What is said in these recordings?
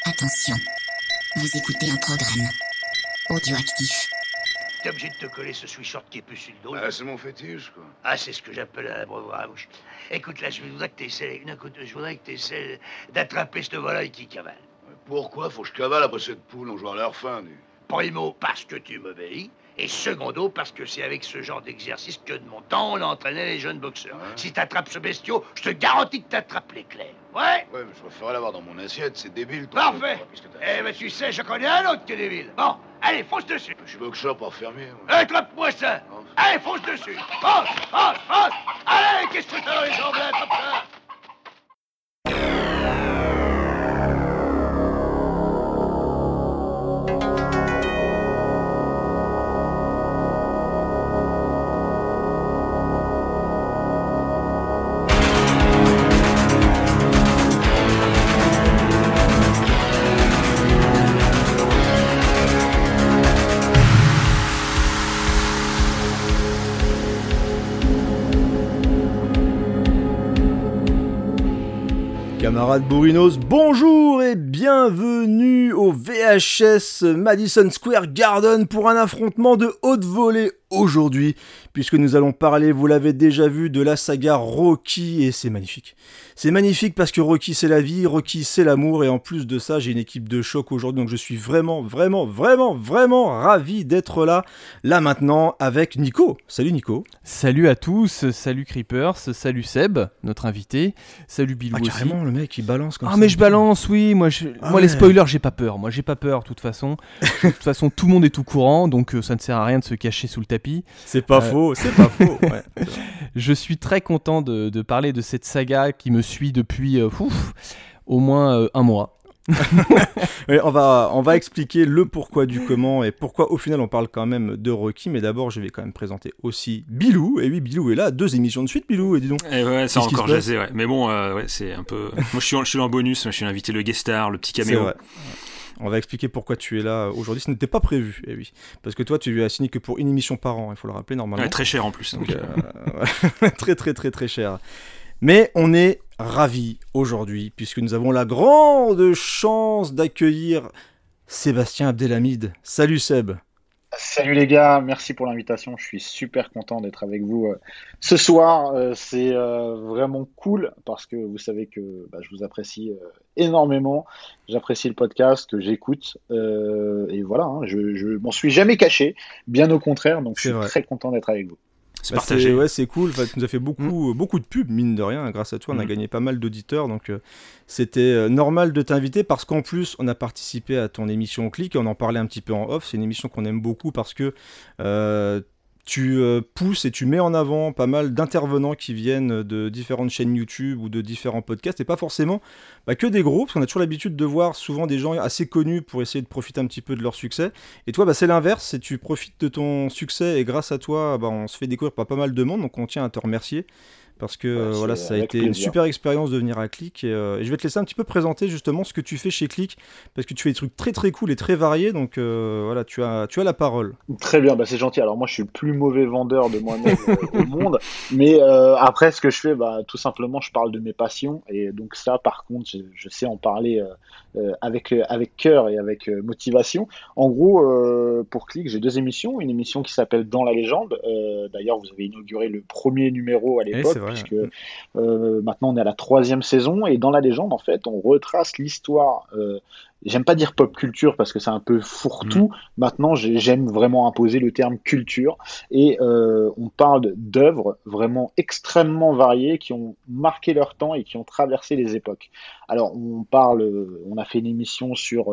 Attention, vous écoutez un programme audioactif. T'es obligé de te coller ce sweatshirt qui est plus sur le dos. Ah, c'est mon fétiche, quoi. Ah, c'est ce que j'appelle un breuvage à bouche. Écoute, là, je voudrais que tu essaies d'attraper cette volaille qui cavale. Pourquoi faut que je cavale après cette poule? On joue à leur fin, du. Primo, parce que tu m'obéis. Et secondo, parce que c'est avec ce genre d'exercice que de mon temps, on entraînait les jeunes boxeurs. Ouais. Si t'attrapes ce bestiau, je te garantis que t'attrapes l'éclair. Ouais? Ouais, mais je préférerais l'avoir dans mon assiette, c'est débile. Parfait. Eh ben, tu sais, je connais un autre que des villes. Bon, allez, fonce dessus. Je suis boxeur par fermier. Attrape-moi ça. Oh. Allez, fonce dessus. Fonce. Allez, qu'est-ce que t'as dans les jambes, là, attrape ça. Camarades bourrinos, bonjour et bienvenue au VHS Madison Square Garden pour un affrontement de haute volée aujourd'hui, puisque nous allons parler, vous l'avez déjà vu, de la saga Rocky, et c'est magnifique. C'est magnifique parce que Rocky c'est la vie, Rocky c'est l'amour, et en plus de ça, j'ai une équipe de choc aujourd'hui, donc je suis vraiment ravi d'être là maintenant, avec Nico. Salut Nico. Salut à tous, salut Creepers, salut Seb, notre invité, salut Bilou aussi. Carrément, le mec il balance comme ça. Ah mais je balance, oui, moi ouais. Les spoilers j'ai pas peur, de toute façon. De toute façon tout le monde est tout courant, donc ça ne sert à rien de se cacher sous le tapis. C'est pas faux. Ouais. Je suis très content de parler de cette saga qui me suit depuis au moins un mois. Oui, on va expliquer le pourquoi du comment et pourquoi au final on parle quand même de Rocky, mais d'abord je vais quand même présenter aussi Bilou. Et oui, Bilou est là, 2 émissions de suite, Bilou, et dis donc. Et ouais, ça encore jasé, ouais. Mais bon, ouais, c'est un peu. Moi je suis en bonus, je suis l'invité, le guest star, le petit caméo. C'est vrai. On va expliquer pourquoi tu es là aujourd'hui. Ce n'était pas prévu, et oui. Parce que toi, tu lui as signé que pour une émission par an, il faut le rappeler normalement. Ouais, très cher en plus. Donc, très cher. Mais on est ravis aujourd'hui, puisque nous avons la grande chance d'accueillir Sébastien Abdelhamid. Salut Seb. Salut les gars, merci pour l'invitation, je suis super content d'être avec vous ce soir, c'est vraiment cool parce que vous savez que je vous apprécie énormément, j'apprécie le podcast, que j'écoute et voilà, hein, je m'en suis jamais caché, bien au contraire, donc je suis très content d'être avec vous. C'est partagé. C'est cool. Enfin, tu nous as fait beaucoup de pubs, mine de rien. Grâce à toi, on a gagné pas mal d'auditeurs. Donc, c'était normal de t'inviter parce qu'en plus, on a participé à ton émission Click et on en parlait un petit peu en off. C'est une émission qu'on aime beaucoup parce que tu pousses et tu mets en avant pas mal d'intervenants qui viennent de différentes chaînes YouTube ou de différents podcasts et pas forcément que des gros, parce qu'on a toujours l'habitude de voir souvent des gens assez connus pour essayer de profiter un petit peu de leur succès. Et toi, c'est l'inverse, c'est tu profites de ton succès et grâce à toi, on se fait découvrir par pas mal de monde, donc on tient à te remercier. Parce que ça a été une super expérience de venir à Click et je vais te laisser un petit peu présenter justement ce que tu fais chez Click parce que tu fais des trucs très très cool et très variés, donc tu as la parole. Très bien, c'est gentil. Alors moi je suis le plus mauvais vendeur de moi-même au monde, mais après ce que je fais, tout simplement je parle de mes passions et donc ça par contre je sais en parler avec cœur et avec motivation. En gros pour Click j'ai 2 émissions, une émission qui s'appelle Dans la légende, d'ailleurs vous avez inauguré le premier numéro à l'époque. Puisque maintenant on est à la 3e saison et dans la légende en fait on retrace l'histoire, j'aime pas dire pop culture parce que c'est un peu fourre-tout, maintenant j'aime vraiment imposer le terme culture et on parle d'œuvres vraiment extrêmement variées qui ont marqué leur temps et qui ont traversé les époques. Alors on a fait une émission sur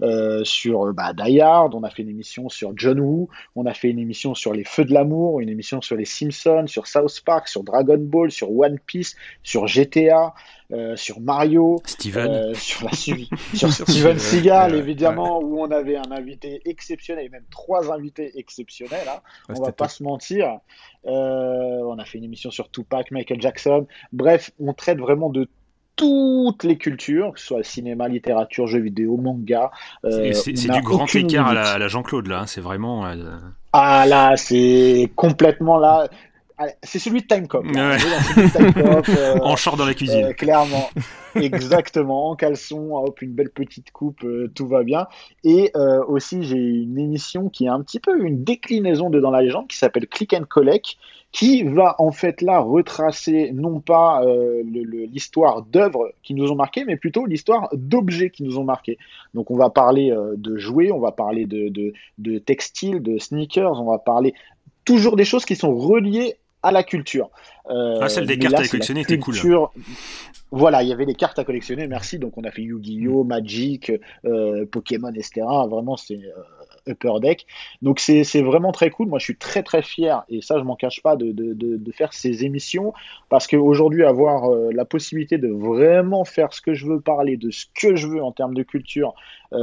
Die Hard, on a fait une émission sur John Woo, on a fait une émission sur les Feux de l'amour, une émission sur les Simpsons, sur South Park, sur Dragon Ball, sur One Piece, sur GTA, sur Mario, Steven. sur Steven Seagal, évidemment, où on avait un invité exceptionnel, et même 3 invités exceptionnels, hein. On va pas se mentir. On a fait une émission sur Tupac, Michael Jackson. Bref, on traite vraiment de toutes les cultures, que ce soit le cinéma, littérature, jeux vidéo, manga. C'est du grand écart à la Jean-Claude, là. Hein, c'est vraiment... Ah là, c'est complètement là... Allez, c'est celui de Timecop. Ouais. Dans celui de Timecop, En short dans la cuisine. clairement, exactement, en caleçon, hop, une belle petite coupe, tout va bien. Et aussi, j'ai une émission qui est un petit peu une déclinaison de Dans la légende, qui s'appelle Click and Collect, qui va en fait là retracer non pas l'histoire d'œuvres qui nous ont marqué, mais plutôt l'histoire d'objets qui nous ont marqué. Donc on va parler de jouets, on va parler de textiles, de sneakers, on va parler toujours des choses qui sont reliées à la culture. Celle des mais cartes là, à c'est la collectionner était cool. culture. Voilà, il y avait des cartes à collectionner, merci. Donc on a fait Yu-Gi-Oh, Magic, Pokémon, etc. Vraiment, c'est Upper Deck. Donc c'est vraiment très cool. Moi, je suis très très fier, et ça, je m'en cache pas, de faire ces émissions, parce qu'aujourd'hui, avoir la possibilité de vraiment faire ce que je veux, parler de ce que je veux en termes de culture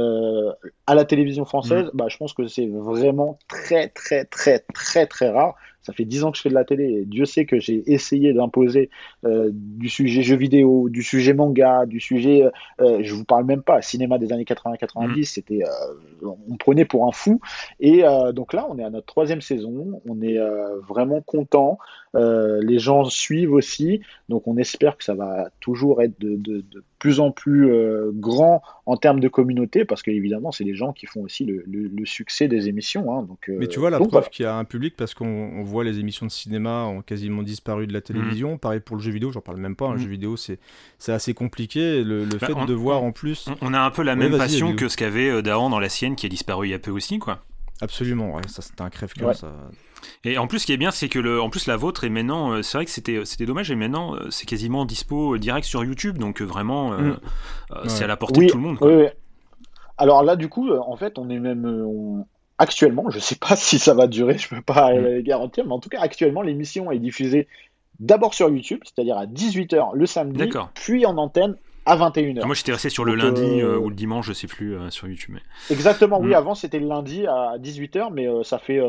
à la télévision française, bah, je pense que c'est vraiment très très très très très rare. Ça fait 10 ans que je fais de la télé, et Dieu sait que j'ai essayé d'imposer du sujet jeux vidéo, du sujet manga, du sujet, je vous parle même pas, cinéma des années 80-90, c'était, on me prenait pour un fou. Et donc là, on est à notre 3e saison, on est vraiment content. Les gens suivent aussi, donc on espère que ça va toujours être de plus en plus grand en termes de communauté, parce qu'évidemment, c'est les gens qui font aussi le succès des émissions. Hein, donc, Mais tu vois, la donc, preuve voilà. qu'il y a un public, parce qu'on voit les émissions de cinéma ont quasiment disparu de la télévision. Pareil pour le jeu vidéo, j'en parle même pas. Un jeu vidéo, c'est assez compliqué. Le fait de voir en plus. On a un peu la même vas-y, passion Guillaume. que ce qu'avait Dahan dans La Sienne, qui a disparu il y a peu aussi, quoi. Absolument, ouais, ça c'était un crève-cœur. Ouais. Ça... Et en plus, ce qui est bien, c'est que en plus la vôtre est maintenant, c'est vrai que c'était dommage, et maintenant c'est quasiment dispo direct sur YouTube, donc vraiment c'est à la portée Oui, de tout le monde, quoi. oui, oui. Alors là, du coup, en fait, on est même actuellement, je sais pas si ça va durer, je peux pas garantir, mais en tout cas, actuellement, l'émission est diffusée d'abord sur YouTube, c'est-à-dire à 18h le samedi, D'accord. puis en antenne à 21h. Moi j'étais resté sur le Donc, lundi ou le dimanche, je sais plus, sur YouTube. Mais... Exactement, oui, avant c'était le lundi à 18h, mais ça fait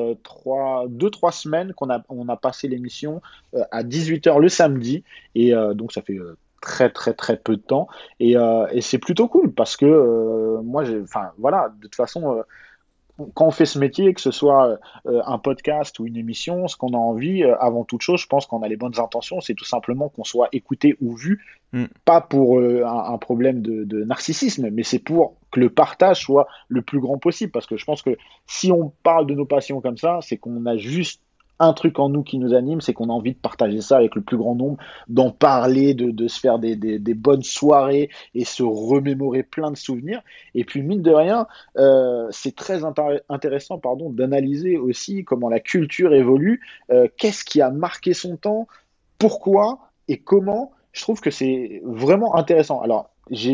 2-3 semaines qu'on a passé l'émission à 18h le samedi, et donc ça fait très très très peu de temps, et c'est plutôt cool, parce que moi, enfin voilà, de toute façon, quand on fait ce métier, que ce soit un podcast ou une émission, ce qu'on a envie, avant toute chose, je pense qu'on a les bonnes intentions, c'est tout simplement qu'on soit écouté ou vu, pas pour un problème de narcissisme, mais c'est pour que le partage soit le plus grand possible, parce que je pense que si on parle de nos passions comme ça, c'est qu'on a juste un truc en nous qui nous anime, c'est qu'on a envie de partager ça avec le plus grand nombre, d'en parler, de se faire des bonnes soirées et se remémorer plein de souvenirs. Et puis, mine de rien, c'est très intéressant d'analyser aussi comment la culture évolue, qu'est-ce qui a marqué son temps, pourquoi et comment. Je trouve que c'est vraiment intéressant. Alors,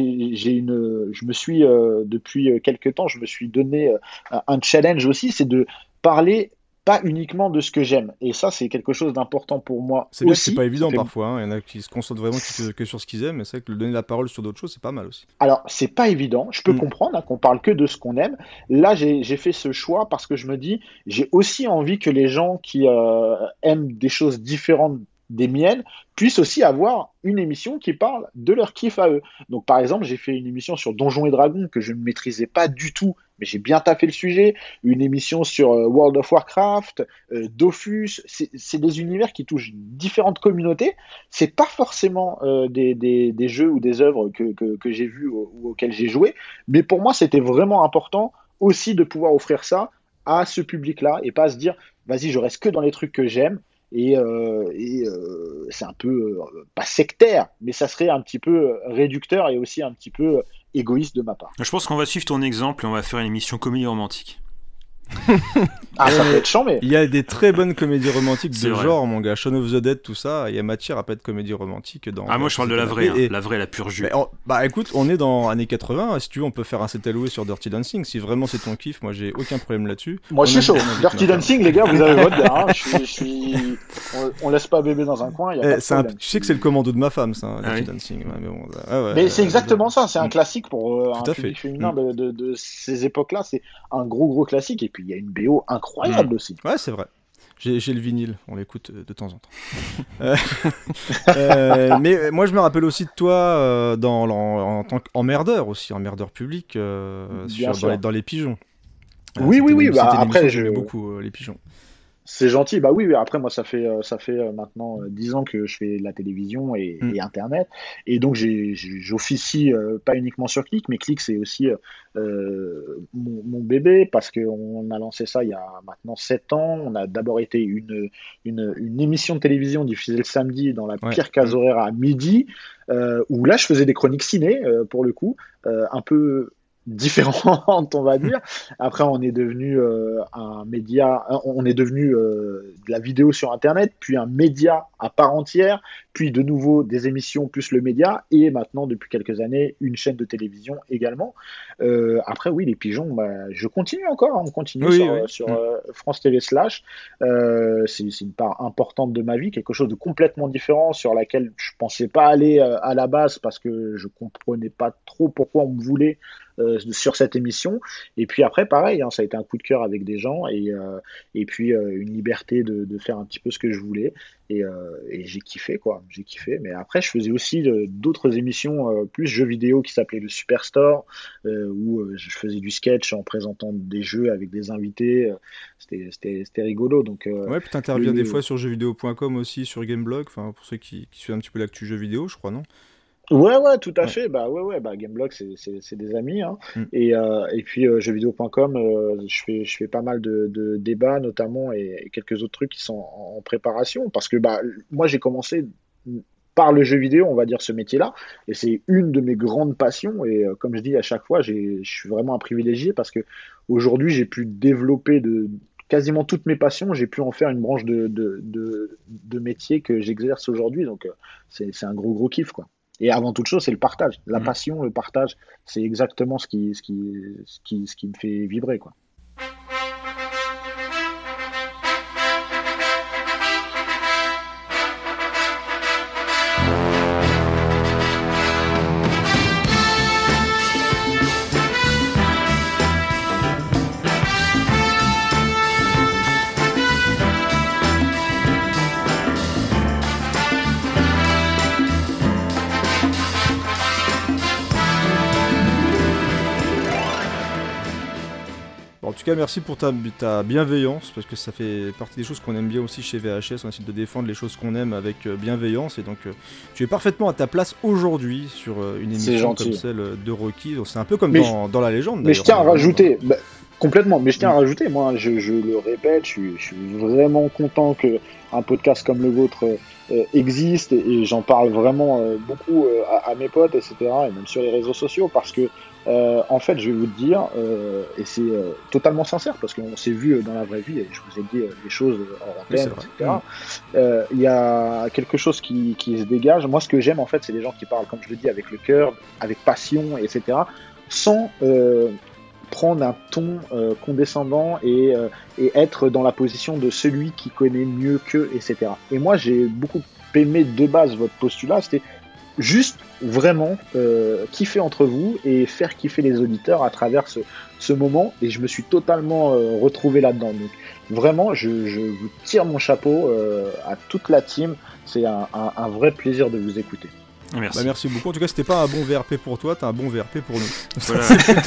je me suis, depuis quelques temps, je me suis donné un challenge aussi, c'est de parler pas uniquement de ce que j'aime. Et ça, c'est quelque chose d'important pour moi C'est bien que aussi. c'est pas évident parfois. Hein. Il y en a qui se concentrent vraiment que sur ce qu'ils aiment, mais c'est vrai que donner la parole sur d'autres choses, c'est pas mal aussi. Alors, c'est pas évident. Je peux comprendre qu'on parle que de ce qu'on aime. Là, j'ai fait ce choix parce que je me dis, j'ai aussi envie que les gens qui aiment des choses différentes des miennes puissent aussi avoir une émission qui parle de leur kiff à eux. Donc par exemple, j'ai fait une émission sur Donjons et Dragons que je ne maîtrisais pas du tout, mais j'ai bien taffé le sujet, une émission sur World of Warcraft, Dofus, c'est des univers qui touchent différentes communautés, c'est pas forcément des jeux ou des œuvres que j'ai vues ou auxquelles j'ai joué, mais pour moi c'était vraiment important aussi de pouvoir offrir ça à ce public-là et pas se dire, vas-y, je reste que dans les trucs que j'aime. Et c'est un peu pas sectaire, mais ça serait un petit peu réducteur et aussi un petit peu égoïste de ma part. Je pense qu'on va suivre ton exemple et on va faire une émission comédie romantique. Ah, ça peut être chiant, mais il y a des très bonnes comédies romantiques C'est de vrai. genre, mon gars. Shaun of the Dead, tout ça, il y a matière à pas de comédie romantique dans. Moi je parle de la vraie, la pure jus. Bah écoute, on est dans années 80. Si tu veux, on peut faire un set alloué sur Dirty Dancing. Si vraiment c'est ton kiff, moi j'ai aucun problème là-dessus. moi je suis chaud. Dirty Dancing, les gars, vous avez votre bière. Hein. On laisse pas bébé dans un coin. Y a pas de problème. Tu sais que c'est le commando de ma femme, ça, Ah Dirty oui. Dancing. Ouais, mais bon, Mais c'est exactement ça. C'est un classique pour un Tout à fait. public féminin de ces époques-là. C'est un gros classique. Et puis il y a une BO incroyable aussi. Ouais, c'est vrai. J'ai le vinyle, on l'écoute de temps en temps. Mais moi, je me rappelle aussi de toi en tant qu'emmerdeur aussi, emmerdeur public Bien sûr. dans les pigeons. Oui. C'était une Bah, émission après, que j'aimais beaucoup, les pigeons. C'est gentil. Bah oui, oui. Après, moi, ça fait maintenant 10 ans que je fais de la télévision et Internet. Et donc, j'officie pas uniquement sur Click, mais Click, c'est aussi mon bébé parce qu'on a lancé ça il y a maintenant 7 ans. On a d'abord été une émission de télévision diffusée le samedi dans la pire case horaire à midi, où là, je faisais des chroniques ciné, pour le coup, un peu différente, on va dire. Après, on est devenu un média, on est devenu de la vidéo sur Internet, puis un média à part entière, puis de nouveau des émissions plus le média, et maintenant, depuis quelques années, une chaîne de télévision également. Après, oui, les pigeons, bah, je continue encore, on continue sur France TV Slash. C'est une part importante de ma vie, quelque chose de complètement différent sur laquelle je pensais pas aller à la base parce que je comprenais pas trop pourquoi on me voulait sur cette émission. Et puis après, pareil, ça a été un coup de cœur avec des gens et puis une liberté de faire un petit peu ce que je voulais. Et j'ai kiffé, quoi. J'ai kiffé. Mais après, je faisais aussi d'autres émissions plus jeux vidéo qui s'appelaient le Superstore, où je faisais du sketch en présentant des jeux avec des invités. C'était rigolo. Donc, ouais, puis t'interviens des fois sur jeuxvideo.com aussi, sur Gameblog, enfin, pour ceux qui suivent un petit peu l'actu jeux vidéo, je crois, non? Ouais, tout à fait. Bah Gameblog, c'est des amis, hein. Et puis jeuxvideo.com, je fais pas mal de débats notamment et quelques autres trucs qui sont en préparation parce que moi j'ai commencé par le jeu vidéo, on va dire ce métier-là, et c'est une de mes grandes passions. Et comme je dis à chaque fois, je suis vraiment un privilégié parce que aujourd'hui j'ai pu développer quasiment toutes mes passions, j'ai pu en faire une branche de métier que j'exerce aujourd'hui. Donc c'est un gros kiff, quoi. Et avant toute chose, c'est le partage. La passion, le partage, c'est exactement ce qui me fait vibrer, quoi. En tout cas, merci pour ta bienveillance, parce que ça fait partie des choses qu'on aime bien aussi chez VHS. On essaie de défendre les choses qu'on aime avec bienveillance, et donc tu es parfaitement à ta place aujourd'hui sur une émission comme celle de Rocky. Donc, c'est un peu comme dans La Légende. Mais je tiens à rajouter, complètement, mais je tiens à rajouter, moi je le répète, je suis vraiment content qu'un podcast comme le vôtre existe, et j'en parle vraiment beaucoup à mes potes, etc., et même sur les réseaux sociaux, parce que en fait, je vais vous le dire, et c'est totalement sincère, parce qu'on s'est vu dans la vraie vie, et je vous ai dit les choses en antenne, etc. Il y a quelque chose qui se dégage. Moi, ce que j'aime, en fait, c'est les gens qui parlent, comme je le dis, avec le cœur, avec passion, etc., sans prendre un ton condescendant et être dans la position de celui qui connaît mieux qu'eux, etc. Et moi, j'ai beaucoup aimé de base votre postulat, c'était juste vraiment kiffer entre vous et faire kiffer les auditeurs à travers ce moment, et je me suis totalement retrouvé là-dedans. Donc vraiment, je vous tire mon chapeau à toute la team, c'est un vrai plaisir de vous écouter. Merci. Merci beaucoup. En tout cas, c'était pas un bon VRP pour toi, t'as un bon VRP pour nous. Voilà.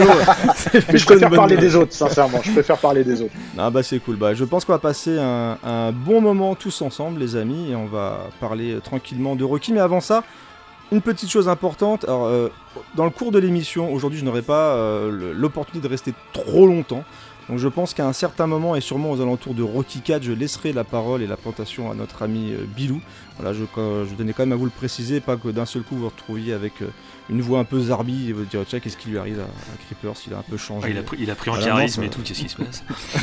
Mais je préfère parler des autres, sincèrement. Je préfère parler des autres. Ah bah c'est cool. Je pense qu'on va passer un bon moment tous ensemble, les amis, et on va parler tranquillement de Rocky. Mais avant ça, une petite chose importante. Alors, dans le cours de l'émission, aujourd'hui, je n'aurai pas l'opportunité de rester trop longtemps. Donc je pense qu'à un certain moment, et sûrement aux alentours de Rocky 4, je laisserai la parole et la plantation à notre ami Bilou. Voilà, je tenais quand même à vous le préciser, pas que d'un seul coup vous vous retrouviez avec une voix un peu zarbi et vous dire tiens, qu'est-ce qui lui arrive à Creeper, s'il a un peu changé. Il a pris en charisme et tout, qu'est-ce qui se passe?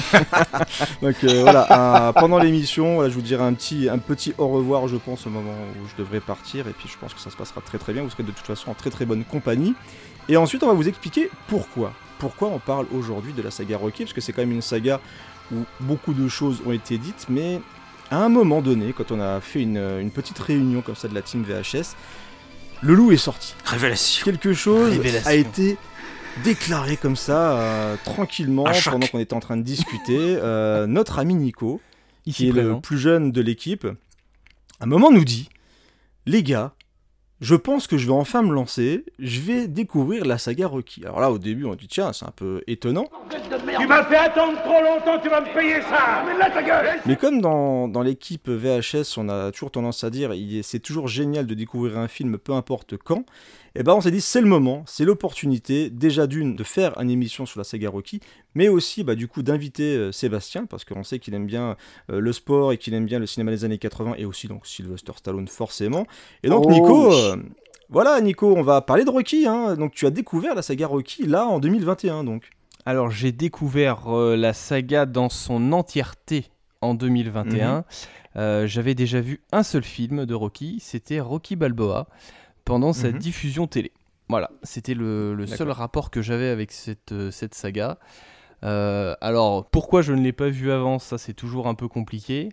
Donc voilà, pendant l'émission, je vous dirai un petit au revoir, je pense, au moment où je devrais partir, et puis je pense que ça se passera très très bien, vous serez de toute façon en très très bonne compagnie. Et ensuite on va vous expliquer pourquoi on parle aujourd'hui de la saga Rocky, parce que c'est quand même une saga où beaucoup de choses ont été dites, mais à un moment donné, quand on a fait une petite réunion comme ça de la team VHS, le loup est sorti. Révélation. Quelque chose a été déclaré comme ça, tranquillement, pendant qu'on était en train de discuter. Notre ami Nico, qui est le plus jeune de l'équipe, à un moment nous dit, les gars, je pense que je vais enfin me lancer, je vais découvrir la saga Rocky. Alors là, au début, on dit, tiens, c'est un peu étonnant. Tu m'as fait attendre trop longtemps, tu vas me payer ça. Mais là, ta gueule. Mais comme dans l'équipe VHS, on a toujours tendance à dire, c'est toujours génial de découvrir un film, peu importe quand, et ben on s'est dit, c'est le moment, c'est l'opportunité, déjà de faire une émission sur la saga Rocky, mais aussi, du coup, d'inviter Sébastien, parce qu'on sait qu'il aime bien le sport et qu'il aime bien le cinéma des années 80, et aussi donc Sylvester Stallone, forcément. Et donc, Nico... Voilà, Nico, on va parler de Rocky. Hein. Donc, tu as découvert la saga Rocky, là, en 2021, donc. Alors, j'ai découvert la saga dans son entièreté en 2021. J'avais déjà vu un seul film de Rocky, c'était Rocky Balboa, pendant sa diffusion télé. Voilà, c'était le seul rapport que j'avais avec cette saga. Alors, pourquoi je ne l'ai pas vu avant, ça, c'est toujours un peu compliqué.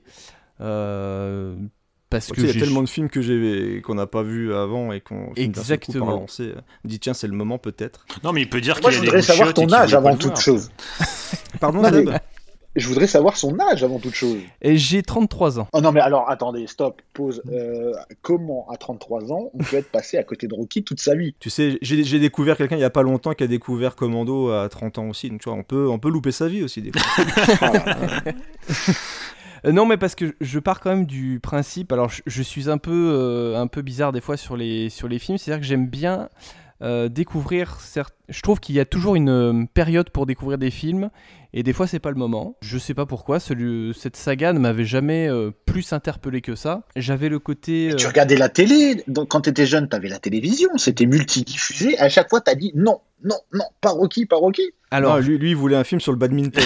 Parce que il y a tellement de films qu'on n'a pas vu avant et qu'on finit d'un seul coup par lancer. On dit tiens, c'est le moment peut-être. Non, mais il peut dire Moi, qu'il je y a des voudrais savoir ton âge avant toute chose. Pardon, Seb. Je voudrais savoir son âge avant toute chose. Et j'ai 33 ans. Oh non, mais alors, attendez, stop, pause. Comment, à 33 ans, on peut être passé à côté de Rocky toute sa vie? Tu sais, j'ai découvert quelqu'un il n'y a pas longtemps qui a découvert Commando à 30 ans aussi. Donc, tu vois, on peut louper sa vie aussi, des fois. Non, mais parce que je pars quand même du principe. Alors, je suis un peu bizarre des fois sur les films. C'est-à-dire que j'aime bien découvrir. Je trouve qu'il y a toujours une période pour découvrir des films, et des fois c'est pas le moment. Je sais pas pourquoi. Cette saga ne m'avait jamais plus interpellé que ça. J'avais le côté. Tu regardais la télé. Donc, quand t'étais jeune, t'avais la télévision. C'était multidiffusé. À chaque fois, t'as dit non, pas Rocky, pas Rocky. Alors, non, lui, il voulait un film sur le badminton.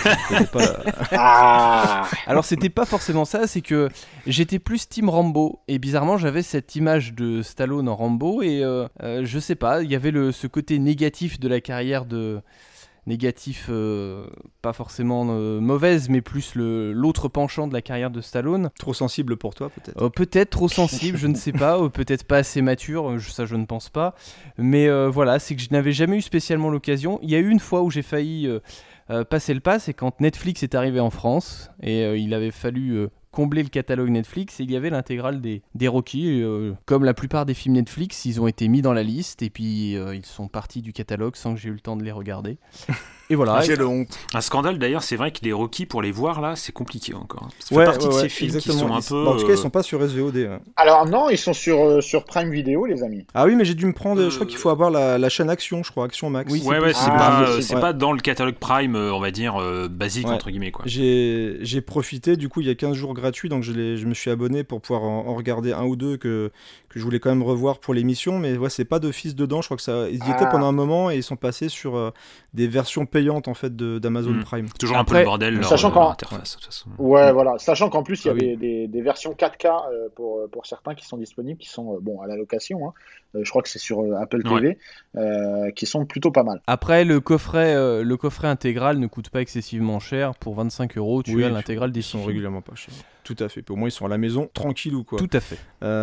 Alors, c'était pas forcément ça, c'est que j'étais plus team Rambo. Et bizarrement, j'avais cette image de Stallone en Rambo. Et je sais pas, il y avait ce côté négatif de la carrière de. Négatif, pas forcément mauvaise, mais plus l'autre penchant de la carrière de Stallone. Trop sensible pour toi, peut-être peut-être trop sensible, je ne sais pas, ou peut-être pas assez mature, ça je ne pense pas. Mais voilà, c'est que je n'avais jamais eu spécialement l'occasion. Il y a eu une fois où j'ai failli passer le pas, c'est quand Netflix est arrivé en France, et il avait fallu combler le catalogue Netflix, et il y avait l'intégrale des Rocky. Comme la plupart des films Netflix, ils ont été mis dans la liste, et puis ils sont partis du catalogue sans que j'ai eu le temps de les regarder. Et voilà. J'ai le honte. Un scandale d'ailleurs, c'est vrai que les Rocky, pour les voir là, c'est compliqué encore. Ça fait partie de ces films exactement. Qui sont un peu. En tout cas, ils sont pas sur SVOD. Hein. Alors non, ils sont sur Prime Video, les amis. Ah oui, mais j'ai dû me prendre. Je crois qu'il faut avoir la chaîne Action, je crois, Action Max. Oui, c'est pas dans le catalogue Prime, on va dire basique entre guillemets quoi. J'ai profité, du coup, il y a 15 jours gratuits, donc je me suis abonné pour pouvoir en regarder un ou deux que je voulais quand même revoir pour l'émission, mais ouais, c'est pas d'office dedans. Je crois que ils y étaient pendant un moment et ils sont passés sur des versions payantes en fait d'Amazon Prime. Toujours après, un peu le bordel sachant leur interface de toute façon. Ouais, voilà, sachant qu'en plus il y a des versions 4K pour certains qui sont disponibles, qui sont à la location. Hein. Je crois que c'est sur Apple TV, qui sont plutôt pas mal. Après, le coffret intégral ne coûte pas excessivement cher. Pour 25 €, tu as l'intégrale des films. Ils sont régulièrement pas chers. Tout à fait. Au moins, ils sont à la maison, tranquillou, quoi. Tout à fait.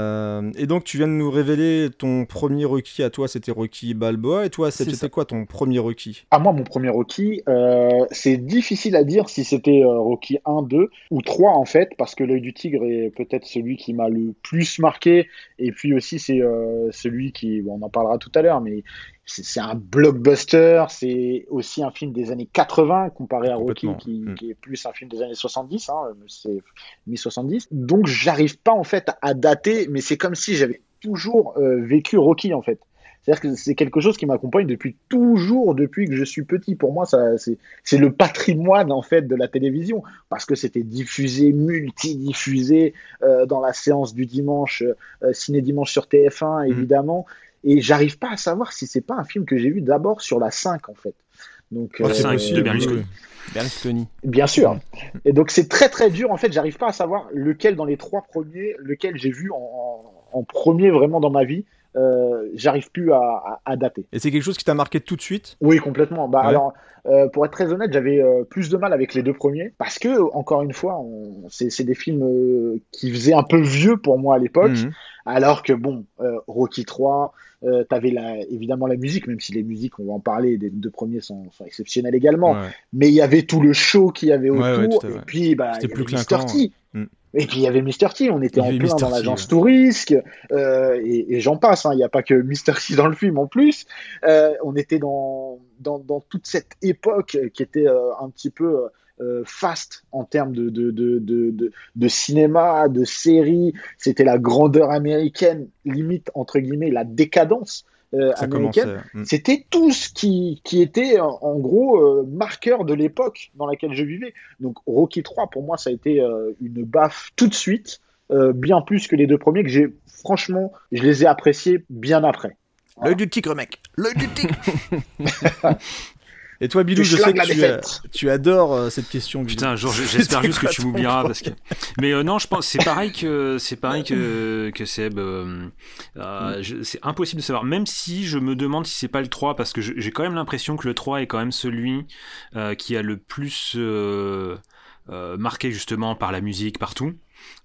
Et donc, tu viens de nous révéler ton premier Rocky à toi, c'était Rocky Balboa. Et toi, c'était quoi ton premier Rocky? Moi, mon premier Rocky, c'est difficile à dire si c'était Rocky 1, 2 ou 3, en fait, parce que l'œil du tigre est peut-être celui qui m'a le plus marqué. Et puis aussi, c'est celui qui, on en parlera tout à l'heure, mais c'est un blockbuster, c'est aussi un film des années 80 comparé à Rocky qui est plus un film des années 70, c'est mi-70. Donc j'arrive pas en fait à dater, mais c'est comme si j'avais toujours vécu Rocky en fait. C'est-à-dire que c'est quelque chose qui m'accompagne depuis toujours, depuis que je suis petit. Pour moi, c'est le patrimoine en fait de la télévision, parce que c'était diffusé, multidiffusé dans la séance du dimanche, Ciné Dimanche sur TF1 évidemment. Et j'arrive pas à savoir si c'est pas un film que j'ai vu d'abord sur la 5 en fait. Donc, c'est 5 de Berlusconi. Bien sûr. Et donc c'est très très dur en fait. J'arrive pas à savoir lequel dans les 3 premiers, lequel j'ai vu en premier vraiment dans ma vie. J'arrive plus à dater. Et c'est quelque chose qui t'a marqué tout de suite? Oui, complètement. Alors, pour être très honnête, j'avais plus de mal avec les 2 premiers parce que, encore une fois, c'est des films qui faisaient un peu vieux pour moi à l'époque. Alors que Rocky 3, t'avais évidemment la musique, même si les musiques, on va en parler, des 2 premiers sont exceptionnelles également. Ouais. Mais il y avait tout le show qu'il y avait autour, et puis il y avait Mr. T. Et puis il y avait Mr. T, on était Il y en avait plein Mr. dans T, l'agence Tourisque, et j'en passe, hein, il n'y a pas que Mr. T dans le film en plus. On était dans toute cette époque qui était un petit peu fast en termes de cinéma, de séries. C'était la grandeur américaine, limite entre guillemets la décadence Ça américaine. commençait. C'était tout ce qui était en gros marqueur de l'époque dans laquelle je vivais. Donc Rocky 3 pour moi ça a été une baffe tout de suite, bien plus que les deux premiers que franchement je les ai appréciés bien après. L'œil du tigre, mec. L'œil du tigre. Et toi, Bilou, Tu je sais schlingues la que défaite. tu adores cette question. Bilou. Putain, genre, j'espère juste que tu m'oublieras parce que. Mais non, je pense c'est pareil que Seb. C'est impossible de savoir. Même si je me demande si c'est pas le 3 parce que j'ai quand même l'impression que le 3 est quand même celui qui a le plus marqué justement par la musique partout.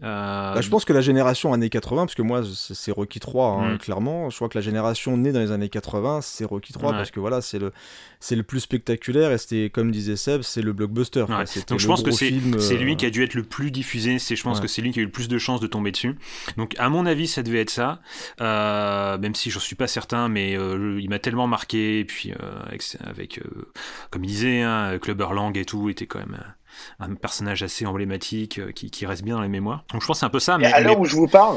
Je pense que la génération années 80, parce que moi c'est Rocky 3 hein, clairement, je crois que la génération née dans les années 80 c'est Rocky 3 parce que voilà c'est le plus spectaculaire et c'était comme disait Seb, c'est le blockbuster. Ouais. Donc je pense que c'est lui qui a dû être le plus diffusé, je pense que c'est lui qui a eu le plus de chances de tomber dessus. Donc à mon avis ça devait être ça, même si j'en suis pas certain, mais il m'a tellement marqué, et puis avec comme il disait, hein, Clubber Lang et tout, était quand même un personnage assez emblématique qui reste bien dans les mémoires. Donc je pense que c'est un peu ça. Mais à l'heure où je vous parle,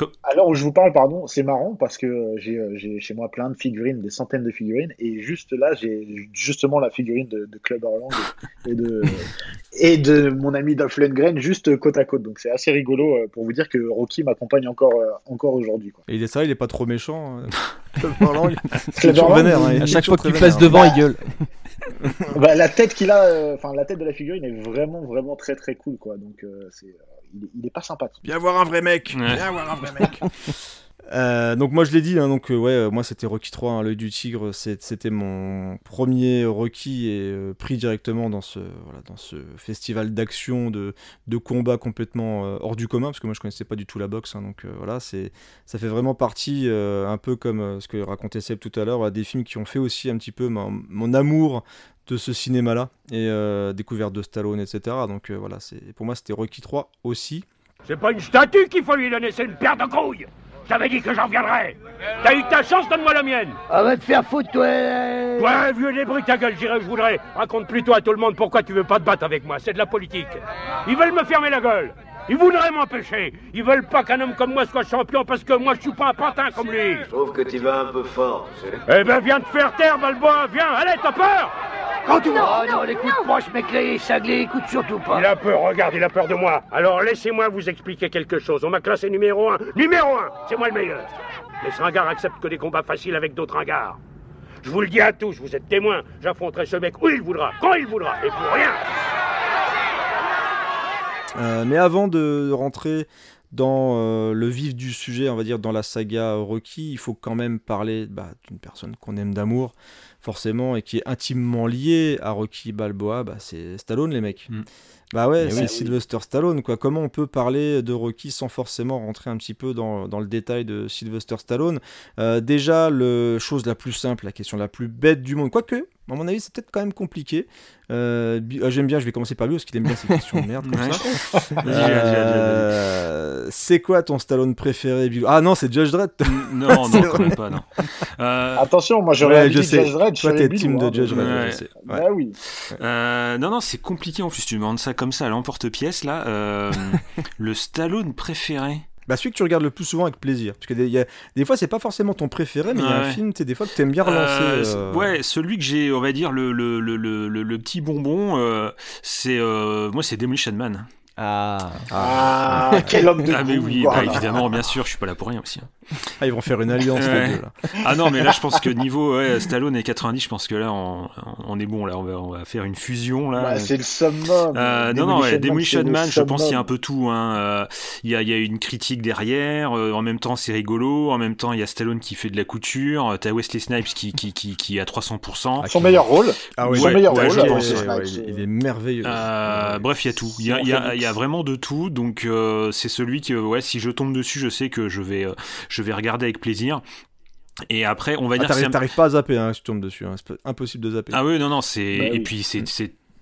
Comme- c'est marrant parce que j'ai chez moi plein de figurines, des centaines de figurines, et juste là j'ai justement la figurine de Clubber Lang et de mon ami Dolph Lundgren juste côte à côte. Donc c'est assez rigolo pour vous dire que Rocky m'accompagne encore aujourd'hui, quoi. Et il est pas trop méchant. Clubber Lang. Clubber Lang, vénère, hein, À chaque fois qu'il très passe vénère. devant, il gueule. Bah, la tête qu'il a, la tête de la figurine est vraiment vraiment très très cool, quoi. Donc il est pas sympathique. Viens voir un vrai mec. Ouais. Viens voir un vrai mec. Donc moi je l'ai dit, hein, moi c'était Rocky 3, hein, l'œil du tigre, c'était mon premier Rocky et pris directement dans ce festival d'action, de combat complètement hors du commun, parce que moi je connaissais pas du tout la boxe, hein, donc ça fait vraiment partie, un peu comme ce que racontait Seb tout à l'heure, des films qui ont fait aussi un petit peu mon amour de ce cinéma-là, et découverte de Stallone, etc. Donc pour moi c'était Rocky 3 aussi. C'est pas une statue qu'il faut lui donner, c'est une paire de couilles. Je t'avais dit que j'en viendrais. T'as eu ta chance, donne-moi la mienne. Ah, va te faire foutre, toi. Ouais, vieux débris, ta gueule, j'irai où je voudrais. Raconte plutôt à tout le monde pourquoi tu veux pas te battre avec moi, c'est de la politique. Ils veulent me fermer la gueule. Ils voudraient m'empêcher. Ils veulent pas qu'un homme comme moi soit champion parce que moi je suis pas un pantin comme lui. Je trouve que tu vas un peu fort, tu sais. Eh ben viens te faire taire, Balboa, viens, allez, t'as peur? Quand tu vas. Oh non, les coups de poche, mec, les saglés, écoute surtout pas. Il a peur, regarde, il a peur de moi. Alors laissez-moi vous expliquer quelque chose. On m'a classé numéro 1. Numéro 1, c'est moi le meilleur. Les ringards acceptent que des combats faciles avec d'autres ringards. Je vous le dis à tous, vous êtes témoins. J'affronterai ce mec où il voudra, quand il voudra, et pour rien. Mais avant de rentrer dans le vif du sujet, on va dire dans la saga Rocky, il faut quand même parler d'une personne qu'on aime d'amour, forcément, et qui est intimement liée à Rocky Balboa, c'est Stallone, les mecs. C'est Sylvester Stallone, quoi. Comment on peut parler de Rocky sans forcément rentrer un petit peu dans le détail de Sylvester Stallone? Déjà, chose la plus simple, la question la plus bête du monde, quoique, à mon avis, c'est peut-être quand même compliqué. J'aime bien, je vais commencer par lui parce qu'il aime bien ces questions de merde comme ça. Vas-y. C'est quoi ton Stallone préféré, Bilou? Ah non, c'est Judge Dredd. Non, quand même pas, non. Attention, moi j'aurais dit Judge Dredd. Toi, t'es team de Judge Dredd. Bah oui. Non, c'est compliqué en plus. Tu me demandes ça comme ça à l'emporte-pièce là. Le Stallone préféré. Celui que tu regardes le plus souvent avec plaisir. Parce que des fois, c'est pas forcément ton préféré, mais il y a un film, des fois, que tu aimes bien relancer. Ouais, celui que j'ai, on va dire, le petit bonbon, moi, c'est Demolition Man. Quel homme de mais oui, évidemment, bien sûr, je suis pas là pour rien aussi. Ils vont faire une alliance les deux, là. Ah non, mais là je pense que niveau Stallone et 90, je pense que là on est bon, là on va faire une fusion là. C'est le summum. Demolition Man, je pense qu'il y a un peu tout, hein. Il y a une critique derrière, en même temps c'est rigolo, en même temps il y a Stallone qui fait de la couture, t'as Wesley Snipes qui est à 300%. Son meilleur rôle. Son meilleur rôle, je pense. Il est merveilleux. Bref, il y a tout. Il y a vraiment de tout, donc c'est celui que si je tombe dessus, je sais que je vais regarder avec plaisir. Et après, on va dire t'arrives pas à zapper, hein, si tu tombes dessus, hein. C'est impossible de zapper. Ah oui, non, c'est et puis c'est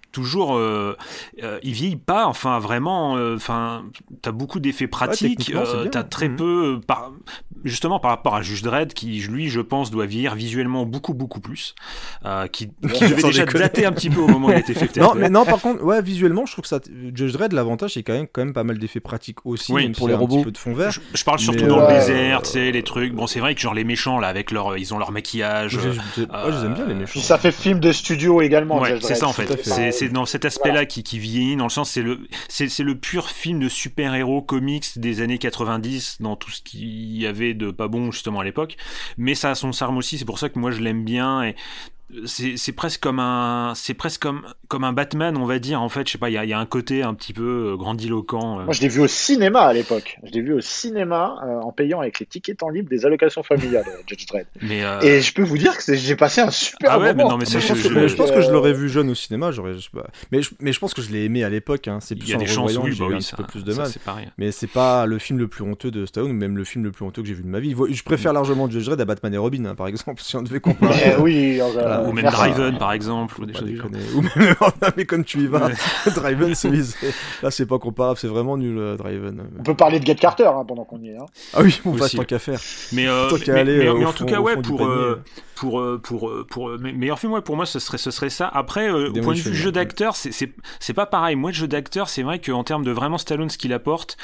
toujours il vieillit pas, enfin vraiment, t'as beaucoup d'effets pratiques, t'as très peu justement par rapport à Judge Dredd qui lui je pense doit vieillir visuellement beaucoup plus, qui devait déjà dater un petit peu au moment où il a été fait. Non, par contre visuellement je trouve que ça Judge Dredd, l'avantage c'est quand même pas mal d'effets pratiques aussi, oui, même pour les robots, un petit peu de fond vert. Je parle surtout dans le désert, tu sais, les trucs. Bon, c'est vrai que genre les méchants là avec ils ont leur maquillage. Je les aime bien les méchants. Puis ça fait film de studio également. Ouais, c'est ça en fait. C'est dans cet aspect-là qui vieillit, dans le sens c'est le pur film de super-héros comics des années 90 dans tout ce qu'il y avait de pas bon justement à l'époque. Mais ça a son charme aussi. C'est pour ça que moi je l'aime bien et c'est presque comme un Batman, on va dire, en fait. Je sais pas, il y a un côté un petit peu grandiloquent. Moi je l'ai vu au cinéma à l'époque. Je l'ai vu au cinéma en payant avec les tickets temps libre des allocations familiales, Judge Dredd. Et je peux vous dire que j'ai passé un super moment. Je pense que je l'aurais vu jeune au cinéma, mais je pense que je l'ai aimé à l'époque, hein. C'est plus en le revoyant que j'ai eu un petit peu plus de mal. Mais c'est pas le film le plus honteux de Stallone, ou même le film le plus honteux que j'ai vu de ma vie. Je préfère largement Judge Dredd à Batman et Robin, hein, par exemple, si on devait comparer. Oui, ou même Driven par exemple, ou des choses comme ça. Ou même mais comme tu y vas, Driven, là c'est pas comparable, c'est vraiment nul, Driven. On peut parler de Get Carter hein, pendant qu'on y est. Hein. Ah oui, on passe tant qu'à faire. Mais en tout cas, ouais, pour meilleur film, ouais, pour moi ce serait ça. Après, au point de vue jeu d'acteur, c'est pas pareil. Moi, le jeu d'acteur, c'est vrai qu'en termes de vraiment Stallone, ce qu'il apporte,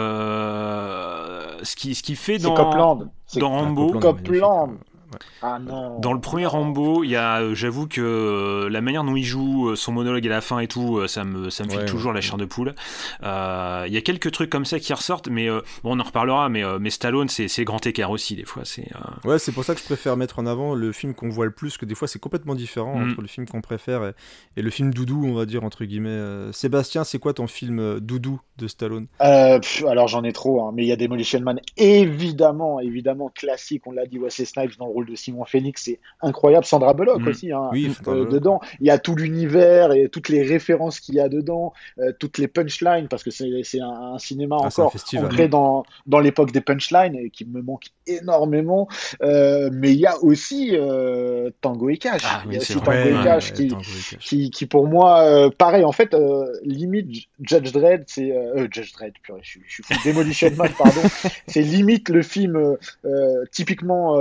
ce qu'il fait dans Rambo. Copland. Ah non. Dans le premier Rambo, il y a, j'avoue que la manière dont il joue, son monologue à la fin et tout, ça me fait toujours la chair de poule. Il y a quelques trucs comme ça qui ressortent, mais bon, on en reparlera. Mais Stallone, c'est grand écart aussi des fois. Ouais, c'est pour ça que je préfère mettre en avant le film qu'on voit le plus, que des fois c'est complètement différent entre le film qu'on préfère et le film doudou, on va dire entre guillemets. Sébastien, c'est quoi ton film doudou de Stallone? Alors j'en ai trop, hein, mais il y a Demolition Man, évidemment classique. On l'a dit, Wesley Snipes dans le rôle de Simon Phoenix, c'est incroyable. Sandra Bullock aussi, hein, dedans. Il y a tout l'univers et toutes les références qu'il y a dedans, toutes les punchlines, parce que c'est un cinéma encore ancré dans l'époque des punchlines et qui me manque énormément. Mais il y a aussi Tango et Cash. Il y a aussi Tango et Cash qui pour moi, pareil, en fait, limite Judge Dredd, c'est Judge Dredd, purée, je suis fou. Demolition Man, pardon. C'est limite le film typiquement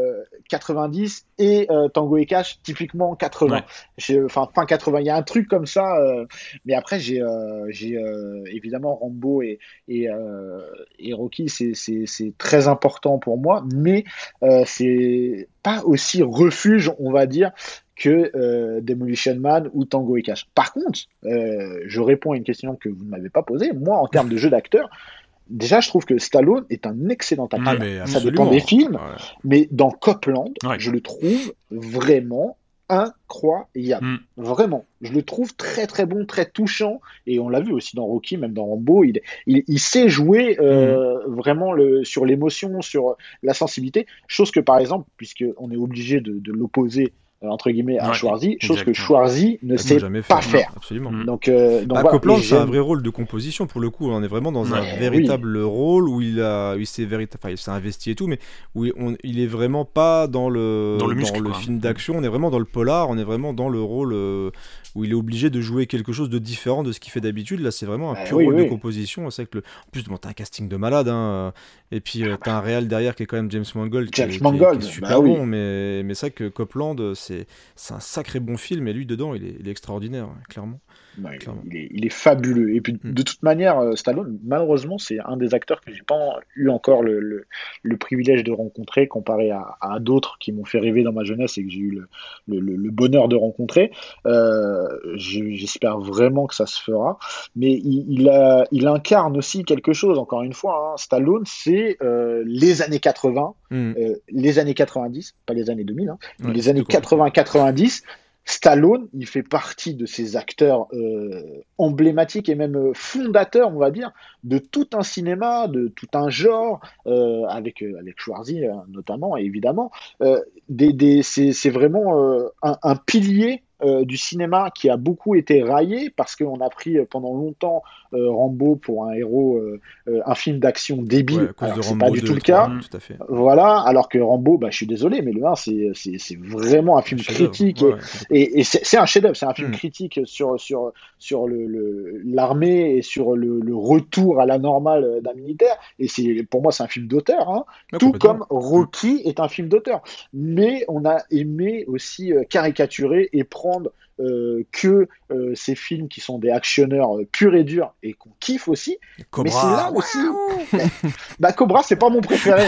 90 et Tango et Cash typiquement 80. Fin 80. Il y a un truc comme ça. Mais après j'ai évidemment Rambo et Rocky, c'est très important pour moi, mais c'est pas aussi refuge, on va dire, que Demolition Man ou Tango et Cash. Par contre, je réponds à une question que vous ne m'avez pas posée. Moi, en termes de jeu d'acteur, déjà, je trouve que Stallone est un excellent acteur. Ça dépend des films, mais dans Copland, je le trouve vraiment incroyable. Vraiment. Je le trouve très très bon, très touchant, et on l'a vu aussi dans Rocky, même dans Rambo, il sait jouer vraiment sur l'émotion, sur la sensibilité, chose que par exemple, puisqu'on est obligé de l'opposer entre guillemets à Schwarzy, chose que Schwarzy ne sait pas faire. Absolument. Donc voilà, Copland, c'est un vrai rôle de composition pour le coup. On est vraiment dans un véritable rôle où il s'est investi et tout, mais où il est vraiment pas dans le film d'action. On est vraiment dans le polar. On est vraiment dans le rôle où il est obligé de jouer quelque chose de différent de ce qu'il fait d'habitude. Là, c'est vraiment un pur rôle de composition. C'est que en plus, t'as un casting de malade, hein, et puis t'as un réal derrière qui est quand même James Mangold, qui est super bon. Mais c'est vrai que Copland, c'est un sacré bon film, et lui dedans il est extraordinaire, clairement. Il est fabuleux. Et puis de toute manière, Stallone, malheureusement, c'est un des acteurs que j'ai pas eu encore le privilège de rencontrer, comparé à d'autres qui m'ont fait rêver dans ma jeunesse et que j'ai eu le bonheur de rencontrer. J'espère vraiment que ça se fera. Mais il incarne aussi quelque chose, encore une fois, hein. Stallone, c'est les années 80, les années 90, pas les années 2000, hein, mais les années 80-90. Stallone, il fait partie de ces acteurs emblématiques et même fondateurs, on va dire, de tout un cinéma, de tout un genre, avec Schwarzy notamment, évidemment. C'est vraiment un pilier du cinéma qui a beaucoup été raillé parce qu'on a pris pendant longtemps Rambo pour un héros, un film d'action débile. Alors, c'est pas du tout le cas. Tout à fait. Voilà, alors que Rambo, je suis désolé, mais le 1, c'est vraiment un film critique. Et c'est un chef-d'œuvre, c'est un film critique sur l'armée et sur le retour à la normale d'un militaire. Et pour moi, c'est un film d'auteur, hein. Tout comme Rocky est un film d'auteur. Mais on a aimé aussi caricaturer et prendre ces films qui sont des actionneurs purs et durs et qu'on kiffe aussi. Cobra. Mais c'est là aussi. Cobra, c'est pas mon préféré.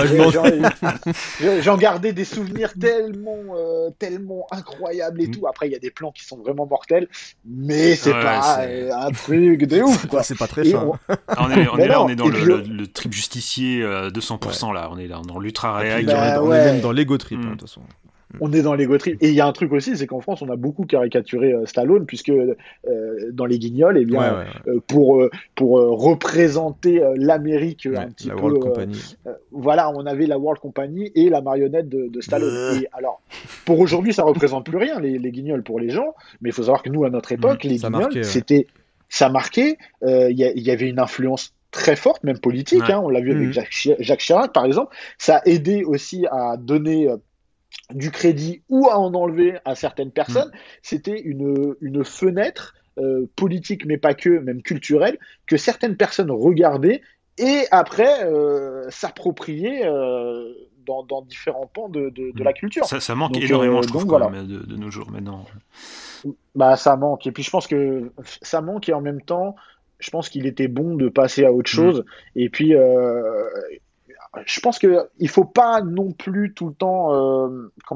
J'en gardais des souvenirs tellement incroyables et tout. Après, il y a des plans qui sont vraiment mortels, mais c'est pas un truc de ouf, quoi. C'est pas très fin. On est dans le trip justicier 200%, là. On est dans l'ultra réel. On est même dans l'ego trip, de toute façon. On est dans l'ego trip. Et il y a un truc aussi, c'est qu'en France, on a beaucoup caricaturé Stallone, puisque dans Les Guignols, eh bien, pour représenter l'Amérique un petit peu, World Company. Voilà, on avait la World Company et la marionnette de Stallone. Et alors, pour aujourd'hui, ça représente plus rien, les Guignols pour les gens, mais il faut savoir que nous, à notre époque, les Guignols, ça marquait. Il y avait une influence très forte, même politique. Hein, on l'a vu avec Jacques Chirac, par exemple. Ça a aidé aussi à donner du crédit ou à en enlever à certaines personnes. C'était une fenêtre politique, mais pas que, même culturelle, que certaines personnes regardaient et après s'appropriaient dans différents pans de la culture. Ça manque énormément, je trouve, quand même, de nos jours maintenant. Ça manque. Et puis je pense que ça manque et en même temps, je pense qu'il était bon de passer à autre chose. Et puis je pense qu'il ne faut pas non plus tout le temps,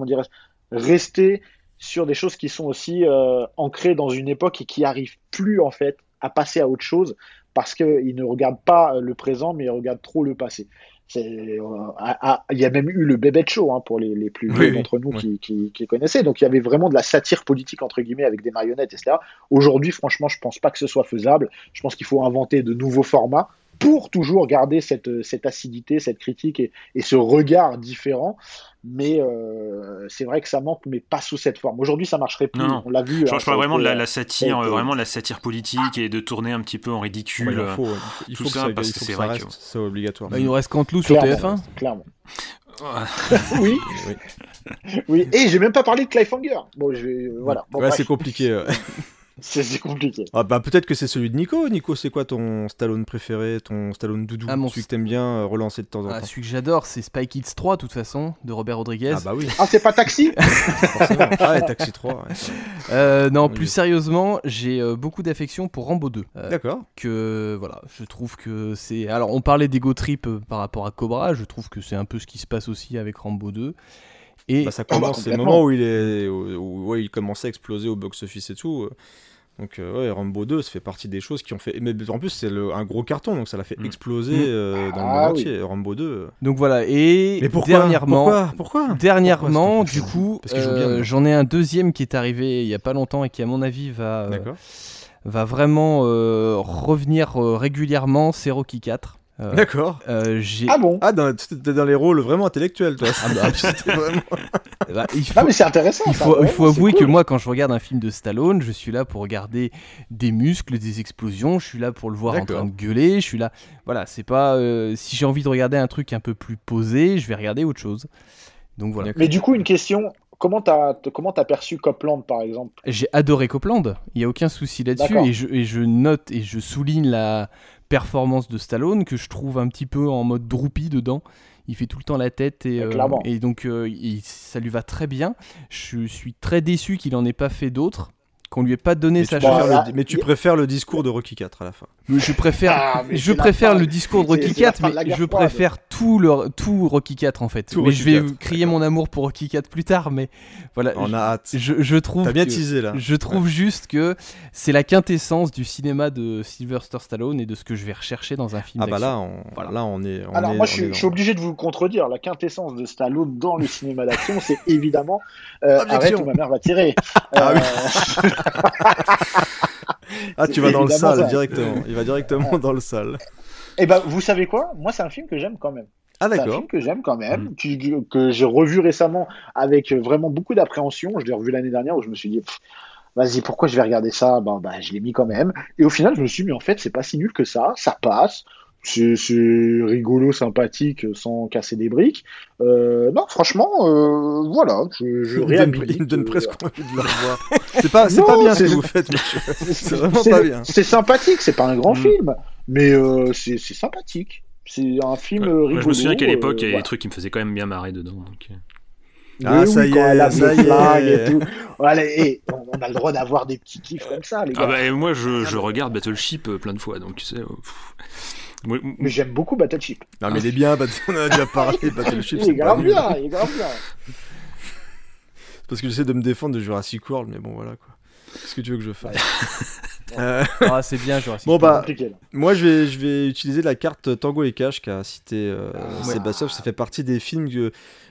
rester sur des choses qui sont aussi ancrées dans une époque et qui n'arrivent plus en fait à passer à autre chose parce qu'ils ne regardent pas le présent mais ils regardent trop le passé. Il y a même eu le Bébête Show pour les plus vieux d'entre nous qui connaissaient. Donc il y avait vraiment de la satire politique entre guillemets avec des marionnettes, etc. Aujourd'hui, franchement, je pense pas que ce soit faisable. Je pense qu'il faut inventer de nouveaux formats pour toujours garder cette acidité, cette critique et ce regard différent. Mais c'est vrai que ça manque, mais pas sous cette forme. Aujourd'hui, ça marcherait plus. Non. On l'a vu. Je parle vraiment de la satire, vraiment de la satire politique et de tourner un petit peu en ridicule. Il faut ça, parce que c'est vrai que c'est obligatoire. Il nous reste Canteloup sur TF1. Clairement. Oui. Et j'ai même pas parlé de Cliffhanger. Bon, voilà. Bon, c'est compliqué. C'est compliqué. Peut-être que c'est celui de Nico. Nico, c'est quoi ton Stallone préféré, ton Stallone doudou, celui que t'aimes bien relancer de temps en temps? Celui que j'adore, c'est Spy Kids 3, de toute façon, de Robert Rodriguez. Ah bah oui. C'est pas Taxi? Taxi 3. Non, plus sérieusement, j'ai beaucoup d'affection pour Rambo 2. D'accord. Je trouve que c'est... Alors, on parlait d'ego trip par rapport à Cobra, je trouve que c'est un peu ce qui se passe aussi avec Rambo 2. Et ça commence, c'est le moment où il commençait à exploser au box-office et tout. Donc Rambo 2, ça fait partie des choses qui ont fait... Mais en plus, c'est un gros carton, donc ça l'a fait exploser dans le monde entier, Rambo 2. Donc voilà, et mais pourquoi dernièrement, du coup, j'en ai un deuxième qui est arrivé il y a pas longtemps et qui, à mon avis, va vraiment revenir régulièrement, c'est Rocky 4. D'accord. Bon. T'es dans les rôles vraiment intellectuels, toi. Mais c'est intéressant. Il faut avouer que moi, quand je regarde un film de Stallone, je suis là pour regarder des muscles, des explosions. Je suis là pour le voir en train de gueuler. Je suis là. Voilà, c'est pas. Si j'ai envie de regarder un truc un peu plus posé, je vais regarder autre chose. Donc voilà. Mais du coup, une question. Comment t'as perçu Copland, par exemple? J'ai adoré Copland. Il y a aucun souci là-dessus. Et je note et je souligne la performance de Stallone que je trouve un petit peu en mode droopy dedans. Il fait tout le temps la tête et donc ça lui va très bien. Je suis très déçu qu'il en ait pas fait d'autres, qu'on lui ait pas donné sa chance. Mais tu préfères le discours de Rocky 4 à la fin. Je préfère le discours de Rocky 4, mais je préfère tout Rocky 4 en fait. Mais je vais crier mon amour pour Rocky 4 plus tard, mais voilà. On a hâte. Je trouve. T'as bien teasé là. Je trouve juste que c'est la quintessence du cinéma de Sylvester Stallone et de ce que je vais rechercher dans un film d'action. Là on est. Alors moi je suis obligé de vous contredire. La quintessence de Stallone dans le cinéma d'action, c'est évidemment arrête ou ma mère va tirer. Tu vas dans le sale directement. Il va directement dans le sale. Et vous savez quoi? Moi, c'est un film que j'aime quand même. Ah C'est un d'accord. film que j'aime quand même, que j'ai revu récemment avec vraiment beaucoup d'appréhension. Je l'ai revu l'année dernière où je me suis dit, vas-y, pourquoi je vais regarder ça? Je l'ai mis quand même. Et au final, je me suis dit, mais en fait, c'est pas si nul que ça passe. C'est rigolo, sympathique, sans casser des briques. Non, franchement, voilà, je Il réhabilite. me donne presque envie de le revoir. C'est pas bien ce que vous faites, monsieur. C'est vraiment pas bien. C'est sympathique, c'est pas un grand film, mais c'est sympathique. C'est un film rigolo. Moi, je me souviens qu'à l'époque, il y avait voilà. des trucs qui me faisaient quand même bien marrer dedans. Donc... Ah, Mais ça oui, y quand est, elle a ça le y flingue et est. tout. Voilà, et on a le droit d'avoir des petits kiffs comme ça, les gars. Ah bah, et moi, je regarde Battleship plein de fois, donc tu sais... Mais j'aime beaucoup Battleship. Non mais il est bien, on en a déjà parlé, Battleship, Il c'est est pas grave nul. bien, il est grave bien. Parce que j'essaie de me défendre de Jurassic World, mais bon voilà quoi. Qu'est-ce que tu veux que je fasse? Ah, c'est bien, Jurassic Bon Park. bah, Compliqué, là. moi je vais utiliser la carte Tango et Cash qu'a cité Sébastien. Ça fait partie des films que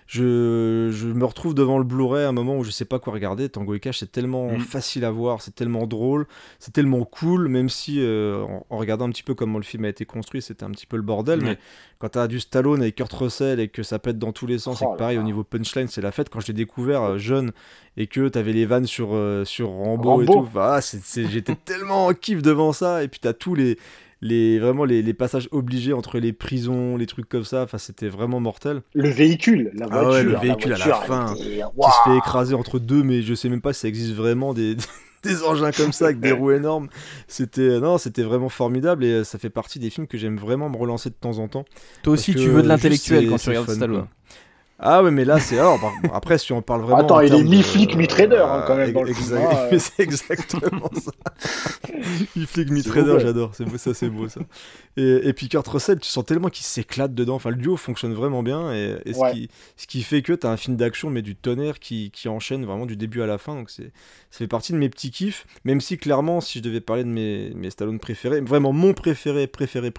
je me retrouve devant le Blu-ray à un moment où je sais pas quoi regarder. Tango et Cash, c'est tellement facile à voir, c'est tellement drôle, c'est tellement cool, même si en regardant un petit peu comment le film a été construit, c'était un petit peu le bordel. Mais quand t'as du Stallone avec Kurt Russell et que ça pète dans tous les sens, et que pareil au niveau punchline, c'est la fête. Quand je l'ai découvert jeune et que t'avais les vannes sur Rambo et tout, bah, j'étais tellement en kiff devant ça. Et puis t'as tous vraiment les passages obligés entre les prisons, les trucs comme ça, enfin c'était vraiment mortel. Le véhicule, la voiture. Ah ouais, le véhicule la à la voiture, fin elle était- qui Waouh. se fait écraser entre deux, mais je sais même pas si ça existe vraiment des engins comme ça avec des roues énormes. C'était vraiment formidable et ça fait partie des films que j'aime vraiment me relancer de temps en temps. Toi aussi, Parce tu que veux de l'intellectuel juste, quand tu c'est regardes fun, Stallone. quoi. Ah ouais, mais là c'est après si on parle vraiment. Attends, en il est termes mi-flic, mi-trader quand même dans le film. mais c'est exactement ça. Mi-flic, mi-trader, beau, j'adore. C'est beau, ça c'est beau ça. Et puis Kurt Russell, tu sens tellement qu'il s'éclate dedans. Enfin, le duo fonctionne vraiment bien et ce qui fait que t'as un film d'action mais du tonnerre qui enchaîne vraiment du début à la fin. Donc ça fait partie de mes petits kiffs. Même si clairement, si je devais parler de mes Stallone préférés, vraiment mon préféré,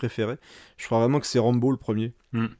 je crois vraiment que c'est Rambo le premier.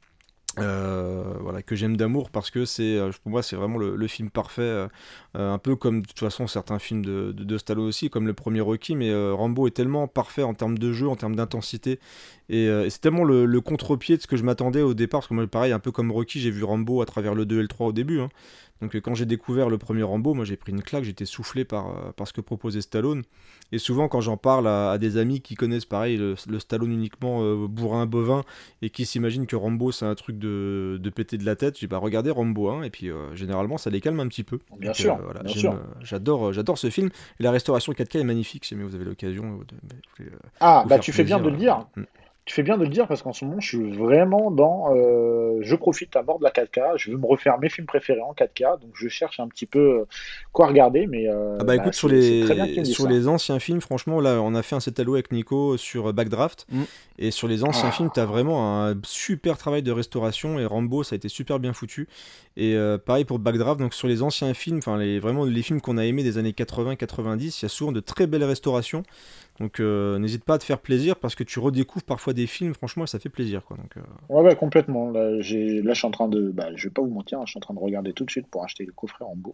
Voilà, que j'aime d'amour parce que pour moi c'est vraiment le film parfait, un peu comme de toute façon certains films de Stallone aussi, comme le premier Rocky, mais Rambo est tellement parfait en termes de jeu, en termes d'intensité, et c'est tellement le contre-pied de ce que je m'attendais au départ, parce que moi pareil, un peu comme Rocky, j'ai vu Rambo à travers le 2 et le 3 au début, hein. Donc quand j'ai découvert le premier Rambo, moi j'ai pris une claque, j'étais soufflé par ce que proposait Stallone. Et souvent quand j'en parle à des amis qui connaissent pareil le Stallone uniquement bourrin bovin et qui s'imaginent que Rambo c'est un truc de péter de la tête, je dis bah regardez Rambo 1 et puis généralement ça les calme un petit peu. Bien Donc, sûr, voilà, bien sûr. j'adore ce film et la restauration 4K est magnifique si jamais vous avez l'occasion de vous faire Tu fais bien de le plaisir. dire. Tu fais bien de le dire parce qu'en ce moment, je suis vraiment dans. Je profite à mort de la 4K. Je veux me refaire mes films préférés en 4K. Donc, je cherche un petit peu quoi regarder. Mais Ah bah écoute, sur c'est très bien qu'il me dise ça. les anciens films, franchement, là, on a fait un set alloué avec Nico sur Backdraft. Et sur les anciens films, t'as vraiment un super travail de restauration. Et Rambo, ça a été super bien foutu. Et pareil pour Backdraft. Donc sur les anciens films, vraiment les films qu'on a aimés des années 80-90, il y a souvent de très belles restaurations. Donc n'hésite pas à te faire plaisir parce que tu redécouvres parfois des films, franchement, ça fait plaisir, quoi. Donc, Ouais, complètement. Là, je suis en train de. Je vais pas vous mentir, je suis en train de regarder tout de suite pour acheter le coffret Rambo.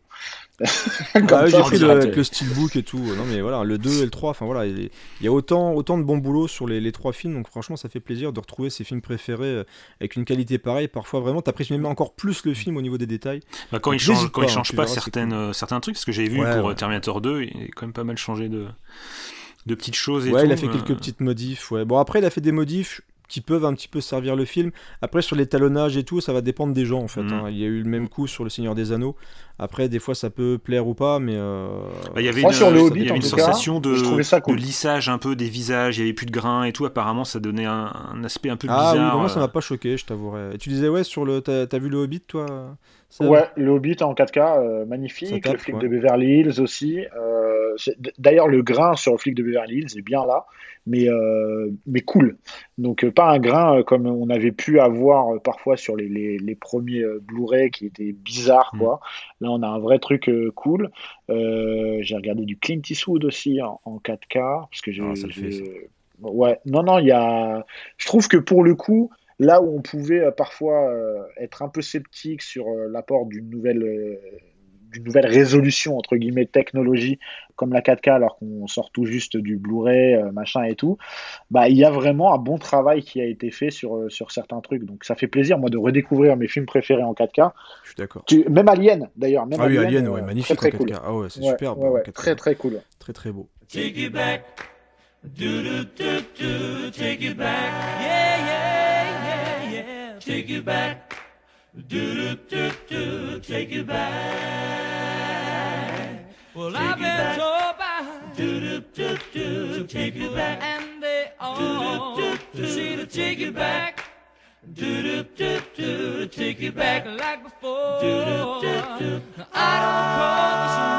Comme j'ai ça, pris on dirait. avec le steelbook et tout. Non mais voilà, le 2 et le 3, enfin voilà, il y a autant de bon boulot sur les 3 films, donc franchement ça fait plaisir de retrouver ses films préférés avec une qualité pareille. Parfois vraiment t'apprécies même encore plus le film au niveau des détails. Bah, quand Donc, il change tu pas verras, c'est cool. certains trucs, ce que j'ai vu pour Terminator 2, il a quand même pas mal changé de petites choses et tout. Ouais, il a fait quelques petites modifs, ouais. Bon, après, il a fait des modifs qui peuvent un petit peu servir le film. Après, sur l'étalonnage et tout, ça va dépendre des gens, en fait. Hein. Il y a eu le même coup sur Le Seigneur des Anneaux. Après, des fois, ça peut plaire ou pas, mais... il y avait une sensation de lissage un peu des visages, il y avait plus de grains et tout. Apparemment, ça donnait un aspect un peu bizarre. Ah oui, moi, ça m'a pas choqué, je t'avouerais. Et tu disais, ouais, t'as vu Le Hobbit, toi, Seb ? Ouais, Le Hobbit en 4K, magnifique. Le flic de Beverly Hills aussi. D'ailleurs, le grain sur le flic de Beverly Hills est bien là, mais cool. Donc, pas un grain comme on avait pu avoir parfois sur les premiers Blu-ray qui étaient bizarres, quoi. Là, on a un vrai truc cool. J'ai regardé du Clint Eastwood aussi en 4K, parce que ouais, non, je trouve que pour le coup, là où on pouvait parfois être un peu sceptique sur l'apport d'une nouvelle d'une nouvelle résolution entre guillemets technologie comme la 4K alors qu'on sort tout juste du Blu-ray machin et tout, bah il y a vraiment un bon travail qui a été fait sur certains trucs, donc ça fait plaisir moi de redécouvrir mes films préférés en 4K. Je suis d'accord. Même Alien d'ailleurs, même oui, Alien ouais, magnifique très, en très 4K. cool. Ah ouais, c'est Ouais, superbe. ouais, en 4K. très très cool. Très très beau. Take you back, do do do do, take you back, yeah yeah yeah yeah, take you back, do do do do, take you back. Well, I've been told by do do do do, take you back, and they all say to take you back, do do do do, take you back like before. I don't call this a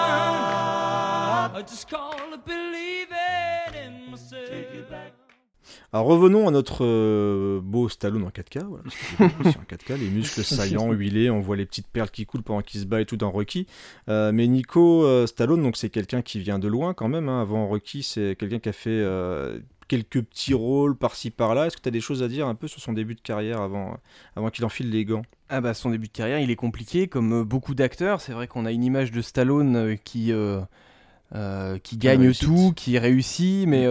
reason, I just call it believing in myself. Alors revenons à notre beau Stallone en 4K. Voilà, parce que en 4K, les muscles saillants, huilés, on voit les petites perles qui coulent pendant qu'il se bat et tout dans Rocky. Mais Nico Stallone, donc c'est quelqu'un qui vient de loin quand même. Hein. Avant Rocky, c'est quelqu'un qui a fait quelques petits rôles par-ci par-là. Est-ce que tu as des choses à dire un peu sur son début de carrière avant qu'il enfile les gants ? Ah bah son début de carrière, il est compliqué comme beaucoup d'acteurs. C'est vrai qu'on a une image de Stallone qui gagne tout, qui réussit, mais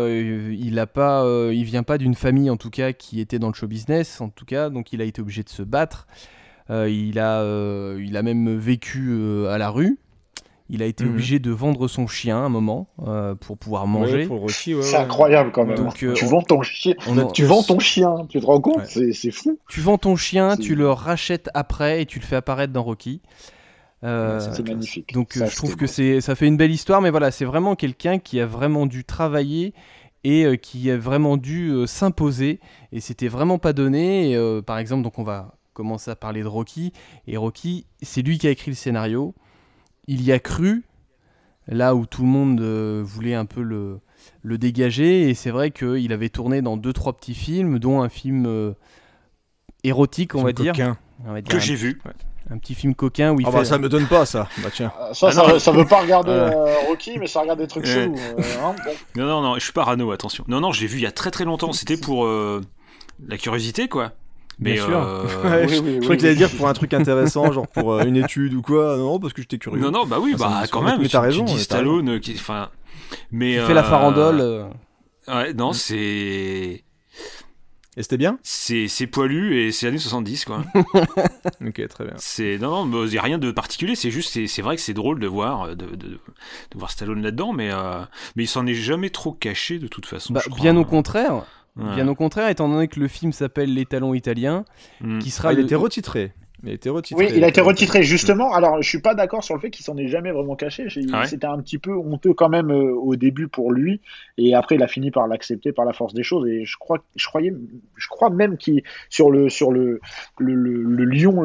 il vient pas d'une famille en tout cas qui était dans le show business en tout cas, donc il a été obligé de se battre. Il a même vécu à la rue. Il a été obligé de vendre son chien à un moment pour pouvoir manger. Ouais, pour Rocky, c'est incroyable quand même. Donc, tu vends ton chien, tu te rends compte, c'est fou. Tu vends ton chien, tu le rachètes après et tu le fais apparaître dans Rocky. C'est magnifique. Donc je trouve que ça fait une belle histoire, mais voilà, c'est vraiment quelqu'un qui a vraiment dû travailler et qui a vraiment dû s'imposer, et c'était vraiment pas donné. Et, par exemple, donc on va commencer à parler de Rocky, et Rocky, c'est lui qui a écrit le scénario. Il y a cru, là où tout le monde voulait un peu le dégager, et c'est vrai qu'il avait tourné dans 2-3 petits films, dont un film érotique, on va dire. Que j'ai vu. Ouais. Un petit film coquin où il fait... bah ça me donne pas ça. Bah tiens. Ça veut pas regarder Rocky, mais ça regarde des trucs chelous. Hein, bon. Non, je suis pas parano, attention. Non, je l'ai vu il y a très très longtemps. C'était pour la curiosité, quoi. Mais bien sûr. Je croyais qu'il allait dire pour un truc intéressant, genre pour une étude ou quoi. Non, parce que j'étais curieux. Non, bah oui, quand même. Mais t'as raison. Tu dis Stallone, enfin. Mais tu fais la farandole. Ouais, non, c'est. Et c'était bien ? C'est poilu et c'est années 70, quoi. Ok, très bien. Non, il n'y a rien de particulier, c'est juste, c'est vrai que c'est drôle de voir, de voir Stallone là-dedans, mais il s'en est jamais trop caché de toute façon. Bah, je crois. bien au contraire. Ouais. Bien au contraire, étant donné que le film s'appelle Les Talons Italiens, qui sera... il était retitré. Oui, il a été retitré justement. Alors, je suis pas d'accord sur le fait qu'il s'en est jamais vraiment caché. C'était un petit peu honteux quand même au début pour lui, et après il a fini par l'accepter par la force des choses. Et je crois même qu'il sur le lion,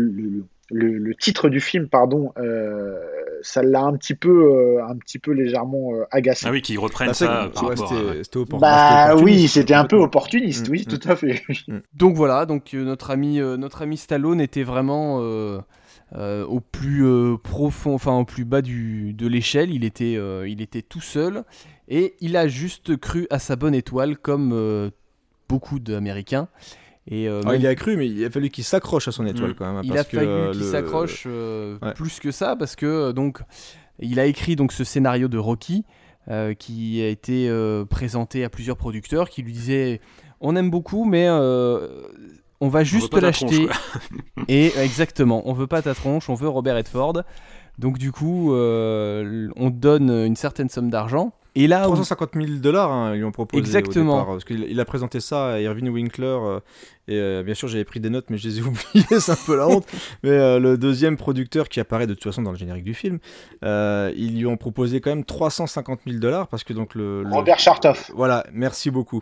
le titre du film, pardon, ça l'a un petit peu légèrement agacé. Ah oui, qu'ils reprennent ça par rapport c'était opportuniste. Bah oui, c'était un peu opportuniste, oui, tout à fait. Donc voilà, notre ami Stallone était vraiment au plus profond, enfin au plus bas de l'échelle. Il était tout seul et il a juste cru à sa bonne étoile comme beaucoup d'Américains. Et il y a cru, mais il a fallu qu'il s'accroche à son étoile quand même. Il a fallu qu'il s'accroche plus que ça, parce que donc il a écrit donc ce scénario de Rocky qui a été présenté à plusieurs producteurs qui lui disaient on aime beaucoup, mais on va juste l'acheter. Et exactement, on veut pas ta tronche, on veut Robert Redford. Donc du coup, on donne une certaine somme d'argent. Et là, $350 000, hein, ils lui ont proposé. Exactement. Au départ, parce qu'il a présenté ça à Irving Winkler, et bien sûr j'avais pris des notes, mais je les ai oubliées, c'est un peu la honte. Mais le deuxième producteur qui apparaît de toute façon dans le générique du film, ils lui ont proposé quand même $350 000, parce que donc Robert Chartoff. Voilà, merci beaucoup.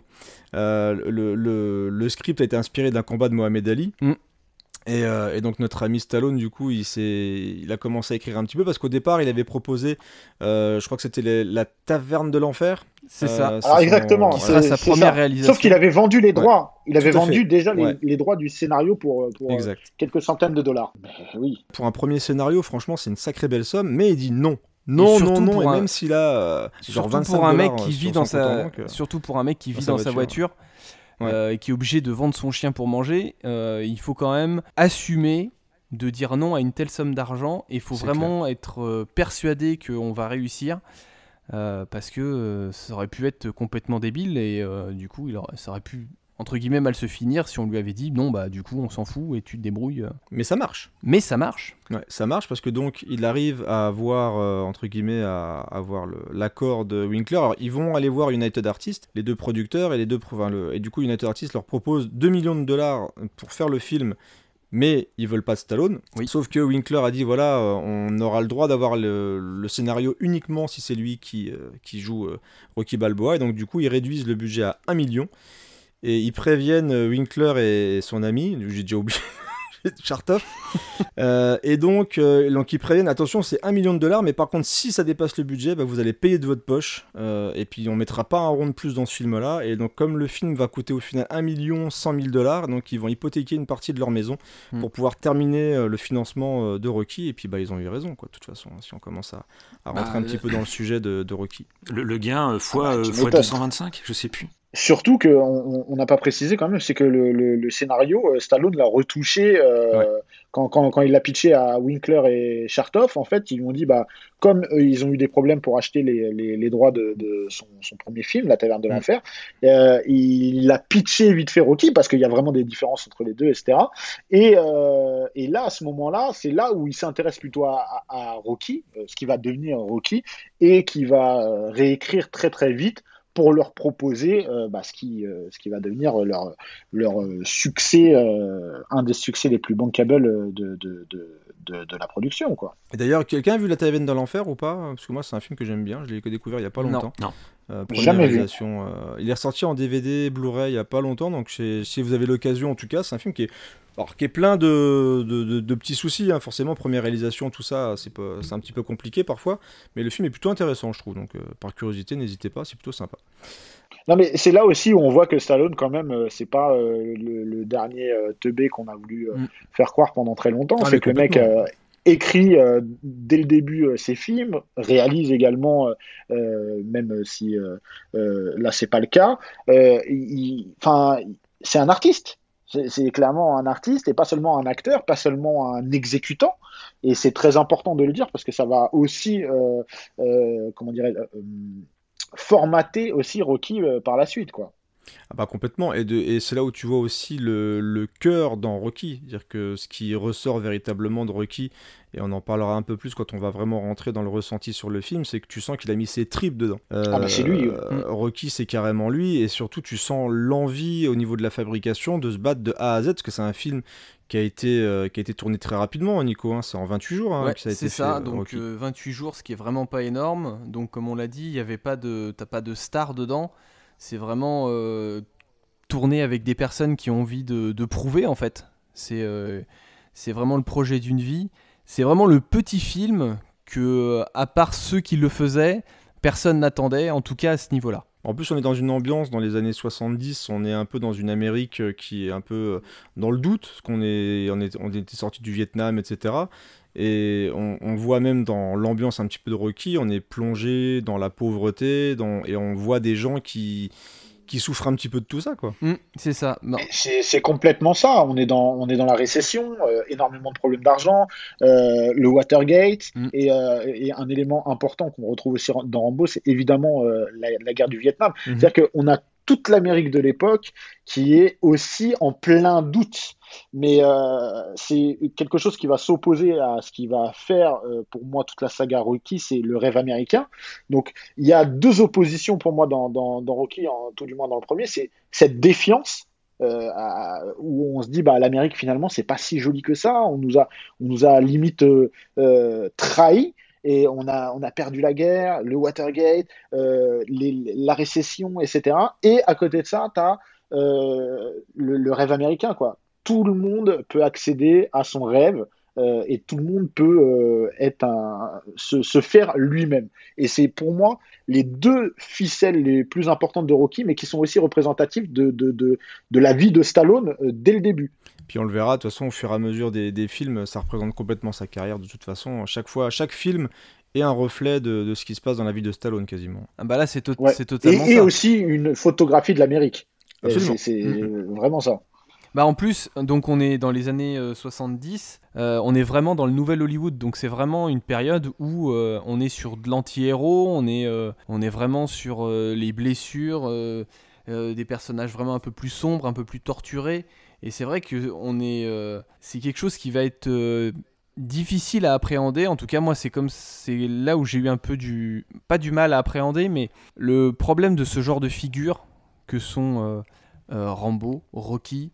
Le script a été inspiré d'un combat de Mohamed Ali. Et donc notre ami Stallone, du coup, il a commencé à écrire un petit peu, parce qu'au départ il avait proposé, je crois que c'était la Taverne de l'enfer. C'est ça. Alors exactement, qui sera sa première réalisation. Sauf qu'il avait vendu les droits. Ouais. Il avait vendu déjà les droits du scénario pour quelques centaines de dollars. Mais oui. Pour un premier scénario, franchement, c'est une sacrée belle somme, mais il dit non. Non, et même s'il a genre 25 pour un mec $, qui vit dans surtout pour un mec qui vit dans sa voiture. Et qui est obligé de vendre son chien pour manger, il faut quand même assumer de dire non à une telle somme d'argent, et il faut vraiment être persuadé qu'on va réussir, parce que ça aurait pu être complètement débile, et du coup ça aurait pu entre guillemets mal se finir si on lui avait dit non, bah du coup on s'en fout et tu te débrouilles. Mais ça marche. Ouais, ça marche parce que donc il arrive à avoir entre guillemets à avoir l'accord de Winkler. Alors ils vont aller voir United Artists, les deux producteurs et et du coup United Artists leur propose $2 millions pour faire le film. Mais ils veulent pas de Stallone, sauf que Winkler a dit voilà, on aura le droit d'avoir le scénario uniquement si c'est lui qui joue Rocky Balboa, et donc du coup ils réduisent le budget à 1 million. Et ils préviennent Winkler et son ami, j'ai déjà oublié, Chartoff. Et donc ils préviennent, attention, c'est $1 million, mais par contre, si ça dépasse le budget, bah, vous allez payer de votre poche. Et puis on mettra pas un rond de plus dans ce film-là. Et donc, comme le film va coûter au final $1,1 million, donc ils vont hypothéquer une partie de leur maison pour pouvoir terminer le financement de Rocky. Et puis bah, ils ont eu raison, quoi, de toute façon, si on commence à rentrer un petit peu dans le sujet de Rocky. Le gain fois 225, je sais plus. Surtout qu'on n'a pas précisé quand même, c'est que le scénario, Stallone l'a retouché quand il l'a pitché à Winkler et Chartoff. En fait, ils lui ont dit, bah, comme ils ont eu des problèmes pour acheter les droits de son premier film, La Taverne de l'Enfer, il a pitché vite fait Rocky, parce qu'il y a vraiment des différences entre les deux, etc. Et là, à ce moment-là, c'est là où il s'intéresse plutôt à Rocky, ce qui va devenir Rocky, et qui va réécrire très très vite pour leur proposer ce qui va devenir leur succès, un des succès les plus bankables de la production, quoi. Et d'ailleurs, quelqu'un a vu La Taverne de l'Enfer ou pas ? Parce que moi, c'est un film que j'aime bien, je l'ai découvert il y a pas longtemps. Non. Jamais vu. Il est ressorti en DVD, Blu-ray il y a pas longtemps, donc si vous avez l'occasion, en tout cas, c'est un film qui est plein de petits soucis, hein. Forcément, première réalisation, tout ça, c'est un petit peu compliqué parfois, mais le film est plutôt intéressant, je trouve, donc par curiosité, n'hésitez pas, c'est plutôt sympa. Non, mais c'est là aussi où on voit que Stallone, quand même, c'est pas le dernier teubé qu'on a voulu faire croire pendant très longtemps. C'est que le mec écrit dès le début ses films, réalise également, même si là c'est pas le cas. C'est un artiste. C'est clairement un artiste, et pas seulement un acteur, pas seulement un exécutant. Et c'est très important de le dire, parce que ça va aussi, formater aussi Rocky par la suite, quoi. Ah bah complètement, et c'est là où tu vois aussi le cœur dans Rocky, c'est-à-dire que ce qui ressort véritablement de Rocky, et on en parlera un peu plus quand on va vraiment rentrer dans le ressenti sur le film, c'est que tu sens qu'il a mis ses tripes dedans. Mais c'est lui. Rocky, c'est carrément lui, et surtout tu sens l'envie au niveau de la fabrication de se battre de A à Z, parce que c'est un film qui a été tourné très rapidement, Nico, hein, c'est en 28 jours que ça a été fait. C'est ça, donc 28 jours, ce qui est vraiment pas énorme. Donc comme on l'a dit, t'as pas de star dedans. C'est vraiment tourné avec des personnes qui ont envie de prouver, en fait. C'est vraiment le projet d'une vie. C'est vraiment le petit film que, à part ceux qui le faisaient, personne n'attendait, en tout cas à ce niveau-là. En plus, on est dans une ambiance, dans les années 70, on est un peu dans une Amérique qui est un peu dans le doute, parce qu'on était sorti du Vietnam, etc. Et on voit même dans l'ambiance un petit peu de Rocky, on est plongé dans la pauvreté, et on voit des gens qui souffrent un petit peu de tout ça, quoi. C'est ça. Non. C'est complètement ça. On est dans la récession, énormément de problèmes d'argent, le Watergate, et un élément important qu'on retrouve aussi dans Rambo, c'est évidemment la guerre du Vietnam. C'est-à-dire qu'on a toute l'Amérique de l'époque qui est aussi en plein doute. Mais c'est quelque chose qui va s'opposer à ce qui va faire, pour moi, toute la saga Rocky, c'est le rêve américain. Donc, il y a deux oppositions pour moi dans Rocky, tout du moins dans le premier, c'est cette défiance, où on se dit, bah, l'Amérique, finalement, c'est pas si joli que ça, on nous a limite trahis. Et on a perdu la guerre, le Watergate, la récession, etc. Et à côté de ça, tu as le rêve américain, quoi. Tout le monde peut accéder à son rêve, et tout le monde peut se faire lui-même. Et c'est pour moi les deux ficelles les plus importantes de Rocky, mais qui sont aussi représentatives de la vie de Stallone dès le début. Puis on le verra, de toute façon, au fur et à mesure des films, ça représente complètement sa carrière, de toute façon. Chaque film est un reflet de ce qui se passe dans la vie de Stallone, quasiment. Ah bah là, c'est totalement ça. Et aussi une photographie de l'Amérique. C'est vraiment ça. Bah en plus, donc on est dans les années 70, on est vraiment dans le nouvel Hollywood, donc c'est vraiment une période où on est sur de l'anti-héros, on est vraiment sur les blessures, des personnages vraiment un peu plus sombres, un peu plus torturés, et c'est vrai que c'est quelque chose qui va être difficile à appréhender. En tout cas, moi, c'est là où j'ai eu un peu pas du mal à appréhender, mais le problème de ce genre de figures que sont Rambo, Rocky,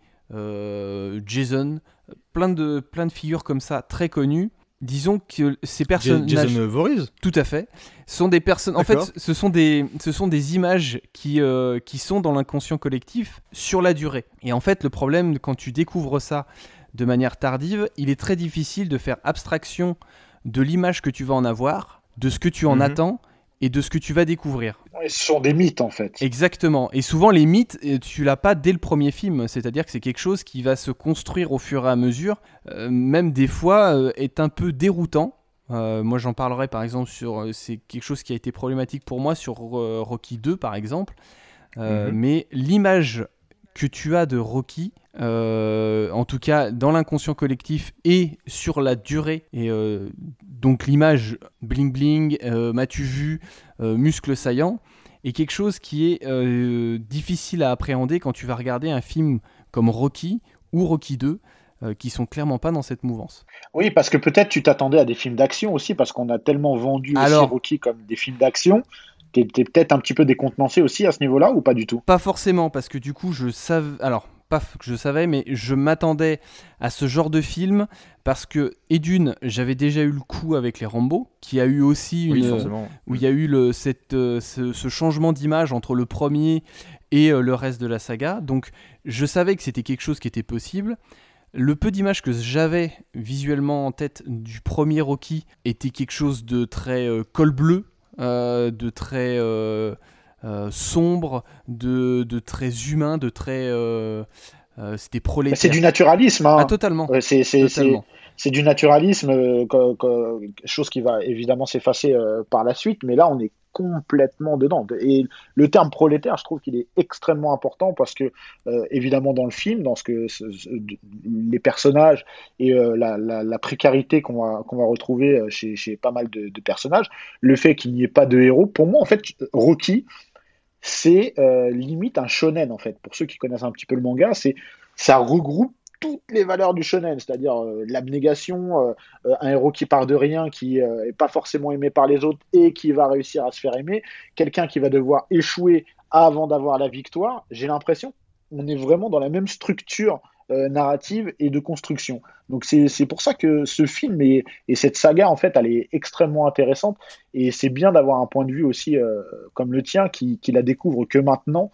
Jason, plein de figures comme ça très connues. Disons que ces personnages, Jason Voorhees, tout à fait, sont des personnes. En fait, ce sont des images qui sont dans l'inconscient collectif sur la durée. Et en fait, le problème quand tu découvres ça de manière tardive, il est très difficile de faire abstraction de l'image que tu vas en avoir, de ce que tu en attends et de ce que tu vas découvrir. Ce sont des mythes en fait. Exactement. Et souvent les mythes, tu l'as pas dès le premier film. C'est-à-dire que c'est quelque chose qui va se construire au fur et à mesure, même des fois est un peu déroutant. Moi j'en parlerai par exemple c'est quelque chose qui a été problématique pour moi sur Rocky 2 par exemple. Mais l'image que tu as de Rocky, en tout cas dans l'inconscient collectif et sur la durée, et donc l'image bling bling, m'as-tu vu, muscles saillants, est quelque chose qui est difficile à appréhender quand tu vas regarder un film comme Rocky ou Rocky 2, qui sont clairement pas dans cette mouvance. Oui, parce que peut-être tu t'attendais à des films d'action aussi, parce qu'on a tellement vendu aussi Rocky comme des films d'action. T'es peut-être un petit peu décontenancé aussi à ce niveau-là, ou pas du tout? Pas forcément, parce que du coup, je savais, mais je m'attendais à ce genre de film, parce que, j'avais déjà eu le coup avec les Rambo, qui a eu aussi où il y a eu ce changement d'image entre le premier et le reste de la saga, donc je savais que c'était quelque chose qui était possible. Le peu d'images que j'avais visuellement en tête du premier Rocky était quelque chose de très col bleu, de très sombre, de très humain, de très c'était prolétaire. C'est du naturalisme, hein. Ah, totalement. Totalement. C'est du naturalisme, chose qui va évidemment s'effacer par la suite, mais là on est complètement dedans. Et le terme prolétaire, je trouve qu'il est extrêmement important parce que évidemment dans le film, dans les personnages et la précarité qu'on va retrouver chez pas mal de personnages, le fait qu'il n'y ait pas de héros, pour moi en fait Rocky c'est limite un shonen en fait. Pour ceux qui connaissent un petit peu le manga, ça regroupe toutes les valeurs du shonen, c'est-à-dire l'abnégation, un héros qui part de rien, qui est pas forcément aimé par les autres et qui va réussir à se faire aimer, quelqu'un qui va devoir échouer avant d'avoir la victoire. J'ai l'impression qu'on est vraiment dans la même structure narrative et de construction. Donc c'est pour ça que ce film et cette saga en fait elle est extrêmement intéressante, et c'est bien d'avoir un point de vue aussi comme le tien qui la découvre que maintenant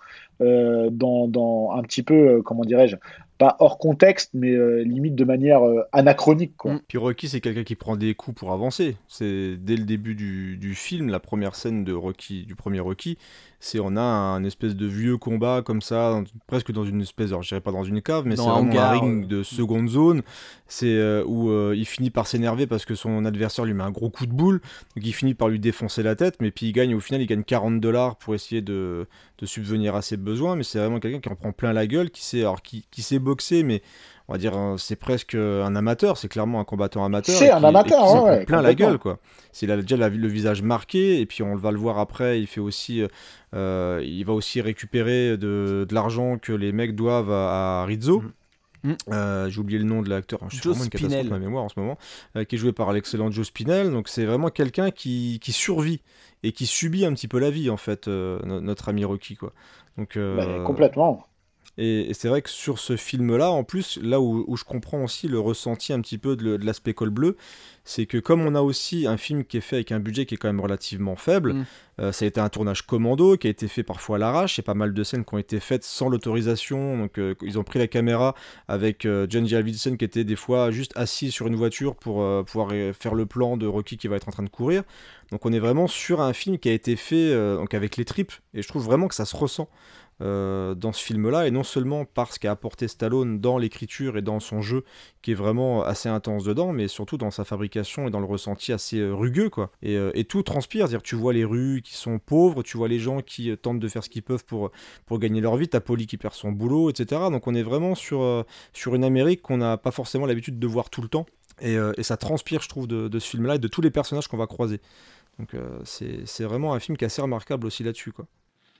dans un petit peu comment dirais-je, pas hors contexte, mais limite de manière anachronique, quoi. Puis Rocky, c'est quelqu'un qui prend des coups pour avancer. C'est dès le début du film, la première scène de Rocky, du premier Rocky, on a un espèce de vieux combat comme ça, presque dans une espèce, alors je dirais pas dans une cave, mais c'est vraiment un ring de seconde zone. C'est où il finit par s'énerver parce que son adversaire lui met un gros coup de boule, donc il finit par lui défoncer la tête, mais puis au final il gagne $40 pour essayer de subvenir à ses besoins, mais c'est vraiment quelqu'un qui en prend plein la gueule, qui sait boxer, mais on va dire c'est presque un amateur, c'est clairement un combattant amateur. C'est un amateur, qui s'en ouais, prend plein la gueule, quoi. Il a déjà le visage marqué, et puis on va le voir après, il fait aussi, il va aussi récupérer de l'argent que les mecs doivent à Rizzo. J'ai oublié le nom de l'acteur, je suis vraiment une catastrophe de ma mémoire en ce moment, qui est joué par l'excellent Joe Spinell. Donc c'est vraiment quelqu'un qui survit et qui subit un petit peu la vie en fait, notre ami Rocky, quoi. Donc complètement. Et c'est vrai que sur ce film-là, en plus, là où je comprends aussi le ressenti un petit peu de l'aspect col bleu, c'est que comme on a aussi un film qui est fait avec un budget qui est quand même relativement faible, ça a été un tournage commando qui a été fait parfois à l'arrache, et pas mal de scènes qui ont été faites sans l'autorisation, donc ils ont pris la caméra avec John G. Avildsen qui était des fois juste assis sur une voiture pour pouvoir faire le plan de Rocky qui va être en train de courir. Donc on est vraiment sur un film qui a été fait donc avec les tripes, et je trouve vraiment que ça se ressent dans ce film-là, et non seulement par ce qu'a apporté Stallone dans l'écriture et dans son jeu qui est vraiment assez intense dedans, mais surtout dans sa fabrication communication et dans le ressenti assez rugueux, quoi. Et tout transpire, c'est-à-dire tu vois les rues qui sont pauvres, tu vois les gens qui tentent de faire ce qu'ils peuvent pour gagner leur vie, t'as Polly qui perd son boulot, etc. Donc on est vraiment sur une Amérique qu'on n'a pas forcément l'habitude de voir tout le temps. Et ça transpire, je trouve, de ce film-là et de tous les personnages qu'on va croiser. Donc c'est vraiment un film qui est assez remarquable aussi là-dessus, quoi.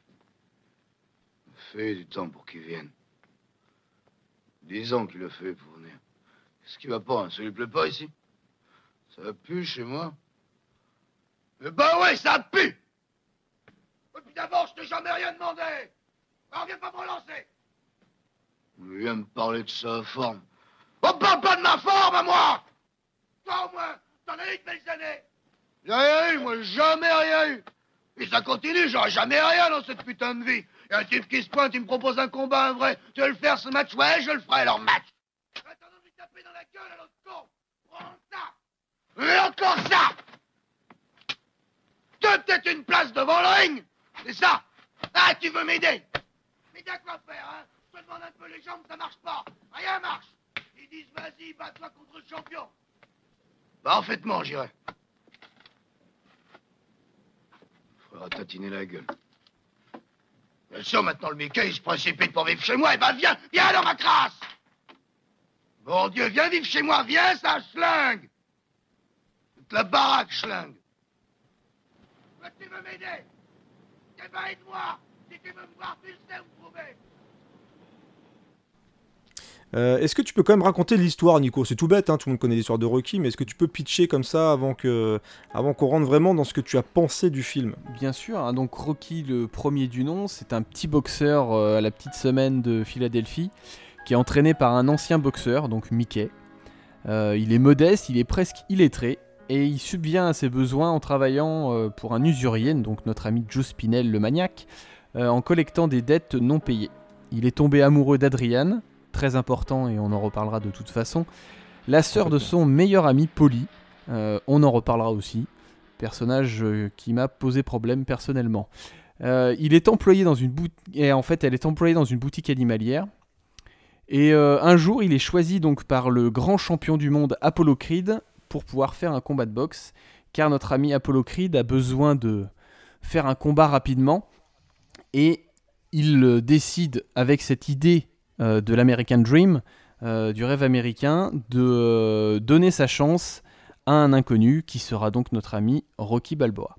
Fait du temps pour qu'il vienne. 10 ans qu'il a fait pour venir. Qu'est-ce qui va pas, hein? Ça lui plaît pas ici? Ça pue chez moi? Eh ben ouais, ça pue! Et puis d'abord, je t'ai jamais rien demandé! Alors viens pas me relancer! Il vient me parler de sa forme. On parle pas de ma forme à moi! Toi au moins, t'en as eu de belles années! J'ai rien eu, moi, jamais rien eu! Et ça continue, j'aurai jamais rien dans cette putain de vie! Et un type qui se pointe, il me propose un combat, un vrai. Tu veux le faire ce match? Ouais, je le ferai, alors match. Attends de lui taper dans la gueule à l'autre con. Prends ça. Et encore ça. Tu as peut-être une place devant le ring. C'est ça. Ah, tu veux m'aider? Mais t'as quoi faire, hein? Je te demande un peu les jambes, ça marche pas. Rien marche. Ils disent, vas-y, bats-toi contre le champion. Bah, en fait, non, j'irai. Faudra tatiner la gueule. Bien sûr, maintenant, le Mickey, il se précipite pour vivre chez moi. Eh ben, viens dans ma crasse! Bon Dieu, viens vivre chez moi, viens, ça, schlingue! Toute la baraque, schlingue. Toi, tu veux m'aider? Eh ben, aide-moi! Si tu veux me voir, tu sais où me trouver. Est-ce que tu peux quand même raconter l'histoire, Nico? C'est tout bête, hein, tout le monde connaît l'histoire de Rocky, mais est-ce que tu peux pitcher comme ça avant qu'on rentre vraiment dans ce que tu as pensé du film? Bien sûr, hein, donc Rocky, le premier du nom, c'est un petit boxeur à la petite semaine de Philadelphie, qui est entraîné par un ancien boxeur, donc Mickey. Il est modeste, il est presque illettré, et il subvient à ses besoins en travaillant pour un usurier, donc notre ami Joe Spinell, le maniaque, en collectant des dettes non payées. Il est tombé amoureux d'Adriane, très important et on en reparlera de toute façon, la sœur de son meilleur ami Polly, on en reparlera aussi, personnage qui m'a posé problème personnellement. Il est employé dans une et en fait elle est employée dans une boutique animalière, et un jour il est choisi donc par le grand champion du monde Apollo Creed pour pouvoir faire un combat de boxe, car notre ami Apollo Creed a besoin de faire un combat rapidement, et il décide avec cette idée de l'American Dream, du rêve américain, de donner sa chance à un inconnu qui sera donc notre ami Rocky Balboa.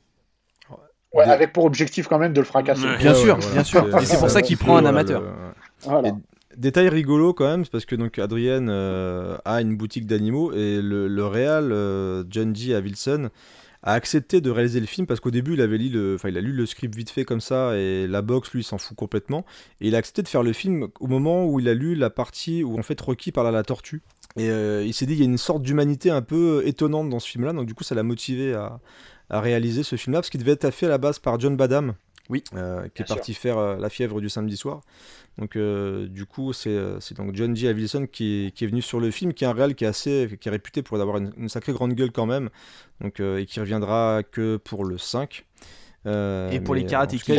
Ouais, avec pour objectif quand même de le fracasser. Bien sûr. Et c'est pour ça qu'il prend un amateur. Voilà. Détail rigolo quand même, c'est parce que donc Adrienne a une boutique d'animaux et le réal John G. Avildsen a accepté de réaliser le film parce qu'au début il a lu le script vite fait comme ça, et la boxe lui s'en fout complètement, et il a accepté de faire le film au moment où il a lu la partie où en fait Rocky parle à la tortue, et il s'est dit il y a une sorte d'humanité un peu étonnante dans ce film là, donc du coup ça l'a motivé à réaliser ce film là, parce qu'il devait être fait à la base par John Badham, oui, qui est parti faire La fièvre du samedi soir. Donc du coup c'est donc John G. Avildsen qui est venu sur le film, qui est un réal qui est réputé pour avoir une sacrée grande gueule quand même, donc et qui reviendra que pour le 5. Et pour les Karate Kid.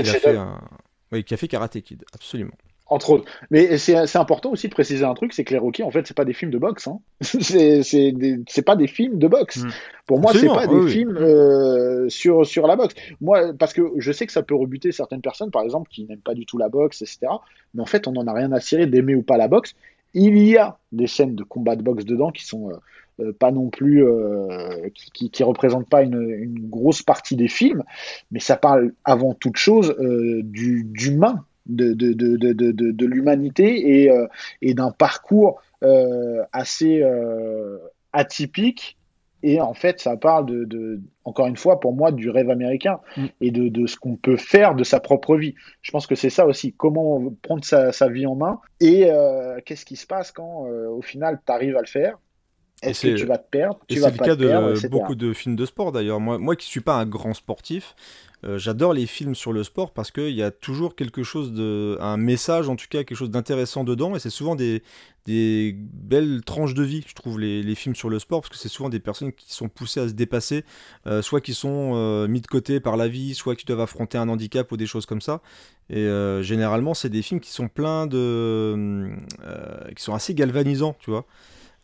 Qui a fait Karate Kid, absolument. Entre autres. Mais c'est important aussi de préciser un truc, c'est que les Rocky, en fait, c'est pas des films de boxe. Hein. C'est pas des films de boxe. Pour moi, absolument, c'est pas des films sur la boxe. Moi, parce que je sais que ça peut rebuter certaines personnes, par exemple, qui n'aiment pas du tout la boxe, etc. Mais en fait, on en a rien à cirer d'aimer ou pas la boxe. Il y a des scènes de combat de boxe dedans qui sont pas non plus qui représentent pas une grosse partie des films, mais ça parle avant toute chose d'humain, de l'humanité et d'un parcours assez atypique, et en fait ça parle encore une fois pour moi du rêve américain et de ce qu'on peut faire de sa propre vie. Je pense que c'est ça aussi, comment prendre sa vie en main, et qu'est-ce qui se passe quand au final tu arrives à le faire. Est-ce que tu vas te perdre, tu vas pas te perdre, etc. C'est le cas de beaucoup de films de sport d'ailleurs. Moi qui suis pas un grand sportif, j'adore les films sur le sport parce qu'il y a toujours quelque chose un message, en tout cas quelque chose d'intéressant dedans, et c'est souvent des belles tranches de vie, je trouve, les films sur le sport, parce que c'est souvent des personnes qui sont poussées à se dépasser, soit qui sont mis de côté par la vie, soit qui doivent affronter un handicap ou des choses comme ça. Et généralement c'est des films qui sont pleins qui sont assez galvanisants, tu vois.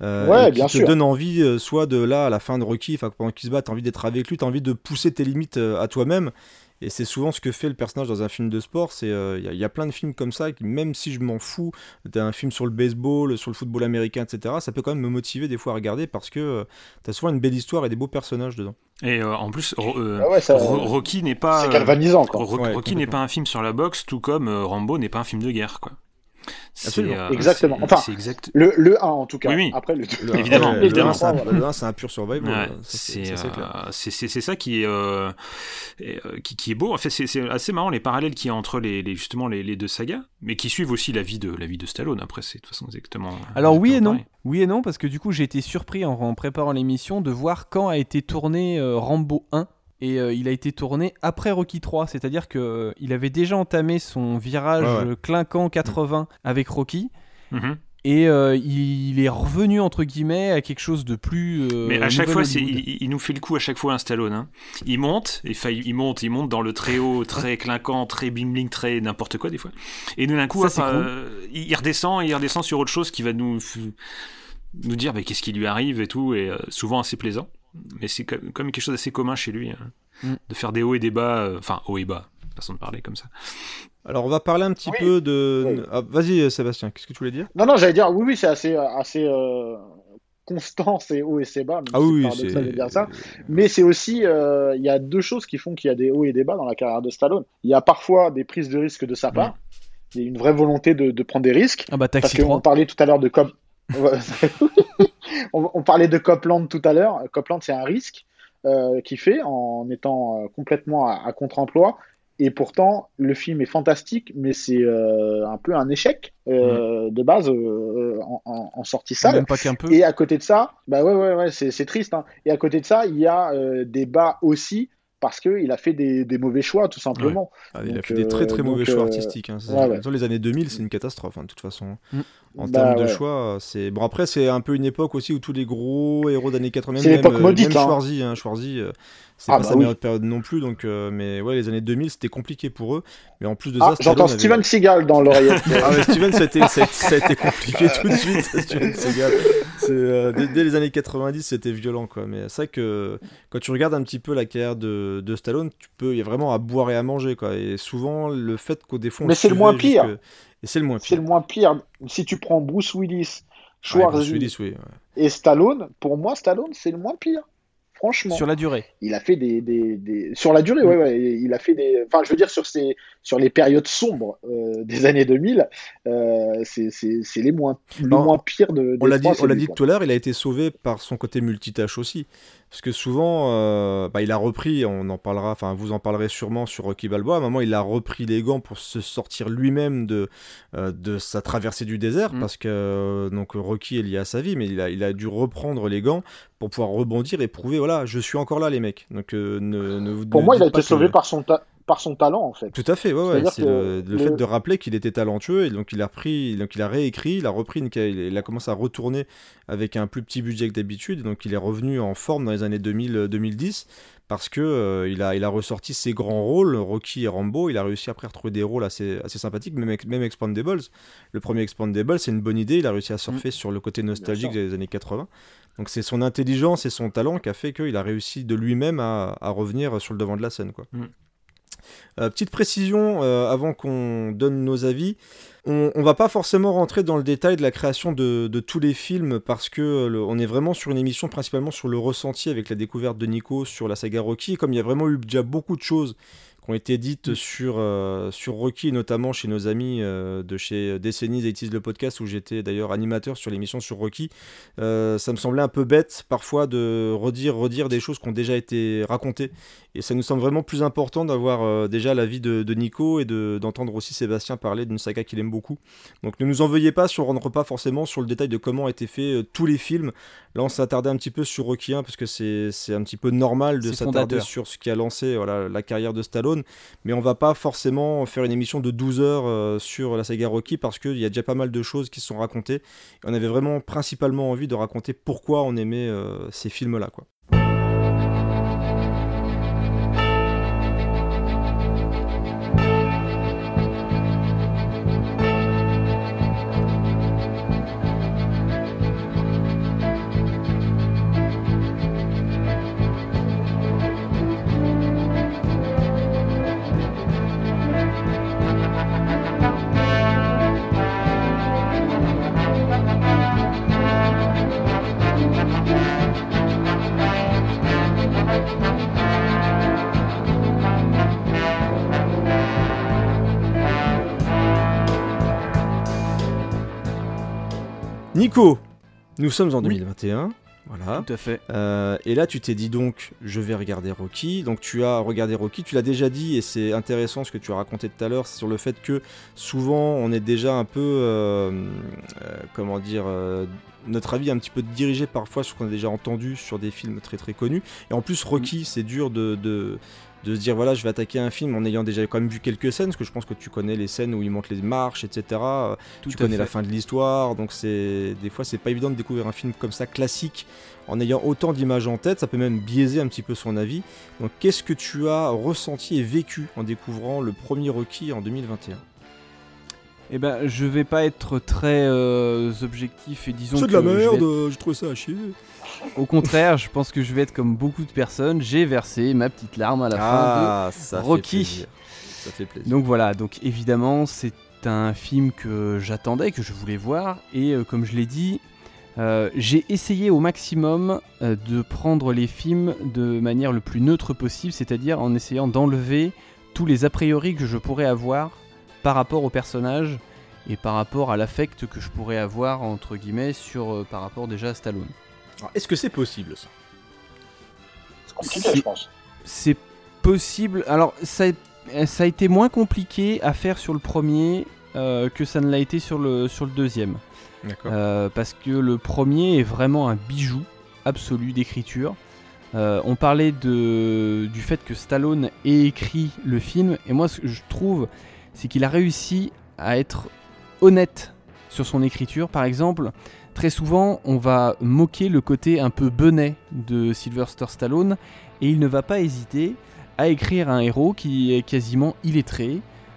et bien qui te sûr. donne envie, soit de là à la fin de Rocky, pendant qu'il se bat, t'as envie d'être avec lui, t'as envie de pousser tes limites à toi-même. Et c'est souvent ce que fait le personnage dans un film de sport. Il y a plein de films comme ça, qui, même si je m'en fous d'un film sur le baseball, sur le football américain, etc., ça peut quand même me motiver des fois à regarder parce que t'as souvent une belle histoire et des beaux personnages dedans. Et en plus, ça, Rocky n'est pas. C'est galvanisant, quoi. Rocky n'est pas un film sur la boxe, tout comme Rambo n'est pas un film de guerre, quoi. Exactement. Enfin, exact... le 1 en tout cas. Oui. Après le 2. Évidemment. Le 1 c'est un pur survival. Ouais, c'est c'est ça qui est beau. En fait, c'est assez marrant les parallèles qu'il y a entre justement les deux sagas, mais qui suivent aussi la vie de Stallone. Après, c'est de toute façon exactement. Alors oui et non. Oui et non, parce que du coup j'ai été surpris en préparant l'émission de voir quand a été tourné Rambo 1. Et il a été tourné après Rocky 3, c'est-à-dire qu'il avait déjà entamé son virage clinquant 80 avec Rocky, et il est revenu entre guillemets à quelque chose de plus. Mais à chaque fois, il nous fait le coup à chaque fois, un Stallone. Hein. Il monte dans le très haut, très clinquant, très bling-bling, très n'importe quoi des fois. Et d'un coup, il redescend sur autre chose qui va nous dire qu'est-ce qui lui arrive et tout, et souvent assez plaisant. Mais c'est comme quelque chose d'assez commun chez lui, de faire des hauts et des bas, hauts et bas, façon de parler comme ça. Alors on va parler un petit peu de... Oui. Ah, vas-y Sébastien, qu'est-ce que tu voulais dire ? Non, j'allais dire, oui, c'est assez constant, c'est hauts et c'est bas, c'est de dire ça. Mais c'est aussi, il y a deux choses qui font qu'il y a des hauts et des bas dans la carrière de Stallone. Il y a parfois des prises de risques de sa part, il y a une vraie volonté de prendre des risques. Taxi 3. Parce qu'on parlait tout à l'heure de on parlait de Copland tout à l'heure. Copland, c'est un risque qu'il fait en étant complètement à contre-emploi. Et pourtant, le film est fantastique, mais c'est un peu un échec de base en sortie salle. Même pas qu'un peu. Et à côté de ça, c'est triste. Hein. Et à côté de ça, il y a des bas aussi. Parce qu'il a fait des mauvais choix, tout simplement. Il a fait des très très mauvais choix artistiques. Hein. Dans les années 2000, c'est une catastrophe, de toute façon. En termes de choix, c'est... Bon, après, c'est un peu une époque aussi où tous les gros héros d'années 80, c'est l'époque maudite, même Schwarzy, c'est pas sa meilleure période non plus. Donc, mais ouais, les années 2000, c'était complié pour eux. Mais en plus de ça... j'entends Steven Seagal dans l'oreillette. Steven, ça a été compliqué tout de suite, Steven Seagal. Dès les années 90, c'était violent, quoi. Mais c'est vrai que quand tu regardes un petit peu la carrière de Stallone, il y a vraiment à boire et à manger, quoi. Et souvent, le fait qu'au défaut... Mais c'est le moins pire. Et c'est le moins pire. C'est le moins pire. Si tu prends Bruce Willis, Schwarzy et Stallone, pour moi, Stallone, c'est le moins pire. Franchement. Sur la durée. Il a fait sur la durée, il a fait des... Enfin, je veux dire, sur les périodes sombres des années 2000, c'est le moins pire de... On l'a dit tout à l'heure, il a été sauvé par son côté multitâche aussi. Parce que souvent, il a repris, on en parlera, enfin vous en parlerez sûrement sur Rocky Balboa, à un moment il a repris les gants pour se sortir lui-même de sa traversée du désert, parce que donc Rocky est lié à sa vie, mais il a dû reprendre les gants pour pouvoir rebondir et prouver, voilà, je suis encore là les mecs. Donc pour moi il a été sauvé par son talent en fait. Tout à fait, c'est le fait de rappeler qu'il était talentueux, et donc il a réécrit, il a repris, il a commencé à retourner avec un plus petit budget que d'habitude, donc il est revenu en forme dans les années 2000-2010, parce que il a ressorti ses grands rôles, Rocky et Rambo. Il a réussi après à retrouver des rôles assez sympathiques, même Expendables. Le premier Expendables, c'est une bonne idée, il a réussi à surfer sur le côté nostalgique des années 80. Donc c'est son intelligence et son talent qui a fait qu'il a réussi de lui-même à revenir sur le devant de la scène, quoi. Petite précision avant qu'on donne nos avis, on va pas forcément rentrer dans le détail de la création de tous les films, parce que on est vraiment sur une émission principalement sur le ressenti avec la découverte de Nico sur la saga Rocky. Comme il y a vraiment eu déjà beaucoup de choses qui ont été dites sur Rocky, notamment chez nos amis de chez Décennies 80s le podcast, où j'étais d'ailleurs animateur sur l'émission sur Rocky, ça me semblait un peu bête parfois de redire des choses qui ont déjà été racontées, et ça nous semble vraiment plus important d'avoir déjà l'avis de Nico et d'entendre aussi Sébastien parler d'une saga qu'il aime beaucoup. Donc ne nous en veuillez pas si on ne rentre pas forcément sur le détail de comment ont été faits tous les films. Là on s'est attardé un petit peu sur Rocky 1 parce que c'est un petit peu normal de s'attarder sur ce qui a lancé la carrière de Stallone. Mais on va pas forcément faire une émission de 12 heures sur la saga Rocky, parce qu'il y a déjà pas mal de choses qui sont racontées. Et on avait vraiment principalement envie de raconter pourquoi on aimait ces films-là, quoi. Nico, nous sommes en 2021. Voilà. Tout à fait. Et là, tu t'es dit donc, je vais regarder Rocky. Donc, tu as regardé Rocky. Tu l'as déjà dit, et c'est intéressant ce que tu as raconté tout à l'heure, sur le fait que souvent, on est déjà un peu, notre avis est un petit peu dirigé parfois sur ce qu'on a déjà entendu sur des films très très connus. Et en plus, Rocky, c'est dur de se dire voilà, je vais attaquer un film en ayant déjà quand même vu quelques scènes, parce que je pense que tu connais les scènes où il monte les marches, etc. Tu connais la fin de l'histoire, donc des fois c'est pas évident de découvrir un film comme ça classique en ayant autant d'images en tête, ça peut même biaiser un petit peu son avis. Donc qu'est-ce que tu as ressenti et vécu en découvrant le premier Rocky en 2021 ? Eh ben, je vais pas être très objectif et disons c'est de la merde, j'ai trouvé ça à chier. Au contraire, je pense que je vais être comme beaucoup de personnes. J'ai versé ma petite larme à la fin de Rocky. Ça fait plaisir. Donc voilà, donc évidemment, c'est un film que j'attendais, que je voulais voir. Et comme je l'ai dit, j'ai essayé au maximum de prendre les films de manière le plus neutre possible, c'est-à-dire en essayant d'enlever tous les a priori que je pourrais avoir par rapport au personnage et par rapport à l'affect que je pourrais avoir, entre guillemets, par rapport déjà à Stallone. Alors, est-ce que c'est possible, ça ? C'est compliqué, je pense. C'est possible. Alors, ça a été moins compliqué à faire sur le premier que ça ne l'a été sur le deuxième. D'accord. Parce que le premier est vraiment un bijou absolu d'écriture. On parlait du fait que Stallone ait écrit le film, et moi, ce que je trouve, c'est qu'il a réussi à être honnête sur son écriture. Par exemple, très souvent, on va moquer le côté un peu benet de Sylvester Stallone, et il ne va pas hésiter à écrire un héros qui est quasiment illettré,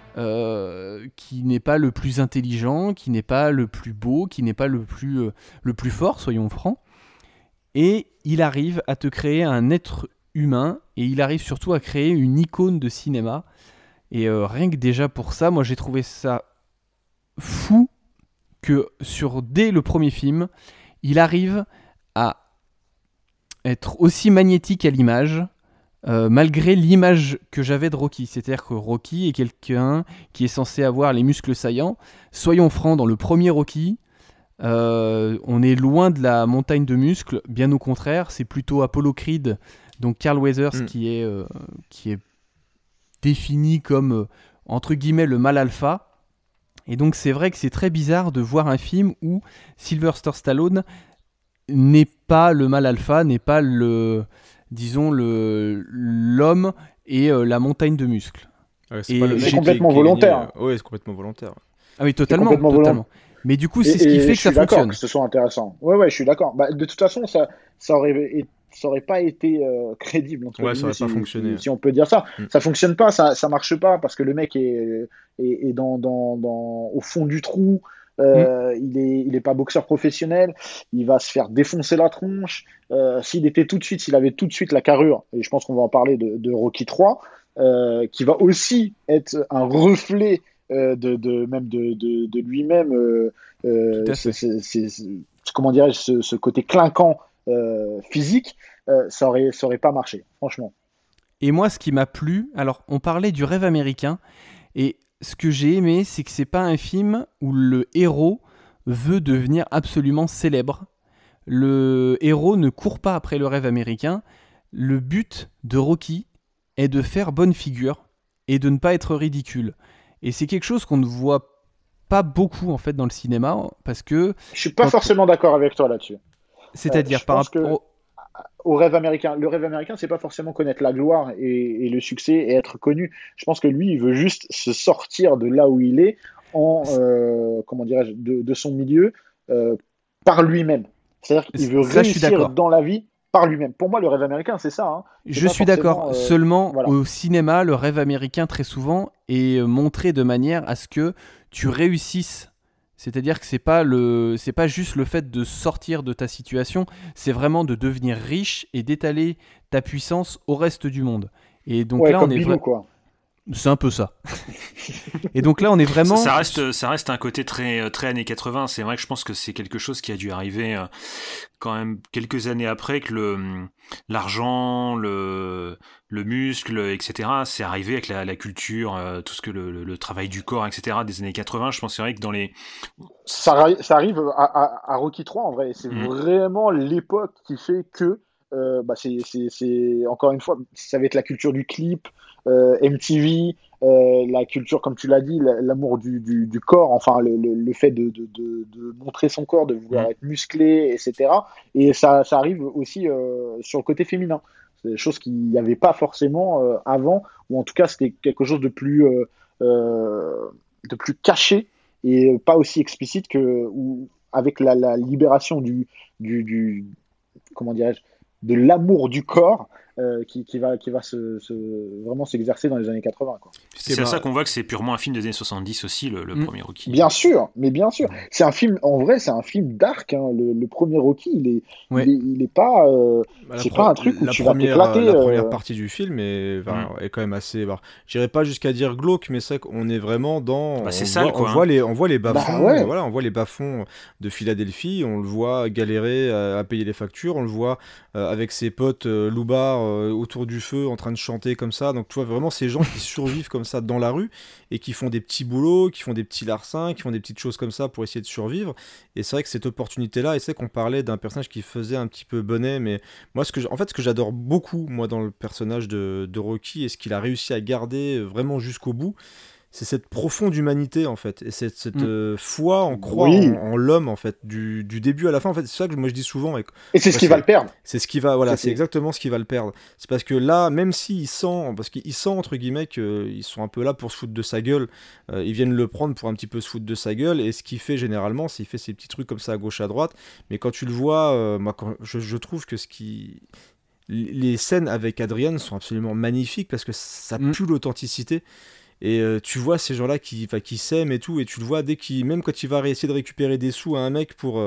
qui n'est pas le plus intelligent, qui n'est pas le plus beau, qui n'est pas le plus fort, soyons francs. Et il arrive à te créer un être humain, et il arrive surtout à créer une icône de cinéma. Et rien que déjà pour ça, moi j'ai trouvé ça fou que dès le premier film, il arrive à être aussi magnétique à l'image, malgré l'image que j'avais de Rocky. C'est-à-dire que Rocky est quelqu'un qui est censé avoir les muscles saillants. Soyons francs, dans le premier Rocky, on est loin de la montagne de muscles, bien au contraire, c'est plutôt Apollo Creed, donc Carl Weathers qui est défini comme entre guillemets le mâle alpha. Et donc c'est vrai que c'est très bizarre de voir un film où Sylvester Stallone n'est pas le mâle alpha, n'est pas l'homme et la montagne de muscles. Ouais, c'est complètement volontaire. Oui, c'est complètement volontaire. Ah oui, totalement. Mais du coup, c'est ce qui fait que ça fonctionne. Je suis d'accord que ce soit intéressant. Ouais, je suis d'accord. Bah, de toute façon, ça aurait pas été crédible, entre ça aurait pas fonctionné. Si on peut dire ça. Ça fonctionne pas, ça marche pas, parce que le mec est au fond du trou. Il est pas boxeur professionnel, il va se faire défoncer la tronche. S'il avait tout de suite la carrure, et je pense qu'on va en parler de Rocky 3, qui va aussi être un reflet de lui-même, comment dirais-je, ce côté clinquant physique, ça aurait pas marché, franchement. Et moi, ce qui m'a plu, alors on parlait du rêve américain, et ce que j'ai aimé, c'est que c'est pas un film où le héros veut devenir absolument célèbre. Le héros ne court pas après le rêve américain. Le but de Rocky est de faire bonne figure et de ne pas être ridicule. Et c'est quelque chose qu'on ne voit pas beaucoup en fait dans le cinéma, parce que je suis pas forcément d'accord avec toi là-dessus. C'est-à-dire par rapport au rêve américain. Le rêve américain, c'est pas forcément connaître la gloire et le succès et être connu. Je pense que lui, il veut juste se sortir de là où il est, comment dirais-je, de son milieu, par lui-même. C'est-à-dire qu'il veut réussir dans la vie par lui-même. Pour moi, le rêve américain, c'est ça. Je suis d'accord. Seulement, voilà. Au cinéma, le rêve américain, très souvent, est montré de manière à ce que tu réussisses. C'est-à-dire que c'est pas juste le fait de sortir de ta situation, c'est vraiment de devenir riche et d'étaler ta puissance au reste du monde. Et donc là, on est Bilou, quoi. C'est un peu ça. Et donc là, on est vraiment... Ça reste un côté très, très années 80. C'est vrai que je pense que c'est quelque chose qui a dû arriver quand même quelques années après que l'argent, le muscle, etc. C'est arrivé avec la culture, tout ce que le travail du corps, etc. des années 80. Je pense c'est vrai que dans les... Ça arrive à Rocky 3 en vrai. C'est vraiment l'époque qui fait que c'est encore une fois, ça va être la culture du clip, MTV, la culture, comme tu l'as dit, l'amour du corps, enfin le fait de montrer son corps, de vouloir être musclé, etc. Et ça arrive aussi sur le côté féminin. C'est des choses qu'il n'y avait pas forcément avant, ou en tout cas c'était quelque chose de plus caché et pas aussi explicite avec la libération du comment dirais-je, de l'amour du corps qui va vraiment s'exercer dans les années 80. Quoi. C'est à ça qu'on voit que c'est purement un film des années 70 aussi, le premier Rocky. Bien sûr. C'est un film, en vrai, c'est un film dark. Hein. Le premier Rocky, il est pas... c'est pas un truc où tu vas t'éclater. La première partie du film est quand même assez... j'irais pas jusqu'à dire glauque, mais c'est vrai qu'on est vraiment dans... c'est sale, quoi. On voit les bas-fonds, on voit les bas-fonds de Philadelphie, on le voit galérer à payer les factures, on le voit avec ses potes loupards autour du feu en train de chanter comme ça. Donc tu vois vraiment ces gens qui survivent comme ça dans la rue et qui font des petits boulots, qui font des petits larcins, qui font des petites choses comme ça pour essayer de survivre. Et c'est vrai que cette opportunité-là, et c'est qu'on parlait d'un personnage qui faisait un petit peu bonnet, mais moi ce que j'adore beaucoup moi dans le personnage de Rocky et ce qu'il a réussi à garder vraiment jusqu'au bout, c'est cette profonde humanité en fait, et cette foi en croire en l'homme en fait, du début à la fin en fait. C'est ça que moi je dis souvent. Et c'est ce qui va le perdre. C'est ce qui va, voilà, c'est exactement ce qui va le perdre. C'est parce que là, même s'il sent, parce qu'il sent entre guillemets qu'ils sont un peu là pour se foutre de sa gueule, ils viennent le prendre pour un petit peu se foutre de sa gueule, et ce qu'il fait généralement, c'est qu'il fait ces petits trucs comme ça à gauche à droite. Mais quand tu le vois, moi je trouve que les scènes avec Adrian sont absolument magnifiques parce que ça pue l'authenticité. Et tu vois ces gens-là qui s'aiment et tout, et tu le vois même quand il va essayer de récupérer des sous à un mec pour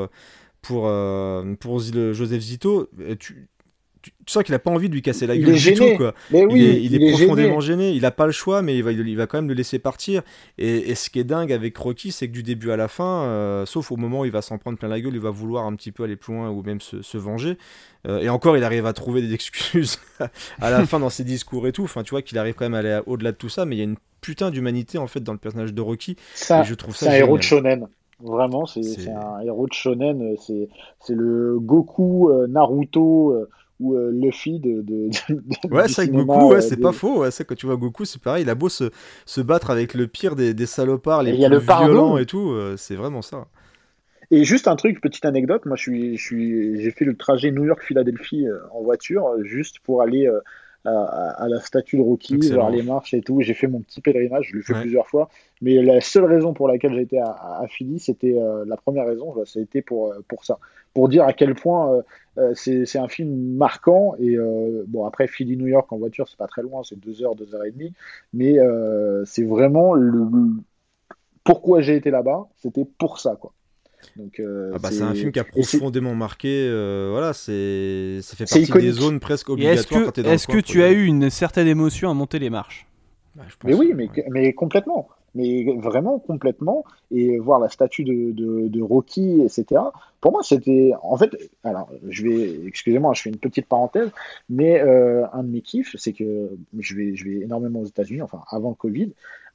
Joseph Zito, tu sens qu'il a pas envie de lui casser la gueule du tout, quoi. Mais il est profondément gêné. Il a pas le choix, mais il va quand même le laisser partir. Et ce qui est dingue avec Rocky, c'est que du début à la fin, sauf au moment où il va s'en prendre plein la gueule, il va vouloir un petit peu aller plus loin ou même se venger. Et encore, il arrive à trouver des excuses à la fin dans ses discours et tout. Enfin, tu vois qu'il arrive quand même à aller au-delà de tout ça, mais il y a une putain d'humanité en fait dans le personnage de Rocky. Et je trouve ça c'est un héros de shonen. Vraiment, c'est un héros de shonen. C'est le Goku, Naruto ou Luffy ouais, c'est avec Goku, c'est pas faux. Ouais, c'est quand tu vois Goku, c'est pareil. Il a beau se battre avec le pire des salopards, les plus violents et tout. C'est vraiment ça. Et juste un truc, petite anecdote, moi j'ai fait le trajet New York-Philadelphie en voiture, juste pour aller à la statue de Rocky, voir les marches et tout. J'ai fait mon petit pèlerinage, je l'ai fait plusieurs fois, mais la seule raison pour laquelle j'ai été à Philly, c'était la première raison, c'était pour ça, pour dire à quel point c'est un film marquant. Et bon, après Philly-New York en voiture, c'est pas très loin, c'est 2 heures, 2 heures et demie, mais c'est vraiment pourquoi j'ai été là-bas, c'était pour ça, quoi. Donc, c'est un film qui a profondément marqué. Voilà, ça fait partie des zones presque obligatoires quand t'es dans le coin. Est-ce que tu as eu une certaine émotion à monter les marches ? Je pense, mais oui, mais complètement. Mais vraiment complètement. Et voir la statue de Rocky, etc. Pour moi, c'était... En fait, alors, excusez-moi, je fais une petite parenthèse, mais un de mes kiffs, c'est que je vais énormément aux États-Unis, enfin, avant le Covid.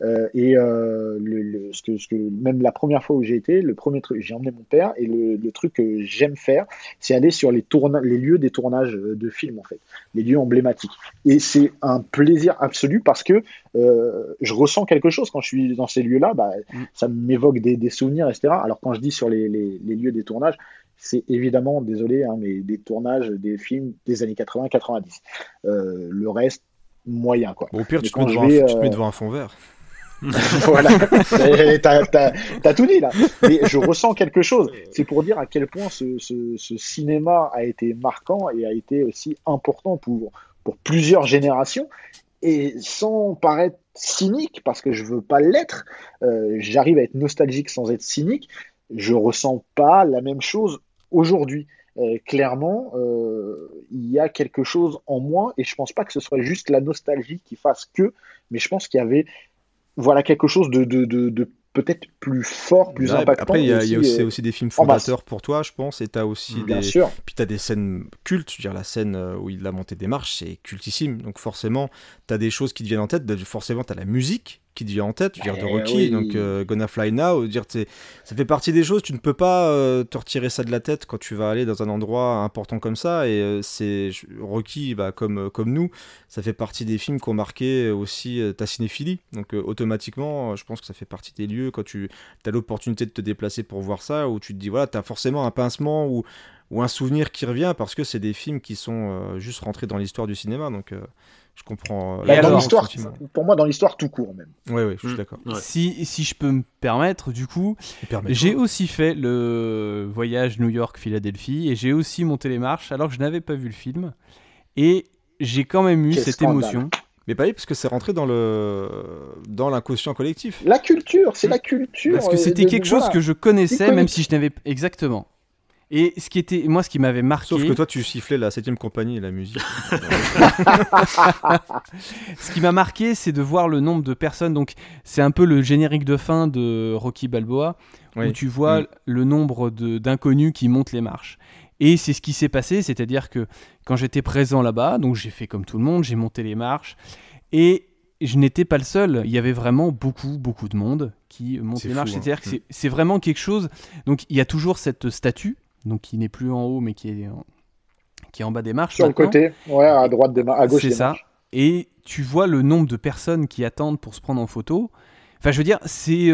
Même la première fois où j'ai été, le premier truc, j'ai emmené mon père, et le truc que j'aime faire, c'est aller sur les lieux des tournages de films, en fait, les lieux emblématiques. Et c'est un plaisir absolu parce que je ressens quelque chose quand je suis dans ces lieux-là, ça m'évoque des souvenirs, etc. Alors quand je dis sur les lieux des tournages, c'est évidemment, désolé, mais des tournages des films des années 80-90. Le reste, moyen, quoi. Bon, au pire, tu te mets devant un fond vert. Voilà, t'as tout dit là. Mais je ressens quelque chose. C'est pour dire à quel point ce cinéma a été marquant et a été aussi important pour plusieurs générations. Et sans paraître cynique, parce que je veux pas l'être, j'arrive à être nostalgique sans être cynique. Je ressens pas la même chose aujourd'hui. clairement, il y a quelque chose en moins, et je pense pas que ce soit juste la nostalgie qui fasse que, mais je pense qu'il y avait voilà quelque chose de peut-être plus fort, plus Ouais, impactant. après, il y a aussi, aussi des films en masse. fondateurs pour toi, je pense, et t'as aussi Bien sûr. Puis t'as des scènes cultes, je veux dire, la scène où il a monté des marches, c'est cultissime, donc forcément, t'as des choses qui te viennent en tête, forcément, t'as la musique qui te vient en tête, je veux dire, de Rocky, Oui. donc Gonna Fly Now, je veux dire, ça fait partie des choses, tu ne peux pas te retirer ça de la tête quand tu vas aller dans un endroit important comme ça, et Rocky, bah, comme nous, ça fait partie des films qui ont marqué aussi ta cinéphilie, donc automatiquement, je pense que ça fait partie des lieux quand tu as l'opportunité de te déplacer pour voir ça, où tu te dis, voilà, tu as forcément un pincement ou un souvenir qui revient, parce que c'est des films qui sont juste rentrés dans l'histoire du cinéma, donc je comprends. Bah, dans alors, l'histoire, pour moi, dans l'histoire tout court même. Oui, je suis d'accord. Ouais. Si je peux me permettre, du coup, j'ai aussi fait le voyage New York-Philadelphie et j'ai aussi monté les marches alors que je n'avais pas vu le film. Et j'ai quand même eu Quel cette scandale. émotion. Mais pas parce que c'est rentré dans l'inconscient collectif. La culture, c'est la culture. Parce que c'était quelque chose que je connaissais, Iconique. même si je n'avais... Exactement. Et ce qui m'avait marqué... Sauf que toi, tu sifflais la 7ème compagnie et la musique. Ce qui m'a marqué, c'est de voir le nombre de personnes. Donc, c'est un peu le générique de fin de Rocky Balboa, Oui. où tu vois le nombre d'inconnus qui montent les marches. Et c'est ce qui s'est passé, c'est-à-dire que quand j'étais présent là-bas, donc j'ai fait comme tout le monde, j'ai monté les marches, et je n'étais pas le seul. Il y avait vraiment beaucoup de monde qui monte C'est les fou, marches. hein. C'est-à-dire que c'est vraiment quelque chose. Donc, il y a toujours cette statue, donc qui n'est plus en haut, mais qui est en bas des marches. Sur le maintenant. côté, ouais, à droite à gauche C'est des ça. marches. Et tu vois le nombre de personnes qui attendent pour se prendre en photo. Enfin, je veux dire, c'est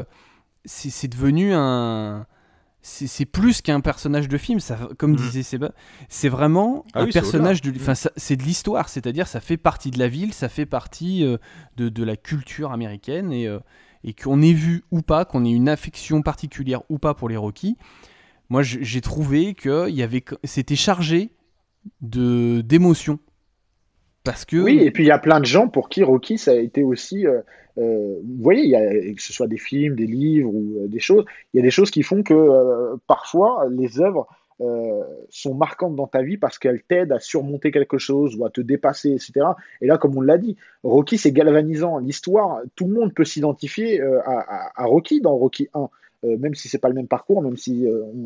devenu un... C'est plus qu'un personnage de film, ça, comme disait Séba. C'est vraiment Ah un oui, c'est personnage au-delà. Enfin, c'est de l'histoire, c'est-à-dire ça fait partie de la ville, ça fait partie de la culture américaine, et qu'on ait vu ou pas, qu'on ait une affection particulière ou pas pour les Rocky. Moi, j'ai trouvé que c'était chargé d'émotions. Parce que... Oui, et puis il y a plein de gens pour qui Rocky, ça a été aussi. Vous voyez, que ce soit des films, des livres ou des choses, il y a des choses qui font que parfois les œuvres sont marquantes dans ta vie parce qu'elles t'aident à surmonter quelque chose ou à te dépasser, etc. Et là, comme on l'a dit, Rocky, c'est galvanisant. L'histoire, tout le monde peut s'identifier à Rocky dans Rocky 1. Même si c'est pas le même parcours, même si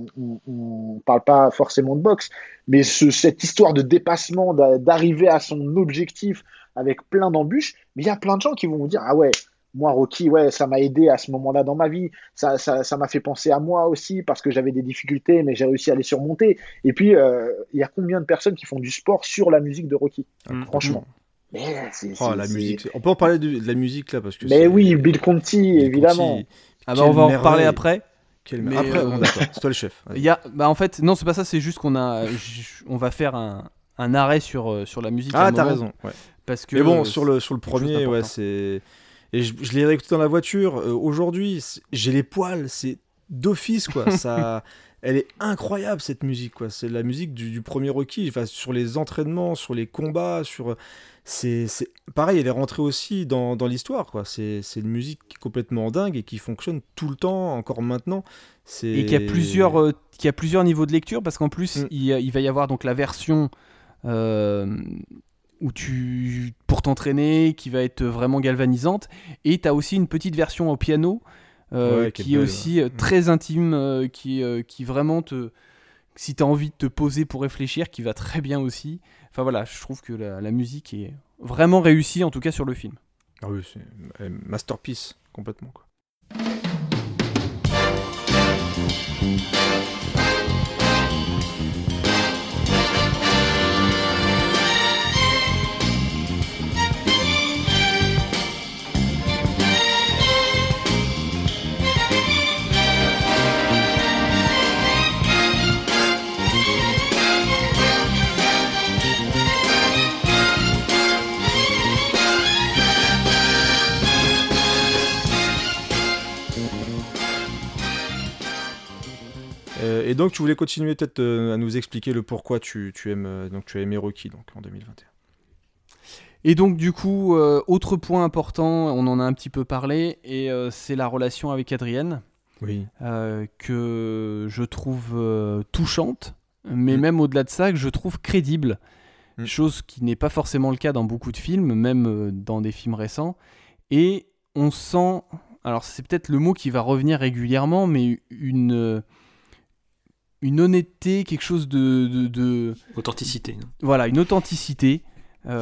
on parle pas forcément de boxe, mais cette histoire de dépassement, d'arriver à son objectif avec plein d'embûches, mais il y a plein de gens qui vont vous dire ah ouais, moi Rocky, ouais, ça m'a aidé à ce moment-là dans ma vie, ça m'a fait penser à moi aussi parce que j'avais des difficultés, mais j'ai réussi à les surmonter. Et puis il y a combien de personnes qui font du sport sur la musique de Rocky, franchement. Mais la musique. On peut en parler de la musique là parce que. Mais oui, Bill Conti, Bill évidemment. Conti. Ah bah on va en reparler merveille. après. Mais Après, bon, d'accord, c'est toi le chef. Il y a, en fait, non, c'est pas ça, c'est juste on va faire un arrêt sur la musique. à un T'as moment, raison. Ouais. Parce que mais bon, sur le chose premier, d'important. ouais, c'est. Et je l'ai réécouté dans la voiture. Aujourd'hui, j'ai les poils, c'est d'office, quoi. Ça, elle est incroyable cette musique, quoi. C'est la musique du premier Rocky. Enfin, sur les entraînements, sur les combats, c'est pareil. Elle est rentrée aussi dans l'histoire, quoi. C'est une musique qui est complètement dingue et qui fonctionne tout le temps, encore maintenant. Et qui a plusieurs niveaux de lecture parce qu'en plus il va y avoir donc la version où pour t'entraîner qui va être vraiment galvanisante, et tu as aussi une petite version au piano qui est belle, aussi très intime, qui vraiment si tu as envie de te poser pour réfléchir, qui va très bien aussi. Enfin voilà, je trouve que la musique est vraiment réussie, en tout cas sur le film. Ah oui, c'est masterpiece complètement, quoi. Et donc tu voulais continuer peut-être à nous expliquer le pourquoi tu aimes donc tu as aimé Rocky donc en 2021. Et donc du coup autre point important, on en a un petit peu parlé, et c'est la relation avec Adrienne. Oui. Que je trouve touchante, mais même au-delà de ça, que je trouve crédible. Chose qui n'est pas forcément le cas dans beaucoup de films, même dans des films récents. Et on sent, alors c'est peut-être le mot qui va revenir régulièrement, mais une honnêteté, quelque chose de... Authenticité. Voilà, une authenticité. On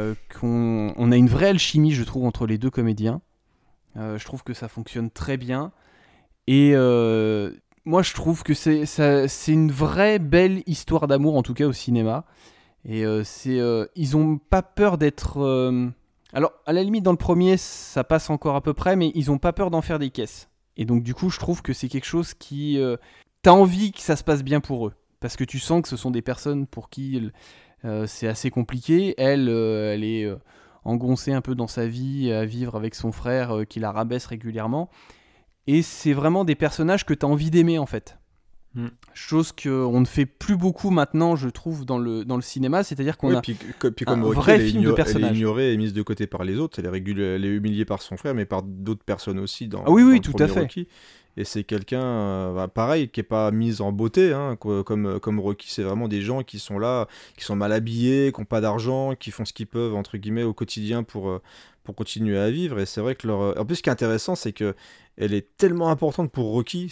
a une vraie alchimie, je trouve, entre les deux comédiens. Je trouve que ça fonctionne très bien. Et moi, je trouve que c'est une vraie belle histoire d'amour, en tout cas au cinéma. Et ils ont pas peur d'être... Alors, à la limite, dans le premier, ça passe encore à peu près, mais ils ont pas peur d'en faire des caisses. Et donc, du coup, je trouve que c'est quelque chose qui... t'as envie que ça se passe bien pour eux. Parce que tu sens que ce sont des personnes pour qui c'est assez compliqué. Elle est engoncée un peu dans sa vie, à vivre avec son frère qui la rabaisse régulièrement. Et c'est vraiment des personnages que t'as envie d'aimer, en fait. Chose qu'on ne fait plus beaucoup maintenant, je trouve, dans le cinéma, c'est-à-dire qu'on a puis comme un Rocky, vrai film de personnage. Elle est ignorée et mise de côté par les autres, elle est humiliée par son frère, mais par d'autres personnes aussi dans, oui, dans le tout premier à fait. Rocky. Et c'est quelqu'un, pareil, qui n'est pas mis en beauté, hein, comme Rocky, c'est vraiment des gens qui sont là, qui sont mal habillés, qui n'ont pas d'argent, qui font ce qu'ils peuvent, entre guillemets, au quotidien pour continuer à vivre. Et c'est vrai que en plus, ce qui est intéressant, c'est que elle est tellement importante pour Rocky,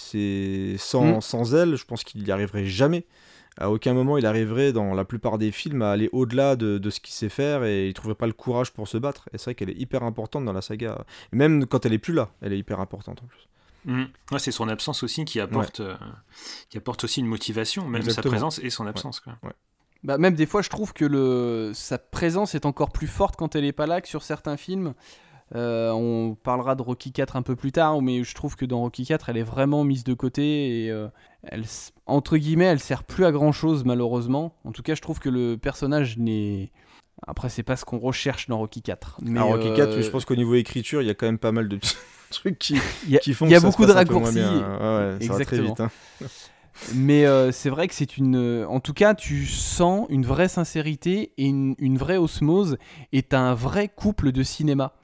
sans elle, je pense qu'il n'y arriverait jamais. À aucun moment il arriverait dans la plupart des films à aller au-delà de ce qu'il sait faire et il trouverait pas le courage pour se battre. Et c'est vrai qu'elle est hyper importante dans la saga. Et même quand elle est plus là, elle est hyper importante en plus. Ouais, c'est son absence aussi qui apporte aussi une motivation, même sa présence et son absence. Quoi. Ouais. Bah, même des fois, je trouve que sa présence est encore plus forte quand elle est pas là que sur certains films. On parlera de Rocky 4 un peu plus tard, mais je trouve que dans Rocky 4 elle est vraiment mise de côté et entre guillemets elle sert plus à grand chose malheureusement. En tout cas je trouve que le personnage n'est... Après c'est pas ce qu'on recherche dans Rocky 4 mais Rocky 4 je pense qu'au niveau écriture il y a quand même pas mal de petits trucs qui font il y a que ça beaucoup se de passe un peu moins raccourcis bien. Ça va très vite, hein. Mais c'est vrai que c'est en tout cas tu sens une vraie sincérité et une vraie osmose et t'as un vrai couple de cinéma.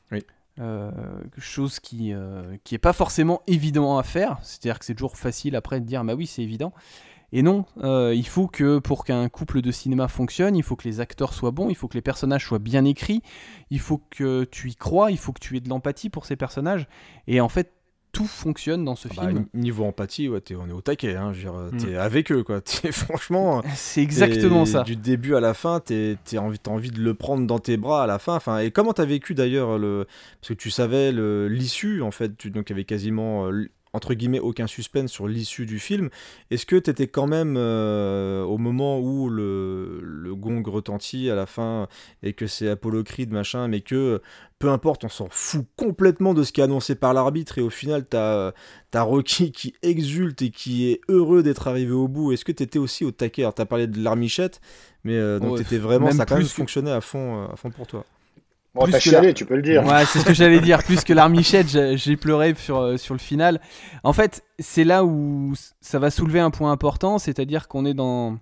Chose qui est pas forcément évident à faire, c'est-à-dire que c'est toujours facile après de dire bah oui c'est évident et non, il faut que pour qu'un couple de cinéma fonctionne il faut que les acteurs soient bons, il faut que les personnages soient bien écrits, il faut que tu y crois, il faut que tu aies de l'empathie pour ces personnages et en fait tout fonctionne dans ce film. Niveau empathie, on est au taquet, hein, je veux dire, t'es avec eux, quoi. Franchement, c'est exactement ça. Du début à la fin, t'as envie de le prendre dans tes bras à la fin. Enfin, et comment t'as vécu d'ailleurs parce que tu savais l'issue, en fait, donc il y avait quasiment entre guillemets aucun suspense sur l'issue du film. Est-ce que t'étais quand même au moment où le gong retentit à la fin et que c'est Apollo Creed machin, mais que peu importe, on s'en fout complètement de ce qui est annoncé par l'arbitre et au final t'as Rocky qui exulte et qui est heureux d'être arrivé au bout. Est-ce que t'étais aussi au taquet? Alors t'as parlé de l'armichette, mais donc t'étais vraiment, ça a quand même fonctionné à fond pour toi. Bon, t'as chialé, tu peux le dire. Ouais, c'est ce que j'allais dire. Plus que l'armichette, j'ai pleuré sur le final. En fait, c'est là où ça va soulever un point important, c'est-à-dire qu'on est en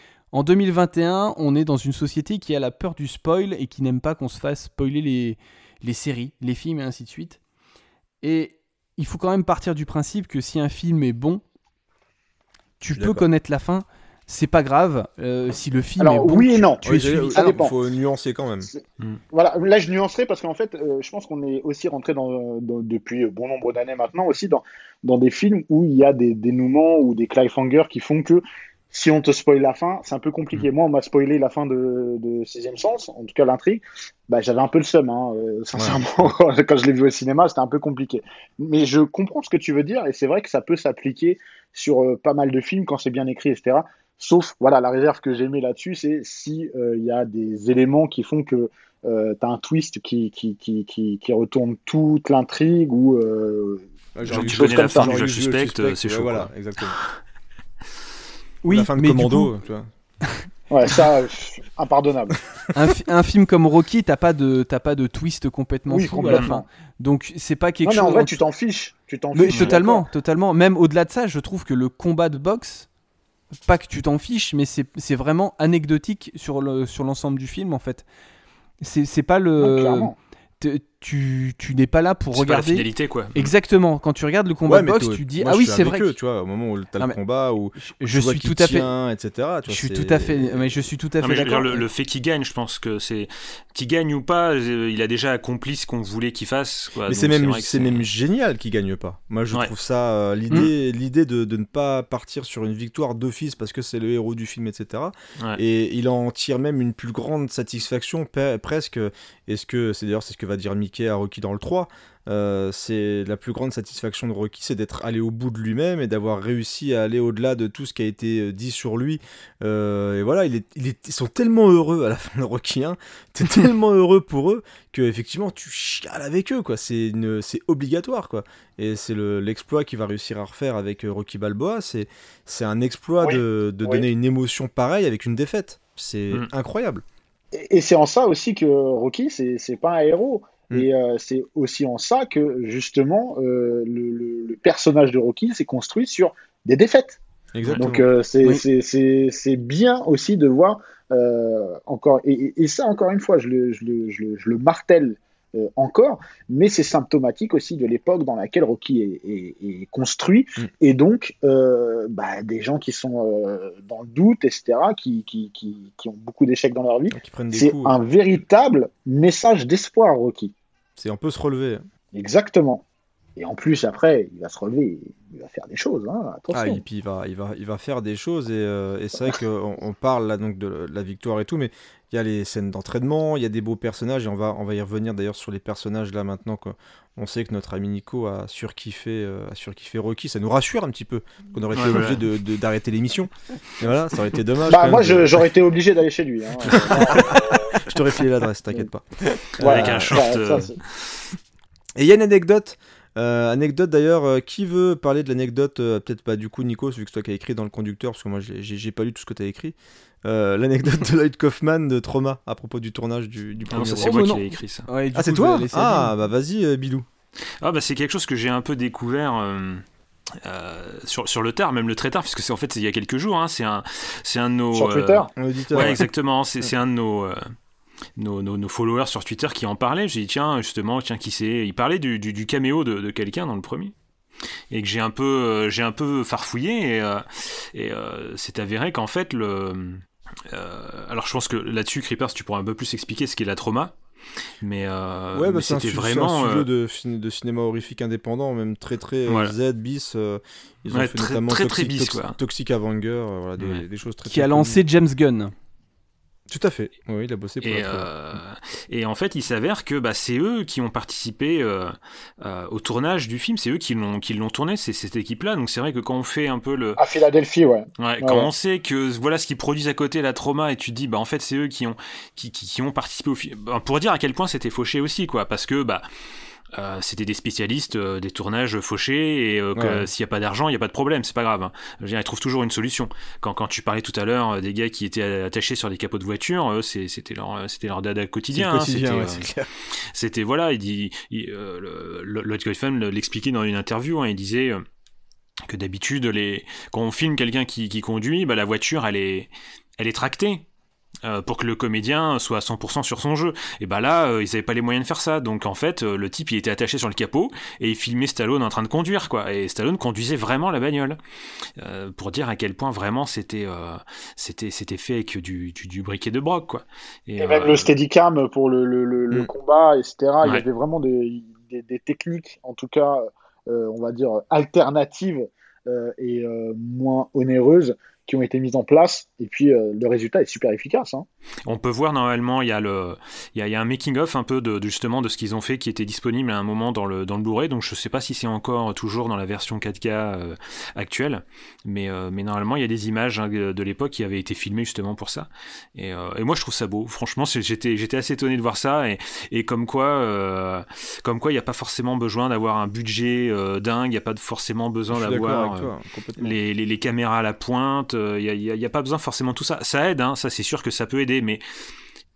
2021, on est dans une société qui a la peur du spoil et qui n'aime pas qu'on se fasse spoiler les séries, les films et ainsi de suite. Et il faut quand même partir du principe que si un film est bon, tu peux connaître la fin. C'est pas grave si le film est bon. Oui et non. Tu es suivi. Ça dépend. Il faut nuancer quand même. Voilà, là je nuancerai parce qu'en fait, je pense qu'on est aussi rentré depuis bon nombre d'années maintenant aussi dans des films où il y a des dénouements ou des cliffhangers qui font que si on te spoil la fin, c'est un peu compliqué. Moi, on m'a spoilé la fin de Sixième Sens, en tout cas l'intrigue. Bah, j'avais un peu le seum, sincèrement. Ouais. Quand je l'ai vu au cinéma, c'était un peu compliqué. Mais je comprends ce que tu veux dire, et c'est vrai que ça peut s'appliquer sur pas mal de films quand c'est bien écrit, etc. Sauf, voilà, la réserve que j'ai mis là-dessus, c'est si y a des éléments qui font que t'as un twist qui retourne toute l'intrigue ou genre tu connais la fin du Je suspecte, c'est chaud. Voilà, exactement. Oui, la fin de mais Commando, du coup... tu vois. Ouais, ça, impardonnable. Un film comme Rocky, t'as pas de twist complètement fou à la fin. Donc c'est pas quelque chose. Non, mais en vrai, tu t'en fiches. Mais totalement. Même au-delà de ça, je trouve que le combat de boxe, pas que tu t'en fiches, mais c'est vraiment anecdotique sur l'ensemble du film en fait. C'est pas le. tu n'es pas là pour regarder. Pas la fidélité, quoi. Exactement. Quand tu regardes le combat de boxe, tu dis moi, ah oui, c'est vrai. Eux, tu vois, au moment où t'as le combat, où je suis tout à fait, etc. Tu vois, je suis tout à fait d'accord. Le fait qu'il gagne, je pense que c'est qu'il gagne ou pas, il a déjà accompli ce qu'on voulait qu'il fasse, quoi. Mais donc c'est même génial qu'il gagne pas. Moi, je trouve ça l'idée de ne pas partir sur une victoire d'office parce que c'est le héros du film, etc. Et il en tire même une plus grande satisfaction presque. C'est ce que va dire Mickey à Rocky dans le 3. C'est la plus grande satisfaction de Rocky, c'est d'être allé au bout de lui-même et d'avoir réussi à aller au-delà de tout ce qui a été dit sur lui. Et voilà, ils sont tellement heureux à la fin de Rocky 1, t'es tellement heureux pour eux que effectivement tu chiales avec eux, quoi. C'est obligatoire, quoi. Et c'est l'exploit qu'il va réussir à refaire avec Rocky Balboa. C'est un exploit de donner une émotion pareille avec une défaite. C'est incroyable. Et c'est en ça aussi que Rocky, c'est pas un héros. Et c'est aussi en ça que, justement, le personnage de Rocky s'est construit sur des défaites. Exactement. Donc, c'est bien aussi de voir encore... Et ça, encore une fois, je le martèle encore, mais c'est symptomatique aussi de l'époque dans laquelle Rocky est construit. Et donc, des gens qui sont dans le doute, etc., qui ont beaucoup d'échecs dans leur vie, c'est un véritable message d'espoir, Rocky. C'est un peu se relever. Exactement. Et en plus, après, il va se relever, il va faire des choses. Hein, attention. Et puis il va faire des choses. Et c'est vrai qu'on parle là donc de la victoire et tout, mais il y a les scènes d'entraînement, il y a des beaux personnages, et on va y revenir d'ailleurs sur les personnages là maintenant qu'on sait que notre ami Nico a surkiffé Rocky. Ça nous rassure un petit peu qu'on aurait été obligé d'arrêter l'émission. Et voilà, ça aurait été dommage. Moi, j'aurais été obligé d'aller chez lui. Hein. Je t'aurais filé l'adresse, t'inquiète pas. Avec un short. Et il y a une anecdote. Anecdote d'ailleurs, qui veut parler de l'anecdote, peut-être pas du coup Nico, vu que c'est toi qui as écrit dans le conducteur, parce que moi j'ai pas lu tout ce que tu as écrit, l'anecdote de Lloyd Kaufman de Trauma à propos du tournage du premier. C'est moi qui l'ai écrit ça. Ouais, c'est toi ? Vas-y Bilou. C'est quelque chose que j'ai un peu découvert sur le tard, même le très tard, puisque c'est il y a quelques jours, hein, c'est un de nos... Sur Twitter ouais, exactement, c'est un de nos followers sur Twitter qui en parlait. J'ai dit qui c'est. Il parlait du caméo de quelqu'un dans le premier et que j'ai un peu farfouillé et c'est avéré qu'en fait alors je pense que là-dessus Creepers tu pourras un peu plus expliquer ce qu'est la trauma. Mais c'était vraiment c'est un sujet de cinéma horrifique indépendant, même très Z bis. Ils ont fait notamment très bis, quoi. Toxic Avenger, des choses très. Qui a lancé James Gunn. Tout à fait. Oui, il a bossé pour et en fait, il s'avère que c'est eux qui ont participé au tournage du film. C'est eux qui l'ont tourné. C'est cette équipe-là. Donc c'est vrai que quand on fait un peu à Philadelphie, quand on sait que voilà ce qu'ils produisent à côté, la Trauma, et tu te dis en fait c'est eux qui ont participé au film. Pour dire à quel point c'était fauché aussi, quoi, parce que c'était des spécialistes des tournages fauchés et s'il n'y a pas d'argent, il n'y a pas de problème, c'est pas grave, hein. Je veux dire, ils trouvent toujours une solution. Quand tu parlais tout à l'heure des gars qui étaient attachés sur des capots de voiture, c'était leur dada quotidien. C'est clair. C'était voilà, Lloyd Kaufman l'expliquait dans une interview, hein, il disait que d'habitude quand on filme quelqu'un qui conduit, la voiture elle est tractée. Pour que le comédien soit à 100% sur son jeu. Et là, ils avaient pas les moyens de faire ça. Donc en fait, le type il était attaché sur le capot et il filmait Stallone en train de conduire, quoi. Et Stallone conduisait vraiment la bagnole. Pour dire à quel point vraiment c'était fait avec du briquet de broc, quoi. Et même le steadicam pour le combat, etc. Il y avait vraiment des techniques, en tout cas, on va dire alternatives et moins onéreuses, qui ont été mises en place, et puis le résultat est super efficace. Hein. On peut voir normalement, il y a un making-of un peu justement de ce qu'ils ont fait qui était disponible à un moment dans le Blu-ray, donc je sais pas si c'est encore toujours dans la version 4K actuelle, mais normalement il y a des images de l'époque qui avaient été filmées justement pour ça, et moi je trouve ça beau, franchement j'étais assez étonné de voir ça, et comme quoi il n'y a pas forcément besoin d'avoir un budget dingue, il n'y a pas forcément besoin d'avoir les caméras à la pointe, il n'y a pas besoin forcément de tout ça. Ça aide, hein, ça c'est sûr que ça peut aider, mais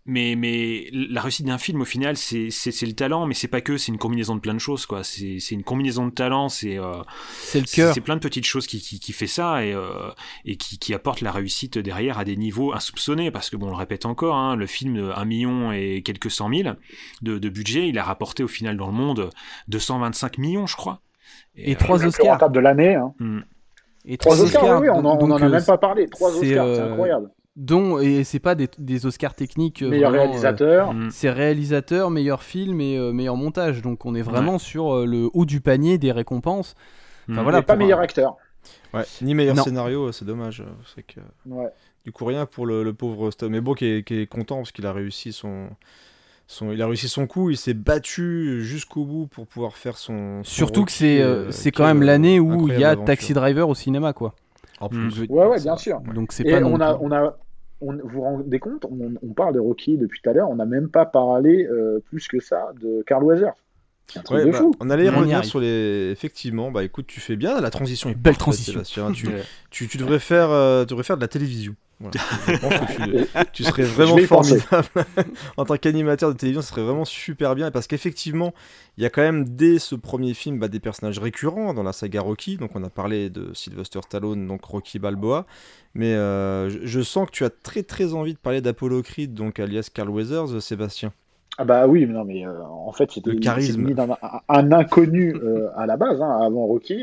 mais la réussite d'un film, au final, c'est le talent, mais c'est pas que, c'est une combinaison de plein de choses, quoi. C'est une combinaison de talents, c'est le cœur. C'est plein de petites choses qui fait ça et qui apportent la réussite derrière à des niveaux insoupçonnés, parce que bon, on le répète encore, hein, le film 1 million et quelques 100 000 de budget, il a rapporté au final dans le monde 225 millions, je crois. Et 3 le Oscars. plus rentable de l'année. Hein. Et 3 Oscars, oui, on donc, en a même pas parlé. 3 Oscars, c'est incroyable. Et c'est pas des Oscars techniques. Meilleur réalisateur. C'est réalisateur, meilleur film et meilleur montage. Donc on est vraiment sur le haut du panier des récompenses. Enfin, voilà, pas meilleur acteur. Ouais, ni meilleur scénario, c'est dommage. C'est que... Du coup, rien pour le pauvre Stone. Mais bon, qui est content parce qu'il a réussi il a réussi son coup, il s'est battu jusqu'au bout pour pouvoir faire son Surtout Rocky, que c'est quand même l'année où il y a Taxi Driver au cinéma, quoi. En plus. Ouais, bien sûr. Donc c'est et pas vous vous rendez compte, on parle de Rocky depuis tout à l'heure, on n'a même pas parlé plus que ça de Carl Weathers. C'est un truc de fou. On allait revenir sur les. Effectivement, bah écoute, tu fais bien, la transition est belle parfaite, transition. Sébastien. Tu devrais faire de la télévision. Voilà. Je pense que tu serais vraiment formidable en tant qu'animateur de télévision, ce serait vraiment super bien parce qu'effectivement, il y a quand même dès ce premier film des personnages récurrents dans la saga Rocky. Donc on a parlé de Sylvester Stallone, donc Rocky Balboa, mais je sens que tu as très très envie de parler d'Apollo Creed, donc alias Carl Weathers, Sébastien. Ah bah oui, mais non, mais en fait c'était mis un inconnu à la base, hein, avant Rocky.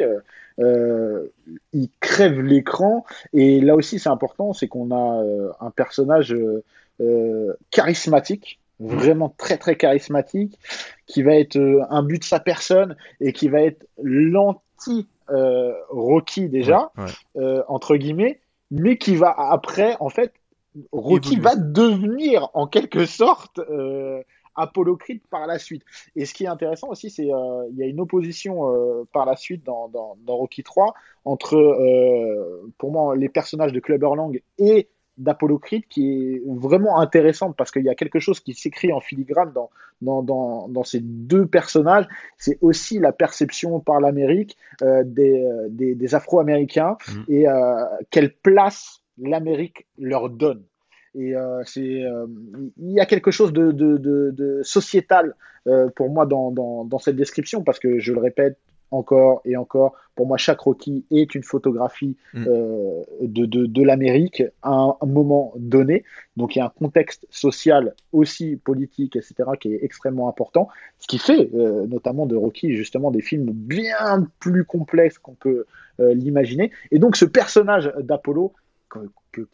Il crève l'écran et là aussi c'est important, c'est qu'on a un personnage charismatique, vraiment très très charismatique, qui va être un but de sa personne et qui va être l'anti Rocky déjà, entre guillemets, mais qui va après en fait Rocky va devenir en quelque sorte Apollo Creed par la suite. Et ce qui est intéressant aussi, c'est il y a une opposition par la suite dans Rocky 3 entre, pour moi, les personnages de Clubber Lang et d'Apollo Creed qui est vraiment intéressante parce qu'il y a quelque chose qui s'écrit en filigrane dans ces deux personnages. C'est aussi la perception par l'Amérique des Afro-Américains et quelle place l'Amérique leur donne. Et il y a quelque chose de sociétal pour moi dans cette description, parce que je le répète encore et encore, pour moi chaque Rocky est une photographie de l'Amérique à un moment donné. Donc il y a un contexte social, aussi politique, etc., qui est extrêmement important, ce qui fait notamment de Rocky justement des films bien plus complexes qu'on peut l'imaginer. Et donc ce personnage d'Apollo que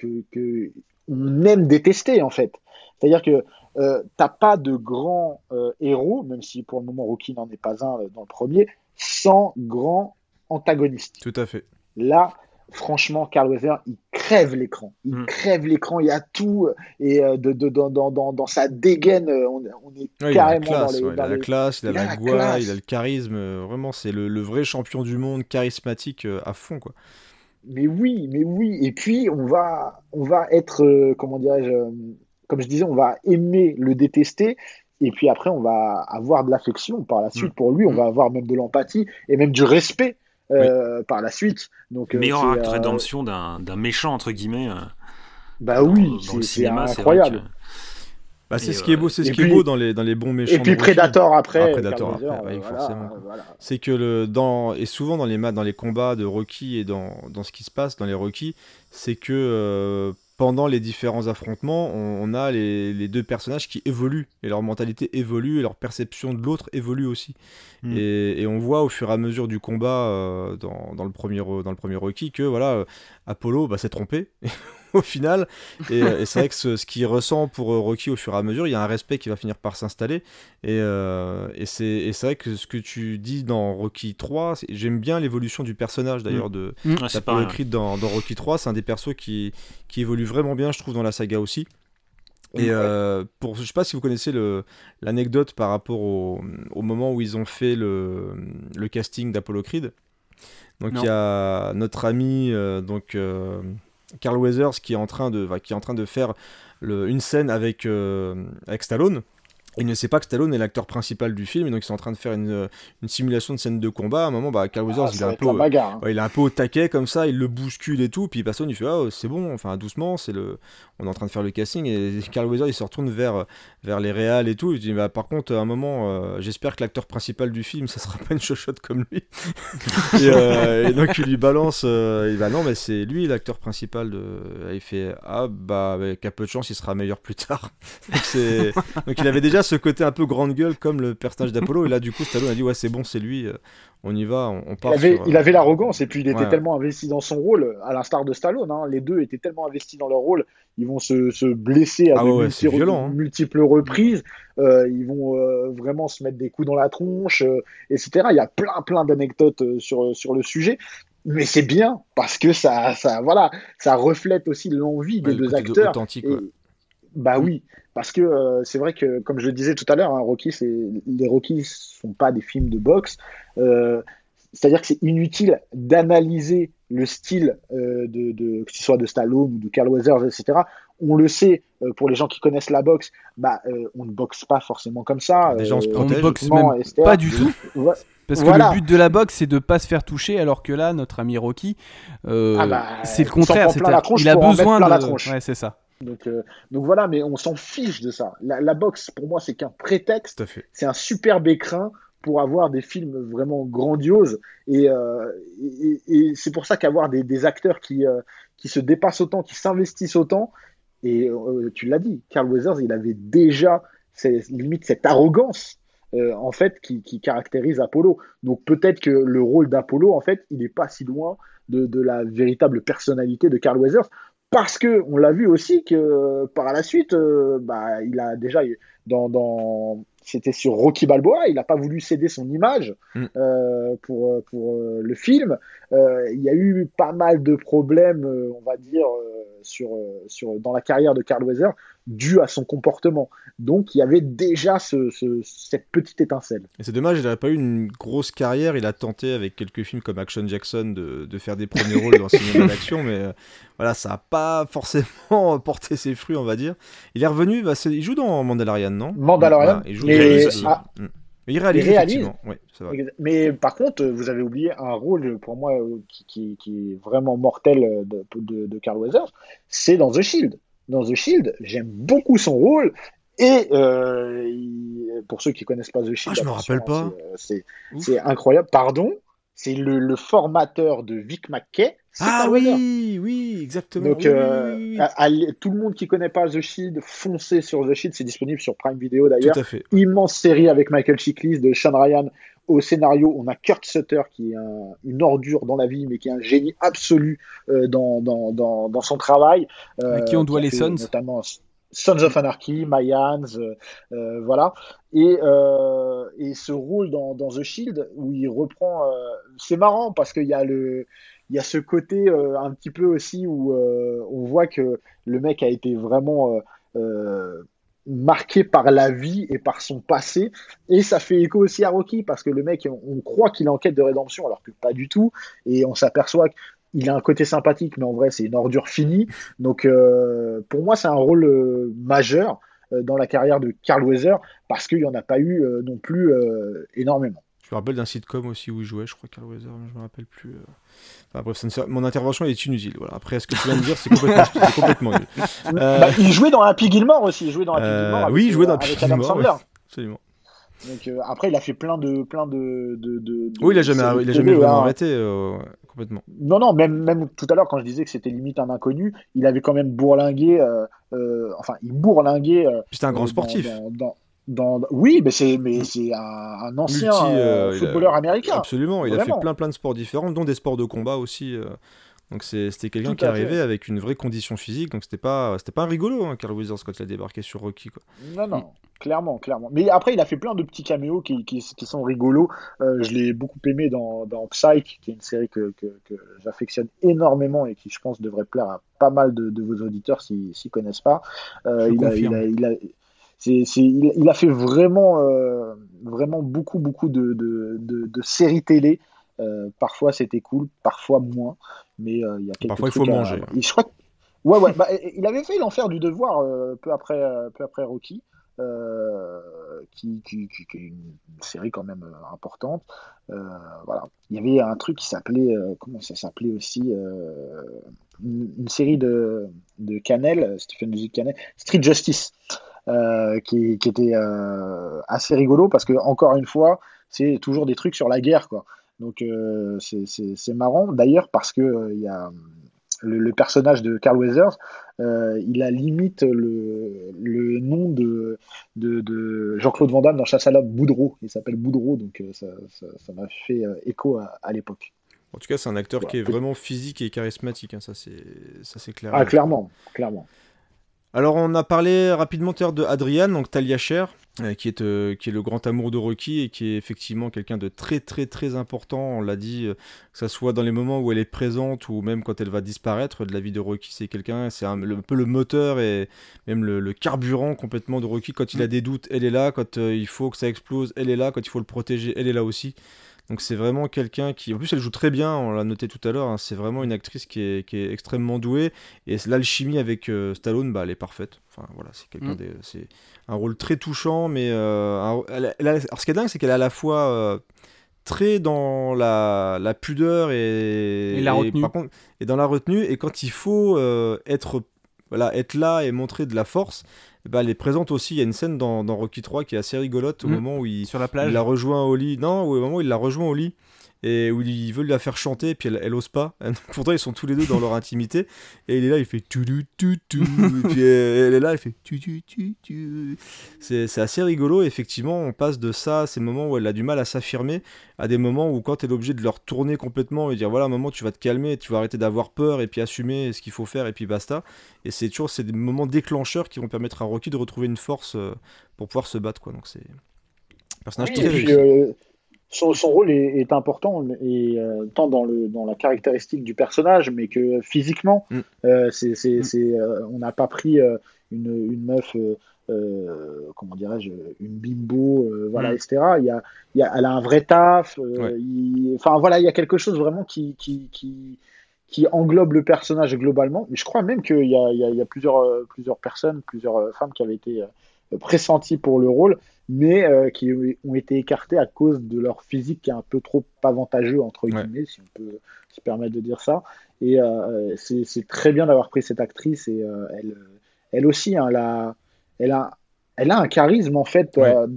on aime détester en fait. C'est-à-dire que t'as pas de grand héros, même si pour le moment Rocky n'en est pas un dans le premier, sans grand antagoniste. Tout à fait. Là, franchement, Carl Weathers, il crève l'écran. Il crève l'écran, il y a tout. Et dans sa dégaine, on est carrément il a la classe, il a la gouaille, il a le charisme. Vraiment, c'est le vrai champion du monde, charismatique à fond, quoi. Mais oui. Et puis, on va être, comment dirais-je, comme je disais, on va aimer le détester. Et puis après, on va avoir de l'affection par la suite pour lui. On va avoir même de l'empathie et même du respect par la suite. Donc, meilleure acte de rédemption d'un méchant, entre guillemets. Bah oui, c'est incroyable. C'est ce qui est beau, ce qui est beau dans les bons méchants. Et puis Predator après. Predator après, forcément. Voilà. C'est que et souvent dans les combats de Rocky et dans ce qui se passe dans les Rocky, c'est que pendant les différents affrontements, on a les deux personnages qui évoluent et leur mentalité évolue et leur perception de l'autre évolue aussi. Et on voit au fur et à mesure du combat dans le premier Rocky que voilà, Apollo s'est trompé. Au final, et c'est vrai que ce qu'il ressent pour Rocky au fur et à mesure, il y a un respect qui va finir par s'installer, et c'est vrai que ce que tu dis dans Rocky 3, j'aime bien l'évolution du personnage d'ailleurs d'Apollo Creed dans Rocky 3, c'est un des persos qui évolue vraiment bien, je trouve, dans la saga aussi. Et je sais pas si vous connaissez l'anecdote par rapport au moment où ils ont fait le casting d'Apollo Creed. Donc il y a notre ami Carl Weathers qui est en train de faire une scène avec Stallone, Il ne sait pas que Stallone est l'acteur principal du film, et donc ils sont en train de faire une simulation de scène de combat. À un moment, Carl Weathers, il est un peu au taquet comme ça, il le bouscule et tout, puis Stallone il fait c'est bon, enfin doucement, on est en train de faire le casting, et Carl Weathers il se retourne vers les réals et tout, il dit par contre à un moment, j'espère que l'acteur principal du film, ça sera pas une chochotte comme lui. et donc il lui balance, non mais c'est lui l'acteur principal il fait avec un peu de chance il sera meilleur plus tard. donc il avait déjà ce côté un peu grande gueule comme le personnage d'Apollo, et là du coup Stallone a dit c'est bon, c'est lui, on y va, on part. Il avait l'arrogance, et puis il était tellement investi dans son rôle, à l'instar de Stallone, les deux étaient tellement investis dans leur rôle, ils vont se blesser à multiples reprises, ils vont vraiment se mettre des coups dans la tronche, etc. Il y a plein d'anecdotes sur le sujet. Mais c'est bien, parce que ça reflète aussi l'envie des deux acteurs. Authentique, oui, parce que c'est vrai que, comme je le disais tout à l'heure, les Rocky sont pas des films de boxe. C'est-à-dire que c'est inutile d'analyser le style que ce soit de Stallone ou de Carl Weathers, etc. On le sait, pour les gens qui connaissent la boxe, on ne boxe pas forcément comme ça. Les gens se protègent. On ne boxe même pas du tout. Parce que le but de la boxe, c'est de pas se faire toucher, alors que là, notre ami Rocky, c'est le contraire. Il a besoin de la tronche. Ouais, c'est ça. Donc voilà, mais on s'en fiche de ça. La boxe, pour moi, c'est qu'un prétexte. Tout à fait. C'est un superbe écrin pour avoir des films vraiment grandioses. Et c'est pour ça qu'avoir des acteurs qui se dépassent autant, qui s'investissent autant. Et tu l'as dit, Carl Weathers, il avait déjà limite cette arrogance en fait qui caractérise Apollo. Donc peut-être que le rôle d'Apollo, en fait, il n'est pas si loin de la véritable personnalité de Carl Weathers. Parce que on l'a vu aussi que par la suite, il a déjà c'était sur Rocky Balboa, il n'a pas voulu céder son image pour le film. Il y a eu pas mal de problèmes, on va dire, dans la carrière de Carl Weathers, dû à son comportement. Donc il y avait déjà cette petite étincelle. Et c'est dommage, il n'aurait pas eu une grosse carrière. Il a tenté avec quelques films comme Action Jackson de faire des premiers rôles dans le cinéma d'action, mais voilà, ça n'a pas forcément porté ses fruits, on va dire. Il est revenu, il joue dans Mandalorian, non ? Mandalorian, il joue il réalise. Effectivement. Ouais, ça va. Mais par contre, vous avez oublié un rôle pour moi qui est vraiment mortel de Carl Weathers, c'est dans The Shield. Dans The Shield, j'aime beaucoup son rôle. Et pour ceux qui connaissent pas The Shield, je me rappelle pas. C'est incroyable. Pardon, c'est le formateur de Vic Mackey. Oui, exactement. Donc tout le monde qui connaît pas The Shield, foncez sur The Shield. C'est disponible sur Prime Video d'ailleurs. Tout à fait. Immense série avec Michael Chiklis, de Sean Ryan au scénario. On a Kurt Sutter qui est une ordure dans la vie, mais qui est un génie absolu dans son travail. À qui on doit les Sons, notamment Sons of Anarchy, My Hands, voilà. Et ce rôle dans The Shield où il reprend, c'est marrant parce qu'il y a ce côté un petit peu aussi où on voit que le mec a été vraiment marqué par la vie et par son passé, et ça fait écho aussi à Rocky parce que le mec, on croit qu'il est en quête de rédemption alors que pas du tout, et on s'aperçoit qu'il a un côté sympathique, mais en vrai c'est une ordure finie. Donc pour moi c'est un rôle majeur dans la carrière de Carl Weathers parce qu'il n'y en a pas eu non plus énormément. Je me rappelle d'un sitcom aussi où il jouait, je crois, Carl Weathers, je me rappelle plus. Enfin, bref, mon intervention est inutile. Voilà. Après, ce que tu viens de dire, c'est complètement nul. Il jouait dans Happy Gilmore aussi. Il jouait dans Happy Gilmore avec, il jouait dans Happy avec Gilmore, Adam Sandler. Ouais, absolument. Donc, après, il a fait plein de oui, il a jamais vraiment arrêté complètement. Non, même tout à l'heure, quand je disais que c'était limite un inconnu, il avait quand même bourlingué. Il bourlinguait. C'était un grand sportif. Oui, mais c'est un ancien footballeur américain. Absolument, il a fait plein de sports différents, dont des sports de combat aussi. Donc c'était quelqu'un qui arrivait avec une vraie condition physique, donc c'était pas un rigolo, Carl Weathers, quand il a débarqué sur Rocky, quoi. Non, clairement. Mais après, il a fait plein de petits caméos qui sont rigolos. Je l'ai beaucoup aimé dans Psych, qui est une série que j'affectionne énormément et qui, je pense, devrait plaire à pas mal de vos auditeurs s'ils connaissent pas. Il a fait vraiment beaucoup de séries télé. Parfois c'était cool, parfois moins, mais il y a quelques parfois trucs il faut manger. Je crois que... ouais. Il avait fait l'enfer du devoir peu après Rocky. qui est une série quand même importante. Voilà. Il y avait un truc qui s'appelait, comment ça s'appelait aussi, une série de Cannell, Stephen G. Cannell, Street Justice, qui était assez rigolo parce que encore une fois, c'est toujours des trucs sur la guerre, quoi. Donc c'est marrant d'ailleurs parce que il y a le personnage de Carl Weathers, il a limite le nom de Jean-Claude Van Damme dans Chasse à l'homme, Boudreau. Il s'appelle Boudreau, donc ça m'a fait écho à l'époque. En tout cas, c'est un acteur qui est vraiment physique et charismatique, hein, ça c'est clair. Ah, clairement. Alors, on a parlé rapidement tout à l'heure de Adrian, donc Talia Shire, qui est le grand amour de Rocky et qui est effectivement quelqu'un de très très très important. On l'a dit, que ça soit dans les moments où elle est présente ou même quand elle va disparaître de la vie de Rocky. C'est quelqu'un, c'est un peu le moteur et même le carburant complètement de Rocky. Quand il a des doutes, elle est là. Quand il faut que ça explose, elle est là. Quand il faut le protéger, elle est là aussi. Donc c'est vraiment quelqu'un qui... En plus, elle joue très bien, on l'a noté tout à l'heure, hein, c'est vraiment une actrice qui est extrêmement douée, et l'alchimie avec Stallone, elle est parfaite. Enfin, voilà, c'est c'est un rôle très touchant, mais... alors, ce qui est dingue, c'est qu'elle est à la fois très dans la pudeur et la retenue. Par contre, et dans la retenue, et quand il faut être là et montrer de la force... elle est présente aussi. Il y a une scène dans Rocky 3 qui est assez rigolote au moment où sur la plage. Il la rejoint au lit. Non, au moment où il la rejoint au lit et où il veut la faire chanter et puis elle ose pas. Pourtant ils sont tous les deux dans leur intimité et il est là, il fait tu tu tu et puis elle est là, elle fait tu tu tu tu. C'est assez rigolo. Effectivement, on passe de ça, ces moments où elle a du mal à s'affirmer, à des moments où quand elle est obligée de leur tourner complètement et dire voilà, un moment tu vas te calmer, tu vas arrêter d'avoir peur et puis assumer ce qu'il faut faire et puis basta. Et c'est des moments déclencheurs qui vont permettre à Rocky de retrouver une force pour pouvoir se battre, quoi. Donc c'est un personnage très réussi. Son rôle est important, et tant dans la caractéristique du personnage, mais que physiquement, on n'a pas pris une meuf, comment dirais-je, une bimbo, voilà, etc. Elle a un vrai taf. Enfin voilà, il y a quelque chose vraiment qui englobe le personnage globalement. Mais je crois même qu'il y a plusieurs personnes, plusieurs femmes qui avaient été pressenties pour le rôle, mais qui ont été écartées à cause de leur physique qui est un peu trop avantageux, entre guillemets, si on peut se permettre de dire ça. Et c'est très bien d'avoir pris cette actrice, et elle aussi, hein, elle a un charisme, en fait,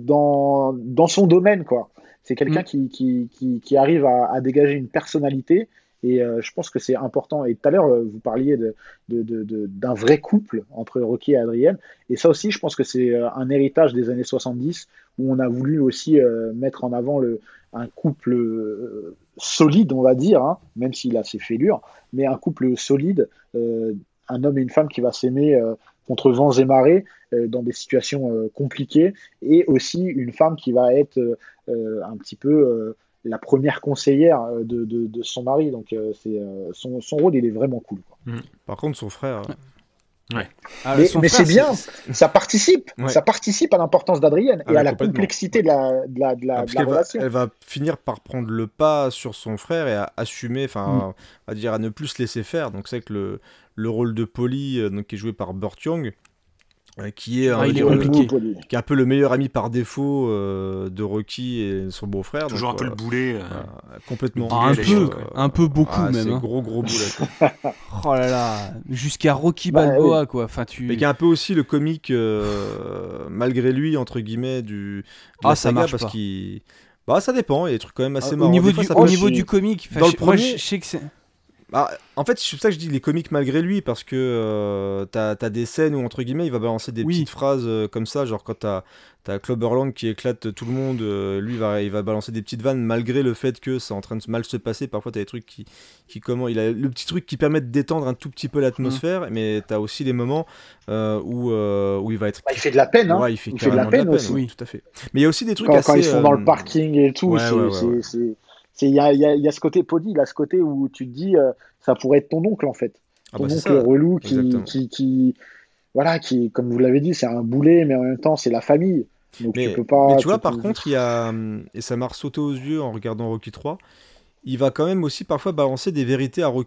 dans son domaine, quoi. C'est quelqu'un qui arrive à dégager une personnalité. Et je pense que c'est important. Et tout à l'heure, vous parliez d'un vrai couple entre Rocky et Adrienne. Et ça aussi, je pense que c'est un héritage des années 70, où on a voulu aussi mettre en avant un couple solide, on va dire, hein, même s'il a ses fêlures, mais un couple solide, un homme et une femme qui va s'aimer contre vents et marées, dans des situations compliquées, et aussi une femme qui va être un petit peu... la première conseillère de son mari, donc son rôle, il est vraiment cool, quoi. Par contre, son frère... Ouais. Mais c'est bien, ça participe à l'importance d'Adrienne et à la complexité de la relation. Elle va finir par prendre le pas sur son frère et à assumer, on va dire à ne plus se laisser faire. Donc c'est que le rôle de Polly, qui est joué par Burt Young, qui est un peu le meilleur ami par défaut de Rocky et son beau-frère. Toujours donc, un peu le boulet. Complètement. Un peu beaucoup même. C'est hein. gros boulet. Oh là là, jusqu'à Rocky Balboa, oui. quoi. Enfin, Mais qui est un peu aussi le comique, malgré lui, entre guillemets, de la saga, marche parce pas. qu'il... ça dépend, il y a des trucs quand même assez marrants. Au niveau du comique, dans le premier... je sais que c'est... en fait, c'est pour ça que je dis les comiques malgré lui, parce que t'as des scènes où, entre guillemets, il va balancer des petites phrases comme ça, genre quand t'as Cloverland qui éclate tout le monde, lui il va balancer des petites vannes malgré le fait que c'est en train de mal se passer. Parfois t'as des trucs qui il a le petit truc qui permet de détendre un tout petit peu l'atmosphère, mais t'as aussi des moments où il va être... il fait de la peine, hein. Ouais, il fait de la peine aussi. Oui, tout à fait. Mais il y a aussi des trucs quand ils sont dans le parking et tout, il y a ce côté Polly, il a ce côté où tu te dis ça pourrait être ton oncle, en fait, ton oncle relou qui voilà, qui, comme vous l'avez dit, c'est un boulet, mais en même temps c'est la famille, donc tu peux pas. Mais tu vois, par contre, il y a, et ça m'a sauté aux yeux en regardant Rocky 3, il va quand même aussi parfois balancer des vérités à Rocky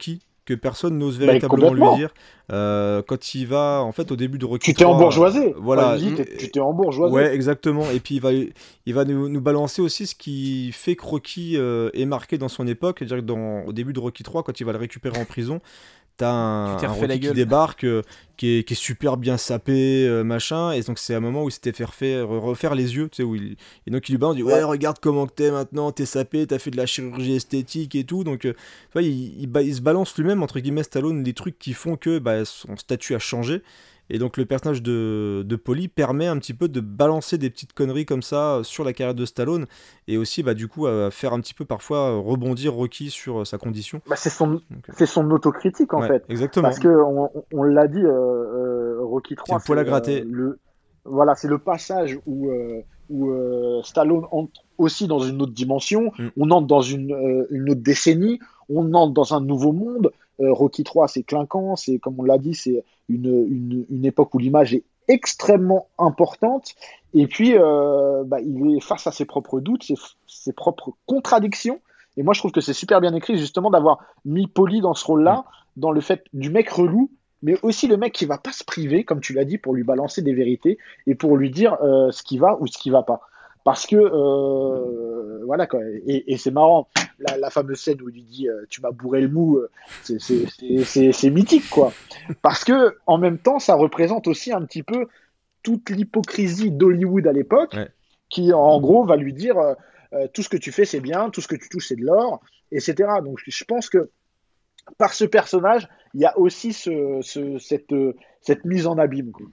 que personne n'ose véritablement lui complètement. dire. Quand il va, en fait, au début de Rocky Tu t'es 3, embourgeoisé. voilà. Tu t'es embourgeoisé. Ouais, exactement. Et puis il va nous balancer aussi ce qui fait que Rocky est marqué dans son époque. C'est-à-dire que au début de Rocky 3, quand il va le récupérer en prison, t'as un Rocky qui débarque, qui est super bien sapé, machin, et donc c'est un moment où il s'était fait refaire les yeux, tu sais, et donc il lui balance, il dit ouais, regarde comment t'es maintenant, t'es sapé, t'as fait de la chirurgie esthétique et tout, donc tu vois, il se balance lui-même, entre guillemets, Stallone, des trucs qui font que son statut a changé. Et donc le personnage de Paulie permet un petit peu de balancer des petites conneries comme ça sur la carrière de Stallone, et aussi du coup faire un petit peu parfois rebondir Rocky sur sa condition. C'est son autocritique en fait. Exactement. Parce que on l'a dit, Rocky 3, c'est le poil à gratter. Voilà, c'est le passage où Stallone entre aussi dans une autre dimension, on entre dans une autre décennie, on entre dans un nouveau monde. Rocky 3, c'est clinquant, c'est, comme on l'a dit, c'est une époque où l'image est extrêmement importante, et puis il est face à ses propres doutes, ses propres contradictions, et moi je trouve que c'est super bien écrit justement d'avoir mis Paulie dans ce rôle-là, dans le fait du mec relou, mais aussi le mec qui va pas se priver, comme tu l'as dit, pour lui balancer des vérités, et pour lui dire ce qui va ou ce qui va pas. Parce que voilà quoi, et c'est marrant, la fameuse scène où il lui dit tu m'as bourré le mou, c'est mythique quoi. Parce que en même temps, ça représente aussi un petit peu toute l'hypocrisie d'Hollywood à l'époque, qui en gros va lui dire tout ce que tu fais c'est bien, tout ce que tu touches c'est de l'or, etc. Donc je pense que par ce personnage, il y a aussi cette mise en abîme quoi.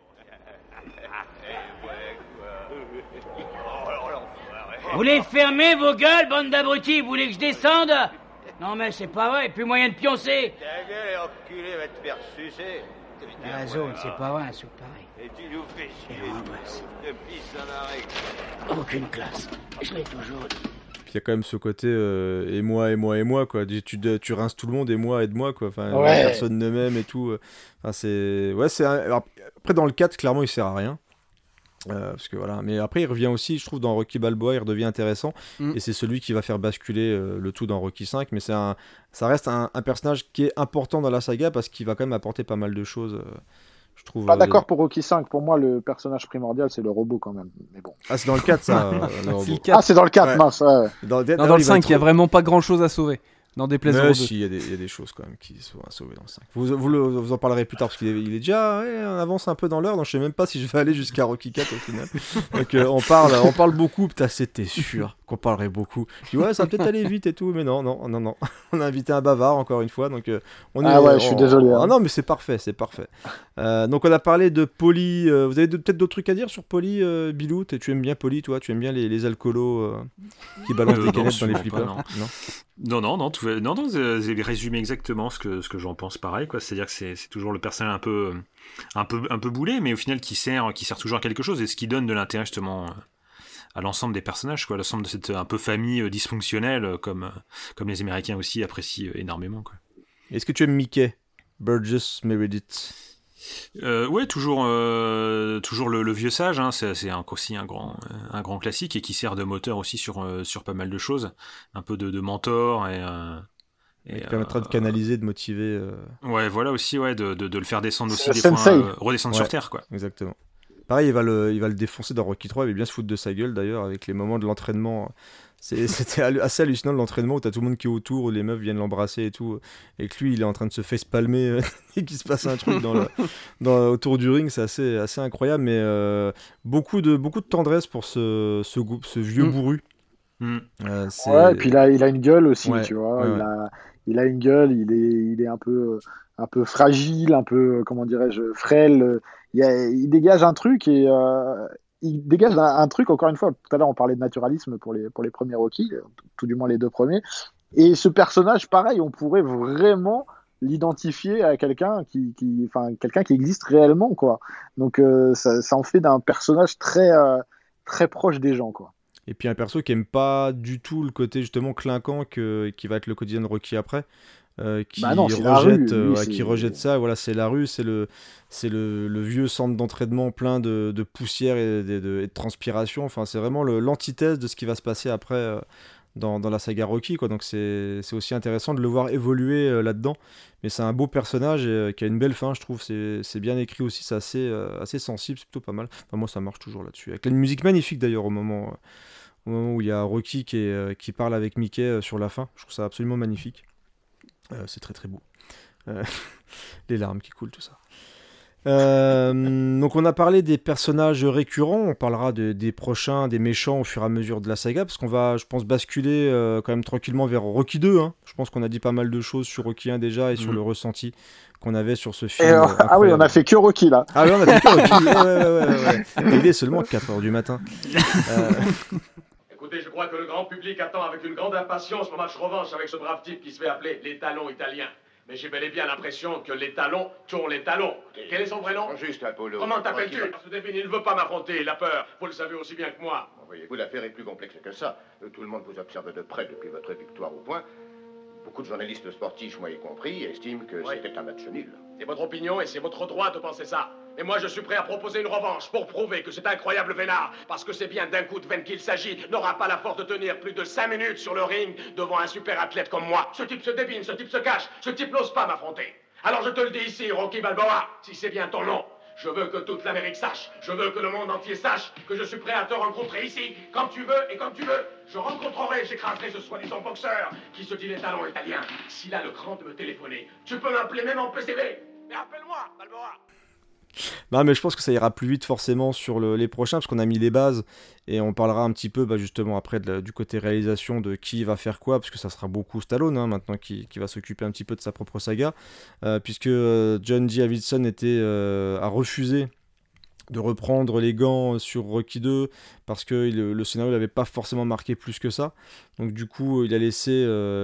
Vous voulez fermer vos gueules, bande d'abrutis? Vous voulez que je descende? Non mais c'est pas vrai, plus moyen de pioncer. Ta gueule, enculé, va te faire sucer. La zone, c'est pas vrai, un soupe pareil. Et tu nous fais chier. De pisse en arrêt. Aucune classe, je l'ai toujours dit. Il y a quand même ce côté et moi quoi. Tu rinces tout le monde et moi aide-moi quoi. Enfin, personne ne m'aime et tout. Enfin, alors, après dans le 4 clairement il sert à rien. Parce que voilà, mais après il revient aussi, je trouve, dans Rocky Balboa, il redevient intéressant, et c'est celui qui va faire basculer le tout dans Rocky 5, mais ça reste un personnage qui est important dans la saga parce qu'il va quand même apporter pas mal de choses, je trouve. Pas d'accord pour Rocky 5, pour moi le personnage primordial c'est le robot quand même, mais bon. Ah, c'est dans le 4 ça. C'est dans le 4, mince. Ouais. Dans le 5 il y a vraiment pas grand chose à sauver. Dans des places il y a des choses quand même qui sont à sauver dans le 5. Vous en parlerez plus tard parce qu'il est déjà on avance un peu dans l'heure, donc je sais même pas si je vais aller jusqu'à Rocky 4 au final. Donc on parle beaucoup, putain c'était sûr qu'on parlerait beaucoup. Je dis ça va peut-être aller vite et tout, mais non. On a invité un bavard encore une fois, donc je suis désolé. Ah non mais c'est parfait. Donc on a parlé de Paulie, vous avez peut-être d'autres trucs à dire sur Paulie, Bilou? Tu aimes bien Paulie toi? Tu aimes bien les alcoolos qui balancent des canettes dans les flippers? Non, vous avez résumé exactement ce que j'en pense pareil, quoi. C'est-à-dire que c'est toujours le personnage un peu boulé, mais au final qui sert toujours à quelque chose, et ce qui donne de l'intérêt justement à l'ensemble des personnages, quoi, l'ensemble de cette un peu famille dysfonctionnelle, comme les Américains aussi apprécient énormément, quoi. Est-ce que tu aimes Mickey Burgess Meredith? Ouais, toujours le vieux sage, hein, c'est aussi un grand classique, et qui sert de moteur aussi sur pas mal de choses, un peu de mentor et qui permettra de canaliser, de motiver. Ouais, voilà aussi, de le faire descendre aussi des fois, redescendre sur terre, quoi. Exactement. Pareil, il va le défoncer dans Rocky 3, il va bien se foutre de sa gueule d'ailleurs avec les moments de l'entraînement. C'était assez hallucinant l'entraînement où t'as tout le monde qui est autour, où les meufs viennent l'embrasser et tout, et que lui il est en train de se face-palmer et qu'il se passe un truc autour du ring, c'est assez incroyable, mais beaucoup de tendresse pour ce vieux bourru. Et puis il a une gueule aussi, tu vois. Il a une gueule, il est un peu fragile, un peu, comment dirais-je, frêle. Il dégage un truc il dégage un truc, encore une fois, tout à l'heure on parlait de naturalisme pour les premiers Rocky, tout du moins les deux premiers, et ce personnage, pareil, on pourrait vraiment l'identifier à quelqu'un qui existe réellement, quoi. Donc ça en fait d'un personnage très, très proche des gens, quoi. Et puis un perso qui aime pas du tout le côté justement clinquant qui va être le quotidien de Rocky après. Qui rejette ça, voilà, c'est la rue, c'est le vieux centre d'entraînement plein de poussière et de transpiration, enfin c'est vraiment l'antithèse de ce qui va se passer après dans la saga Rocky, quoi. Donc c'est aussi intéressant de le voir évoluer là-dedans. Mais c'est un beau personnage et qui a une belle fin, je trouve. C'est bien écrit aussi, c'est assez sensible, c'est plutôt pas mal. Enfin, moi, ça marche toujours là-dessus. Avec une musique magnifique d'ailleurs au moment où il y a Rocky qui parle avec Mickey sur la fin. Je trouve ça absolument magnifique. C'est très très beau. Les larmes qui coulent, tout ça. Donc on a parlé des personnages récurrents, on parlera des prochains, des méchants au fur et à mesure de la saga, parce qu'on va, je pense, basculer quand même tranquillement vers Rocky 2. Hein. Je pense qu'on a dit pas mal de choses sur Rocky 1 déjà et sur le ressenti qu'on avait sur ce film. Ah oui, on a fait que Rocky là. Ah oui, on a fait que Rocky. Ouais. Il est seulement 4h du matin. Écoutez, je crois que le grand public attend avec une grande impatience mon match revanche avec ce brave type qui se fait appeler les talons italiens. Mais j'ai bel et bien l'impression que les talons tournent les talons. Quel est son vrai nom? Juste Apollo. Comment t'appelles-tu? Ce débile, il ne veut pas m'affronter, il a peur. Vous le savez aussi bien que moi. Voyez-vous, l'affaire est plus complexe que ça. Tout le monde vous observe de près depuis votre victoire au point. Beaucoup de journalistes sportifs, moi y compris, estiment que c'était un match nul. C'est votre opinion et c'est votre droit de penser ça. Mais moi, je suis prêt à proposer une revanche pour prouver que cet incroyable vénard, parce que c'est bien d'un coup de veine qu'il s'agit, n'aura pas la force de tenir plus de 5 minutes sur le ring devant un super athlète comme moi. Ce type se débine, ce type se cache, ce type n'ose pas m'affronter. Alors je te le dis ici, Rocky Balboa, si c'est bien ton nom. Je veux que toute l'Amérique sache, je veux que le monde entier sache que je suis prêt à te rencontrer ici, quand tu veux et comme tu veux. Je rencontrerai, j'écraserai ce soi-disant boxeur qui se dit les talons italiens. S'il a le cran de me téléphoner, tu peux m'appeler même en PCV. Mais appelle-moi, Balboa. Non, mais je pense que ça ira plus vite forcément sur les prochains, parce qu'on a mis les bases et on parlera un petit peu justement après du côté réalisation de qui va faire quoi, parce que ça sera beaucoup Stallone maintenant qui va s'occuper un petit peu de sa propre saga, puisque John G. Avildsen a refusé de reprendre les gants sur Rocky 2 parce que le scénario n'avait pas forcément marqué plus que ça. Donc du coup, il a laissé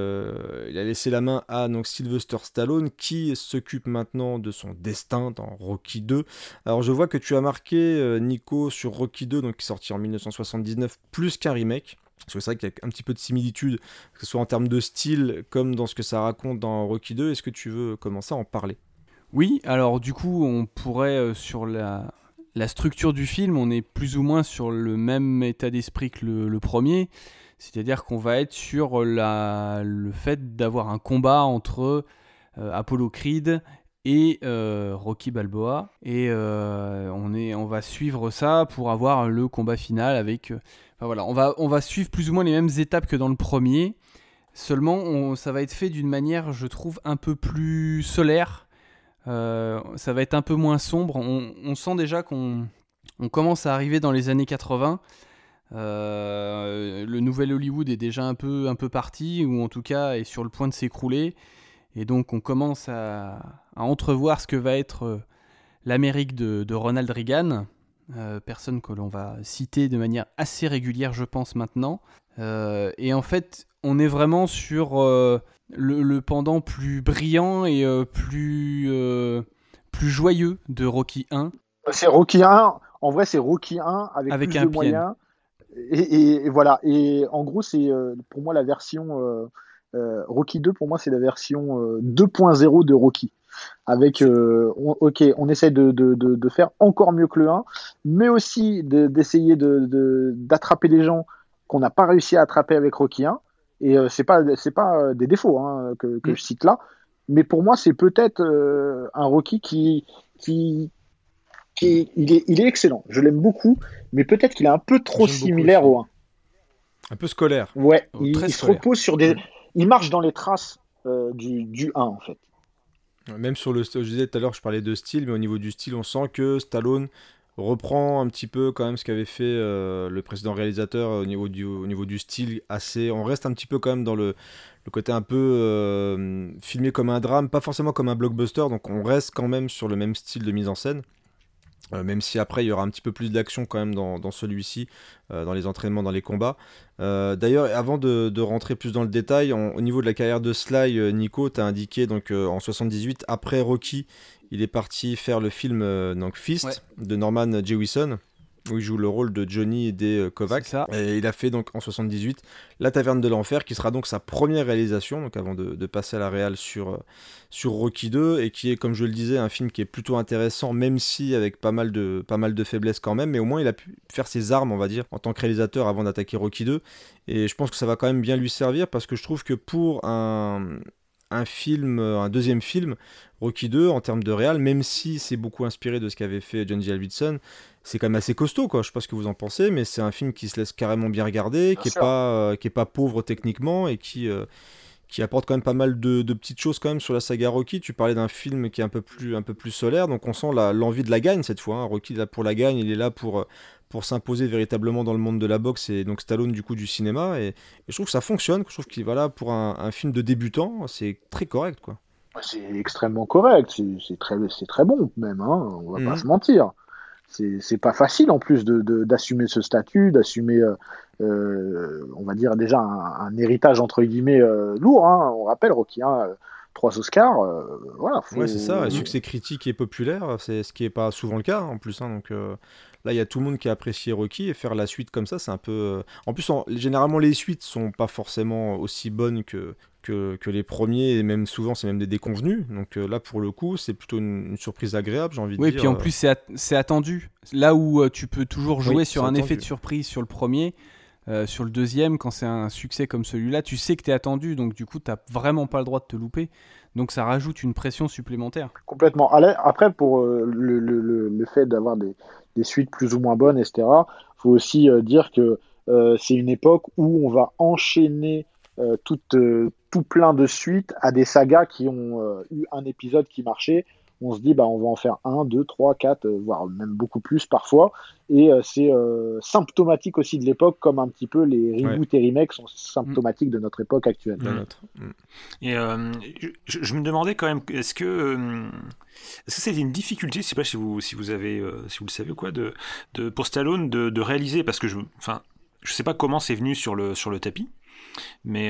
la main à Sylvester Stallone qui s'occupe maintenant de son destin dans Rocky 2. Alors je vois que tu as marqué Nico sur Rocky 2, donc qui est sorti en 1979, plus qu'un remake. Parce que c'est vrai qu'il y a un petit peu de similitude, que ce soit en termes de style comme dans ce que ça raconte dans Rocky 2. Est-ce que tu veux commencer à en parler ? Oui, alors du coup, on pourrait sur la structure du film, on est plus ou moins sur le même état d'esprit que le premier, c'est-à-dire qu'on va être sur le fait d'avoir un combat entre Apollo Creed et Rocky Balboa, et on va suivre ça pour avoir le combat final avec... voilà, on va suivre plus ou moins les mêmes étapes que dans le premier, seulement ça va être fait d'une manière, je trouve, un peu plus solaire. Ça va être un peu moins sombre. On sent déjà qu'on commence à arriver dans les années 80. Le nouvel Hollywood est déjà un peu parti, ou en tout cas est sur le point de s'écrouler. Et donc on commence à entrevoir ce que va être l'Amérique de Ronald Reagan, personne que l'on va citer de manière assez régulière, je pense, maintenant. Et en fait, on est vraiment sur... le pendant plus brillant et plus joyeux de Rocky 1. C'est Rocky 1, en vrai c'est Rocky 1 avec plus de moyens. Et voilà, et en gros c'est pour moi la version Rocky 2, pour moi c'est la version 2.0 de Rocky. Avec, on essaie de faire encore mieux que le 1, mais aussi d'essayer d'attraper les gens qu'on n'a pas réussi à attraper avec Rocky 1. Et c'est pas des défauts que je cite là, mais pour moi c'est peut-être un Rocky qui il est excellent. Je l'aime beaucoup, mais peut-être qu'il est un peu trop similaire au 1. Un peu scolaire. Ouais, il se repose sur il marche dans les traces du 1 en fait. Même sur je disais tout à l'heure, je parlais de style, mais au niveau du style, on sent que Stallone reprend un petit peu quand même ce qu'avait fait le précédent réalisateur au niveau du style assez. On reste un petit peu quand même dans le côté un peu filmé comme un drame, pas forcément comme un blockbuster, donc on reste quand même sur le même style de mise en scène. Même si après il y aura un petit peu plus d'action quand même dans celui-ci, dans les entraînements, dans les combats. D'ailleurs, avant de rentrer plus dans le détail, au niveau de la carrière de Sly, Nico, tu as indiqué donc, en 78, après Rocky, il est parti faire le film Fist de Norman Jewison. où il joue le rôle de Johnny D. Kovacs. Et il a fait donc en 78 La Taverne de l'Enfer, qui sera donc sa première réalisation, donc avant de passer à la réal sur Rocky 2, et qui est, comme je le disais, un film qui est plutôt intéressant, même si avec pas mal de faiblesses quand même, mais au moins il a pu faire ses armes, on va dire, en tant que réalisateur avant d'attaquer Rocky 2, et je pense que ça va quand même bien lui servir, parce que je trouve que pour un deuxième film, Rocky 2, en termes de réal, même si c'est beaucoup inspiré de ce qu'avait fait John G. Avildsen, c'est quand même assez costaud, quoi. Je sais pas ce que vous en pensez, mais c'est un film qui se laisse carrément bien regarder, qui est pas pauvre techniquement, et qui apporte quand même pas mal de petites choses quand même sur la saga Rocky. Tu parlais d'un film qui est un peu plus solaire, donc on sent l'envie de la gagne cette fois, hein. Rocky est là pour la gagne, il est là pour s'imposer véritablement dans le monde de la boxe, et donc Stallone du coup du cinéma, et je trouve que ça fonctionne. Je trouve qu'il voilà, pour un film de débutant, c'est très correct, quoi. C'est extrêmement correct, c'est très bon même, hein, on va pas se mentir. C'est pas facile en plus d'assumer ce statut, d'assumer, on va dire déjà un héritage entre guillemets lourd, hein. On rappelle Rocky 3 Oscars, voilà. Ouais, c'est ça, un succès critique et populaire, c'est ce qui est pas souvent le cas en plus, hein, donc là il y a tout le monde qui a apprécié Rocky, et faire la suite comme ça, c'est un peu... En plus, généralement les suites sont pas forcément aussi bonnes que les premiers, et même souvent c'est même des déconvenus, donc là pour le coup c'est plutôt une surprise agréable, j'ai envie de dire. Oui, puis en plus c'est attendu, là où tu peux toujours jouer sur un effet de surprise sur le premier, sur le deuxième, quand c'est un succès comme celui-là, tu sais que t'es attendu, donc du coup t'as vraiment pas le droit de te louper, donc ça rajoute une pression supplémentaire. Complètement. Après, pour le fait d'avoir des suites plus ou moins bonnes, etc., faut aussi dire que c'est une époque où on va enchaîner tout plein de suites à des sagas qui ont eu un épisode qui marchait. On se dit, on va en faire 1, 2, 3, 4, voire même beaucoup plus parfois. Et c'est symptomatique aussi de l'époque, comme un petit peu les reboots et remakes sont symptomatiques de notre époque actuelle. Et je me demandais quand même, est-ce que c'était une difficulté, je sais pas si vous le savez ou quoi, pour Stallone de réaliser, parce que je sais pas comment c'est venu sur le tapis. Mais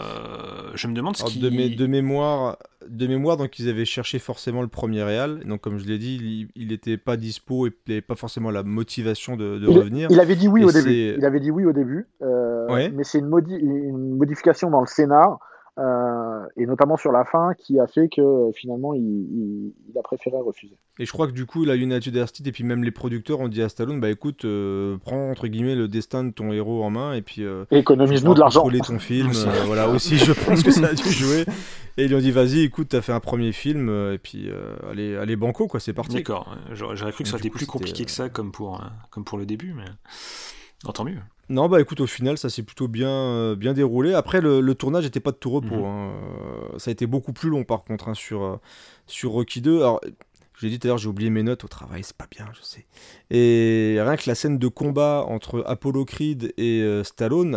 je me demande de mémoire, donc ils avaient cherché forcément le premier réal. Donc comme je l'ai dit, il n'était pas dispo et il n'avait pas forcément la motivation de revenir. Il avait dit oui au début. Mais c'est une modification dans le scénar, et notamment sur la fin, qui a fait que finalement il a préféré refuser. Et je crois que du coup la United Artists et puis même les producteurs ont dit à Stallone, écoute, prends entre guillemets le destin de ton héros en main, et puis économise-nous de l'argent. Contrôler ton film, voilà, aussi je pense que ça a dû jouer. Et ils lui ont dit, vas-y, écoute, t'as fait un premier film, et puis allez banco, quoi, c'est parti. D'accord, j'aurais cru que ça aurait été plus compliqué que ça, comme pour le début, mais tant mieux. Non, écoute, au final, ça s'est plutôt bien déroulé. Après, le tournage n'était pas de tout repos. Ça a été beaucoup plus long, par contre, sur Rocky 2. Alors, je l'ai dit tout à l'heure, j'ai oublié mes notes au travail, c'est pas bien, je sais. Et rien que la scène de combat entre Apollo Creed et Stallone,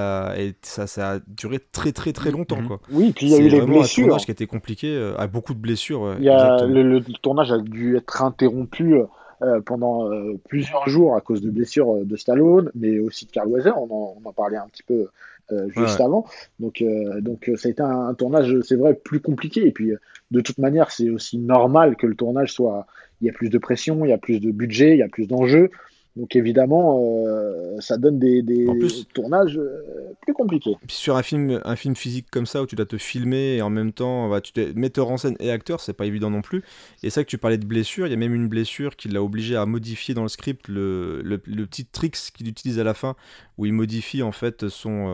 ça a duré très très très longtemps, quoi. Oui, puis il y a eu les blessures. C'est un tournage qui a été compliqué, à beaucoup de blessures. Le tournage a dû être interrompu pendant plusieurs jours à cause de blessures de Stallone, mais aussi de Carl Weathers, on en parlait un petit peu juste avant. Donc ça a été un tournage, c'est vrai, plus compliqué. Et puis de toute manière, c'est aussi normal que le tournage il y a plus de pression, il y a plus de budget, il y a plus d'enjeux. Donc évidemment, ça donne des tournages plus compliqués. Puis sur un film physique comme ça, où tu dois te filmer et en même temps, tu es metteur en scène et acteur, c'est pas évident non plus. Et c'est vrai que tu parlais de blessure, il y a même une blessure qui l'a obligé à modifier dans le script le petit tricks qu'il utilise à la fin, où il modifie en fait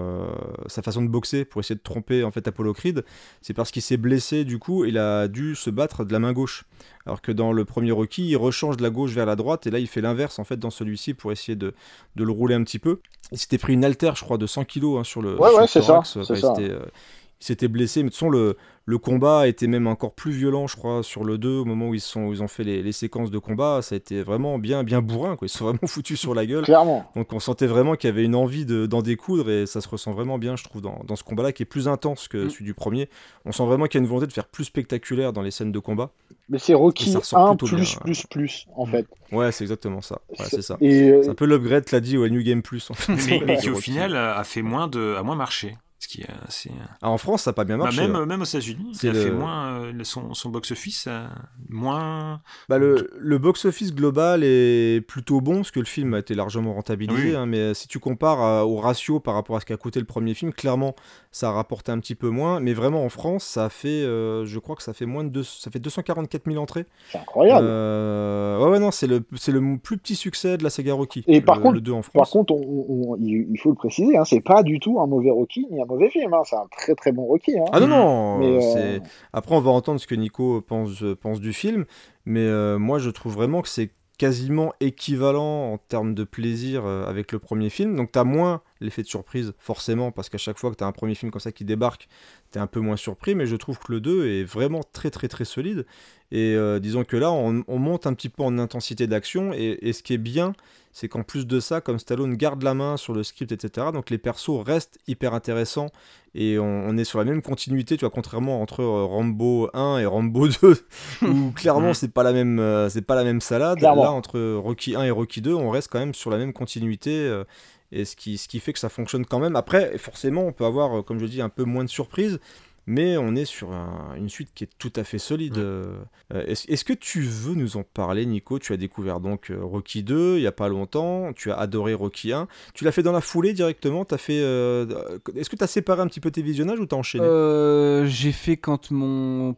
sa façon de boxer pour essayer de tromper en fait Apollo Creed. C'est parce qu'il s'est blessé, du coup, il a dû se battre de la main gauche. Alors que dans le premier Rocky, il rechange de la gauche vers la droite, et là il fait l'inverse en fait dans celui-ci pour essayer de le rouler un petit peu. Il s'était pris une haltère, je crois, de 100 kg sur le thorax. Il s'était blessé, mais de toute façon le combat était même encore plus violent, je crois, sur le 2, au moment où ils ont fait les séquences de combat. Ça a été vraiment bien bourrin, quoi. Ils se sont vraiment foutus sur la gueule. Clairement. Donc on sentait vraiment qu'il y avait une envie d'en découdre, et ça se ressent vraiment bien, je trouve, dans ce combat-là, qui est plus intense que celui du premier. On sent vraiment qu'il y a une volonté de faire plus spectaculaire dans les scènes de combat. Mais c'est Rocky 1 plus, en fait. Ouais, c'est exactement ça. Ouais, c'est ça. Et c'est un peu l'upgrade, tu l'as dit, au New Game Plus, en fait. Mais qui au final a moins marché. Ce qui est assez... En France, ça n'a pas bien marché. Même aux États-Unis, il a fait moins son box-office moins. Le box-office global est plutôt bon parce que le film a été largement rentabilisé. Oui. Mais si tu compares au ratio par rapport à ce qu'a coûté le premier film, clairement, ça a rapporté un petit peu moins. Mais vraiment, en France, ça a fait, je crois que ça fait ça fait 244 000 entrées. C'est incroyable. Non, c'est le plus petit succès de la saga Rocky. Et par contre, le 2 en France. Par contre, il faut le préciser, hein, c'est pas du tout un mauvais Rocky ni un mauvais film, hein, c'est un très très bon Rocky. Hein. Ah non, mais après on va entendre ce que Nico pense du film, mais moi je trouve vraiment que c'est quasiment équivalent en termes de plaisir avec le premier film. Donc t'as moins l'effet de surprise, forcément, parce qu'à chaque fois que t'as un premier film comme ça qui débarque, t'es un peu moins surpris, mais je trouve que le 2 est vraiment très très très solide. Et disons que là, on monte un petit peu en intensité d'action, et ce qui est bien, c'est qu'en plus de ça, comme Stallone garde la main sur le script, etc., donc les persos restent hyper intéressants, et on est sur la même continuité, tu vois, contrairement entre Rambo 1 et Rambo 2, où clairement c'est pas la même salade. Clairement. Là, entre Rocky 1 et Rocky 2, on reste quand même sur la même continuité, et ce qui fait que ça fonctionne quand même. Après, forcément, on peut avoir, comme je dis, un peu moins de surprises, mais on est sur une suite qui est tout à fait solide. Est-ce que tu veux nous en parler, Nico ? Tu as découvert donc Rocky 2 il n'y a pas longtemps, tu as adoré Rocky 1. Tu l'as fait dans la foulée directement ? Est-ce que tu as séparé un petit peu tes visionnages ou tu as enchaîné ? J'ai fait quand mon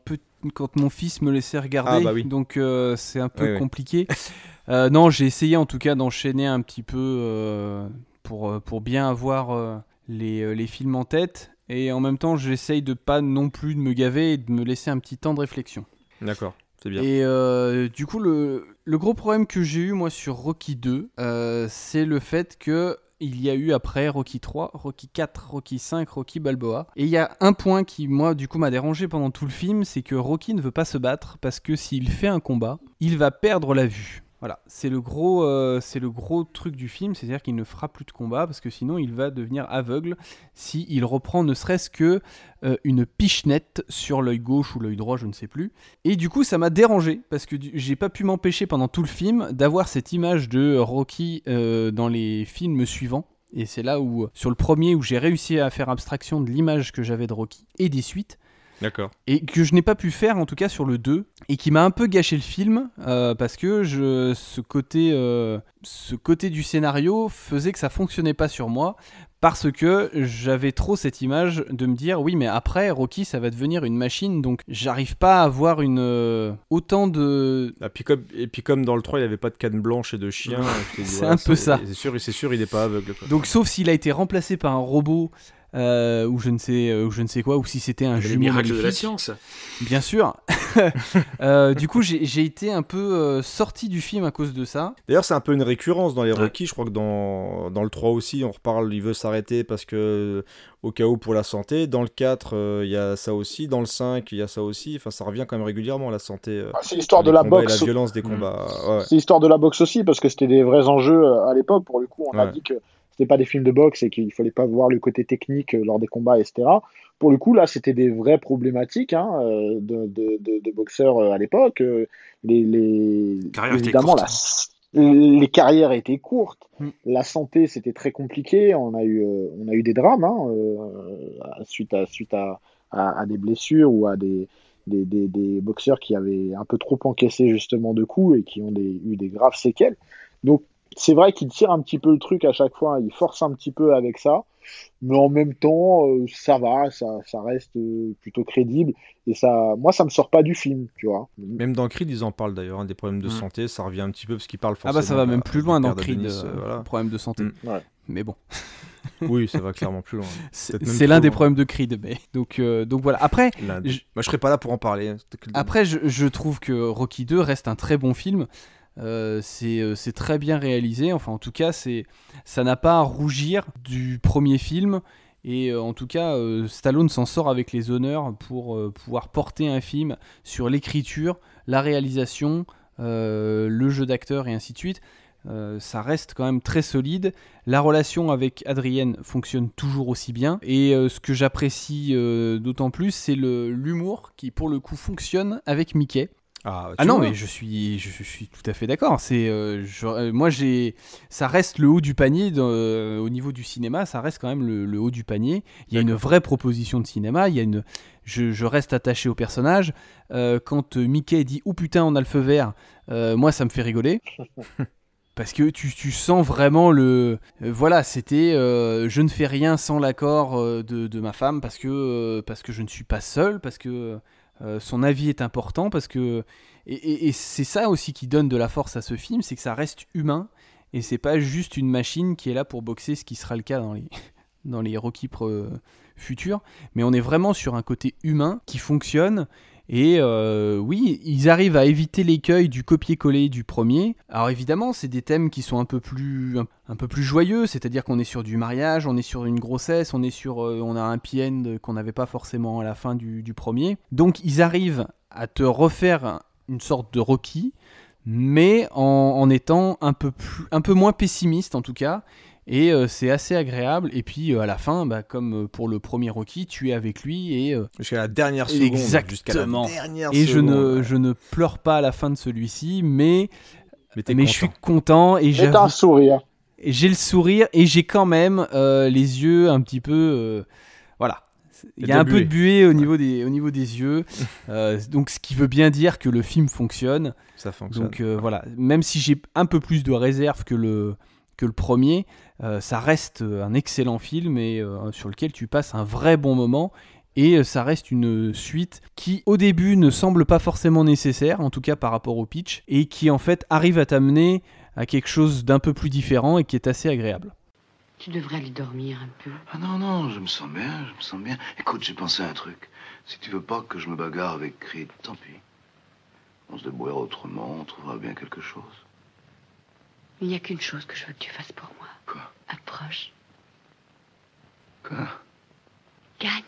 fils me laissait regarder, donc c'est un peu compliqué. Non, j'ai essayé en tout cas d'enchaîner un petit peu pour bien avoir les films en tête. Et en même temps, j'essaye de pas non plus de me gaver et de me laisser un petit temps de réflexion. D'accord, c'est bien. Et du coup, le gros problème que j'ai eu, moi, sur Rocky 2, c'est le fait que il y a eu après Rocky 3, Rocky 4, Rocky 5, Rocky Balboa. Et il y a un point qui, moi, du coup, m'a dérangé pendant tout le film, c'est que Rocky ne veut pas se battre parce que s'il fait un combat, il va perdre la vue. Voilà, c'est le gros truc du film, c'est-à-dire qu'il ne fera plus de combat parce que sinon il va devenir aveugle s'il reprend ne serait-ce que une pichenette sur l'œil gauche ou l'œil droit, je ne sais plus. Et du coup, ça m'a dérangé parce que j'ai pas pu m'empêcher pendant tout le film d'avoir cette image de Rocky dans les films suivants. Et c'est là où, sur le premier, où j'ai réussi à faire abstraction de l'image que j'avais de Rocky et des suites. D'accord. Et que je n'ai pas pu faire en tout cas sur le 2 et qui m'a un peu gâché le film parce que ce côté du scénario faisait que ça fonctionnait pas sur moi parce que j'avais trop cette image de me dire oui mais après Rocky ça va devenir une machine donc j'arrive pas à avoir autant de... Et puis comme dans le 3 il n'y avait pas de canne blanche et de chien, c'est un peu ça. C'est sûr il n'est pas aveugle, quoi. Donc sauf s'il a été remplacé par un robot ou je ne sais quoi, ou si c'était un jumeau miracle maléfique. de la science. Bien sûr. Du coup, j'ai été un peu sorti du film à cause de ça. D'ailleurs, c'est un peu une récurrence dans les Rocky. Je crois que dans le 3 aussi, on reparle, il veut s'arrêter parce que au cas où pour la santé. Dans le 4, il y a ça aussi. Dans le 5, il y a ça aussi. Enfin, ça revient quand même régulièrement, la santé. C'est l'histoire de la boxe. Et la violence des combats. Ouais. C'est l'histoire de la boxe aussi, parce que c'était des vrais enjeux à l'époque. Pour le coup, on a dit que c'était pas des films de boxe et qu'il fallait pas voir le côté technique lors des combats, etc. Pour le coup, là, c'était des vraies problématiques de boxeurs à l'époque. Évidemment, les carrières étaient courtes. La santé, c'était très compliqué. On a eu des drames suite à des blessures ou à des boxeurs qui avaient un peu trop encaissé justement de coups et qui ont eu des graves séquelles. Donc, c'est vrai qu'il tire un petit peu le truc à chaque fois, il force un petit peu avec ça, mais en même temps, ça va, ça reste plutôt crédible, et moi, ça me sort pas du film, tu vois. Même dans Creed, ils en parlent d'ailleurs, des problèmes de santé, ça revient un petit peu, parce qu'ils parlent forcément... Ah bah ça va même plus loin dans Creed, voilà. Problème de santé. Ouais. Mais bon. Oui, ça va clairement plus loin. C'est l'un des problèmes de Creed, mais... donc voilà. Après, moi je serais pas là pour en parler. Après, je trouve que Rocky 2 reste un très bon film. C'est très bien réalisé, enfin en tout cas ça n'a pas à rougir du premier film et en tout cas Stallone s'en sort avec les honneurs pour pouvoir porter un film sur l'écriture, la réalisation, le jeu d'acteur et ainsi de suite. Ça reste quand même très solide. La relation avec Adrienne fonctionne toujours aussi bien et ce que j'apprécie d'autant plus c'est l'humour qui pour le coup fonctionne avec Mickey. Non, mais je suis tout à fait d'accord. Ça reste le haut du panier au niveau du cinéma. Ça reste quand même le haut du panier. Il y a une vraie proposition de cinéma. Je reste attaché au personnage. Quand Mickey dit « Oh putain, on a le feu vert », moi ça me fait rigoler. Parce que tu sens vraiment c'était je ne fais rien sans l'accord de ma femme parce que je ne suis pas seul, parce que son avis est important, parce que et c'est ça aussi qui donne de la force à ce film, c'est que ça reste humain et c'est pas juste une machine qui est là pour boxer, ce qui sera le cas dans les Rocky futurs, mais on est vraiment sur un côté humain qui fonctionne. Et oui, ils arrivent à éviter l'écueil du copier-coller du premier. Alors évidemment, c'est des thèmes qui sont un peu plus joyeux, c'est-à-dire qu'on est sur du mariage, on est sur une grossesse, on a un happy end qu'on n'avait pas forcément à la fin du premier. Donc ils arrivent à te refaire une sorte de Rocky, mais en étant un peu moins pessimiste en tout cas. Et c'est assez agréable. Et puis à la fin, comme pour le premier Rocky, tu es avec lui et jusqu'à la dernière seconde. Exactement. Je ne pleure pas à la fin de celui-ci, mais je suis content et j'ai un sourire. Et j'ai le sourire et j'ai quand même les yeux un petit peu voilà. Il y a un peu de buée au niveau des yeux, donc ce qui veut bien dire que le film fonctionne. Ça fonctionne. Donc voilà, même si j'ai un peu plus de réserve que le premier, ça reste un excellent film et sur lequel tu passes un vrai bon moment. Et ça reste une suite qui, au début, ne semble pas forcément nécessaire, en tout cas par rapport au pitch, et qui, en fait, arrive à t'amener à quelque chose d'un peu plus différent et qui est assez agréable. Tu devrais aller dormir un peu. Ah non, je me sens bien. Écoute, j'ai pensé à un truc. Si tu veux pas que je me bagarre avec Creed, tant pis. On se débrouillera autrement, on trouvera bien quelque chose. Il n'y a qu'une chose que je veux que tu fasses pour moi. Quoi? Approche. Quoi? Gagne.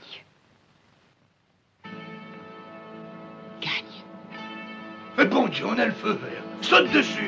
Mais bon Dieu, on a le feu vert. Saute dessus.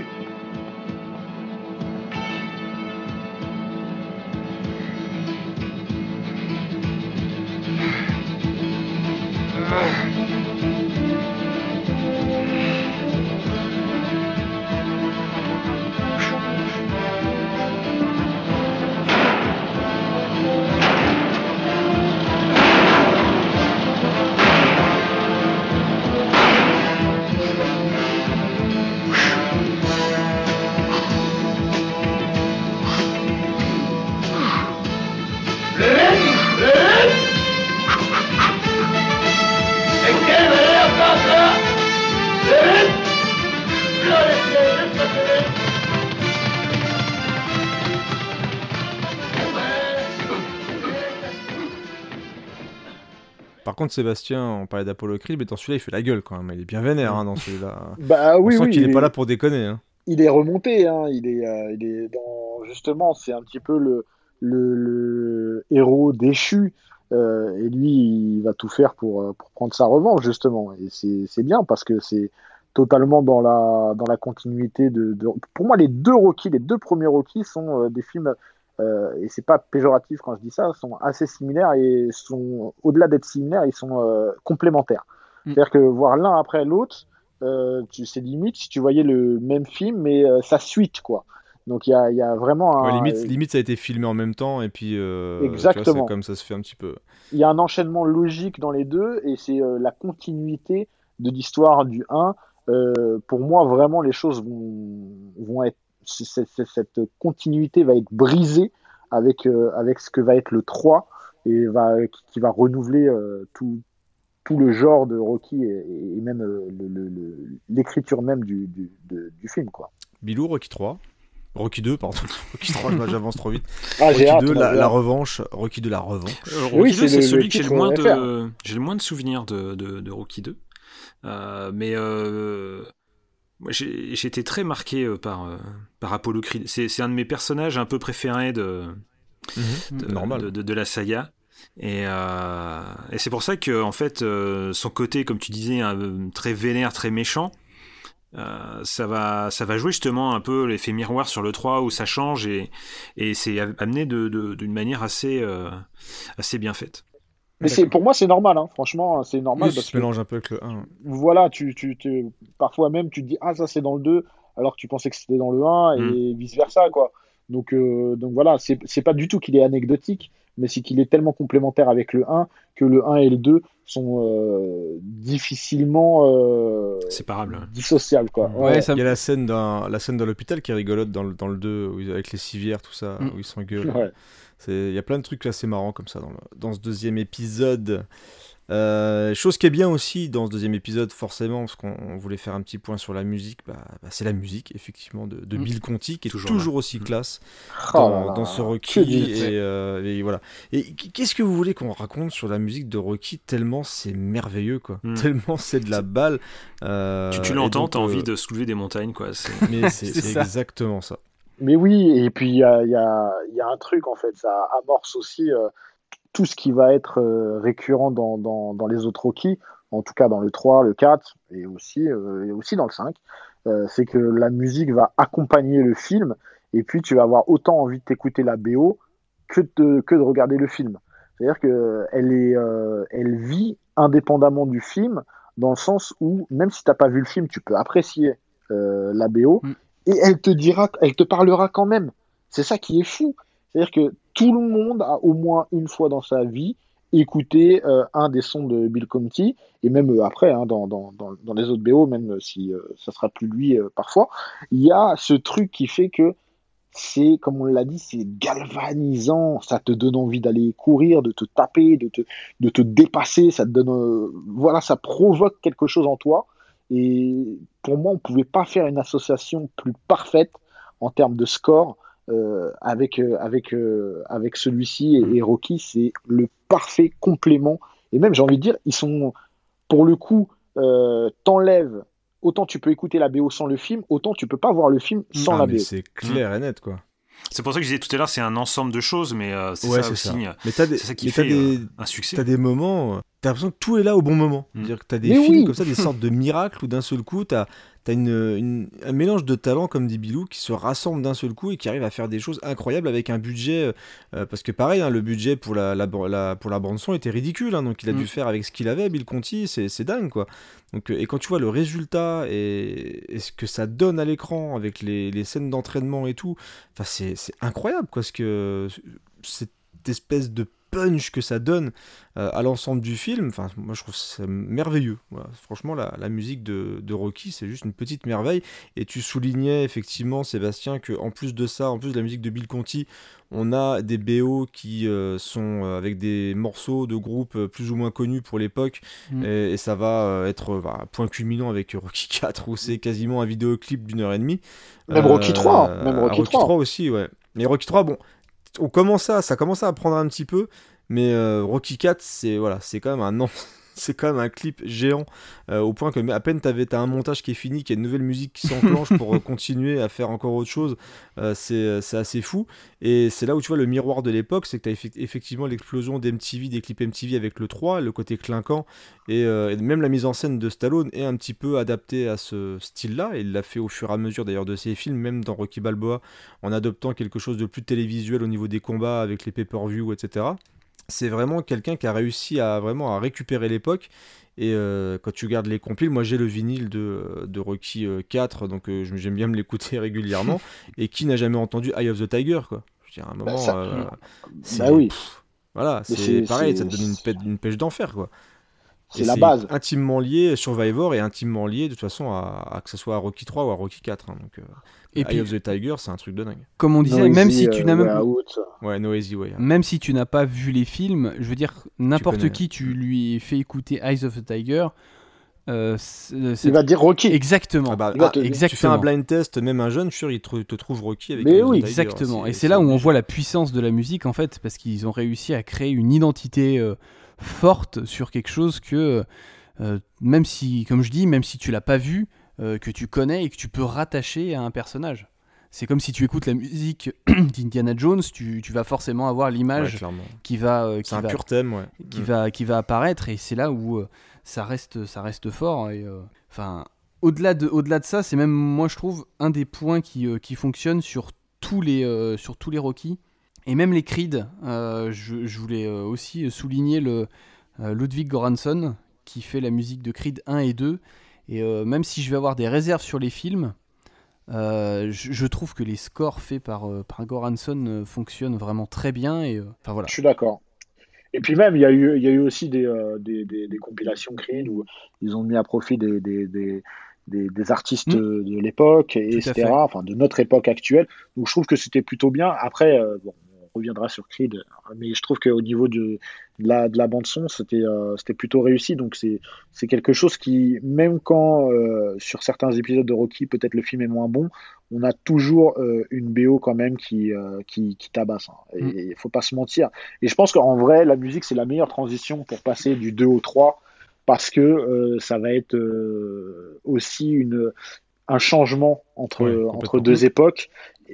Par contre, Sébastien, on parlait d'Apollo Creed, mais dans celui-là, il fait la gueule quand même. Il est bien vénère dans celui-là. Bah oui, on sent oui. qu'il est pas là pour déconner. Hein. Il est remonté. Hein. Il est dans justement, c'est un petit peu le héros déchu. Et lui, il va tout faire pour prendre sa revanche justement. Et c'est bien parce que c'est totalement dans la continuité de. Pour moi, les deux premiers Rocky sont des films. Et c'est pas péjoratif quand je dis ça, sont assez similaires et sont au-delà d'être similaires, ils sont complémentaires. C'est-à-dire que voir l'un après l'autre, c'est limite si tu voyais le même film mais sa suite quoi. Donc il y a vraiment un limite ça a été filmé en même temps et puis exactement. Tu vois, c'est comme ça se fait un petit peu. Il y a un enchaînement logique dans les deux et c'est la continuité de l'histoire du 1. Pour moi vraiment les choses vont être cette continuité va être brisée avec ce que va être le 3 et qui va renouveler tout le genre de Rocky et même l'écriture même du film quoi. Bilou, Rocky 3 Rocky 2, pardon. Rocky 3, j'avance trop vite. Rocky 2, la revanche. Rocky 2, la revanche. Rocky 2, c'est celui que j'ai le moins de souvenirs de Rocky 2. Mais moi, j'ai été très marqué par Apollo Creed. C'est un de mes personnages un peu préférés de la saga. Et c'est pour ça que en fait, son côté, comme tu disais, très vénère, très méchant, ça va jouer justement un peu l'effet miroir sur le 3 où ça change et c'est amené d'une manière assez bien faite. Mais pour moi, c'est normal, hein. Franchement, c'est normal. Oui, parce tu que, mélanges un peu avec le 1. voilà, parfois même, tu te dis, ah, ça, c'est dans le 2, alors que tu pensais que c'était dans le 1, et vice-versa, quoi. Donc voilà, c'est pas du tout qu'il est anecdotique, mais c'est qu'il est tellement complémentaire avec le 1 que le 1 et le 2 sont difficilement séparables. Dissociables, quoi. Ouais, il y a la scène dans l'hôpital qui est rigolote dans le 2, avec les civières, tout ça, où ils s'engueulent. Ouais. Il y a plein de trucs assez marrants comme ça dans ce deuxième épisode. Chose qui est bien aussi dans ce deuxième épisode, forcément, parce qu'on voulait faire un petit point sur la musique, c'est la musique, effectivement, de Bill Conti, qui est toujours aussi classe dans ce Rocky. Et voilà. Et qu'est-ce que vous voulez qu'on raconte sur la musique de Rocky, tellement c'est merveilleux, quoi. Tellement c'est de la balle. Tu l'entends, t'as envie de soulever des montagnes, quoi. Mais c'est exactement ça. Mais oui, et puis il y a un truc, en fait, ça amorce aussi tout ce qui va être récurrent dans les autres Rocky, en tout cas dans le 3, le 4, et aussi dans le 5, c'est que la musique va accompagner le film, et puis tu vas avoir autant envie de t'écouter la BO que de regarder le film. C'est-à-dire qu'elle vit indépendamment du film, dans le sens où, même si tu n'as pas vu le film, tu peux apprécier la BO, et elle te parlera quand même. C'est ça qui est fou. C'est-à-dire que tout le monde a au moins une fois dans sa vie écouté un des sons de Bill Conti, et même après, hein, dans les autres BO, même si ça sera plus lui parfois, il y a ce truc qui fait que c'est, comme on l'a dit, c'est galvanisant, ça te donne envie d'aller courir, de te taper, de te dépasser, ça te donne, voilà, ça provoque quelque chose en toi, et pour moi, on pouvait pas faire une association plus parfaite en termes de score avec celui-ci et Rocky. C'est le parfait complément, et même j'ai envie de dire, ils sont, pour le coup, t'enlèves, autant tu peux écouter la BO sans le film, autant tu peux pas voir le film sans la BO. C'est clair et net, quoi. C'est pour ça que je disais tout à l'heure, c'est un ensemble de choses, mais c'est ça aussi. Mais c'est ça qui fait un succès. T'as des moments, t'as l'impression que tout est là au bon moment. C'est-à-dire que t'as des films comme ça, des sortes de miracles, où d'un seul coup, t'as un mélange de talents, comme dit Bilou, qui se rassemblent d'un seul coup et qui arrivent à faire des choses incroyables avec un budget. Parce que pareil, hein, le budget pour la bande-son était ridicule, hein, donc il a dû faire avec ce qu'il avait, Bill Conti, c'est dingue, quoi. Donc, et quand tu vois le résultat et ce que ça donne à l'écran avec les scènes d'entraînement et tout, c'est incroyable, quoi, parce que cette espèce de punch que ça donne à l'ensemble du film, moi je trouve ça merveilleux. Voilà. Franchement, la musique de Rocky, c'est juste une petite merveille. Et tu soulignais effectivement, Sébastien, qu'en plus de ça, en plus de la musique de Bill Conti, on a des BO qui sont avec des morceaux de groupes plus ou moins connus pour l'époque, et ça va être point culminant avec Rocky 4, où c'est quasiment un vidéoclip d'1h30. Même Rocky 3, Rocky 3 aussi, ouais. Mais Rocky 3, bon, ça commence à prendre un petit peu, mais Rocky 4, c'est quand même c'est quand même un clip géant, au point que à peine t'as un montage qui est fini, qu'il y a une nouvelle musique qui s'enclenche pour continuer à faire encore autre chose. C'est assez fou, et c'est là où tu vois le miroir de l'époque, c'est que t'as effectivement l'explosion d'MTV, des clips MTV avec le 3, le côté clinquant, et même la mise en scène de Stallone est un petit peu adaptée à ce style-là, et il l'a fait au fur et à mesure d'ailleurs de ses films, même dans Rocky Balboa, en adoptant quelque chose de plus télévisuel au niveau des combats avec les pay-per-view, etc. C'est vraiment quelqu'un qui a réussi à récupérer l'époque. Et quand tu regardes les compiles, moi j'ai le vinyle de Rocky 4, donc j'aime bien me l'écouter régulièrement. Et qui n'a jamais entendu Eye of the Tiger, quoi. Je veux dire, à un moment, oui. Voilà, c'est pareil, ça te donne une pêche d'enfer, quoi. C'est la base. Intimement lié, Survivor est intimement lié de toute façon à que ce soit à Rocky 3 ou à Rocky 4. Hein, donc, et Eye of the Tiger, c'est un truc de dingue. Comme on disait, même si tu n'as No Easy Way. Même si tu n'as pas vu les films, je veux dire, n'importe qui, tu lui fais écouter Eyes of the Tiger, il va dire Rocky. Exactement. Exactement. Tu fais un blind test, même un jeune, sûr, il te trouve Rocky avec. Mais oui, exactement. Et c'est là où on voit la puissance de la musique, en fait, parce qu'ils ont réussi à créer une identité forte sur quelque chose que même si, comme je dis, même si tu l'as pas vu, que tu connais et que tu peux rattacher à un personnage. C'est comme si tu écoutes la musique d'Indiana Jones, tu vas forcément avoir l'image qui va c'est un pur thème, qui va apparaître, et c'est là où ça reste fort. Et au-delà de ça, c'est même, moi je trouve, un des points qui fonctionne sur tous les Rocky. Et même les Creed, je voulais aussi souligner Ludwig Göransson qui fait la musique de Creed 1 et 2. Et même si je vais avoir des réserves sur les films, je trouve que les scores faits par Göransson fonctionnent vraiment très bien. Et, voilà. Je suis d'accord. Et puis même, il y a eu aussi des compilations Creed où ils ont mis à profit des artistes de l'époque, etc., enfin de notre époque actuelle. Donc je trouve que c'était plutôt bien. Après, on reviendra sur Creed, mais je trouve qu'au niveau de la bande-son, c'était plutôt réussi. Donc c'est quelque chose qui, même quand sur certains épisodes de Rocky, peut-être le film est moins bon, on a toujours une BO quand même qui tabasse. Hein. Et il faut pas se mentir. Et je pense qu'en vrai, la musique, c'est la meilleure transition pour passer du 2 au 3, parce que ça va être aussi un changement entre deux époques,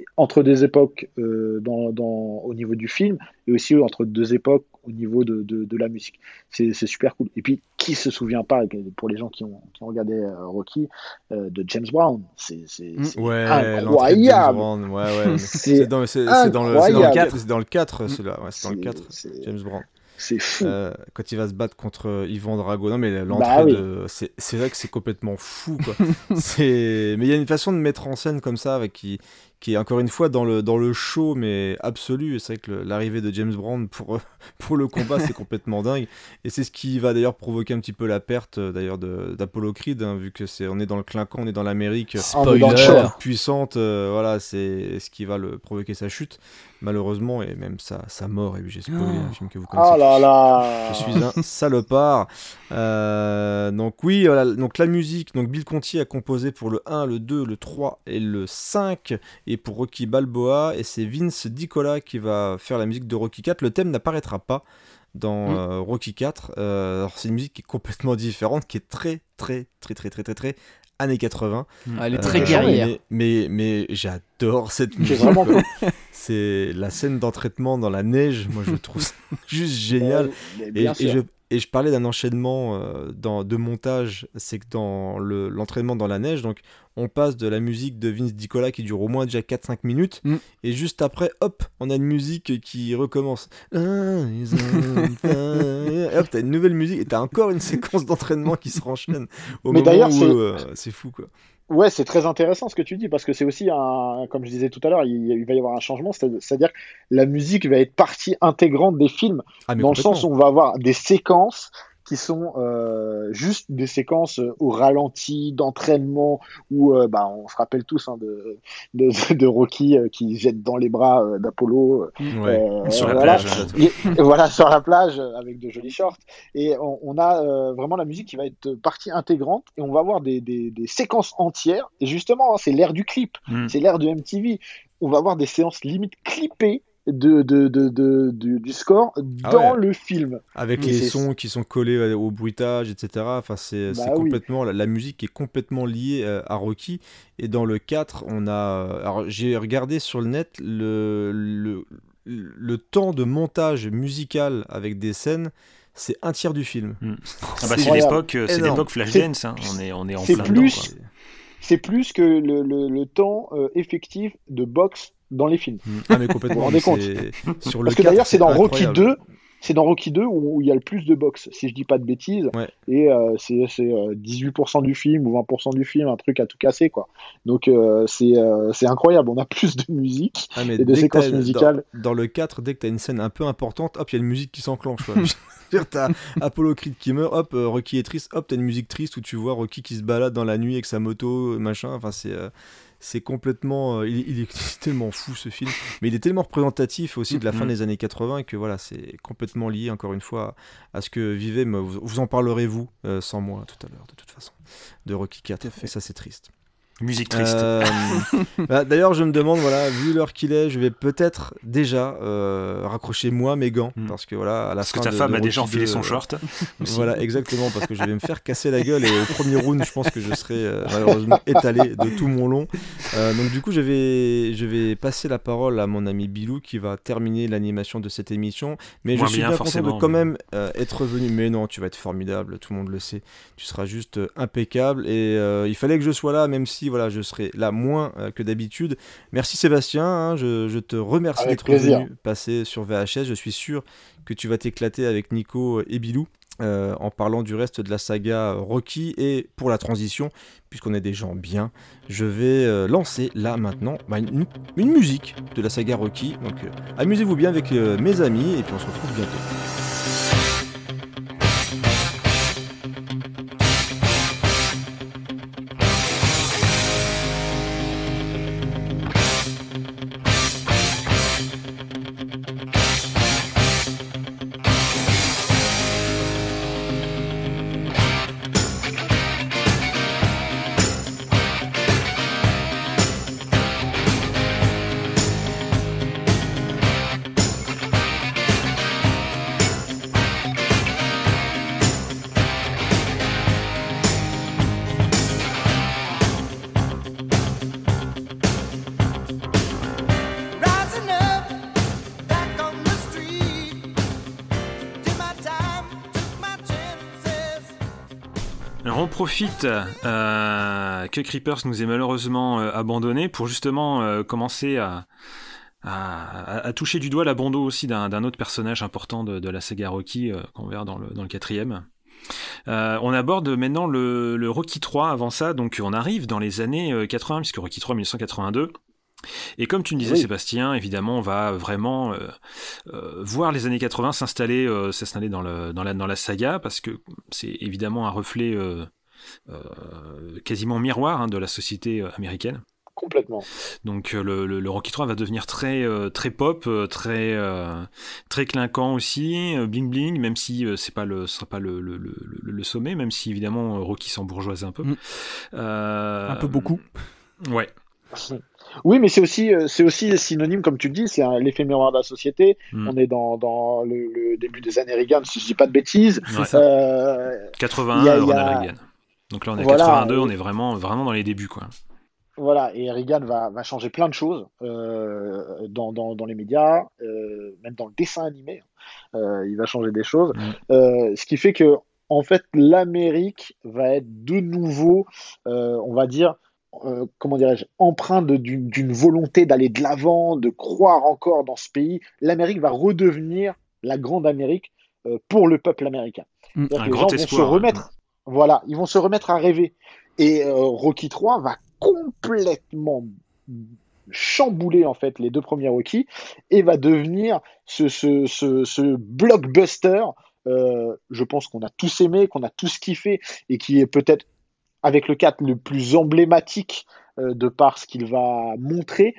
au niveau du film, et aussi entre deux époques au niveau de la musique. C'est super cool. Et puis, qui se souvient pas, pour les gens qui ont regardé Rocky, de James Brown, c'est incroyable. C'est dans le 4, c'est dans le 4, celui-là. Ouais, c'est dans le 4, James Brown. C'est fou. Quand il va se battre contre Ivan Drago. Non, mais l'entrée c'est vrai que c'est complètement fou, quoi. Mais il y a une façon de mettre en scène comme ça, qui est encore une fois dans le show, mais absolu. Et c'est vrai que l'arrivée de James Brown pour le combat, c'est complètement dingue. Et c'est ce qui va d'ailleurs provoquer un petit peu la perte d'ailleurs d'Apollo Creed, hein, vu que on est dans le clinquant, on est dans l'Amérique puissante. Voilà, c'est ce qui va provoquer sa chute, malheureusement, et même sa mort. Et j'ai spoilé un film que vous connaissez. Oh là là. Je suis un salopard. Donc oui, voilà, donc la musique. Donc Bill Conti a composé pour le 1, le 2, le 3 et le 5. Et pour Rocky Balboa, et c'est Vince DiCola qui va faire la musique de Rocky 4. Le thème n'apparaîtra pas dans Rocky 4. Alors c'est une musique qui est complètement différente, qui est très années 80. Elle est très guerrière. Mais j'adore cette musique. C'est la scène d'entraînement dans la neige. Moi, je trouve ça juste génial. Et je parlais d'un enchaînement de montage. C'est que dans l'entraînement dans la neige, donc on passe de la musique de Vince DiCola qui dure au moins déjà 4-5 minutes, et juste après, hop, on a une musique qui recommence. Et hop, t'as une nouvelle musique, et t'as encore une séquence d'entraînement qui se renchaîne. Au moment où c'est fou, quoi. Ouais, c'est très intéressant ce que tu dis, parce que c'est aussi comme je disais tout à l'heure, il va y avoir un changement, c'est-à-dire que la musique va être partie intégrante des films, dans le sens où on va avoir des séquences qui sont juste des séquences au ralenti d'entraînement où on se rappelle tous de Rocky qui jette dans les bras d'Apollo sur la plage. Voilà, sur la plage avec de jolis shorts, et on a vraiment la musique qui va être partie intégrante, et on va avoir des séquences entières, et justement c'est l'ère du clip, c'est l'ère de MTV, on va avoir des séances limite clippées du score dans le film, avec les sons qui sont collés au bruitage, etc. Enfin, c'est complètement la musique est complètement liée à Rocky. Et dans le 4, on a, alors j'ai regardé sur le net le temps de montage musical avec des scènes. C'est un tiers du film. C'est l'époque Flashdance, hein. On est en plein dedans, quoi. C'est plus que le temps effectif de boxe dans les films. Ah, mais complètement. Vous vous rendez compte ? Parce que d'ailleurs, c'est dans Rocky 2. C'est dans Rocky 2 où il y a le plus de boxe, si je dis pas de bêtises. Ouais. Et c'est 18% du film ou 20% du film, un truc à tout casser, quoi. Donc c'est incroyable. On a plus de musique et de séquences musicales. Dans le 4, dès que tu as une scène un peu importante, hop, il y a une musique qui s'enclenche. T'as Apollo Creed qui meurt, hop, Rocky est triste, hop, t'as une musique triste où tu vois Rocky qui se balade dans la nuit avec sa moto, machin. Enfin, c'est complètement... il est tellement fou, ce film. Mais il est tellement représentatif aussi de la fin des années 80 que voilà, c'est complètement lié, encore une fois, à ce que vivait... Vous en parlerez, vous, sans moi, tout à l'heure, de toute façon, de Rocky 4. Et ça, c'est triste. Musique triste. D'ailleurs, je me demande, voilà, vu l'heure qu'il est, je vais peut-être déjà raccrocher moi mes gants, parce que voilà, à la fin que ta femme a déjà enfilé son short. Voilà, exactement, parce que je vais me faire casser la gueule, et au premier round, je pense que je serai malheureusement étalé de tout mon long. Donc du coup, je vais passer la parole à mon ami Bilou qui va terminer l'animation de cette émission, mais je suis bien content de quand même être venu. Mais non, tu vas être formidable, tout le monde le sait. Tu seras juste impeccable, et il fallait que je sois là, même si fois-ci, voilà, je serai là moins que d'habitude. Merci Sébastien, hein, je te remercie Avec d'être plaisir. venu passer sur VHS. Je suis sûr que tu vas t'éclater avec Nico et Bilou en parlant du reste de la saga Rocky. Et pour la transition, puisqu'on est des gens bien, je vais lancer là maintenant une musique de la saga Rocky. Donc amusez-vous bien avec mes amis et puis on se retrouve bientôt. On profite que Creepers nous ait malheureusement abandonnés pour justement commencer à toucher du doigt l'abandon aussi d'un autre personnage important de la saga Rocky qu'on verra dans le 4e. On aborde maintenant le Rocky 3 avant ça, donc on arrive dans les années 80, puisque Rocky 3 1982. Et comme tu me disais, Sébastien, évidemment, on va vraiment voir les années 80 s'installer dans la saga, parce que c'est évidemment un reflet quasiment miroir de la société américaine. Complètement. Donc le Rocky 3 va devenir très pop, très clinquant aussi, bling bling, même si ce sera pas le sommet, même si évidemment Rocky s'embourgeoise un peu. Un peu beaucoup. Ouais. Oui, mais c'est aussi synonyme, comme tu le dis, c'est l'effet miroir de la société. On est dans le début des années Reagan, si je dis pas de bêtises. Ouais. 81, Ronald Reagan. Donc là, on est 82, on est vraiment dans les débuts, quoi. Voilà, et Reagan va changer plein de choses dans les médias, même dans le dessin animé. Il va changer des choses. Ce qui fait que, en fait, l'Amérique va être de nouveau, on va dire, comment dirais-je, empreinte d'une volonté d'aller de l'avant, de croire encore dans ce pays. L'Amérique va redevenir la grande Amérique pour le peuple américain. Un les grand gens espoir. Vont se remettre, voilà, ils vont se remettre à rêver. Et Rocky 3 va complètement chambouler en fait les deux premiers Rocky et va devenir ce blockbuster. Je pense qu'on a tous aimé, qu'on a tous kiffé et qui est peut-être avec le 4 le plus emblématique de par ce qu'il va montrer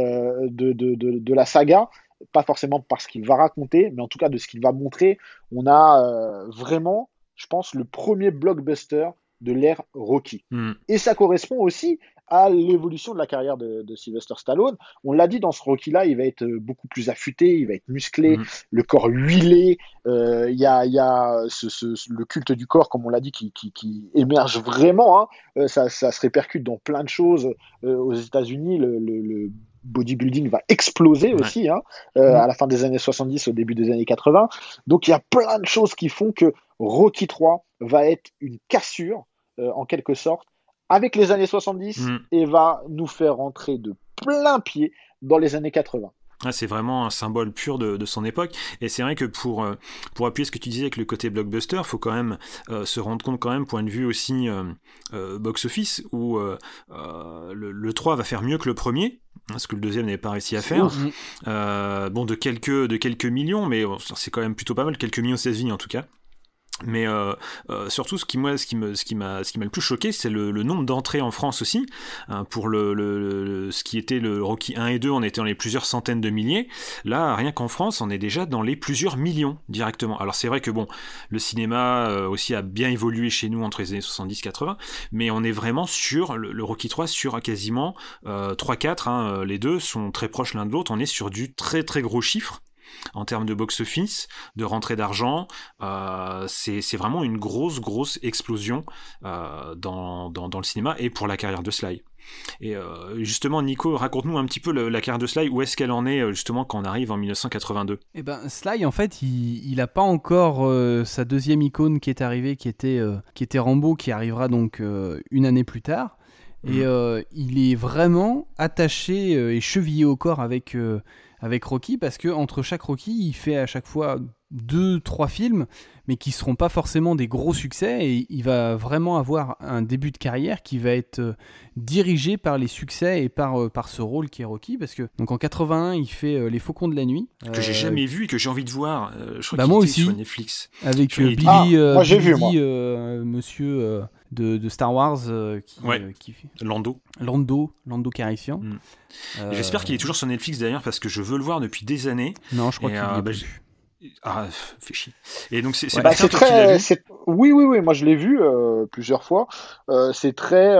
de la saga, pas forcément par ce qu'il va raconter, mais en tout cas de ce qu'il va montrer. On a vraiment, je pense, le premier blockbuster de l'ère Rocky. Et ça correspond aussi à l'évolution de la carrière de Sylvester Stallone. On l'a dit, dans ce Rocky-là, il va être beaucoup plus affûté, il va être musclé, le corps huilé, il y a le culte du corps, comme on l'a dit, qui émerge vraiment, hein. Ça se répercute dans plein de choses. Aux États-Unis, le bodybuilding va exploser aussi, hein, à la fin des années 70, au début des années 80. Donc il y a plein de choses qui font que Rocky 3 va être une cassure, en quelque sorte, avec les années 70 et va nous faire rentrer de plein pied dans les années 80. Ah, c'est vraiment un symbole pur de son époque, et c'est vrai que pour appuyer ce que tu disais avec le côté blockbuster, faut quand même se rendre compte quand même, point de vue aussi box-office, où le 3 va faire mieux que le premier, ce que le deuxième n'avait pas réussi à faire. Bon, de quelques millions, mais c'est quand même plutôt pas mal, quelques millions aux États-Unis en tout cas. Mais surtout, ce qui m'a le plus choqué, c'est le nombre d'entrées en France aussi. Pour ce qui était le Rocky 1 et 2, on était dans les plusieurs centaines de milliers. Là, rien qu'en France, on est déjà dans les plusieurs millions directement. Alors c'est vrai que bon, le cinéma aussi a bien évolué chez nous entre les années 70-80, mais on est vraiment sur le Rocky 3 sur quasiment 3-4. Hein, les deux sont très proches l'un de l'autre. On est sur du très très gros chiffre. En termes de box-office, de rentrée d'argent, c'est vraiment une grosse explosion dans le cinéma et pour la carrière de Sly. Et justement, Nico, raconte-nous un petit peu la carrière de Sly, où est-ce qu'elle en est justement quand on arrive en 1982 ? Eh ben, Sly, en fait, il a pas encore sa deuxième icône qui est arrivée, qui était Rambo, qui arrivera donc une année plus tard. Et il est vraiment attaché et chevillé au corps avec Rocky, parce que entre chaque Rocky, il fait à chaque fois 2-3 films, mais qui seront pas forcément des gros succès, et il va vraiment avoir un début de carrière qui va être dirigé par les succès et par ce rôle qui est Rocky, parce que donc en 81 il fait Les Faucons de la nuit, que j'ai jamais vu et que j'ai envie de voir. Je crois moi qu'il aussi, était sur Netflix avec Billy, moi j'ai vu, monsieur de Star Wars, qui Lando Calrissian. J'espère qu'il est toujours sur Netflix d'ailleurs, parce que je veux le voir depuis des années. Non, je crois qu'il est plus. Fait chier. Et donc c'est très. Oui, moi je l'ai vu plusieurs fois. C'est très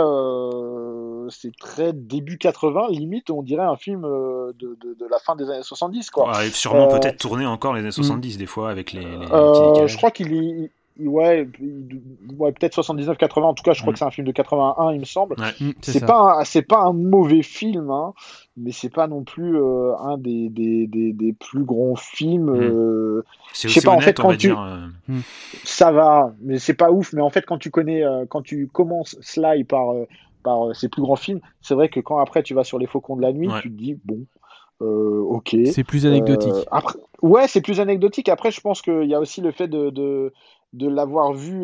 début 80, limite on dirait un film de la fin des années 70, quoi. Et sûrement peut-être tourné encore les années 70 des fois avec les je crois qu'il est. Ouais, peut-être 79-80. En tout cas, je crois que c'est un film de 81, il me semble. Ouais. C'est pas un mauvais film, hein, mais c'est pas non plus un des plus grands films. C'est aussi honnête, on va dire. Ça va, mais c'est pas ouf. Mais en fait, quand tu commences Sly par ses plus grands films, c'est vrai que quand après tu vas sur Les Faucons de la nuit, tu te dis bon. Ok. C'est plus anecdotique. Après, c'est plus anecdotique. Après, je pense qu'il y a aussi le fait de l'avoir vu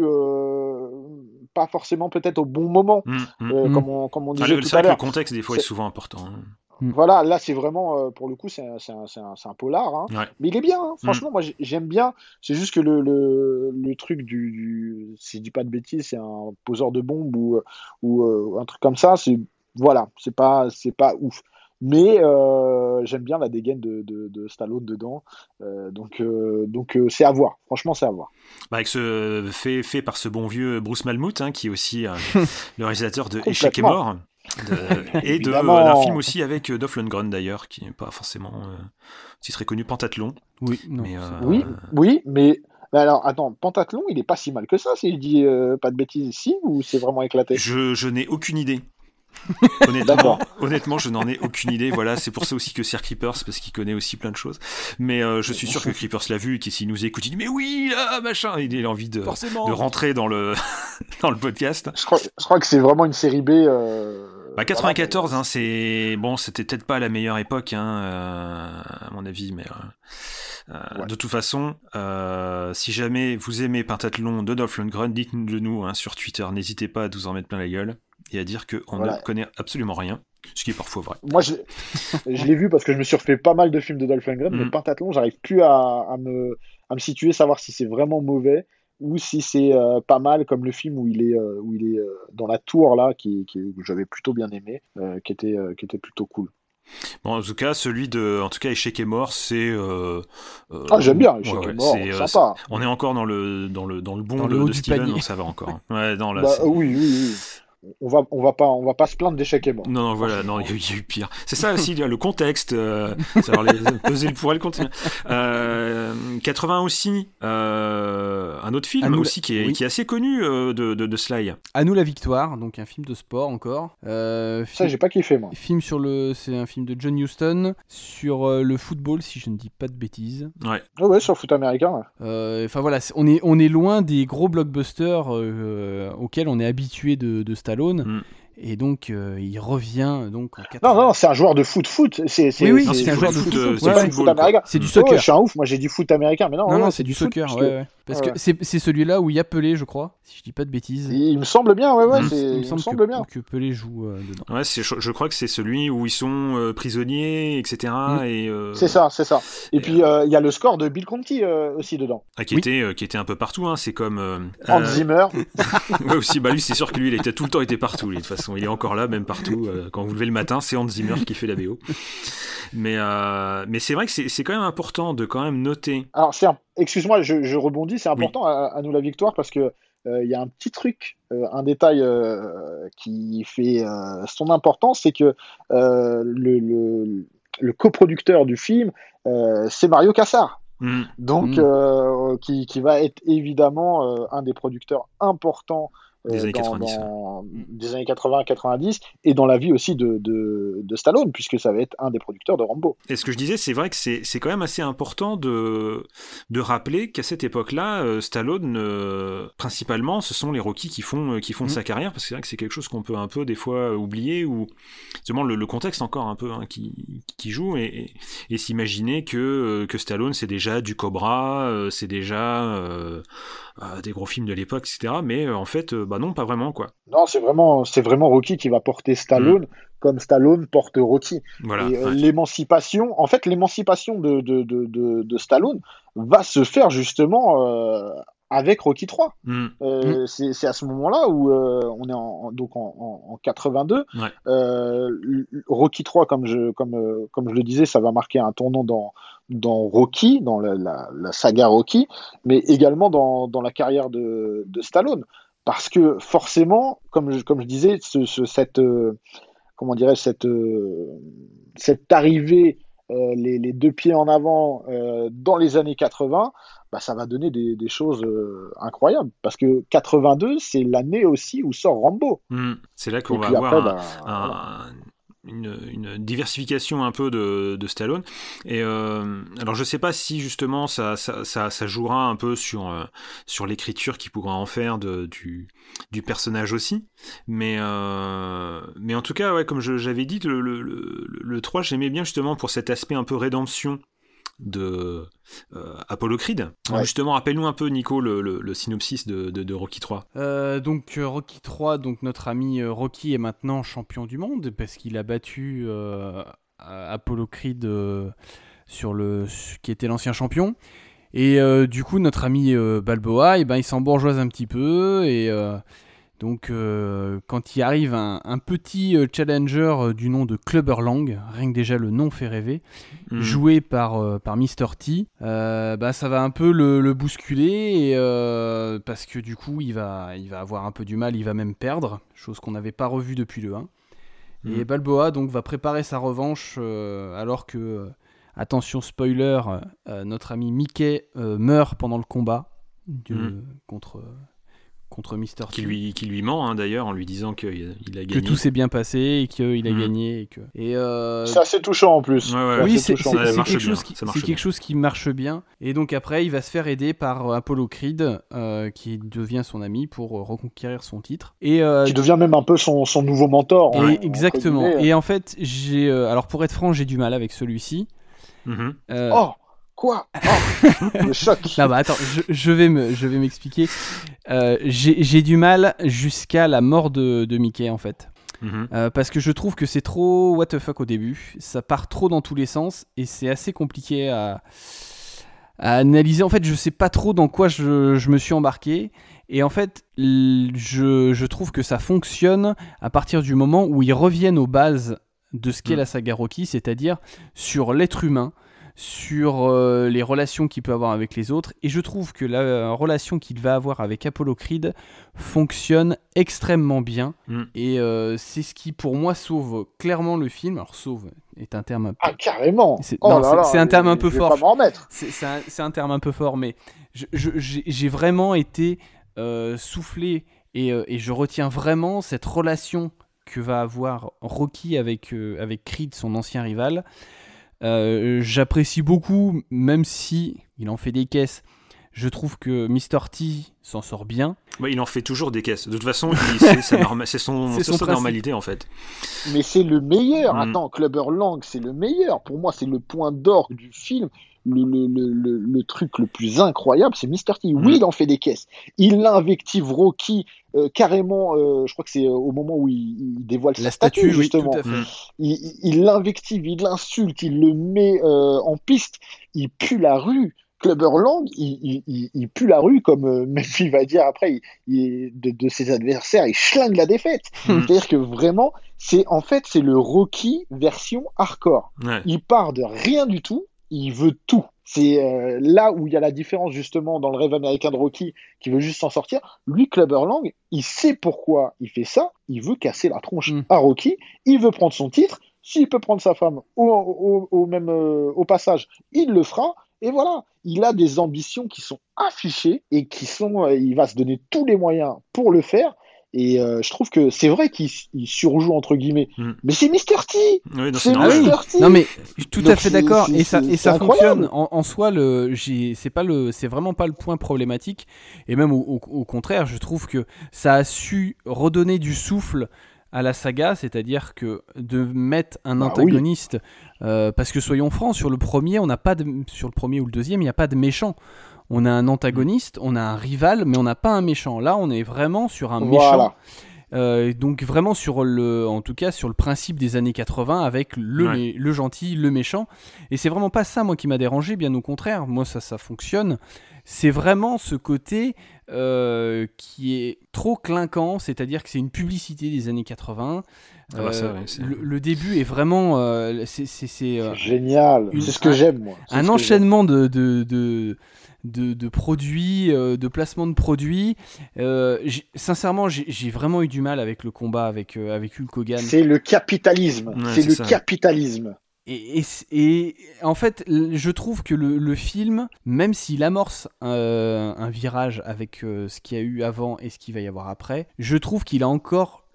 pas forcément peut-être au bon moment, comme on disait tout à l'heure. Le contexte des fois est souvent important. Voilà, là c'est vraiment pour le coup c'est un polar, hein. Ouais. Mais il est bien, hein. Franchement moi j'aime bien. C'est juste que le truc si je dis pas de bêtises, c'est un poseur de bombes ou un truc comme ça. C'est pas ouf. Mais j'aime bien la dégaine de Stallone dedans, donc c'est à voir. Franchement, c'est à voir. Avec ce fait par ce bon vieux Bruce Malmuth, hein, qui est aussi le réalisateur de Échec et mort, et d'un film aussi avec Dolph Lundgren d'ailleurs, qui n'est pas forcément si très connu, Pentathlon. Oui, non, oui, mais alors attends, Pentathlon, il est pas si mal que ça, si je dis pas de bêtises ici, ou c'est vraiment éclaté. Je n'ai aucune idée. Honnêtement, je n'en ai aucune idée. Voilà, c'est pour ça aussi que Sir Creepers, parce qu'il connaît aussi plein de choses. Mais je suis sûr que Creepers l'a vu et qu'il s'il nous écoute, il dit mais oui, là, machin. Il a envie de rentrer dans le podcast. Je crois que c'est vraiment une série B. 94, voilà, hein, c'était peut-être pas la meilleure époque, hein, à mon avis, mais. De toute façon, si jamais vous aimez Pentathlon de Dolph Lundgren, dites-le nous, hein, sur Twitter. N'hésitez pas à nous en mettre plein la gueule et à dire qu'on ne connaît absolument rien, ce qui est parfois vrai. Moi, je l'ai vu parce que je me suis refait pas mal de films de Dolph Lundgren, mais Pentathlon, j'arrive plus à me situer, savoir si c'est vraiment mauvais ou si c'est pas mal, comme le film où il est dans la tour là, que j'avais plutôt bien aimé, qui était plutôt cool. Bon, en tout cas, Échec et mort, c'est. J'aime bien Échec et mort, c'est sympa. On est encore dans le bon de Steven, donc ça va encore. Ouais, non, là, oui. On va pas se plaindre d'Échec et mort. Non, voilà, non, il y a eu pire. C'est ça aussi, le contexte, savoir peser le pour et le contre. 80 aussi, un autre film aussi qui est assez connu de Sly. À nous la victoire, donc un film de sport encore. Ça, j'ai pas kiffé moi. C'est un film de John Huston sur le football, si je ne dis pas de bêtises. Ouais. Ouais, sur le foot américain. Enfin voilà, on est loin des gros blockbusters auxquels on est habitué de Stallone. Et donc il revient donc en 80. Non, c'est un joueur de foot. C'est un joueur de foot. C'est pas du foot américain. C'est du soccer. Je suis un ouf, moi j'ai dit foot américain, mais non, c'est du soccer. Parce que c'est celui-là où il y a Pelé, je crois, si je dis pas de bêtises. Il me semble bien, il me semble bien que Pelé joue dedans. Ouais, je crois que c'est celui où ils sont prisonniers, etc. Et c'est ça. Et puis il y a le score de Bill Conti aussi dedans. Qui était un peu partout, hein. C'est comme Hans Zimmer. Ouais, aussi, lui c'est sûr que lui il était tout le temps partout, lui, de toute façon. Il est encore là, même partout. Quand vous levez le matin, c'est Hans Zimmer qui fait la BO. Mais c'est vrai que c'est quand même important de quand même noter. Alors, excuse-moi, je rebondis, c'est important à nous la victoire parce que il y a un petit truc, un détail qui fait son importance, c'est que le coproducteur du film, c'est Mario Kassar. Donc, qui va être évidemment un des producteurs importants des années 90. Des années 80-90, et dans la vie aussi de Stallone, puisque ça va être un des producteurs de Rambo. Et ce que je disais, c'est vrai que c'est quand même assez important de rappeler qu'à cette époque-là, Stallone, principalement, ce sont les Rocky qui font de sa carrière, parce que c'est vrai que c'est quelque chose qu'on peut un peu des fois oublier, ou justement le contexte encore un peu qui joue, et s'imaginer que Stallone, c'est déjà du Cobra, c'est déjà des gros films de l'époque, etc. Mais en fait, non, pas vraiment, quoi. Non, c'est vraiment Rocky qui va porter Stallone, comme Stallone porte Rocky. Voilà, et l'émancipation de Stallone va se faire justement avec Rocky 3. C'est à ce moment-là où on est en 82. Rocky 3, comme je le disais, ça va marquer un tournant dans Rocky, dans la saga Rocky, mais également dans la carrière de Stallone. Parce que forcément, comme je disais, cette arrivée, les deux pieds en avant dans les années 80, ça va donner des choses incroyables. Parce que 82, c'est l'année aussi où sort Rambo. C'est là qu'on va avoir une diversification un peu de Stallone. Et alors je sais pas si justement ça jouera un peu sur l'écriture qu'il pourra en faire du personnage aussi, mais en tout cas, ouais, comme j'avais dit, le 3, j'aimais bien justement pour cet aspect un peu rédemption de Apollo Creed. Ouais. Justement, rappelle-nous un peu, Nico, le synopsis de Rocky 3. Donc Rocky 3, donc notre ami Rocky est maintenant champion du monde parce qu'il a battu Apollo Creed qui était l'ancien champion. Et du coup, notre ami Balboa, il s'embourgeoise un petit peu et donc quand il arrive un petit challenger du nom de Clubber Lang, rien que déjà le nom fait rêver, joué par Mr. T, ça va un peu le bousculer et, parce que du coup il va avoir un peu du mal, il va même perdre, chose qu'on n'avait pas revue depuis le 1. Et Balboa donc va préparer sa revanche alors que, attention spoiler, notre ami Mickey meurt pendant le combat contre Mr. T. Qui lui ment d'ailleurs en lui disant qu'il a gagné. Que tout s'est bien passé et qu'il a gagné. C'est assez touchant en plus. Oui, c'est quelque chose qui marche bien. Et donc après, il va se faire aider par Apollo Creed, qui devient son ami pour reconquérir son titre. Et, qui devient même un peu son nouveau mentor. Exactement. Et en fait, alors pour être franc, j'ai du mal avec celui-ci. Quoi ? Le choc. Non, attends, je vais m'expliquer. J'ai du mal jusqu'à la mort de Mickey, en fait. Parce que je trouve que c'est trop what the fuck au début. Ça part trop dans tous les sens et c'est assez compliqué à analyser. En fait, je sais pas trop dans quoi je me suis embarqué. Et en fait, je trouve que ça fonctionne à partir du moment où ils reviennent aux bases de ce qu'est la saga Rocky, c'est-à-dire sur l'être humain, sur les relations qu'il peut avoir avec les autres, et je trouve que la relation qu'il va avoir avec Apollo Creed fonctionne extrêmement bien, et c'est ce qui pour moi sauve clairement le film. Alors sauve est un terme un peu... carrément. C'est un terme un peu fort. Pas m'en remettre. C'est un terme un peu fort, mais j'ai vraiment été soufflé, et je retiens vraiment cette relation que va avoir Rocky avec Creed, son ancien rival. J'apprécie beaucoup, même si il en fait des caisses. Je trouve que Mr. T s'en sort bien. Il en fait toujours des caisses. De toute façon, c'est sa normalité en fait. Mais c'est le meilleur. Attends, Clubber Lang, c'est le meilleur. Pour moi, c'est le point d'orgue du film. Le truc le plus incroyable, c'est Mr. T. Oui, il en fait des caisses. Il invective Rocky carrément. Je crois que c'est au moment où il dévoile sa statue, justement. Oui, tout à fait. Il l'invective, il l'insulte, il le met en piste. Il pue la rue. Clubber Lang, il pue la rue, comme même il va dire après, de ses adversaires, il schlingue la défaite. C'est-à-dire que vraiment, c'est le Rocky version hardcore. Ouais. Il part de rien du tout. Il veut tout. C'est là où il y a la différence justement dans le rêve américain de Rocky qui veut juste s'en sortir. Lui, Clubber Lang, il sait pourquoi il fait ça. Il veut casser la tronche à Rocky. Il veut prendre son titre. S'il peut prendre sa femme au passage, il le fera. Et voilà, il a des ambitions qui sont affichées et il va se donner tous les moyens pour le faire. Et je trouve que c'est vrai qu'il surjoue entre guillemets, mais c'est Mr. T. Oui, c'est Mr. T. Non mais tout à fait d'accord. Et ça incroyable. fonctionne en soi. C'est vraiment pas le point problématique. Et même au contraire, je trouve que ça a su redonner du souffle à la saga, c'est-à-dire que de mettre un antagoniste, parce que soyons francs, sur le premier ou le deuxième, il n'y a pas de méchant. On a un antagoniste, on a un rival, mais on n'a pas un méchant. Là, on est vraiment sur un méchant. Donc vraiment en tout cas sur le principe des années 80 avec le gentil, le méchant. Et c'est vraiment pas ça moi qui m'a dérangé, bien au contraire. Moi ça fonctionne. C'est vraiment ce côté qui est trop clinquant, c'est-à-dire que c'est une publicité des années 80. Le début est vraiment c'est génial. C'est ce que j'aime moi. Un enchaînement de produits, de placement de produits. Sincèrement, j'ai vraiment eu du mal avec le combat avec Hulk Hogan. C'est le capitalisme. Capitalisme. Et en fait, je trouve que le film, même s'il amorce un virage avec ce qu'il y a eu avant et ce qu'il va y avoir après, je trouve qu'il est encore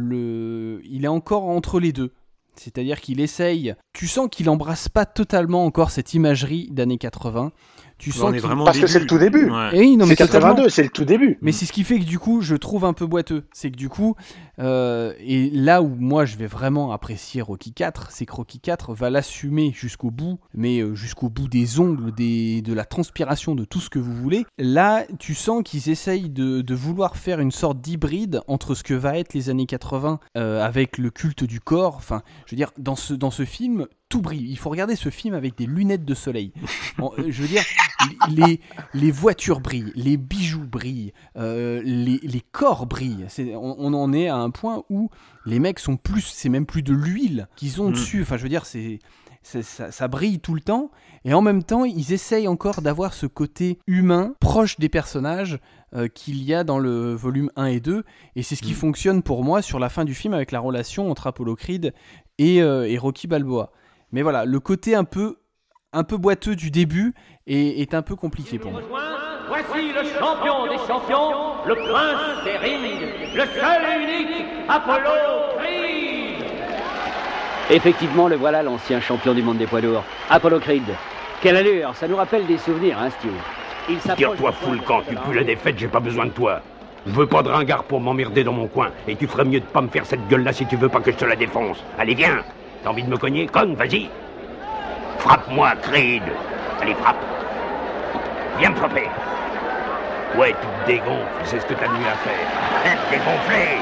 entre les deux. C'est-à-dire qu'il essaye. Tu sens qu'il embrasse pas totalement encore cette imagerie d'années 80. Tu sens parce que c'est le tout début. Et oui, non, mais c'est 82, c'est le tout début. Mais c'est ce qui fait que du coup, je trouve un peu boiteux. C'est que du coup, et là où moi je vais vraiment apprécier Rocky 4, c'est que Rocky 4 va l'assumer jusqu'au bout, mais jusqu'au bout des ongles, de la transpiration, de tout ce que vous voulez. Là, tu sens qu'ils essayent de vouloir faire une sorte d'hybride entre ce que va être les années 80 avec le culte du corps. Enfin, je veux dire, dans ce film, tout brille. Il faut regarder ce film avec des lunettes de soleil. Je veux dire, les voitures brillent, les bijoux brillent, les corps brillent. On en est à un point où les mecs c'est même plus de l'huile qu'ils ont dessus. Enfin, je veux dire, ça brille tout le temps. Et en même temps, ils essayent encore d'avoir ce côté humain, proche des personnages qu'il y a dans le volume 1 et 2. Et c'est ce qui fonctionne pour moi sur la fin du film avec la relation entre Apollo Creed et Rocky Balboa. Mais voilà, le côté un peu boiteux du début est un peu compliqué pour moi. Voici le champion des champions, le prince des rings, le seul et unique Apollo Creed. Effectivement, le voilà l'ancien champion du monde des poids lourds, Apollo Creed. Quelle allure, ça nous rappelle des souvenirs, hein, Stu. Tire-toi, fous le camp, tu pues la défaite, j'ai pas besoin de toi. Je veux pas de ringard pour m'emmerder dans mon coin, et tu ferais mieux de pas me faire cette gueule-là si tu veux pas que je te la défonce. Allez, viens. T'as envie de me cogner? Cogne, vas-y. Frappe-moi, Creed. Allez, frappe. Viens me frapper. Ouais, tu te dégonfles, c'est ce que t'as de mieux à faire. Arrête de dégonfler.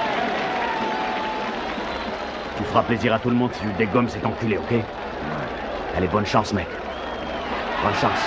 Tu feras plaisir à tout le monde si tu dégommes cet enculé, ok? Allez, bonne chance, mec. Bonne chance.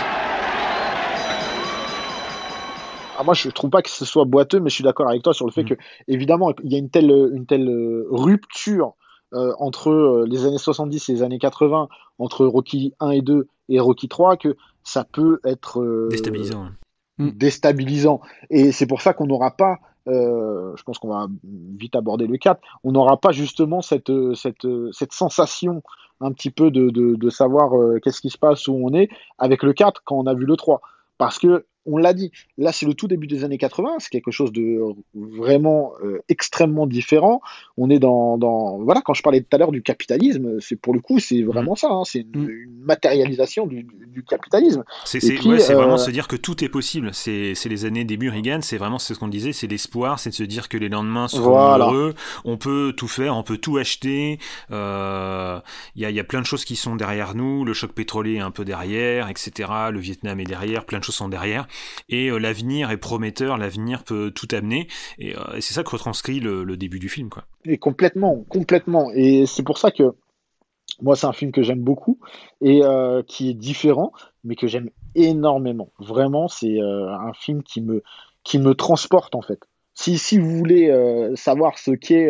Moi, je trouve pas que ce soit boiteux, mais je suis d'accord avec toi sur le fait que, évidemment, il y a une telle rupture entre les années 70 et les années 80, entre Rocky 1 et 2 et Rocky 3, que ça peut être déstabilisant. Et c'est pour ça qu'on n'aura pas, je pense qu'on va vite aborder le 4, on n'aura pas justement cette sensation un petit peu de savoir qu'est-ce qui se passe, où on est, avec le 4 quand on a vu le 3. Parce que, on l'a dit, là c'est le tout début des années 80, c'est quelque chose de vraiment extrêmement différent. On est dans voilà, quand je parlais tout à l'heure du capitalisme, c'est pour le coup, c'est vraiment ça, hein, c'est une matérialisation du capitalisme. C'est vraiment se dire que tout est possible. C'est les années début Reagan, c'est vraiment ce qu'on disait, c'est l'espoir, c'est de se dire que les lendemains seront heureux, on peut tout faire, on peut tout acheter. Il y a plein de choses qui sont derrière nous, le choc pétrolier est un peu derrière, etc. Le Vietnam est derrière, plein de choses sont derrière. Et l'avenir est prometteur, l'avenir peut tout amener, et c'est ça que retranscrit le début du film, quoi. Et complètement, et c'est pour ça que moi c'est un film que j'aime beaucoup, et qui est différent, mais que j'aime énormément. Vraiment, c'est un film qui me transporte, en fait. Si vous voulez savoir ce qu'est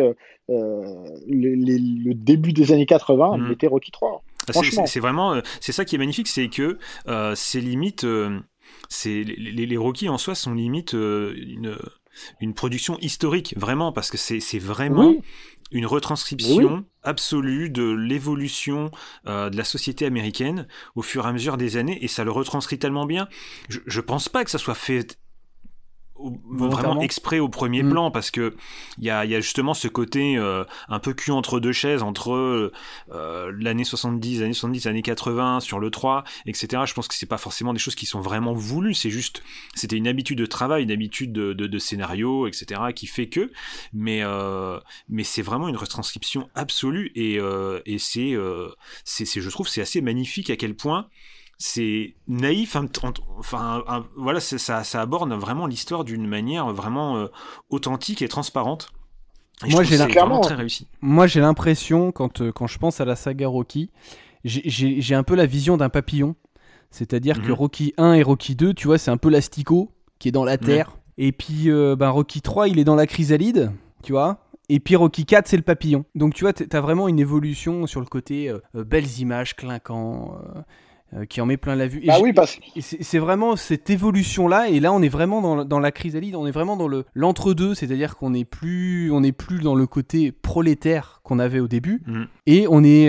le début des années 80, mettez Rocky 3. Franchement. C'est vraiment, c'est ça qui est magnifique, c'est que c'est limite... les Rocky en soi sont limite une production historique, vraiment, parce que c'est vraiment une retranscription absolue de l'évolution de la société américaine au fur et à mesure des années, et ça le retranscrit tellement bien. Je pense pas que ça soit fait vraiment exprès au premier plan, parce que il y a justement ce côté un peu cul entre deux chaises, entre l'année 70, années 80 sur le 3, etc. Je pense que c'est pas forcément des choses qui sont vraiment voulues, c'était une habitude de travail, une habitude de scénario, etc. qui fait que, mais c'est vraiment une retranscription absolue, et c'est je trouve c'est assez magnifique à quel point c'est naïf, voilà, ça aborde vraiment l'histoire d'une manière vraiment authentique et transparente. Et moi, c'est vraiment très réussi. Moi, j'ai l'impression, quand je pense à la saga Rocky, j'ai un peu la vision d'un papillon. C'est-à-dire que Rocky 1 et Rocky 2, tu vois, c'est un peu l'asticot qui est dans la terre. Et puis, Rocky 3, il est dans la chrysalide, tu vois. Et puis Rocky 4, c'est le papillon. Donc, tu vois, t'as vraiment une évolution sur le côté belles images, clinquant... qui en met plein la vue. Et c'est vraiment cette évolution-là, et là on est vraiment dans la chrysalide, on est vraiment dans l'entre-deux, c'est-à-dire qu'on n'est plus dans le côté prolétaire qu'on avait au début, et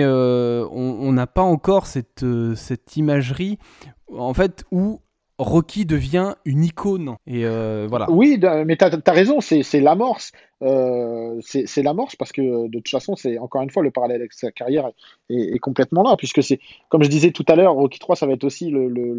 on n'a pas encore cette imagerie, en fait, où Rocky devient une icône. Et voilà. Oui, mais t'as raison, c'est l'amorce. C'est l'amorce, parce que de toute façon, c'est encore une fois le parallèle avec sa carrière est complètement là, puisque c'est, comme je disais tout à l'heure, Rocky 3, ça va être aussi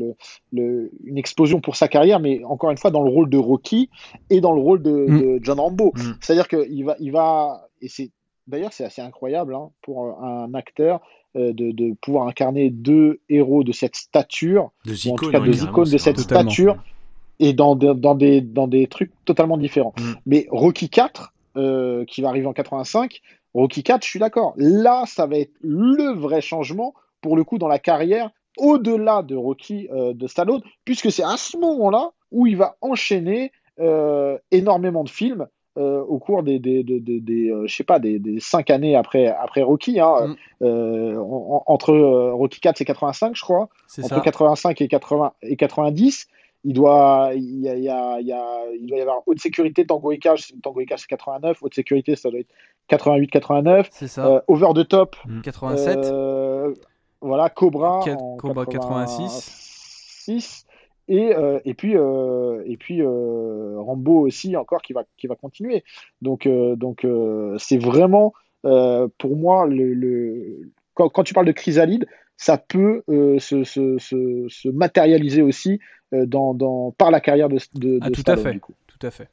une explosion pour sa carrière, mais encore une fois dans le rôle de Rocky et dans le rôle de John Rambo. C'est-à-dire qu'il va, et d'ailleurs c'est assez incroyable pour un acteur de pouvoir incarner deux héros de cette stature, ou en tout cas deux icônes de cette stature, et dans des trucs totalement différents. Mais Rocky 4, qui va arriver en 85, Rocky 4, je suis d'accord. Là, ça va être le vrai changement, pour le coup, dans la carrière, au-delà de Rocky de Stallone, puisque c'est à ce moment-là où il va enchaîner énormément de films au cours des 5 années après Rocky. Entre Rocky 4 c'est 85, je crois. C'est entre ça. 85 et 90. Il doit y avoir haute sécurité, Tango et Cash c'est 89, haute sécurité ça doit être 88-89, c'est ça. Over the Top 87, voilà, Cobra 86 et puis Rambo aussi encore qui va continuer, donc c'est vraiment pour moi quand tu parles de chrysalide, ça peut se matérialiser aussi par la carrière de tout Stallone, à fait, du coup. tout à fait.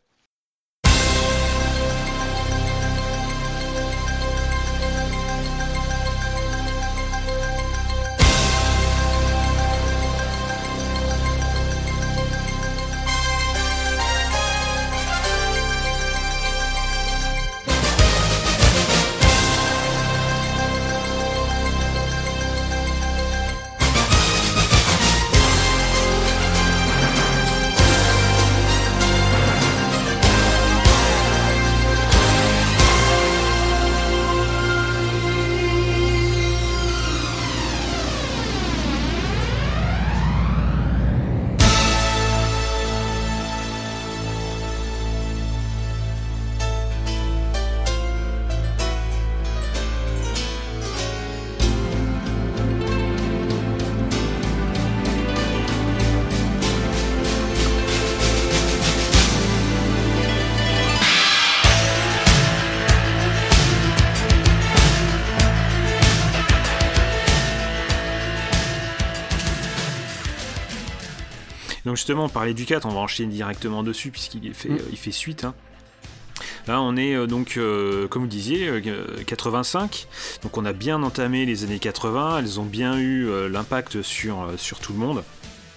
Donc justement, on parlait du 4, on va enchaîner directement dessus puisqu'il fait suite. Là, on est comme vous disiez, 85. Donc on a bien entamé les années 80. Elles ont bien eu l'impact sur tout le monde.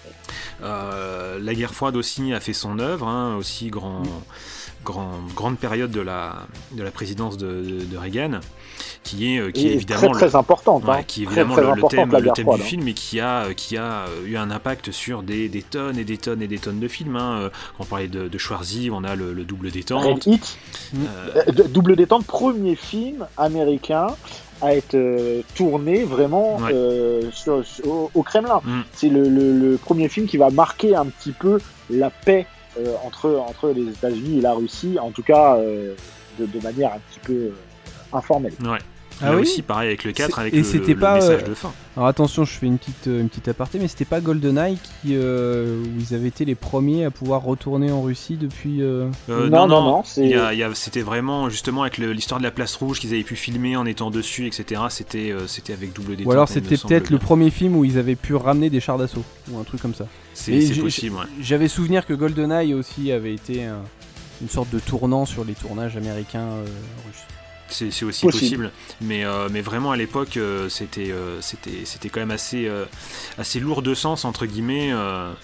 La guerre froide aussi a fait son œuvre, aussi grande période de la présidence de Reagan, qui est évidemment très importante, qui est évidemment le thème du film, et qui a eu un impact sur des tonnes et des tonnes et des tonnes de films. Quand on parlait de Schwarzy, on a le Double Détente. Double Détente, premier film américain à être tourné vraiment au Kremlin. C'est le premier film qui va marquer un petit peu la paix entre les États-Unis et la Russie, en tout cas de manière un petit peu informelle. Ouais. Là aussi, pareil avec le 4, avec et le c'était pas, message de fin. Alors attention, je fais une petite aparté, mais c'était pas GoldenEye où ils avaient été les premiers à pouvoir retourner en Russie depuis... Non, c'était vraiment justement avec l'histoire de la place rouge qu'ils avaient pu filmer en étant dessus, etc. C'était avec Double Détente. Ou alors c'était peut-être le premier film où ils avaient pu ramener des chars d'assaut, ou un truc comme ça. C'est possible, ouais. J'avais souvenir que GoldenEye aussi avait été une sorte de tournant sur les tournages américains russes. C'est aussi possible, mais vraiment à l'époque c'était quand même assez lourd de sens entre guillemets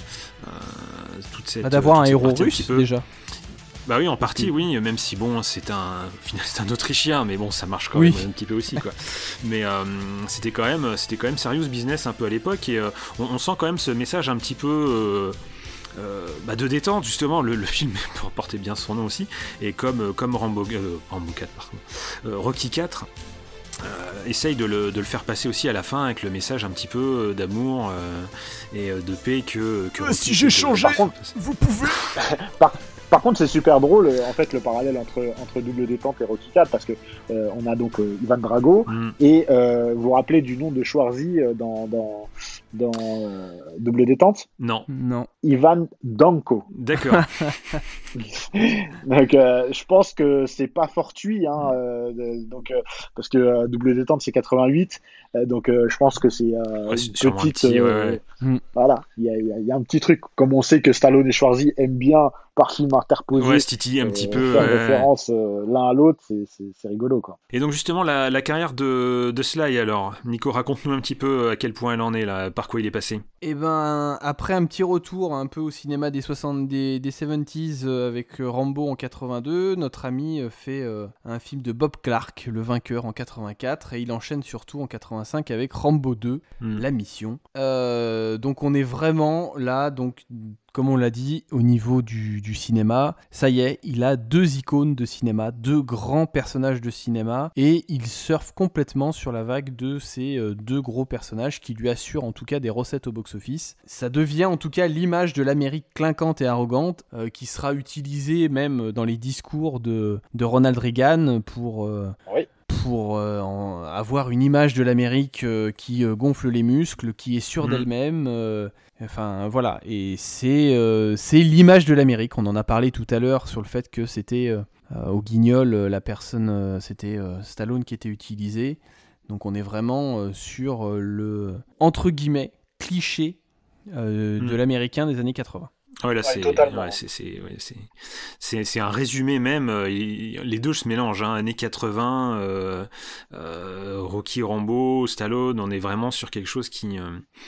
toute cette d'avoir un toute héros cette russe déjà. Bah oui, en partie, oui, même si bon, c'est un Autrichien, mais bon, ça marche quand même un petit peu aussi, quoi. Mais c'était quand même serious business un peu à l'époque, et on sent quand même ce message un petit peu de détente, justement. Le film portait bien son nom aussi, et comme Rambo 4, par contre, Rocky 4. Essaye de le faire passer aussi à la fin avec le message un petit peu d'amour et de paix que si j'ai changé, vous pouvez. Par contre, c'est super drôle, en fait, le parallèle entre Double Détente et Rocky 4, parce que on a donc Ivan Drago, et vous vous rappelez du nom de Schwarzy dans Double Détente ? Non. Ivan Danko. D'accord. Donc, je pense que c'est pas fortuit, parce que Double Détente c'est 88, donc je pense que c'est une petite. Voilà, il y a un petit truc, comme on sait que Stallone et Schwarzy aiment bien par film interposé. Ouais, titiller un petit peu. Faire référence l'un à l'autre, c'est rigolo, quoi. Et donc justement la carrière de Sly, alors, Nico, raconte-nous un petit peu à quel point elle en est là, par quoi il est passé. Et ben après un petit retour un peu au cinéma des 70s avec Rambo en 82, notre ami fait un film de Bob Clark, Le Vainqueur, en 84, et il enchaîne surtout en 85 avec Rambo 2, La Mission. Donc on est vraiment là, donc comme on l'a dit, au niveau du cinéma, ça y est, il a 2 icônes de cinéma, 2 grands personnages de cinéma, et il surfe complètement sur la vague de ces 2 gros personnages qui lui assurent en tout cas des recettes au box-office. Ça devient en tout cas l'image de l'Amérique clinquante et arrogante qui sera utilisée même dans les discours de Ronald Reagan pour avoir une image de l'Amérique qui gonfle les muscles, qui est sûre d'elle-même. Enfin voilà, et c'est l'image de l'Amérique. On en a parlé tout à l'heure sur le fait que c'était au Guignol, la personne, c'était Stallone qui était utilisé. Donc on est vraiment sur le, entre guillemets, cliché de l'Américain des années 80. Ouais, là, c'est un résumé même. Les deux se mélangent, années 80, Rocky, Rambo, Stallone. On est vraiment sur quelque chose qui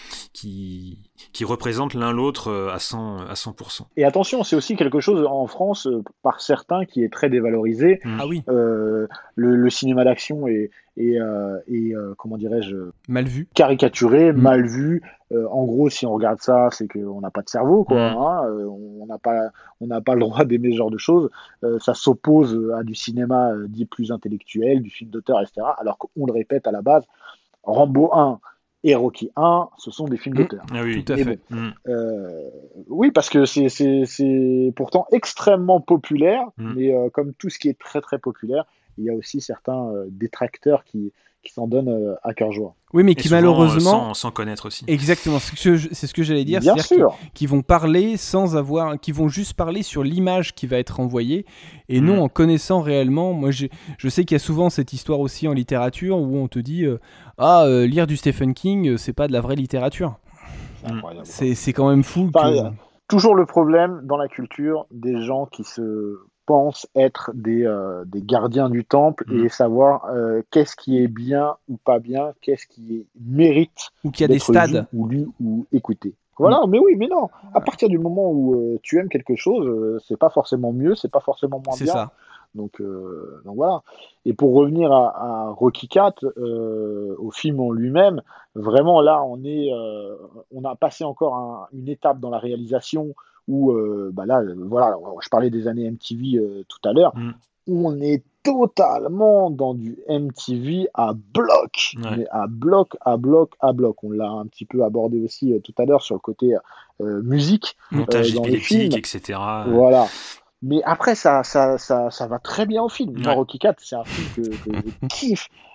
représente l'un l'autre à 100%. Et attention, c'est aussi quelque chose en France par certains qui est très dévalorisé. Ah oui. Le cinéma d'action est comment dirais-je, mal vu, caricaturé, mal vu. En gros, si on regarde ça, c'est qu'on n'a pas de cerveau, quoi. On n'a pas le droit d'aimer ce genre de choses. Ça s'oppose à du cinéma dit plus intellectuel, du film d'auteur, etc. Alors qu'on le répète à la base, Rambo 1 et Rocky 1, ce sont des films d'auteur. Ah oui, tout à fait. Bon, oui, parce que c'est pourtant extrêmement populaire, mais comme tout ce qui est très très populaire, il y a aussi certains détracteurs qui s'en donnent à cœur joie. Oui, mais qui malheureusement sans connaître aussi. Exactement, c'est ce que j'allais dire. Bien sûr. Qui vont parler qui vont juste parler sur l'image qui va être envoyée et non en connaissant réellement. Moi, je sais qu'il y a souvent cette histoire aussi en littérature où on te dit lire du Stephen King, c'est pas de la vraie littérature. C'est quand même fou. Toujours le problème dans la culture des gens qui se pensent être des gardiens du temple et savoir qu'est-ce qui est bien ou pas bien, qu'est-ce qui mérite ou qu'il y a des stades ou lu ou écouté. Voilà, mais oui, mais non. À partir du moment où tu aimes quelque chose, c'est pas forcément mieux, c'est pas forcément moins bien. C'est ça. Donc voilà. Et pour revenir à Rocky 4, au film en lui-même, vraiment là, on a passé encore une étape dans la réalisation où là, voilà, je parlais des années MTV tout à l'heure, où on est totalement dans du MTV à bloc, mais à bloc. On l'a un petit peu abordé aussi tout à l'heure sur le côté musique, montage dans les films, etc. Voilà. Mais après, ça va très bien au film. Moi, Rocky 4, c'est un film que je kiffe.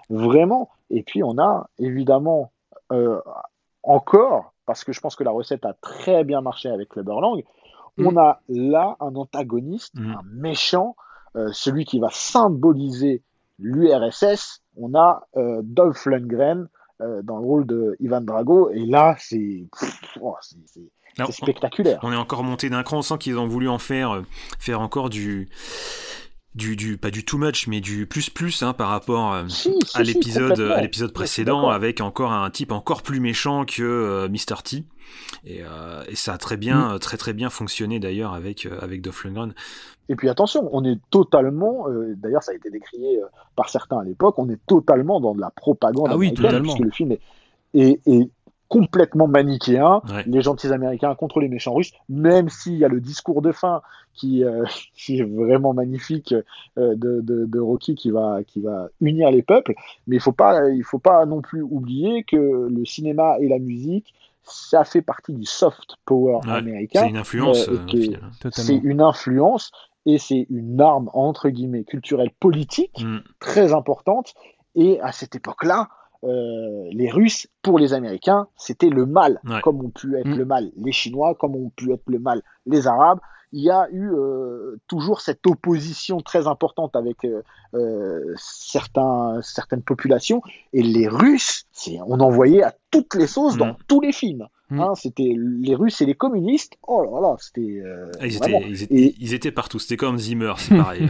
vraiment. Et puis on a évidemment encore, parce que je pense que la recette a très bien marché avec Clubber Lang, on a là un antagoniste, un méchant, celui qui va symboliser l'URSS. On a Dolph Lundgren dans le rôle de Ivan Drago, et là c'est spectaculaire. On est encore monté d'un cran, on sent qu'ils ont voulu en faire encore du pas du too much, mais du plus par rapport à l'épisode précédent, avec encore un type encore plus méchant que Mr. T, et ça a très bien fonctionné d'ailleurs avec Dolph Lundgren. Et puis attention, on est totalement, d'ailleurs ça a été décrié par certains à l'époque, on est totalement dans de la propagande américaine, puisque le film est complètement manichéen, les gentils américains contre les méchants russes, même s'il y a le discours de fin qui est vraiment magnifique de Rocky qui va unir les peuples, mais il faut pas non plus oublier que le cinéma et la musique, ça fait partie du soft power américain. C'est une influence. C'est une influence et c'est une arme entre guillemets culturelle politique très importante, et à cette époque-là, les Russes, pour les Américains, c'était le mal, comme ont pu être le mal les Chinois, comme ont pu être le mal les Arabes. Il y a eu toujours cette opposition très importante avec certaines populations, et les Russes, on en voyait à toutes les sauces dans tous les films. C'était les Russes et les communistes. Oh là là, c'était. Ils étaient partout. C'était comme Zimmer, c'est pareil.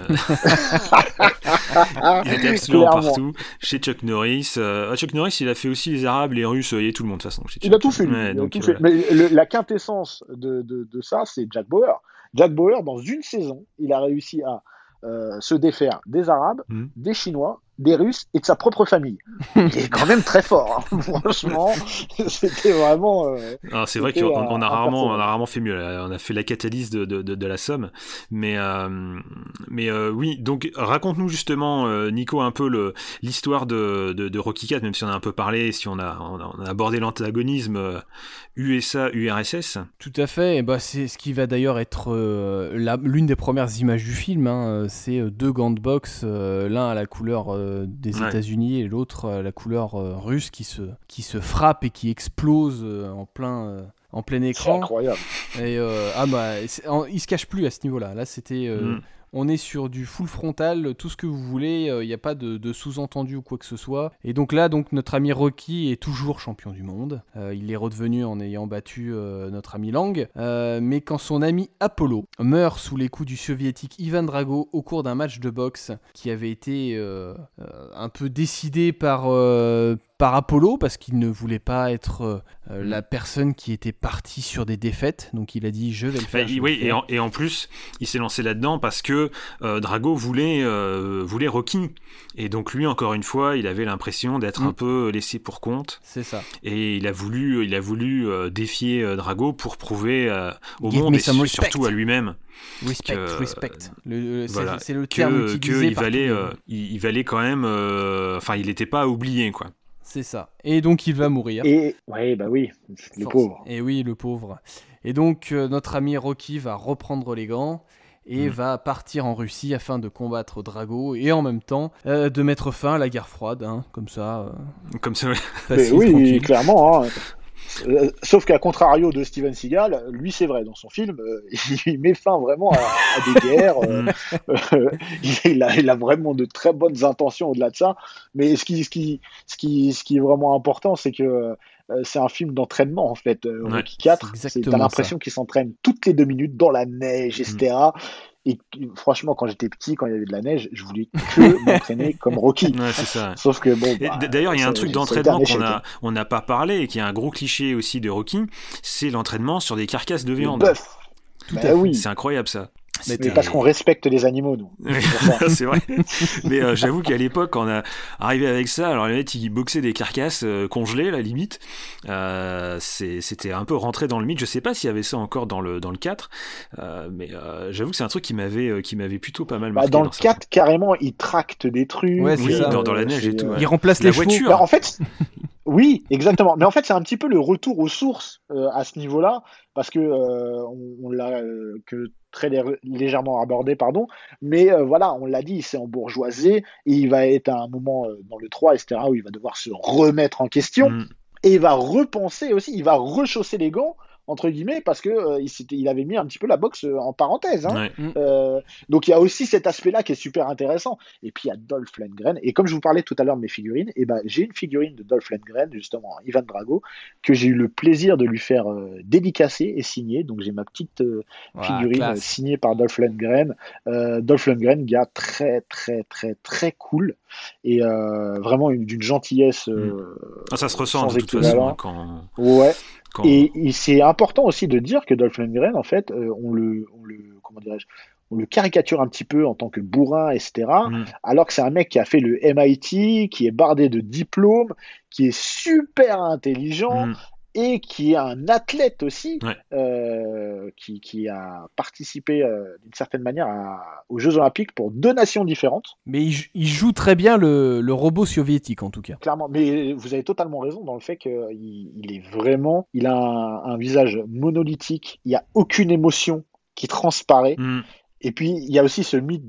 Ils étaient absolument partout. Chez Chuck Norris. Chuck Norris, il a fait aussi les Arabes, les Russes et tout le monde de toute façon. Il a tout fait. Mais la quintessence de ça, c'est Jack Bauer. Jack Bauer, dans une saison, il a réussi à se défaire des Arabes, des Chinois, des Russes et de sa propre famille. Il est quand même très fort, hein. Franchement, c'était vraiment. C'est vrai qu'on a rarement fait mieux. On a fait la catalyse de la somme, mais oui. Donc raconte-nous justement, Nico, un peu l'histoire de Rocky IV, même si on a un peu parlé, si on a abordé l'antagonisme USA-URSS. Tout à fait. Et c'est ce qui va d'ailleurs être l'une des premières images du film. Hein. C'est deux gants de boxe, l'un à la couleur des États-Unis et l'autre à la couleur russe, qui se frappent et qui explosent en plein écran. C'est incroyable. Et il se cache plus à ce niveau-là. Là, c'était on est sur du full frontal, tout ce que vous voulez, il n'y a pas de sous-entendu ou quoi que ce soit. Et donc là, notre ami Rocky est toujours champion du monde. Il est redevenu en ayant battu notre ami Lang. Mais quand son ami Apollo meurt sous les coups du soviétique Ivan Drago au cours d'un match de boxe qui avait été un peu décidé par Apollo, parce qu'il ne voulait pas être la personne qui était partie sur des défaites, donc il a dit je vais le faire. Et en plus il s'est lancé là-dedans parce que Drago voulait Rocky, et donc lui, encore une fois, il avait l'impression d'être un peu laissé pour compte. C'est ça. Et il a voulu défier Drago pour prouver au monde, et surtout à lui-même, respect. Voilà, c'est le terme utilisé il valait quand même, il n'était pas à oublier, quoi. C'est ça. Et donc il va mourir. Et oui, le pauvre. Et oui, le pauvre. Et donc notre ami Rocky va reprendre les gants et va partir en Russie afin de combattre Drago et en même temps de mettre fin à la guerre froide, hein, comme ça. Ouais. Facile, oui, tranquille. clairement. Hein. Sauf qu'à contrario de Steven Seagal, lui, c'est vrai, dans son film, il met fin vraiment à des guerres. Il a vraiment de très bonnes intentions au-delà de ça. Mais ce qui est vraiment important, c'est que c'est un film d'entraînement, en fait. Rocky IV, t'as l'impression qu'il s'entraîne toutes les 2 minutes dans la neige, etc. Et franchement, quand j'étais petit, quand il y avait de la neige, je voulais que m'entraîner comme Rocky. Ouais, c'est ça. Sauf que d'ailleurs, il y a un truc d'entraînement on n'a pas parlé et qui est un gros cliché aussi de Rocky, c'est l'entraînement sur des carcasses de viande. Tout à fait. Oui. C'est incroyable, ça. Mais parce qu'on respecte les animaux, nous. C'est vrai. Mais j'avoue qu'à l'époque, quand on a arrivé avec ça, alors les mecs, ils boxaient des carcasses congelées, la limite. C'était un peu rentré dans le mythe. Je sais pas s'il y avait ça encore dans le 4, mais j'avoue que c'est un truc qui m'avait plutôt pas mal marqué. Dans le 4, carrément, ils tractent des trucs. Ouais, dans la neige et tout. Ils remplacent les voitures. En fait, Oui, exactement. Mais en fait, c'est un petit peu le retour aux sources à ce niveau-là, parce que on l'a que très légèrement abordé, pardon. Mais voilà, on l'a dit, c'est embourgeoisé et il va être à un moment dans le 3, etc., où il va devoir se remettre en question et il va repenser aussi, il va rechausser les gants, entre guillemets, parce que il avait mis un petit peu la boxe en parenthèse. Hein. Donc il y a aussi cet aspect-là qui est super intéressant. Et puis il y a Dolph Lundgren. Et comme je vous parlais tout à l'heure de mes figurines, et ben j'ai une figurine de Dolph Lundgren, justement, Ivan Drago, que j'ai eu le plaisir de lui faire dédicacer et signer. Donc j'ai ma petite figurine signée par Dolph Lundgren. Dolph Lundgren, gars très très très très cool et vraiment d'une gentillesse. Ça se ressent de toute façon quand. Ouais. Et c'est important aussi de dire que Dolph Lundgren, en fait, on le caricature un petit peu en tant que bourrin, etc. Alors que c'est un mec qui a fait le MIT, qui est bardé de diplômes, qui est super intelligent et qui est un athlète aussi, qui a participé d'une certaine manière aux Jeux Olympiques pour 2 nations différentes. Mais il joue très bien le robot soviétique, en tout cas. Clairement, mais vous avez totalement raison dans le fait qu'il est vraiment... Il a un visage monolithique, il n'y a aucune émotion qui transparaît. Et puis, il y a aussi ce mythe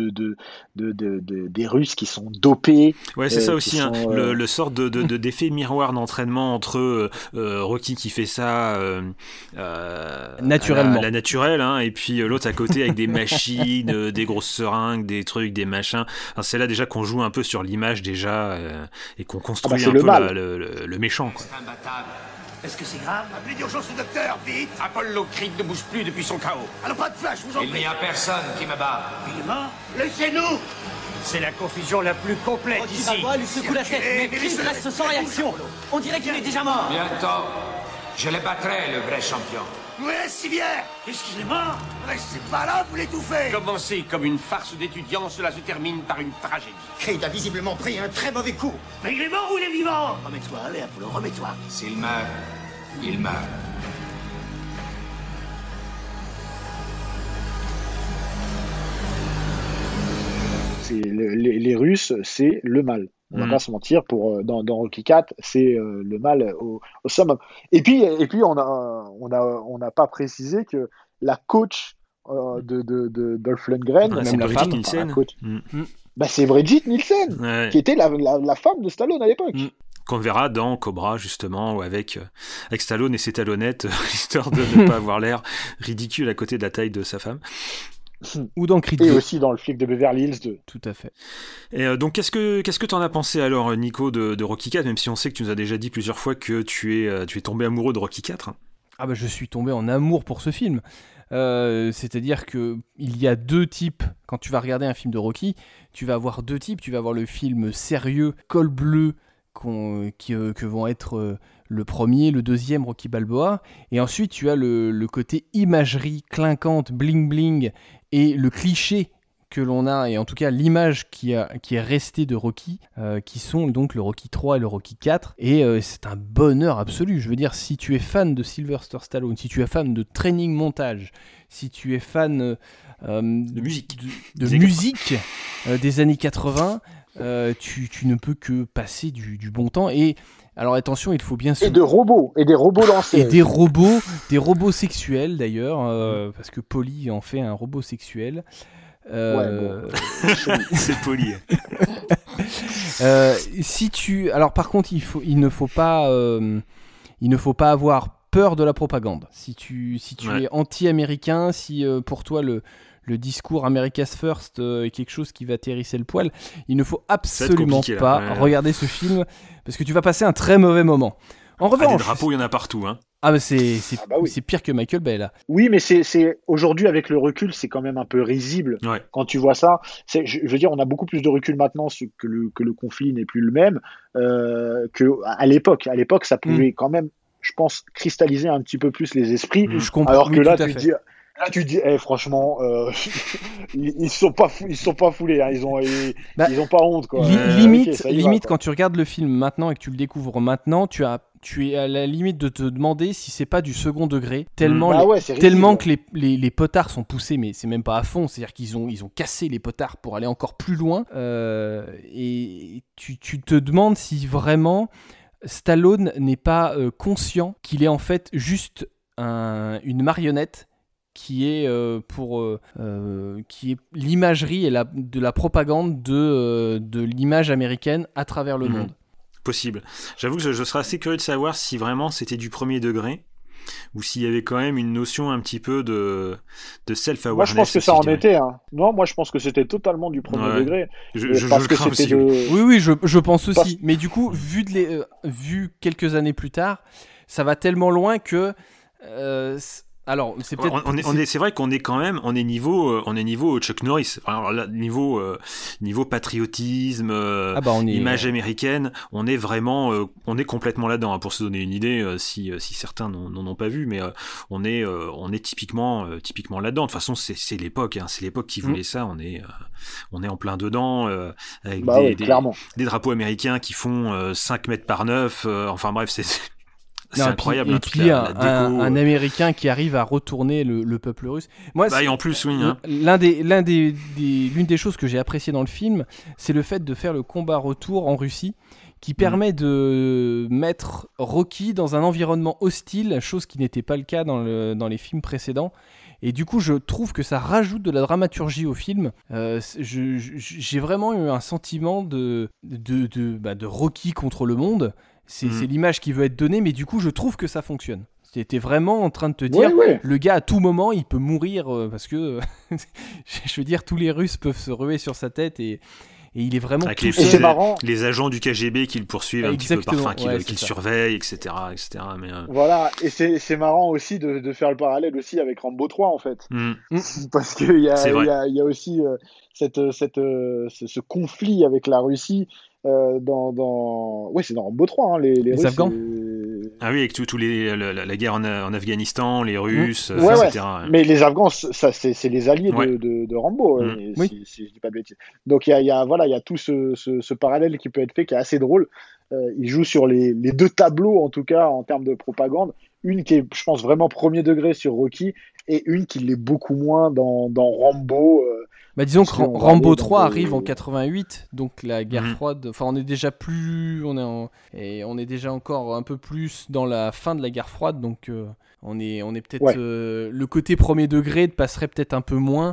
des Russes qui sont dopés. Ouais, c'est ça aussi, le sort d'effet miroir d'entraînement entre Rocky qui fait ça naturellement. La naturelle, hein, et puis l'autre à côté avec des machines, des grosses seringues, des trucs, des machins. Enfin, c'est là déjà qu'on joue un peu sur l'image déjà et qu'on construit un peu le méchant. Quoi. C'est imbattable. Est-ce que c'est grave? Appelez d'urgence le docteur, vite! Apollo Creed ne bouge plus depuis son chaos. Alors pas de flash, vous en prie! Il n'y a personne qui me bat. Il est mort? Laissez-nous! C'est la confusion la plus complète ici. Balboa lui secoue la tête, mais Creed reste sans réaction. On dirait qu'il est déjà mort. Bientôt, je le battrai, le vrai champion. Ouais, si bien! Qu'est-ce qu'il est mort? Restez pas là, vous l'étouffez! Commencer comme une farce d'étudiants, cela se termine par une tragédie. Creed a visiblement pris un très mauvais coup. Mais il est mort ou il est vivant? Remets-toi, allez Apollo, remets-toi. S'il meurt, il meurt. Les Russes, c'est le mal. On va pas se mentir, dans Rocky IV, c'est le mal au summum. Et puis on n'a pas précisé que la coach de Dolph Lundgren, même la femme, Nielsen. C'est Brigitte Nielsen, qui était la femme de Stallone à l'époque. Qu'on verra dans Cobra, justement, ou avec Stallone et ses talonnettes, histoire de ne pas avoir l'air ridicule à côté de la taille de sa femme. Ou dans Creed 2. Et 2. aussi dans le flic de Beverly Hills 2. Tout à fait. Et donc, qu'est-ce que t'en as pensé alors, Nico, de Rocky IV, même si on sait que tu nous as déjà dit plusieurs fois que tu es tombé amoureux de Rocky IV? Ah bah je suis tombé en amour pour ce film. C'est-à-dire que il y a 2 types. Quand tu vas regarder un film de Rocky, tu vas avoir 2 types. Tu vas avoir le film sérieux, col bleu, que vont être le premier, le deuxième, Rocky Balboa. Et ensuite, tu as le côté imagerie clinquante, bling-bling, et le cliché que l'on a, et en tout cas l'image qui est restée de Rocky, qui sont donc le Rocky 3 et le Rocky 4. Et c'est un bonheur absolu. Je veux dire, si tu es fan de Sylvester Stallone, si tu es fan de training montage, si tu es fan de musique, des années 80, tu ne peux que passer du bon temps. Et alors attention, il faut bien et des robots lancés. Et des robots sexuels d'ailleurs, parce que Polly en fait un robot sexuel. C'est Polly. Alors par contre, il ne faut pas avoir peur de la propagande. Si tu es anti-américain, si pour toi le discours America's First est quelque chose qui va t'hérisser le poil, il ne faut absolument pas regarder ce film parce que tu vas passer un très mauvais moment. En revanche, des drapeaux, il y en a partout, hein. Ah bah c'est pire que Michael Bay là. Oui, mais c'est aujourd'hui avec le recul, c'est quand même un peu risible quand tu vois ça. Je veux dire, on a beaucoup plus de recul maintenant que le conflit n'est plus le même que à l'époque. À l'époque, ça pouvait quand même, je pense, cristalliser un petit peu plus les esprits. Je comprends. Alors que là, tu dis, franchement, ils sont pas foulés, hein. Ils ont pas honte, quoi. Limite, quand tu regardes le film maintenant et que tu le découvres maintenant, tu es à la limite de te demander si c'est pas du second degré, tellement que les potards sont poussés, mais c'est même pas à fond, c'est-à-dire qu'ils ont cassé les potards pour aller encore plus loin, et tu te demandes si vraiment Stallone n'est pas conscient qu'il est en fait juste une marionnette qui est qui est l'imagerie et de la propagande de l'image américaine à travers le monde. Possible. J'avoue que je serais assez curieux de savoir si vraiment c'était du premier degré ou s'il y avait quand même une notion un petit peu de self-awareness. Moi, je pense que ça en était. Hein. Non, moi, je pense que c'était totalement du premier degré. Parce que c'était Oui, je pense aussi. Mais du coup, vu quelques années plus tard, ça va tellement loin que... Alors, c'est peut-être. C'est vrai qu'on est quand même, on est niveau Chuck Norris. Alors là, niveau patriotisme, image américaine, on est vraiment, on est complètement là-dedans. Hein, pour se donner une idée, si certains n'en ont pas vu, mais on est typiquement là-dedans. De toute façon, c'est l'époque, hein, c'est l'époque qui voulait ça. On est en plein dedans, avec des drapeaux américains qui font 5 mètres par 9. Enfin bref, c'est incroyable. Et puis un Américain qui arrive à retourner le peuple russe. Moi, et en plus, oui. Hein. L'une des choses que j'ai appréciées dans le film, c'est le fait de faire le combat retour en Russie, qui permet de mettre Rocky dans un environnement hostile, chose qui n'était pas le cas dans les films précédents. Et du coup, je trouve que ça rajoute de la dramaturgie au film. J'ai vraiment eu un sentiment de Rocky contre le monde. C'est l'image qui veut être donnée, mais du coup, je trouve que ça fonctionne. C'était vraiment en train de te dire, le gars, à tout moment, il peut mourir, parce que, je veux dire, tous les Russes peuvent se ruer sur sa tête, et il est vraiment avec les agents du KGB qui le poursuivent un petit peu parfois, qui le surveillent, etc. Mais Voilà, et c'est marrant aussi de faire le parallèle aussi avec Rambo 3, en fait. Parce qu'il y a aussi ce conflit avec la Russie. C'est dans Rambo 3, hein, les Russes, Afghans. Ah oui, avec tous la guerre en Afghanistan, les Russes, etc. Mais les Afghans, ça, c'est les alliés de Rambo, si je dis pas de bêtises. Donc il y a tout ce parallèle qui peut être fait, qui est assez drôle. Il joue sur les deux tableaux, en tout cas, en termes de propagande. Une qui est, je pense, vraiment premier degré sur Rocky, et une qui l'est beaucoup moins dans Rambo. Disons que Rambo 3 arrive en 88, donc la guerre froide. Enfin, on est déjà encore un peu plus dans la fin de la guerre froide, donc on est peut-être le côté premier degré passerait peut-être un peu moins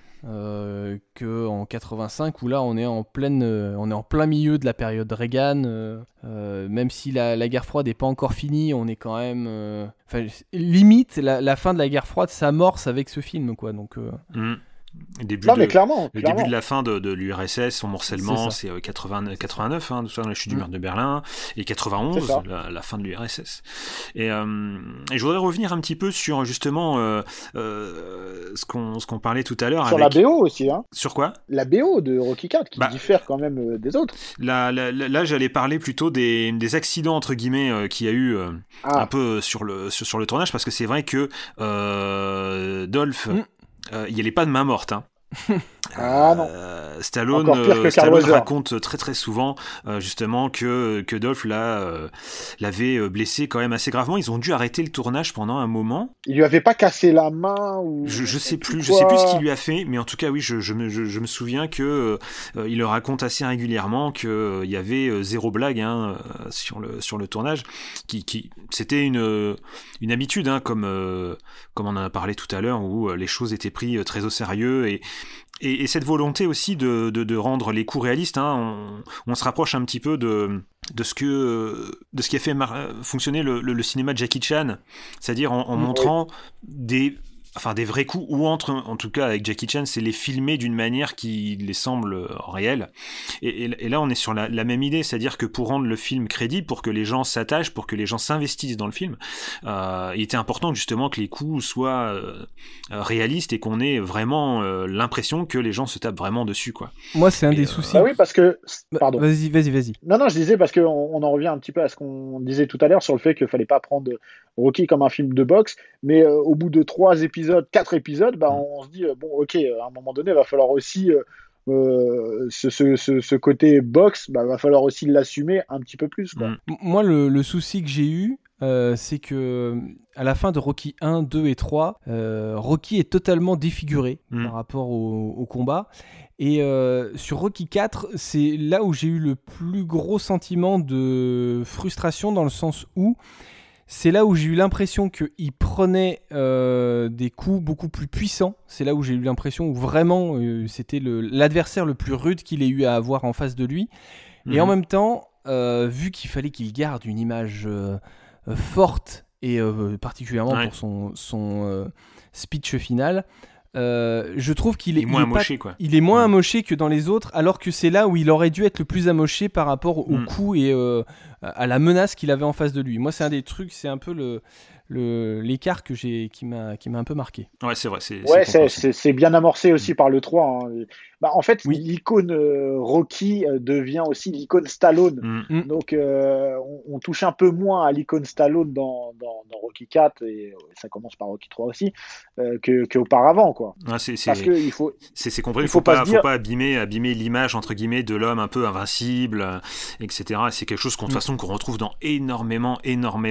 que en 85, où là on est en plein milieu de la période Reagan. Même si la guerre froide n'est pas encore finie, on est quand même. Limite, la fin de la guerre froide s'amorce avec ce film, quoi. Donc. Début clairement. De la fin de l'URSS, son morcellement, c'est 89, hein, la chute du mur de Berlin, et 91, la fin de l'URSS. Et je voudrais revenir un petit peu sur justement ce qu'on parlait tout à l'heure. Sur la BO aussi. Hein. Sur quoi ? La BO de Rocky IV, qui diffère quand même des autres. Là, j'allais parler plutôt des accidents, entre guillemets, qu'il y a eu un peu sur le tournage, parce que c'est vrai que Dolph... il n'y avait pas de main morte. Hein. Non. Stallone raconte très très souvent justement que Dolph l'avait blessé quand même assez gravement. Ils ont dû arrêter le tournage pendant un moment. Il lui avait pas cassé la main ou... Je sais plus ce qu'il lui a fait, mais en tout cas oui, je me souviens que il le raconte assez régulièrement qu'il y avait zéro blague sur le tournage, qui c'était une habitude, hein, comme on en a parlé tout à l'heure, où les choses étaient prises très au sérieux, et cette volonté aussi de rendre les coups réalistes, hein, on se rapproche un petit peu de ce qui a fait fonctionner le cinéma de Jackie Chan, c'est-à-dire en montrant des vrais coups, ou en tout cas avec Jackie Chan, c'est les filmer d'une manière qui les semble réelle. Et là, on est sur la même idée, c'est-à-dire que pour rendre le film crédible, pour que les gens s'attachent, pour que les gens s'investissent dans le film, il était important justement que les coups soient réalistes et qu'on ait vraiment l'impression que les gens se tapent vraiment dessus, quoi. Moi, c'est un des soucis. Oui, parce que... Pardon. Vas-y. Non, je disais parce qu'on en revient un petit peu à ce qu'on disait tout à l'heure sur le fait qu'il fallait pas prendre Rocky comme un film de boxe, mais au bout de 4 épisodes, on se dit à un moment donné, il va falloir aussi ce côté boxe, va falloir aussi l'assumer un petit peu plus, quoi. Moi, le souci que j'ai eu c'est que à la fin de Rocky 1, 2 et 3, Rocky est totalement défiguré par rapport au combat. Et sur Rocky 4, c'est là où j'ai eu le plus gros sentiment de frustration, dans le sens où c'est là où j'ai eu l'impression qu'il prenait des coups beaucoup plus puissants. C'est là où j'ai eu l'impression où vraiment c'était l'adversaire le plus rude qu'il ait eu à avoir en face de lui. Et en même temps, vu qu'il fallait qu'il garde une image forte, et particulièrement pour son speech final, je trouve qu'il est moins amoché, quoi. Il est moins amoché que dans les autres, alors que c'est là où il aurait dû être le plus amoché par rapport au coup et à la menace qu'il avait en face de lui. Moi, c'est un des trucs, c'est un peu l'écart qui m'a un peu marqué. Ouais, c'est vrai. C'est bien amorcé aussi par le 3. Hein. En fait, l'icône Rocky devient aussi l'icône Stallone. Donc, on touche un peu moins à l'icône Stallone dans Rocky 4, et ça commence par Rocky 3 aussi, qu'auparavant, quoi. Ouais, parce qu'il faut... C'est compris, il faut pas abîmer l'image, entre guillemets, de l'homme un peu invincible, etc. C'est quelque chose qu'on retrouve dans énormément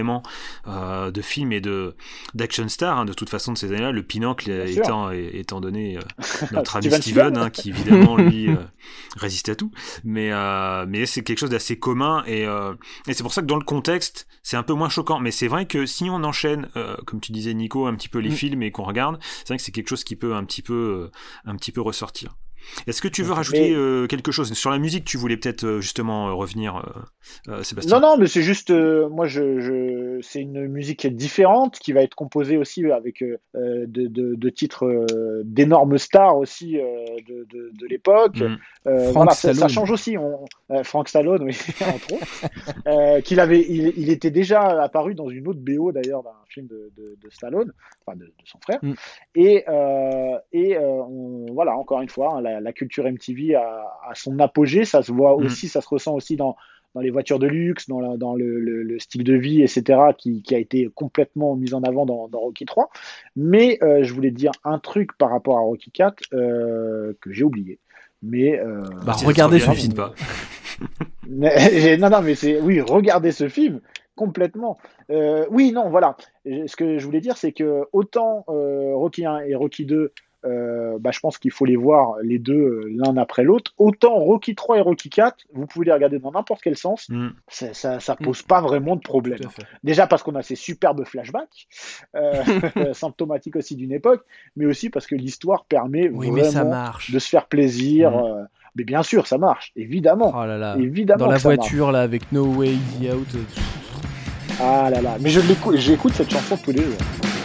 de films et d'action stars, de toute façon, de ces années-là, le pinacle étant donné notre ami Steven, qui évidemment lui résiste à tout, mais c'est quelque chose d'assez commun, et c'est pour ça que dans le contexte c'est un peu moins choquant. Mais c'est vrai que si on enchaîne, comme tu disais Nico, un petit peu les films et qu'on regarde, c'est vrai que c'est quelque chose qui peut un petit peu ressortir. Est-ce que tu veux rajouter quelque chose sur la musique? Tu voulais peut-être justement revenir, Sébastien? Non, mais c'est juste, moi, c'est une musique différente qui va être composée aussi avec de titres d'énormes stars aussi de l'époque. Ça change aussi. Frank Stallone, oui, entre autres. Il était déjà apparu dans une autre BO d'ailleurs d'un film de Stallone, enfin de son frère. Et voilà, encore une fois, hein, la culture MTV a son apogée. Ça se voit aussi, ça se ressent aussi dans les voitures de luxe, dans le style de vie, etc., qui a été complètement mis en avant dans Rocky 3. Mais je voulais dire un truc par rapport à Rocky 4 que j'ai oublié. Mais regardez ce film. Non, mais regardez ce film complètement. Voilà. Ce que je voulais dire, c'est que autant Rocky 1 et Rocky 2, je pense qu'il faut les voir les deux l'un après l'autre. Autant Rocky 3 et Rocky 4, vous pouvez les regarder dans n'importe quel sens, ça pose pas vraiment de problème. Déjà parce qu'on a ces superbes flashbacks, symptomatiques aussi d'une époque, mais aussi parce que l'histoire permet vraiment de se faire plaisir. Mais bien sûr, ça marche, évidemment. Oh là là. Évidemment dans la voiture, là, avec No Way Easy Out. Ah là là, mais j'écoute cette chanson tous les jours.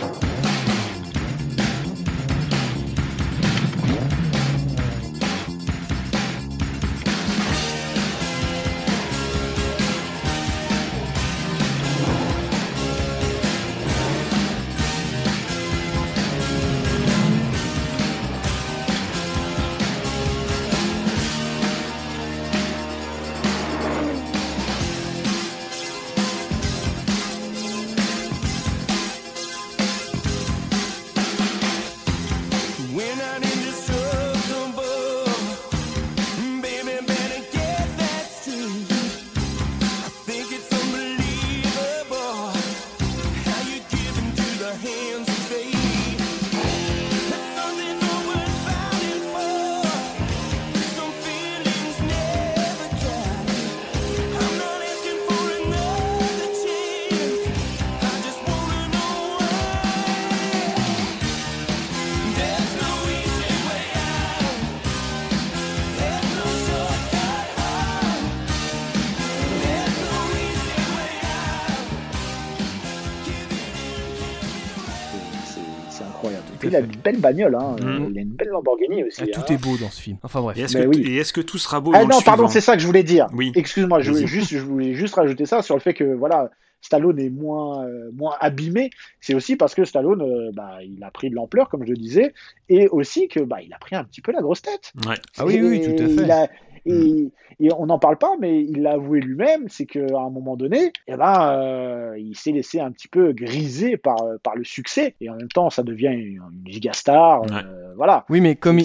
Il a une belle bagnole, hein. Il a une belle Lamborghini aussi. Tout est beau dans ce film. Enfin bref. Et est-ce que tout sera beau dans le non, pardon, suivant? c'est ça que je voulais dire. Oui. Excuse-moi, je voulais juste rajouter ça sur le fait que voilà, Stallone est moins abîmé. C'est aussi parce que Stallone, il a pris de l'ampleur, comme je le disais, et aussi que il a pris un petit peu la grosse tête. Ouais. Ah oui, tout à fait. Et on n'en parle pas, mais il l'a avoué lui-même, c'est qu'à un moment donné, il s'est laissé un petit peu griser par le succès. Et en même temps, ça devient une gigastar. Voilà. Oui, mais comme il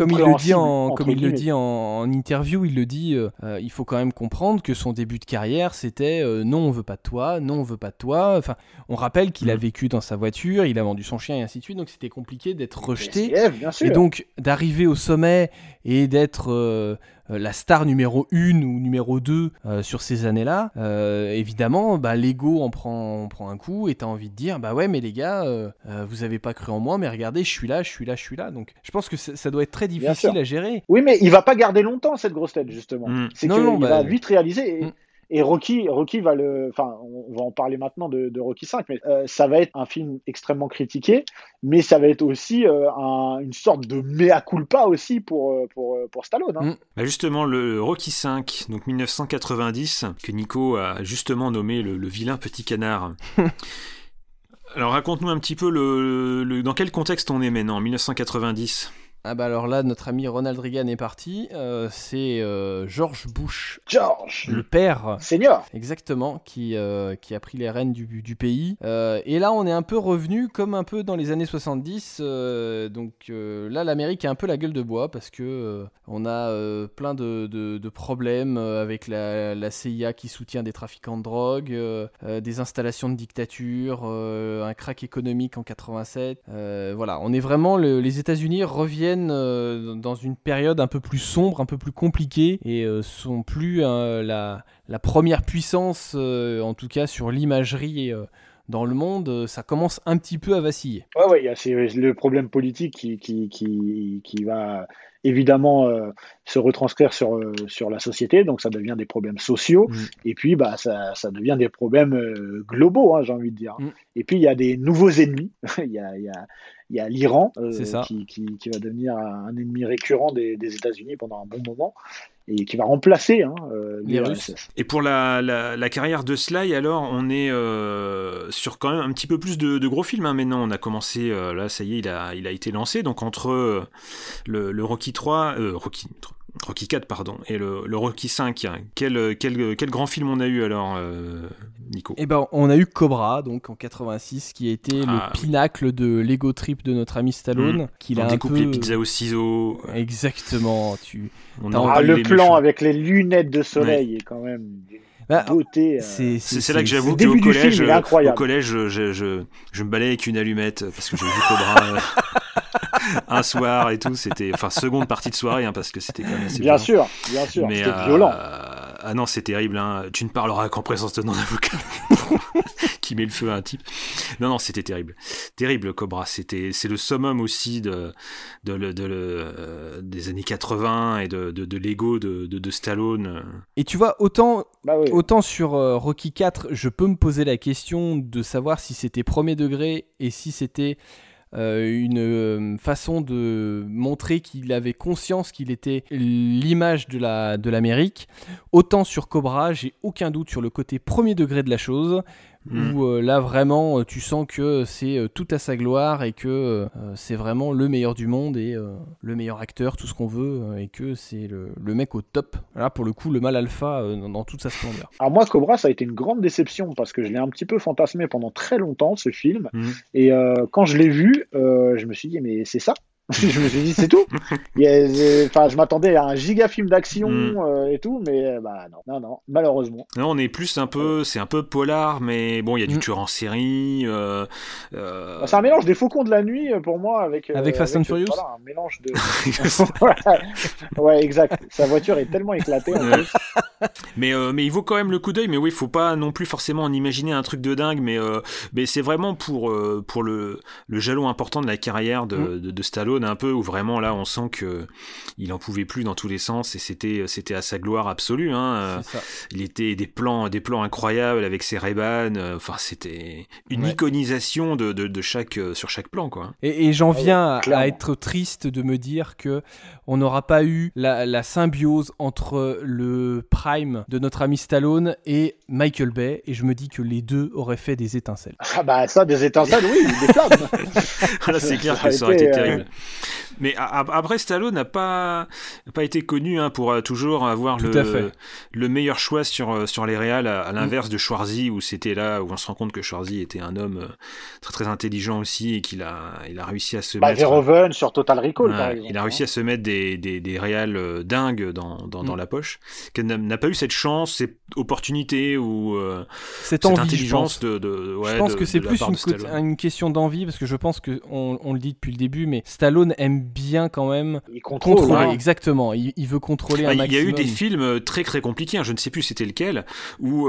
le dit en interview, il le dit, il faut quand même comprendre que son début de carrière, c'était non, on veut pas de toi, non, on veut pas de toi. Enfin, on rappelle qu'il a vécu dans sa voiture, il a vendu son chien et ainsi de suite, donc c'était compliqué d'être rejeté. Bien sûr. Et donc, d'arriver au sommet et d'être la star numéro 1 ou numéro 2 sur ces années-là, évidemment, l'ego en prend un coup et t'as envie de dire, bah ouais, mais les gars, vous avez pas cru en moi, mais regardez, je suis là. Donc, je pense que ça doit être très difficile à gérer. Oui, mais il va pas garder longtemps cette grosse tête, justement. C'est qu'il va vite réaliser. Et Rocky va on va en parler maintenant de Rocky 5, mais ça va être un film extrêmement critiqué, mais ça va être aussi une sorte de mea culpa aussi pour Stallone. Hein. Justement, le Rocky 5, donc 1990, que Nico a justement nommé le vilain petit canard. Alors raconte-nous un petit peu dans quel contexte on est maintenant, en 1990. Ah bah alors là, notre ami Ronald Reagan est parti. C'est George Bush, le père, senior, exactement, qui a pris les rênes du pays. Et là, on est un peu revenu comme un peu dans les années 70. Donc là, l'Amérique a un peu la gueule de bois parce que on a plein de problèmes avec la CIA qui soutient des trafiquants de drogue, des installations de dictature, un crack économique en 87. Voilà, on est vraiment les États-Unis reviennent dans une période un peu plus sombre, un peu plus compliquée et sont plus la première puissance, en tout cas sur l'imagerie dans le monde. Ça commence un petit peu à vaciller. Ouais, il y a le problème politique qui va évidemment se retranscrire sur la société, donc ça devient des problèmes sociaux, et puis ça devient des problèmes globaux, hein, j'ai envie de dire. Et puis il y a des nouveaux ennemis, il y a l'Iran qui va devenir un ennemi récurrent des États-Unis pendant un bon moment, et qui va remplacer les Russes. Et pour la carrière de Sly, alors, on est sur quand même un petit peu plus de gros films. Hein, maintenant, on a commencé, là, ça y est, il a été lancé. Donc, entre le Rocky 3, Rocky 4, pardon, et le Rocky 5, quel grand film on a eu alors, Nico ? Eh ben, on a eu Cobra, donc en 86, qui a été le pinacle de l'ego trip de notre ami Stallone. On découpe les pizzas au ciseau. Exactement. Le plan avec les lunettes de soleil est quand même d'une beauté. C'est là que j'avoue qu'au collège, je me balayais avec une allumette parce que j'ai vu Cobra un soir et tout. C'était, seconde partie de soirée, hein, parce que c'était quand même assez bien sûr, mais c'était violent. Ah non, c'est terrible, hein. Tu ne parleras qu'en présence de non-avocat qui met le feu à un type. Non, c'était terrible. Terrible, Cobra. C'est le summum aussi des années 80 et de l'ego de Stallone. Et tu vois, autant sur Rocky 4, je peux me poser la question de savoir si c'était premier degré et si c'était une façon de montrer qu'il avait conscience qu'il était l'image de l'Amérique. Autant sur Cobra, j'ai aucun doute sur le côté premier degré de la chose, où là vraiment tu sens que c'est tout à sa gloire et que c'est vraiment le meilleur du monde et le meilleur acteur, tout ce qu'on veut, et que c'est le mec au top. Là pour le coup, le mâle alpha dans toute sa splendeur. Alors moi, Cobra, ça a été une grande déception parce que je l'ai un petit peu fantasmé pendant très longtemps, ce film, et quand je l'ai vu, je me suis dit mais c'est ça. Je me suis dit c'est tout. Je m'attendais à un giga film d'action et tout, mais non, malheureusement. Non, on est plus c'est un peu polar, mais bon, il y a du tueur en série. C'est un mélange des Faucons de la nuit pour moi avec Fast and Furious. Voilà, un mélange de. Ouais, exact. Sa voiture est tellement éclatée en plus. Mais il vaut quand même le coup d'œil. Mais oui, faut pas non plus forcément en imaginer un truc de dingue. Mais c'est vraiment pour le jalon important de la carrière de Stallone, un peu, où vraiment là on sent que il en pouvait plus dans tous les sens et c'était à sa gloire absolue, hein. Il était des plans incroyables avec ses Ray-Ban, c'était une iconisation sur chaque plan, quoi. Et j'en viens à être triste de me dire que on n'aura pas eu la symbiose entre le prime de notre ami Stallone et Michael Bay, et je me dis que les deux auraient fait des étincelles. Ah bah ça, des étincelles, oui, des flammes. Là, c'est clair que ça aurait été terrible. Mais après, Stallone n'a pas été connu pour toujours avoir le meilleur choix sur les réals, à l'inverse de Schwarzy, où c'était là où on se rend compte que Schwarzy était un homme très très intelligent aussi et qu'il a réussi à se mettre. Verhoeven sur Total Recall, par exemple. Il a réussi à se mettre des réals dingues dans la poche, qu'il n'a pas eu cette chance, cette opportunité ou cette intelligence je pense que c'est plus une question d'envie, parce que je pense que on le dit depuis le début, mais Stallone aime bien quand même contrôler. Exactement, il veut contrôler un maximum. Il y a eu des films très très compliqués, je ne sais plus c'était lequel, où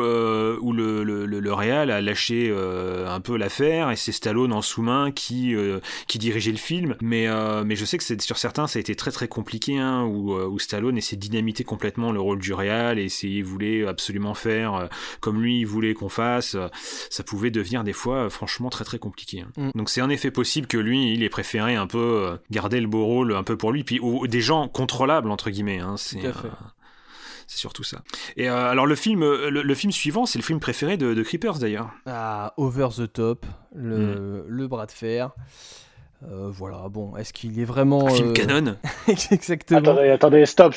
le réal a lâché un peu l'affaire et c'est Stallone en sous-main qui dirigeait le film, mais je sais que sur certains ça a été très très compliqué, où Stallone essayait de dynamiter complètement le rôle du réal et il voulait absolument faire comme lui il voulait qu'on fasse. Ça pouvait devenir des fois franchement très très compliqué. Donc c'est en effet possible que lui il ait préféré un peu garder le beau rôle un peu pour lui, puis des gens contrôlables entre guillemets. C'est surtout ça. Et alors le film suivant, c'est le film préféré de Creepers d'ailleurs. Over the Top, le bras de fer. Voilà, bon, est-ce qu'il est vraiment... Un film canon. Exactement. Attendez, stop.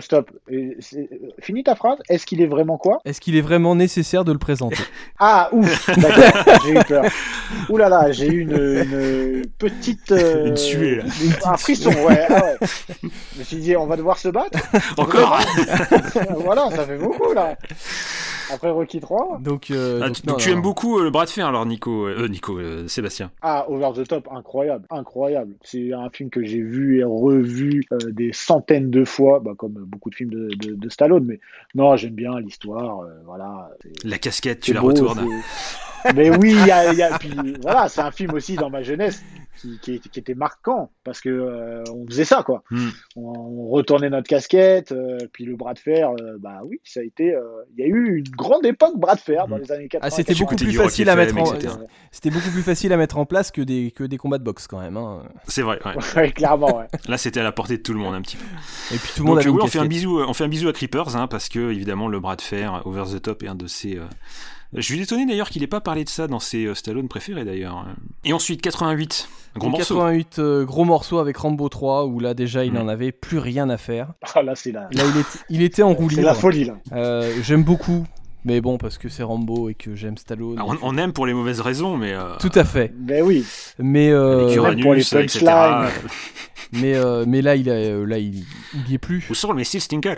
Finis ta phrase. Est-ce qu'il est vraiment quoi ? Est-ce qu'il est vraiment nécessaire de le présenter ? Ah, ouf, d'accord, j'ai eu peur. Ouh là là, j'ai eu une petite... Une suée, là. Un frisson, ouais. Je me suis dit, on va devoir se battre ? Encore ? Voilà, ça fait beaucoup, là. Après Rocky 3. Donc tu aimes beaucoup le bras de fer alors, Sébastien. Over the Top, incroyable. C'est un film que j'ai vu et revu des centaines de fois, comme beaucoup de films de Stallone, mais non, j'aime bien l'histoire, voilà. La casquette, tu la retournes. Mais oui, puis voilà, c'est un film aussi dans ma jeunesse qui était marquant parce que on faisait ça quoi. On retournait notre casquette, puis le bras de fer, oui, ça a été. Il y a eu une grande époque bras de fer dans les années 80. C'était beaucoup plus facile à mettre en place que des combats de boxe quand même. C'est vrai. Ouais, clairement. Ouais. Là, c'était à la portée de tout le monde un petit peu. Et puis tout le monde avait une on fait un bisou à Creepers parce que évidemment le bras de fer, Over the Top est un de ces. Je suis étonné d'ailleurs qu'il n'ait pas parlé de ça dans ses Stallone préférés d'ailleurs. Et ensuite 88, gros morceau. 88, gros morceau avec Rambo 3 où là déjà il n'en avait plus rien à faire. Là c'est là. Là il était en roue libre. C'est la folie là. J'aime beaucoup. Mais bon, parce que c'est Rambo et que j'aime Stallone. On aime pour les mauvaises raisons, mais... Tout à fait. Ben oui. Mais Uranus, pour les punchlines. Mais là, il y est plus. Où sont les Steel Stinker?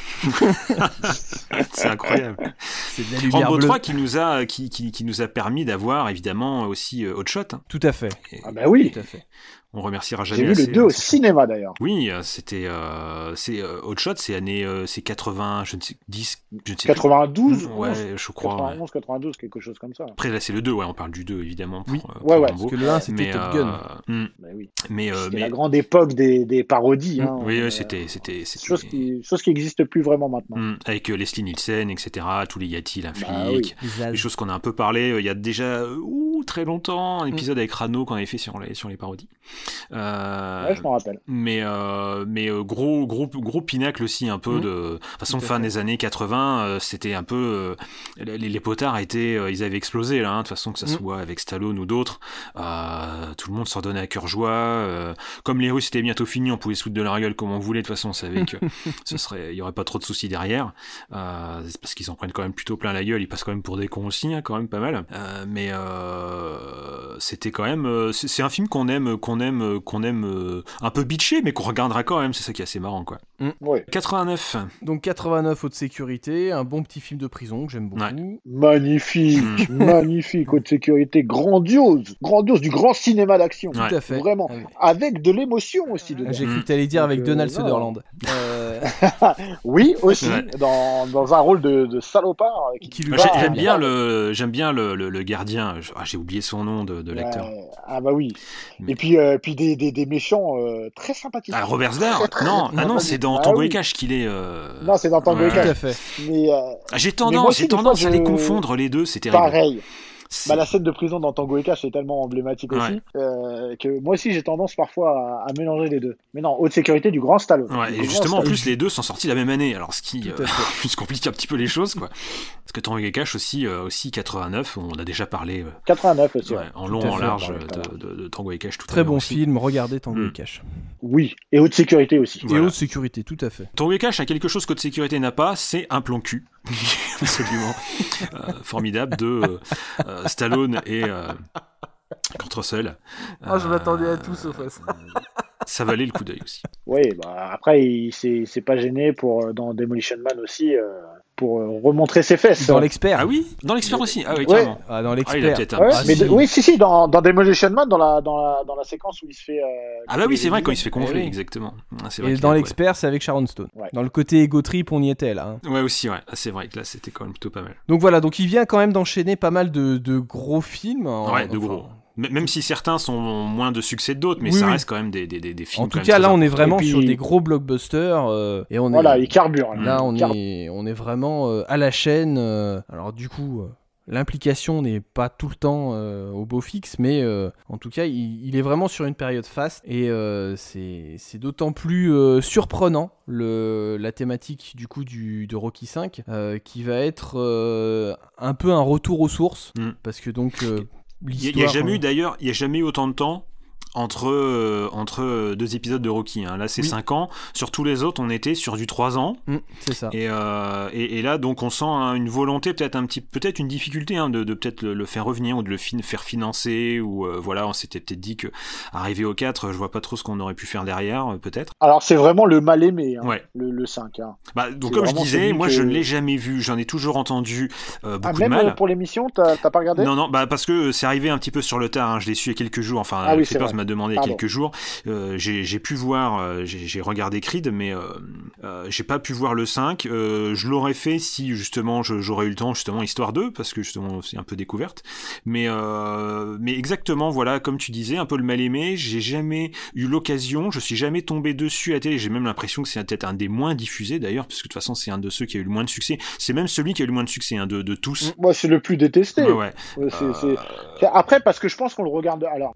C'est incroyable. C'est de la lumière Rambo bleue. 3 qui nous a permis d'avoir évidemment aussi Hot Shot. Tout à fait. Oui. Tout à fait. On remerciera jamais. J'ai vu le 2 au cinéma d'ailleurs. Oui, c'était Hot Shot, c'est 80, je ne sais 92. Ouais, je crois. 91, 92, quelque chose comme ça. Après là c'est le 2, on parle du 2 évidemment. Oui. Pour parce que le 1 c'était Top Gun. Mais la grande époque des parodies. Oui, c'était chose qui n'existe plus vraiment maintenant. Avec Leslie Nielsen, etc. Tous les Y a-t-il un flic, des choses qu'on a un peu parlé. Il y a déjà très longtemps un épisode avec Rano qu'on avait fait sur les parodies. Je m'en rappelle. Mais gros pinacle aussi un peu de façon fin des années 80. C'était un peu les potards ils avaient explosé là. De toute façon que ça soit avec Stallone ou d'autres, tout le monde s'en donnait à cœur joie. Comme les Russes c'était bientôt fini, on pouvait se foutre de leur gueule comme on voulait. De toute façon, on savait que il y aurait pas trop de soucis derrière. C'est parce qu'ils en prennent quand même plutôt plein la gueule. Ils passent quand même pour des cons aussi, quand même pas mal. Mais c'était quand même. C'est un film qu'on aime un peu bitché, mais qu'on regardera quand même. C'est ça qui est assez marrant, quoi. 89. Donc 89, haute sécurité, un bon petit film de prison que j'aime beaucoup. Magnifique, magnifique, haute sécurité, grandiose, du grand cinéma d'action. Tout à fait. Vraiment, avec de l'émotion aussi dedans. J'ai cru que t'allais dire avec Donald Sutherland. Oui, aussi, dans un rôle de salopard. J'aime bien le gardien. J'ai oublié son nom de l'acteur. Oui. Et puis des méchants très sympathiques. Robert Zlar. Non, c'est dans Tango et Cash qu'il est. Non, c'est dans Tango et Cash. Tout à fait. Mais j'ai tendance à les confondre les deux. C'est terrible. Pareil. La scène de prison dans Tango et Cash est tellement emblématique aussi que moi aussi j'ai tendance parfois à mélanger les deux. Mais non, Haute Sécurité du grand Stallone. Ouais, et justement, en plus, les deux sont sortis la même année, alors ce qui plus complique un petit peu les choses, quoi. Parce que Tango et Cash aussi 89, on a déjà parlé 89 aussi, en long, en large de Tango et Cash. Très bon film, regardez Tango et Cash. Oui, et Haute Sécurité aussi. Et Haute Sécurité, tout à fait. Tango et Cash a quelque chose qu'Haute Sécurité n'a pas, c'est un plan cul. Absolument formidable de Stallone et Kurt Russell. Je m'attendais à tout sauf à ça. Ça valait le coup d'œil aussi. Oui, après il s'est pas gêné dans Demolition Man aussi pour remontrer ses fesses. Dans l'Expert. Ah oui, dans l'Expert aussi. Ah oui, carrément. Ah, dans l'Expert. Il a peut-être un si, dans Demolition Man, dans la séquence où il se fait. Ah bah oui, c'est vrai, quand il se fait congeler, exactement. C'est vrai. Et dans l'Expert, c'est avec Sharon Stone. Ouais. Dans le côté ego trip, on y était là. Ouais, aussi, ouais. C'est vrai que là, c'était quand même plutôt pas mal. Donc voilà, donc il vient quand même d'enchaîner pas mal de gros films. Gros. Même si certains sont moins de succès que d'autres, mais ça reste quand même des films. En tout cas, là, on est vraiment sur des gros blockbusters. Et on il carbure. Là, on est vraiment à la chaîne. Alors, du coup, l'implication n'est pas tout le temps au beau fixe, mais en tout cas, il est vraiment sur une période faste. Et c'est d'autant plus surprenant la thématique du coup de Rocky V, qui va être un peu un retour aux sources. Parce que donc. Il n'y a jamais eu autant de temps entre deux épisodes de Rocky. Là, c'est 5 ans. Sur tous les autres, on était sur du 3 ans. C'est ça. Et là, donc, on sent une volonté, peut-être une difficulté de peut-être le faire revenir ou de le faire financer. Ou voilà, on s'était peut-être dit qu'arrivé au 4, je vois pas trop ce qu'on aurait pu faire derrière, peut-être. Alors, c'est vraiment le mal aimé, le 5. Donc, comme je disais, moi, je ne l'ai jamais vu. J'en ai toujours entendu beaucoup de mal. Même pour l'émission, t'as pas regardé ? Non, parce que c'est arrivé un petit peu sur le tard. Je l'ai su il y a quelques jours. Enfin, Clippers m'a demandé il y a quelques jours. J'ai pu voir, j'ai regardé Creed, mais j'ai pas pu voir le 5. Je l'aurais fait si justement j'aurais eu le temps, justement, histoire 2, parce que justement c'est un peu découverte. Mais exactement, voilà, comme tu disais, un peu le mal aimé. J'ai jamais eu l'occasion, je suis jamais tombé dessus à la télé. J'ai même l'impression que c'est peut-être un des moins diffusés d'ailleurs, parce que de toute façon c'est un de ceux qui a eu le moins de succès. C'est même celui qui a eu le moins de succès de tous. Moi, c'est le plus détesté. Ouais. Après, parce que je pense qu'on le regarde. Alors,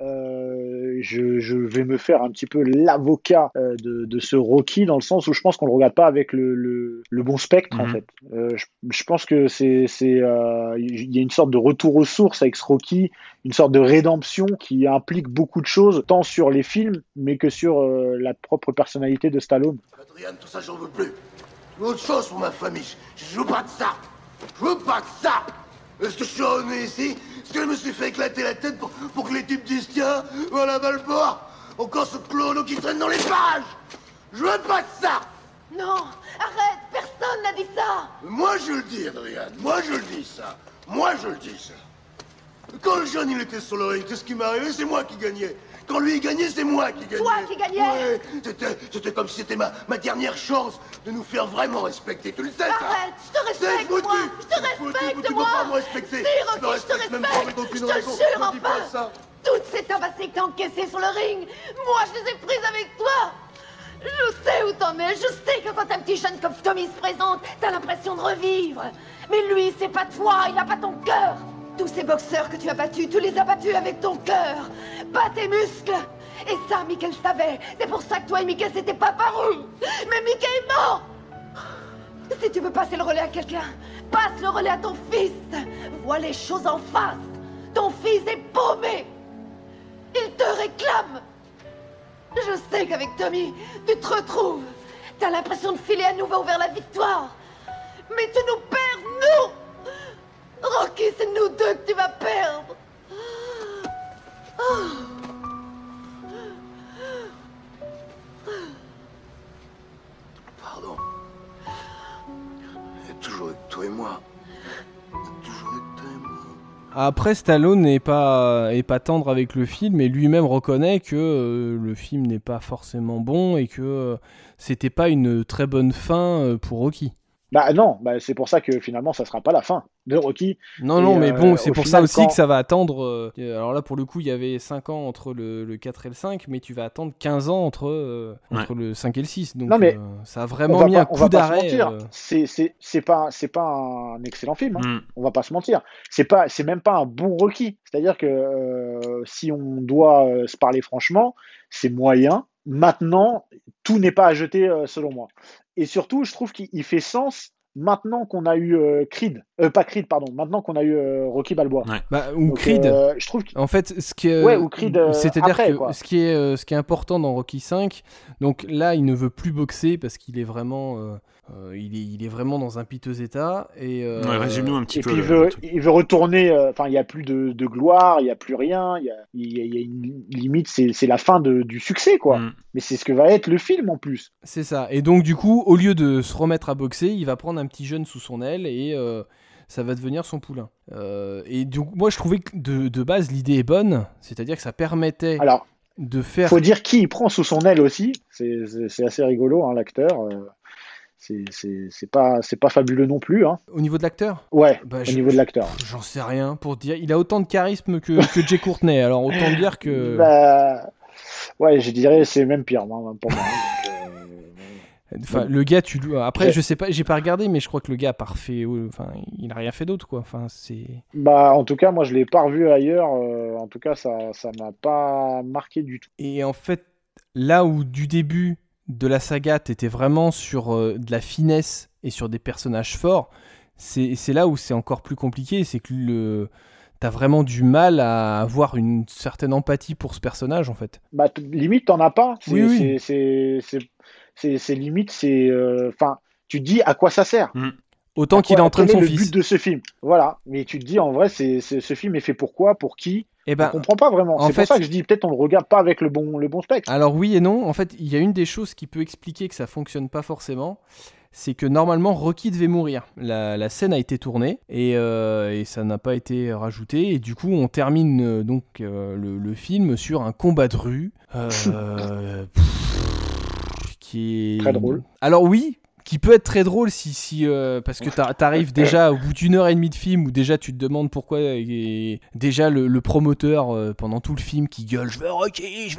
je vais me faire un petit peu l'avocat de ce Rocky, dans le sens où je pense qu'on le regarde pas avec le bon spectre, en fait. Je pense que il y a une sorte de retour aux sources avec ce Rocky, une sorte de rédemption qui implique beaucoup de choses, tant sur les films, mais que sur la propre personnalité de Stallone. Adrien, tout ça, j'en veux plus. Je veux autre chose pour ma famille. Je veux pas de ça. Je veux pas de ça. Est-ce que je suis revenu ici? Est-ce que je me suis fait éclater la tête pour que les types disent tiens, voilà Balboa, encore ce clodo qui traîne dans les pages? Je veux pas de ça. Non, arrête, personne n'a dit ça. Moi je le dis, Adrien, moi je le dis ça. Moi je le dis ça. Quand le jeune il était sur le ring, qu'est-ce qui m'est arrivé? C'est moi qui gagnais. Quand lui il gagnait, c'est moi qui gagnais. Toi qui gagnais. Ouais, c'était comme si c'était ma dernière chance de nous faire vraiment respecter. Tu le sais, ça? Arrête, je te respecte, moi. Je te respecte, tu moi. peux pas me respecter. Si, Rocky, je te respecte. Je te jure, enfin. Toutes ces tabassées que t'as encaissées sur le ring, moi je les ai prises avec toi. Je sais où t'en es. Je sais que quand un petit jeune comme Tommy se présente, t'as l'impression de revivre. Mais lui, c'est pas toi. Il a pas ton cœur. Tous ces boxeurs que tu as battus, tu les as battus avec ton cœur, pas tes muscles. Et ça, Mickey le savait. C'est pour ça que toi et Mickey s'étaient pas parus. Mais Mickey est mort. Si tu veux passer le relais à quelqu'un, passe le relais à ton fils. Vois les choses en face. Ton fils est paumé. Il te réclame. Je sais qu'avec Tommy, tu te retrouves. T'as l'impression de filer à nouveau vers la victoire. Mais tu nous perds, nous. Rocky, c'est nous deux que tu vas perdre. Pardon. Il y a toujours eu toi et moi. Après, Stallone n'est pas tendre avec le film et lui-même reconnaît que le film n'est pas forcément bon et que c'était pas une très bonne fin pour Rocky. Non, c'est pour ça que finalement ça sera pas la fin de Rocky. Non, mais bon, c'est pour ça aussi que ça va attendre. Alors là, pour le coup, il y avait 5 ans entre le 4 et le 5, mais tu vas attendre 15 ans entre le 5 et le 6. Donc ça a vraiment mis un coup d'arrêt. C'est pas un excellent film. On va pas se mentir. C'est même pas un bon Rocky. C'est-à-dire que si on doit se parler franchement, c'est moyen. Maintenant, tout n'est pas à jeter selon moi. Et surtout, je trouve qu'il fait sens maintenant qu'on a eu Creed. Maintenant qu'on a eu Rocky Balboa. Ou donc, Creed. Je trouve en fait, ce qui est, ou Creed, c'est-à-dire après, que ce qui est important dans Rocky 5, donc là, il ne veut plus boxer parce qu'il est vraiment... il est vraiment dans un piteux état et résume-nous un petit peu. Et puis il veut retourner. Enfin, il n'y a plus de gloire, il n'y a plus rien. Il y a une limite. C'est la fin du succès, quoi. Mais c'est ce que va être le film en plus. C'est ça. Et donc du coup, au lieu de se remettre à boxer, il va prendre un petit jeune sous son aile et ça va devenir son poulain. Et donc moi, je trouvais que de base l'idée est bonne, c'est-à-dire que ça permettait. Alors, de faire. Faut dire qui il prend sous son aile aussi. C'est assez rigolo, hein, l'acteur. C'est pas fabuleux non plus. Hein. Au niveau de l'acteur ? Ouais, au niveau de l'acteur. J'en sais rien pour dire. Il a autant de charisme que Jay Courtney. Alors autant dire que. Ouais, je dirais c'est même pire pour moi. Enfin, le gars, après, je sais pas, j'ai pas regardé, mais je crois que le gars a parfait. Enfin, il a rien fait d'autre, quoi. Enfin, c'est. En tout cas, moi, je l'ai pas revu ailleurs. En tout cas, ça m'a pas marqué du tout. Et en fait, là où du début de la saga, t'étais vraiment sur de la finesse et sur des personnages forts, c'est là où c'est encore plus compliqué. C'est que t'as vraiment du mal à avoir une certaine empathie pour ce personnage, en fait. Limite, t'en as pas. Oui. C'est limite, enfin, tu te dis à quoi ça sert. Autant qu'il entraîne son fils. Quel est le but de ce film ? Voilà. Mais tu te dis, en vrai, ce film est fait pour quoi ? Pour qui ? On comprend pas vraiment. C'est pour ça que je dis, peut-être on le regarde pas avec le bon spectre. Alors oui et non. En fait, il y a une des choses qui peut expliquer que ça fonctionne pas forcément. C'est que normalement Rocky devait mourir. La scène a été tournée et ça n'a pas été rajouté. Et du coup, on termine le film sur un combat de rue qui est très drôle. Alors oui, qui peut être très drôle si parce que t'arrives déjà au bout d'1h30 de film où déjà tu te demandes pourquoi déjà le promoteur pendant tout le film qui gueule je veux Rocky.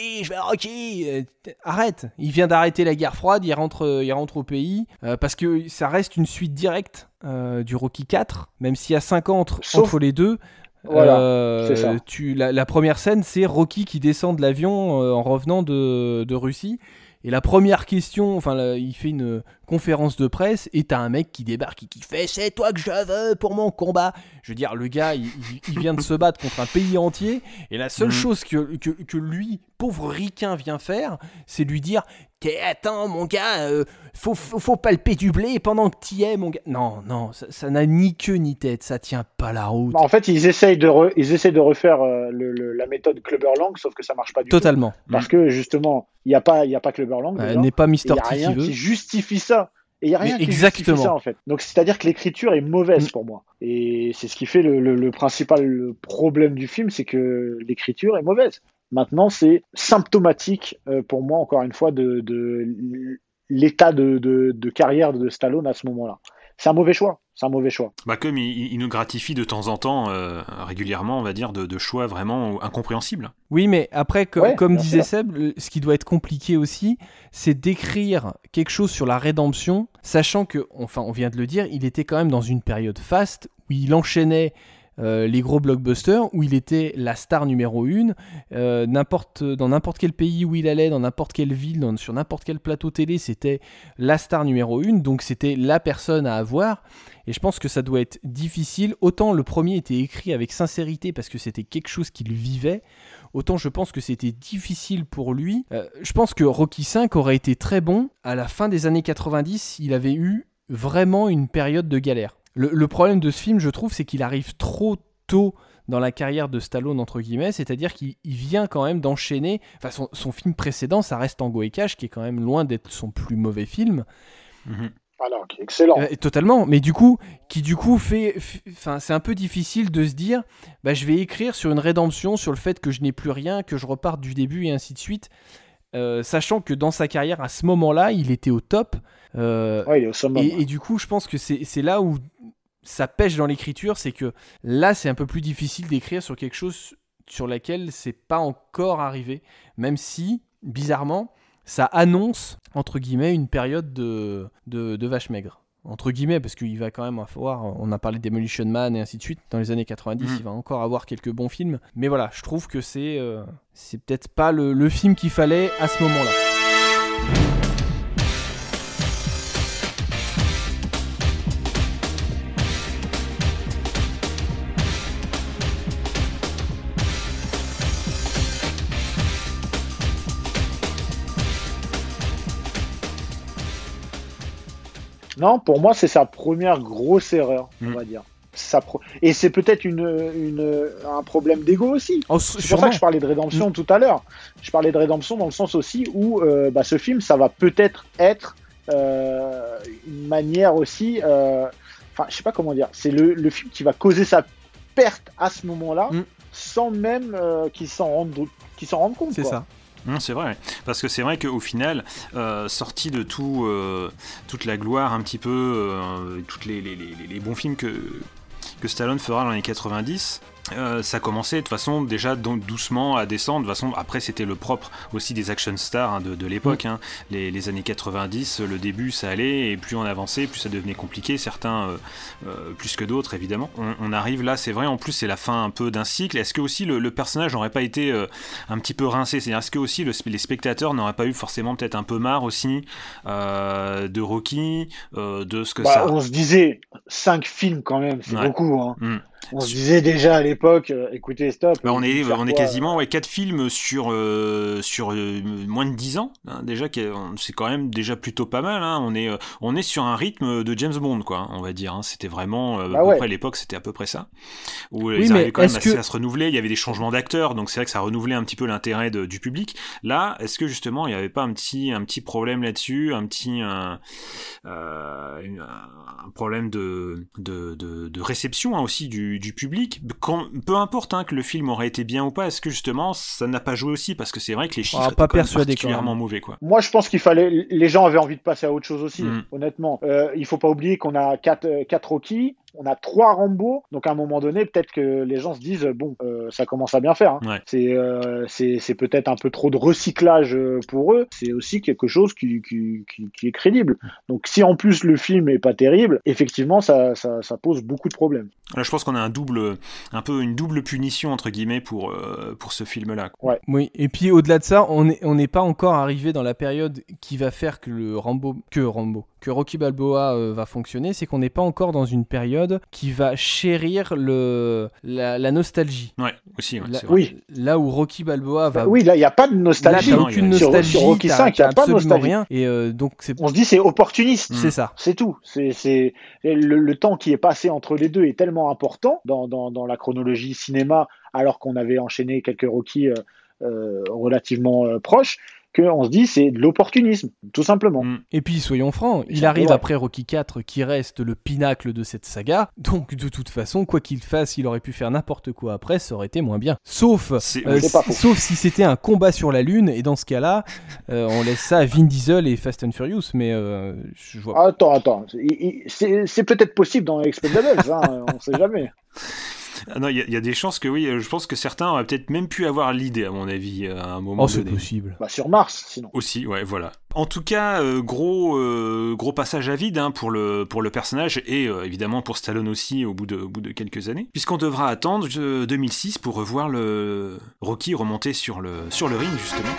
Arrête, il vient d'arrêter la guerre froide, il rentre au pays parce que ça reste une suite directe du Rocky 4 même s'il y a 5 ans entre les deux. Voilà, c'est ça. La première scène c'est Rocky qui descend de l'avion en revenant de Russie. Et la première question, il fait une conférence de presse et t'as un mec qui débarque et qui fait « C'est toi que je veux pour mon combat !» Je veux dire, le gars, il vient de se battre contre un pays entier et la seule chose que lui, pauvre ricain, vient faire, c'est lui dire « Attends, mon gars, faut palper du blé pendant que t'y es, mon gars. » Non, ça n'a ni queue ni tête, ça tient pas la route. En fait, ils essayent de refaire la méthode Clubber Lang, sauf que ça marche pas du tout. Totalement. Parce que justement, il n'y a pas Clubber Lang. N'est pas Mr. T qui veut. Il n'y a rien qui justifie ça. Et il n'y a rien qui justifie ça, en fait. Donc, c'est-à-dire que l'écriture est mauvaise pour moi. Et c'est ce qui fait le principal problème du film, c'est que l'écriture est mauvaise. Maintenant, c'est symptomatique pour moi, encore une fois, de l'état de carrière de Stallone à ce moment-là. C'est un mauvais choix. Comme il nous gratifie de temps en temps, régulièrement, on va dire, de choix vraiment incompréhensibles. Oui, mais après, comme disait Seb, ce qui doit être compliqué aussi, c'est d'écrire quelque chose sur la rédemption, sachant que, on vient de le dire, il était quand même dans une période faste où il enchaînait les gros blockbusters, où il était la star numéro 1, dans n'importe quel pays où il allait, dans n'importe quelle ville, sur n'importe quel plateau télé, c'était la star numéro 1, donc c'était la personne à avoir. Et je pense que ça doit être difficile. Autant le premier était écrit avec sincérité parce que c'était quelque chose qu'il vivait, autant je pense que c'était difficile pour lui. Je pense que Rocky V aurait été très bon à la fin des années 90, il avait eu vraiment une période de galère. Le problème de ce film, je trouve, c'est qu'il arrive trop tôt dans la carrière de Stallone, entre guillemets, c'est-à-dire qu'il vient quand même d'enchaîner... Enfin, son film précédent, ça reste Tango et Cash, qui est quand même loin d'être son plus mauvais film. Alors, qui est excellent. Totalement, mais du coup, fait... Enfin, c'est un peu difficile de se dire, je vais écrire sur une rédemption, sur le fait que je n'ai plus rien, que je reparte du début, et ainsi de suite. sachant que dans sa carrière, à ce moment-là, il était au top. Il est au summum. Et du coup, je pense que c'est là où ça pêche dans l'écriture, c'est que là, c'est un peu plus difficile d'écrire sur quelque chose sur laquelle c'est pas encore arrivé, même si, bizarrement, ça annonce, entre guillemets, une période de vache maigre. Entre guillemets, parce qu'il va quand même avoir, on a parlé de Demolition Man et ainsi de suite, dans les années 90, il va encore avoir quelques bons films. Mais voilà, je trouve que c'est peut-être pas le film qu'il fallait à ce moment-là. Non, pour moi, c'est sa première grosse erreur, on va dire. Et c'est peut-être un problème d'ego aussi. C'est pour ça que je parlais de rédemption tout à l'heure. Je parlais de rédemption dans le sens aussi où ce film, ça va peut-être être une manière aussi... Enfin, je sais pas comment dire. C'est le film qui va causer sa perte à ce moment-là, sans même qu'il s'en rende compte. C'est ça. Non, c'est vrai, parce que c'est vrai qu'au final, sorti de toute la gloire un petit peu, tous les bons films que Stallone fera dans les années 90, ça commençait de toute façon déjà doucement à descendre. De toute façon, après c'était le propre aussi des action stars de l'époque. Les années 90, le début ça allait, et plus on avançait, plus ça devenait compliqué. Certains plus que d'autres évidemment. On arrive là, c'est vrai. En plus, c'est la fin un peu d'un cycle. Est-ce que aussi le personnage n'aurait pas été un petit peu rincé? C'est-à-dire, est-ce que aussi les spectateurs n'auraient pas eu forcément peut-être un peu marre aussi de Rocky, de ce que ça. On se disait 5 films quand même, c'est beaucoup. On se disait déjà à l'époque, écoutez, stop. On est quasiment 4 films sur moins de 10 ans. Déjà, c'est quand même déjà plutôt pas mal. On est sur un rythme de James Bond, quoi. On va dire. C'était vraiment à peu près à l'époque, c'était à peu près ça. Où ils arrivaient quand même assez à se renouveler. Il y avait des changements d'acteurs, donc c'est vrai que ça renouvelait un petit peu l'intérêt du public. Là, est-ce que justement, il n'y avait pas un petit problème là-dessus, un problème de réception aussi du public, peu importe que le film aurait été bien ou pas, est-ce que justement ça n'a pas joué aussi, parce que c'est vrai que les chiffres étaient quand même particulièrement mauvais, quoi. Moi je pense qu'il fallait, les gens avaient envie de passer à autre chose aussi, honnêtement. Il faut pas oublier qu'on a 4 Rocky, on a 3 Rambo, donc à un moment donné peut-être que les gens se disent ça commence à bien faire. C'est peut-être un peu trop de recyclage pour eux. C'est aussi quelque chose qui est crédible. Donc si en plus le film est pas terrible, effectivement ça pose beaucoup de problèmes. Là, je pense qu'on a une double punition entre guillemets pour ce film-là. Ouais. Oui. Et puis au-delà de ça, on n'est pas encore arrivé dans la période qui va faire que que Rocky Balboa va fonctionner. C'est qu'on n'est pas encore dans une période qui va chérir la nostalgie. Ouais, aussi. Ouais, oui. Là où Rocky Balboa va. Oui, là il y a pas de nostalgie. Là, t'as aucune nostalgie. Sur Rocky 5, il y a pas de nostalgie. Rien. Et donc on se dit c'est opportuniste. C'est ça. C'est tout. C'est le temps qui est passé entre les deux est tellement important dans la chronologie cinéma, alors qu'on avait enchaîné quelques Rocky relativement proches, qu'on se dit c'est de l'opportunisme, tout simplement. Et puis soyons francs, il arrive après Rocky 4 qui reste le pinacle de cette saga, donc de toute façon, quoi qu'il fasse, il aurait pu faire n'importe quoi après, ça aurait été moins bien. Sauf si c'était un combat sur la Lune, et dans ce cas-là, on laisse ça à Vin Diesel et Fast and Furious, mais je vois... Attends, c'est peut-être possible dans Expendables, on sait jamais. Non, il y a des chances que oui, je pense que certains auraient peut-être même pu avoir l'idée, à mon avis, à un moment donné. C'est possible. Sur Mars, sinon. Aussi, ouais, voilà. En tout cas, gros passage à vide pour le personnage, et évidemment pour Stallone aussi au bout de quelques années, puisqu'on devra attendre 2006 pour revoir le Rocky remonter sur le ring, justement.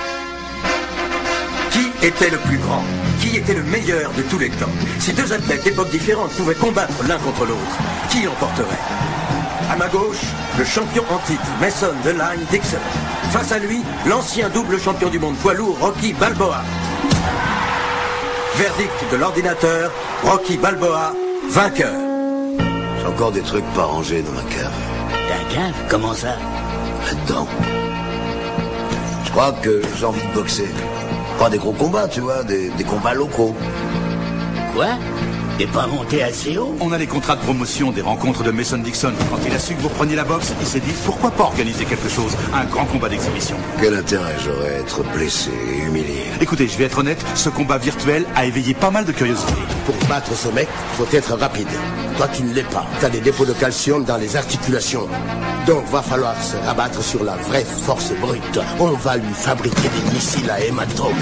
Qui était le plus grand? Qui était le meilleur de tous les temps? Si 2 athlètes d'époques différentes pouvaient combattre l'un contre l'autre, qui l'emporterait? À ma gauche, le champion en titre, Mason The Line Dixon. Face à lui, l'ancien double champion du monde poids lourd, Rocky Balboa. Verdict de l'ordinateur, Rocky Balboa, vainqueur. J'ai encore des trucs pas rangés dans ma cave. Ta cave? Comment ça? Là-dedans. Je crois que j'ai envie de boxer. Pas des gros combats, tu vois, des combats locaux. Quoi? T'es pas monté assez haut? On a les contrats de promotion des rencontres de Mason-Dixon. Quand il a su que vous preniez la boxe, il s'est dit pourquoi pas organiser quelque chose, un grand combat d'exhibition. Quel intérêt j'aurais à être blessé et humilié? Écoutez, je vais être honnête, ce combat virtuel a éveillé pas mal de curiosité. Pour battre ce mec, faut être rapide. Toi, tu ne l'es pas. T'as des dépôts de calcium dans les articulations. Donc, va falloir se rabattre sur la vraie force brute. On va lui fabriquer des missiles à hématome.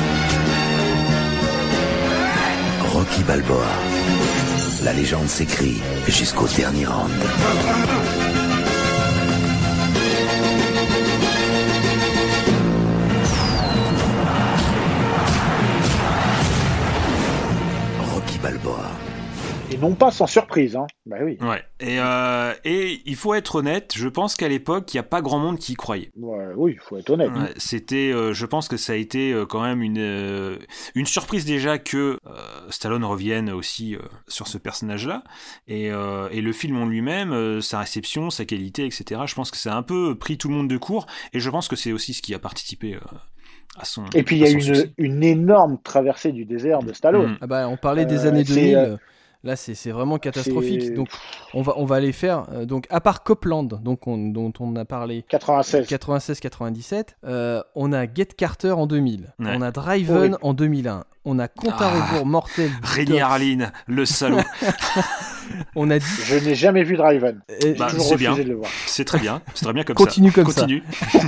Rocky Balboa. La légende s'écrit jusqu'au dernier round. Rocky Balboa. Et non pas sans surprise, hein. Bah oui. Ouais. Et il faut être honnête, je pense qu'à l'époque, il n'y a pas grand monde qui y croyait. Ouais, oui, il faut être honnête. Ouais, c'était, je pense que ça a été quand même une surprise déjà que Stallone revienne aussi sur ce personnage-là. Et le film en lui-même, sa réception, sa qualité, etc., je pense que ça a un peu pris tout le monde de court. Et je pense que c'est aussi ce qui a participé à son Et puis il y a une énorme traversée du désert de Stallone. Ah bah, on parlait des années 2000. Là, c'est vraiment catastrophique. Donc, on va aller faire. Donc, à part Copland, dont on a parlé. 96-97. On a Get Carter en 2000. Ouais. On a Driven en 2001. On a Compte à rebours mortel. Rémi Harlin, le salaud. On a dit. Je n'ai jamais vu Driven. C'est bien. De le voir. C'est très bien. C'est très bien comme Continue ça. Continue.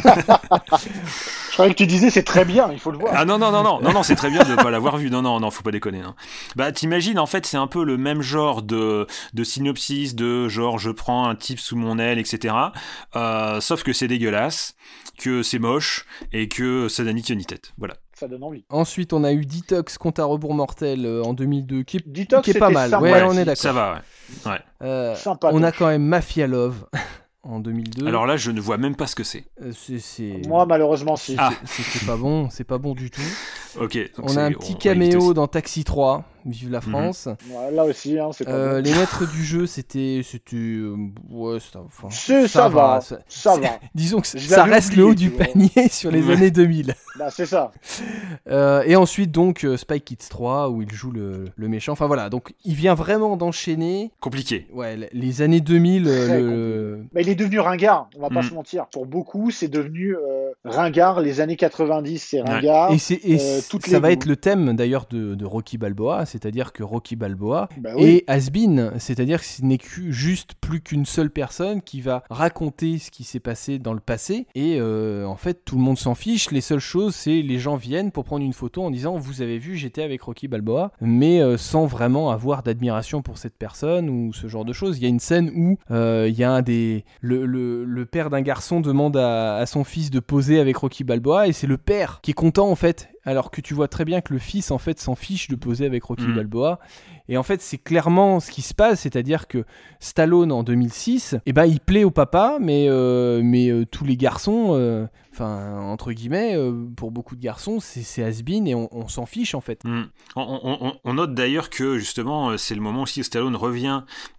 Je croyais que tu disais c'est très bien, il faut le voir. Ah non, c'est très bien de ne pas l'avoir vu. Non, faut pas déconner. Hein. Bah, t'imagines, en fait, c'est un peu le même genre de synopsis, de genre je prends un type sous mon aile, etc. Sauf que c'est dégueulasse, que c'est moche et que ça n'a ni queue ni tête. Voilà. Ça donne envie. Ensuite, on a eu Detox, Compte à rebours mortel en 2002, qui est pas mal. Sympa, ouais, on est d'accord. Ça va, ouais. Sympa, on a quand même Mafia Love. En 2002. Alors là, je ne vois même pas ce que c'est. Moi, malheureusement, si. C'est pas bon, c'est pas bon du tout. Ok. On a un petit caméo dans Taxi 3, Vive la France. Ouais, là aussi, hein, c'est pas bon. Les maîtres du jeu, c'était ouais, ça va. Disons que ça reste le haut du panier sur les années 2000. Bah, c'est ça. Et ensuite, donc, Spy Kids 3, où il joue le méchant. Enfin, voilà. Donc, il vient vraiment d'enchaîner. Compliqué. Ouais, les années 2000. Bah, il est devenu ringard, on va pas se mentir. Pour beaucoup, c'est devenu ringard. Les années 90, c'est ringard. Et ça va être le thème, d'ailleurs, de Rocky Balboa. C'est-à-dire que Rocky Balboa est has-been, c'est-à-dire que ce n'est plus qu'une seule personne qui va raconter ce qui s'est passé dans le passé, et en fait tout le monde s'en fiche. Les seules choses, c'est les gens viennent pour prendre une photo en disant vous avez vu, j'étais avec Rocky Balboa, mais sans vraiment avoir d'admiration pour cette personne ou ce genre de choses. Il y a une scène où il y a le père d'un garçon demande à son fils de poser avec Rocky Balboa, et c'est le père qui est content en fait, alors que tu vois très bien que le fils en fait s'en fiche de poser avec Rocky Balboa. Et en fait c'est clairement ce qui se passe, c'est-à-dire que Stallone en 2006, il plaît au papa, mais tous les garçons, entre guillemets, pour beaucoup de garçons, c'est has-been et on s'en fiche en fait. On note d'ailleurs que justement c'est le moment aussi où Stallone revient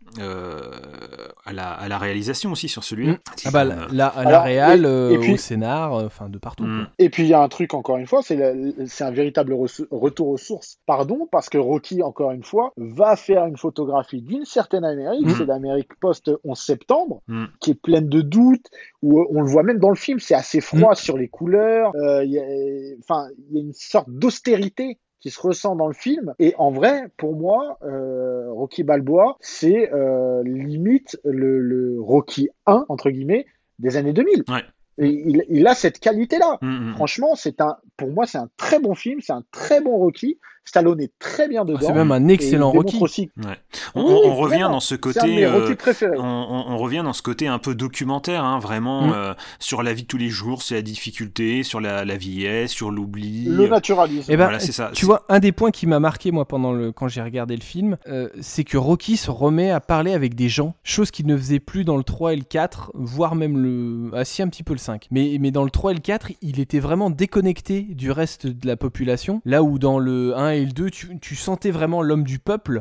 à la réalisation aussi sur celui-là. La réal, au scénar, de partout. Et puis il y a un truc encore une fois, c'est un véritable retour aux sources. Parce que Rocky, encore une fois, va faire une photographie d'une certaine Amérique, c'est l'Amérique post-11 septembre, qui est pleine de doutes, où on le voit même dans le film, c'est assez froid sur les couleurs, il y a une sorte d'austérité qui se ressent dans le film. Et en vrai, pour moi, Rocky Balboa, c'est limite le Rocky 1, entre guillemets, des années 2000. Ouais. Et il a cette qualité-là. Franchement, pour moi, c'est un très bon film, c'est un très bon Rocky. Stallone est très bien dedans. C'est même un excellent Rocky. Aussi... Ouais. On revient dans ce côté. C'est un de mes Rocky préférés. On revient dans ce côté un peu documentaire, hein, vraiment sur la vie de tous les jours, sur la difficulté, sur la vieillesse, sur l'oubli. Le naturalisme. Voilà, c'est ça. Tu vois, un des points qui m'a marqué moi quand j'ai regardé le film, c'est que Rocky se remet à parler avec des gens, chose qu'il ne faisait plus dans le 3 et le 4, voire même un petit peu le 5. Mais dans le 3 et le 4, il était vraiment déconnecté du reste de la population, là où dans le 1 et le 2, tu sentais vraiment l'homme du peuple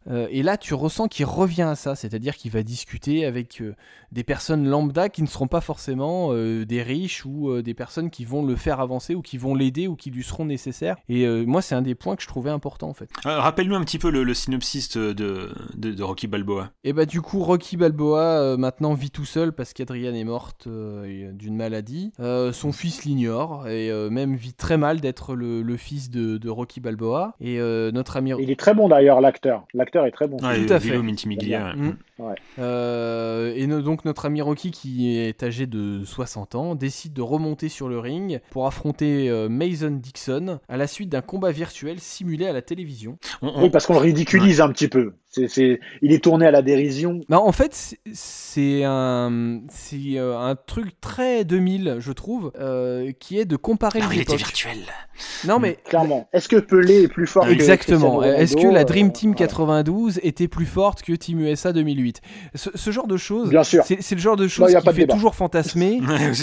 Et là, tu ressens qu'il revient à ça, c'est-à-dire qu'il va discuter avec des personnes lambda qui ne seront pas forcément des riches ou des personnes qui vont le faire avancer ou qui vont l'aider ou qui lui seront nécessaires. Et moi, c'est un des points que je trouvais important en fait. Rappelle-nous un petit peu le synopsis de Rocky Balboa. Et bah du coup, Rocky Balboa maintenant vit tout seul parce qu'Adrienne est morte d'une maladie. Son fils l'ignore et même vit très mal d'être le fils de Rocky Balboa. Et notre ami... Il est très bon d'ailleurs, l'acteur. L'acteur est très bon. Ouais, tout à fait. Vilo Mintimiglia. Ouais. Et donc notre ami Rocky, qui est âgé de 60 ans, décide de remonter sur le ring pour affronter Mason Dixon à la suite d'un combat virtuel simulé à la télévision. Oui, parce qu'on le ridiculise un petit peu. Il est tourné à la dérision. Bah, en fait, c'est un truc très 2000, je trouve, qui est de comparer les époques. Il était virtuel. Non mais clairement. Est-ce que Pelé est plus fort exactement. que Cristiano Ronaldo ? Est-ce que la Dream Team 92 était plus forte que Team USA 2008 ? Ce genre de choses. Bien sûr. C'est le genre de choses qui fait toujours fantasmer.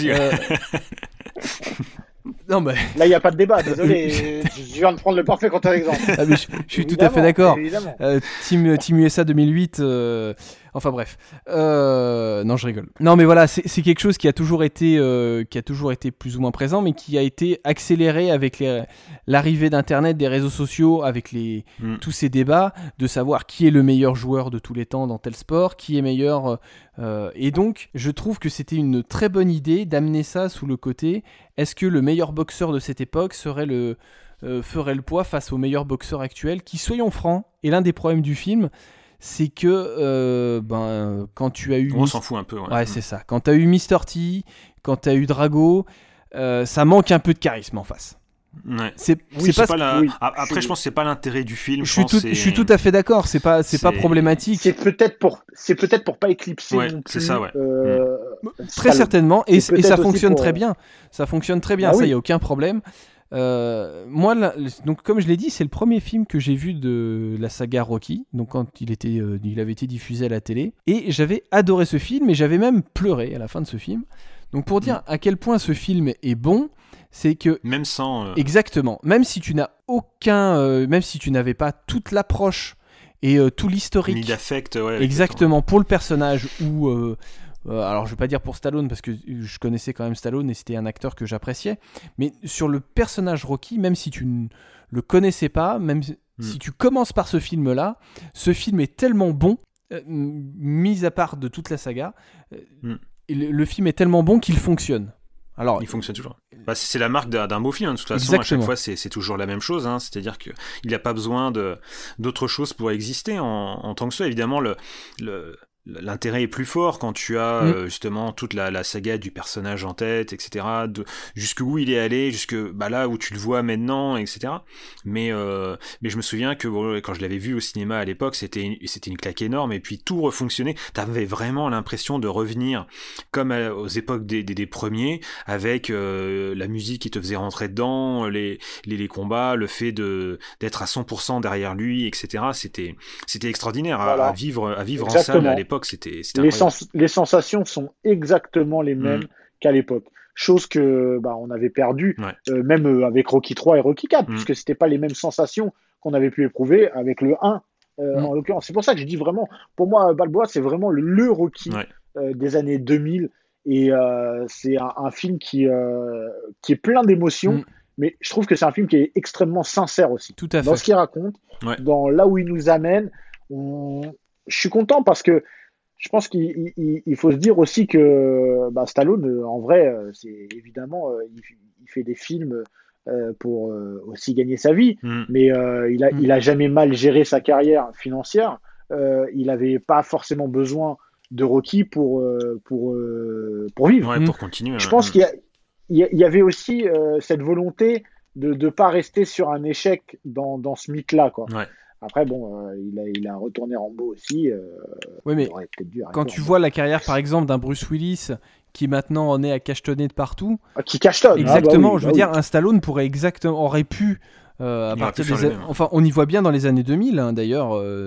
Non, mais... Là, il n'y a pas de débat, désolé. Je viens de prendre le parfait contre-exemple. Ah, mais je suis tout à fait d'accord. Team USA 2008, enfin bref. Non, je rigole. Non, mais voilà, c'est quelque chose qui a toujours été plus ou moins présent, mais qui a été accéléré avec l'arrivée d'Internet, des réseaux sociaux, avec tous ces débats de savoir qui est le meilleur joueur de tous les temps dans tel sport, qui est meilleur... et donc, je trouve que c'était une très bonne idée d'amener ça sous le côté. Est-ce que le meilleur boxeur de cette époque ferait le poids face au meilleur boxeur actuel qui, soyons francs, est l'un des problèmes du film, c'est que quand tu as eu... On s'en fout un peu. Ouais, c'est ça. Quand tu as eu Mr. T, quand tu as eu Drago, ça manque un peu de charisme en face. Ouais. Après, je pense que c'est pas l'intérêt du film. Je suis tout à fait d'accord. C'est pas problématique. C'est peut-être pour pas éclipser. Ouais, non plus, c'est ça, ouais. Très certainement. Et ça fonctionne très bien. Ça fonctionne très bien. Ah, ça, oui. y a aucun problème. Moi, donc comme je l'ai dit, c'est le premier film que j'ai vu de la saga Rocky. Donc quand il avait été diffusé à la télé, et j'avais adoré ce film et j'avais même pleuré à la fin de ce film. Donc pour dire à quel point ce film est bon. C'est que même sans exactement, même si tu n'as même si tu n'avais pas toute l'approche et tout l'historique, ni d'affect, exactement pour le personnage ou alors je vais pas dire pour Stallone parce que je connaissais quand même Stallone et c'était un acteur que j'appréciais, mais sur le personnage Rocky, même si tu ne le connaissais pas, même si tu commences par ce film-là, ce film est tellement bon, mis à part de toute la saga, le film est tellement bon qu'il fonctionne. Alors, il fonctionne toujours. C'est la marque d'un beau film. De toute façon, exactement. à chaque fois, c'est toujours la même chose. C'est-à-dire qu'il n'a pas besoin d'autre chose pour exister en tant que ça. Évidemment, l'intérêt est plus fort quand tu as justement toute la saga du personnage en tête, etc. Jusqu'où il est allé, jusque là où tu le vois maintenant, etc. Mais je me souviens que quand je l'avais vu au cinéma à l'époque, c'était une claque énorme et puis tout refonctionnait. T'avais vraiment l'impression de revenir comme aux époques des premiers, avec la musique qui te faisait rentrer dedans, les combats, le fait d'être à 100% derrière lui, etc. C'était extraordinaire à vivre en salle à l'époque. C'était les sensations sont exactement les mêmes qu'à l'époque. Chose que on avait perdu, même avec Rocky 3 et Rocky 4, puisque c'était pas les mêmes sensations qu'on avait pu éprouver avec le 1 en l'occurrence. C'est pour ça que je dis vraiment, pour moi, Balboa, c'est vraiment le Rocky des années 2000 et c'est un film qui est plein d'émotions. Mais je trouve que c'est un film qui est extrêmement sincère aussi. Tout à fait. Dans ce qu'il raconte, dans là où il nous amène, je suis content parce que je pense qu'il faut se dire aussi que Stallone, en vrai, c'est évidemment, il fait des films pour aussi gagner sa vie, mais il a jamais mal géré sa carrière financière. Il n'avait pas forcément besoin de Rocky pour vivre. Ouais, pour continuer. Je pense qu'il y avait aussi cette volonté de ne pas rester sur un échec dans ce mythe-là, quoi. Ouais. Après, il a retourné Rambo aussi. Oui, mais quand tu vois la carrière, par exemple, d'un Bruce Willis qui maintenant en est à cachetonner de partout. Qui cachetonne. Exactement. Je veux dire, un Stallone aurait pu, à partir des enfin, on y voit bien dans les années 2000. Hein, d'ailleurs,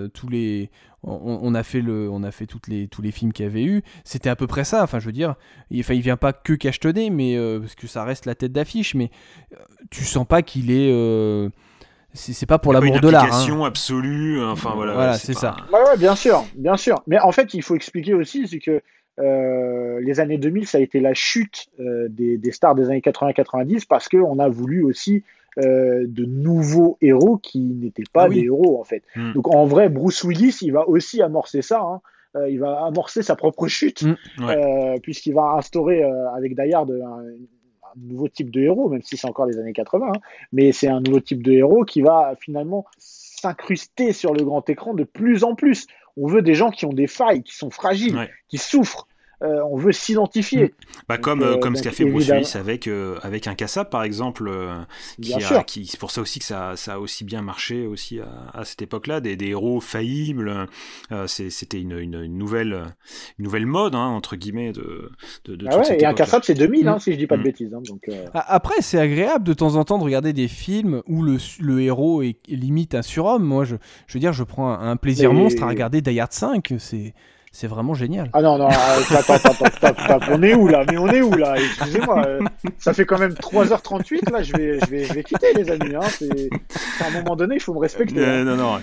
on a fait tous les films qu'il y avait eu. C'était à peu près ça. Enfin, je veux dire, il vient pas que cachetonner, mais parce que ça reste la tête d'affiche. Mais tu sens pas qu'il est c'est pas pour l'amour de l'art. Une application absolue. Enfin voilà. Voilà, c'est ça. Ouais, bien sûr. Mais en fait, il faut expliquer aussi, c'est que les années 2000, ça a été la chute des stars des années 80-90 parce qu'on a voulu aussi de nouveaux héros qui n'étaient pas des héros en fait. Donc en vrai, Bruce Willis, il va aussi amorcer ça. Il va amorcer sa propre chute puisqu'il va instaurer avec Die Hard un nouveau type de héros, même si c'est encore les années 80, mais c'est un nouveau type de héros qui va finalement s'incruster sur le grand écran de plus en plus. On veut des gens qui ont des failles, qui sont fragiles, qui souffrent. On veut s'identifier. Comme ce qu'a fait Bruce Willis avec Incassable par exemple, c'est pour ça aussi que ça a aussi bien marché aussi à cette époque-là, des héros faillibles. C'était une nouvelle mode entre guillemets de toute cette époque-là. Et Incassable c'est 2000 si je dis pas de bêtises. Donc, Après c'est agréable de temps en temps de regarder des films où le héros est limite un surhomme. Moi je veux dire, je prends un plaisir monstre à regarder Die Hard 5. C'est vraiment génial. Ah non, attends, on est où là Excusez-moi, ça fait quand même 3h38 là, je vais quitter les amis. À un moment donné, il faut me respecter.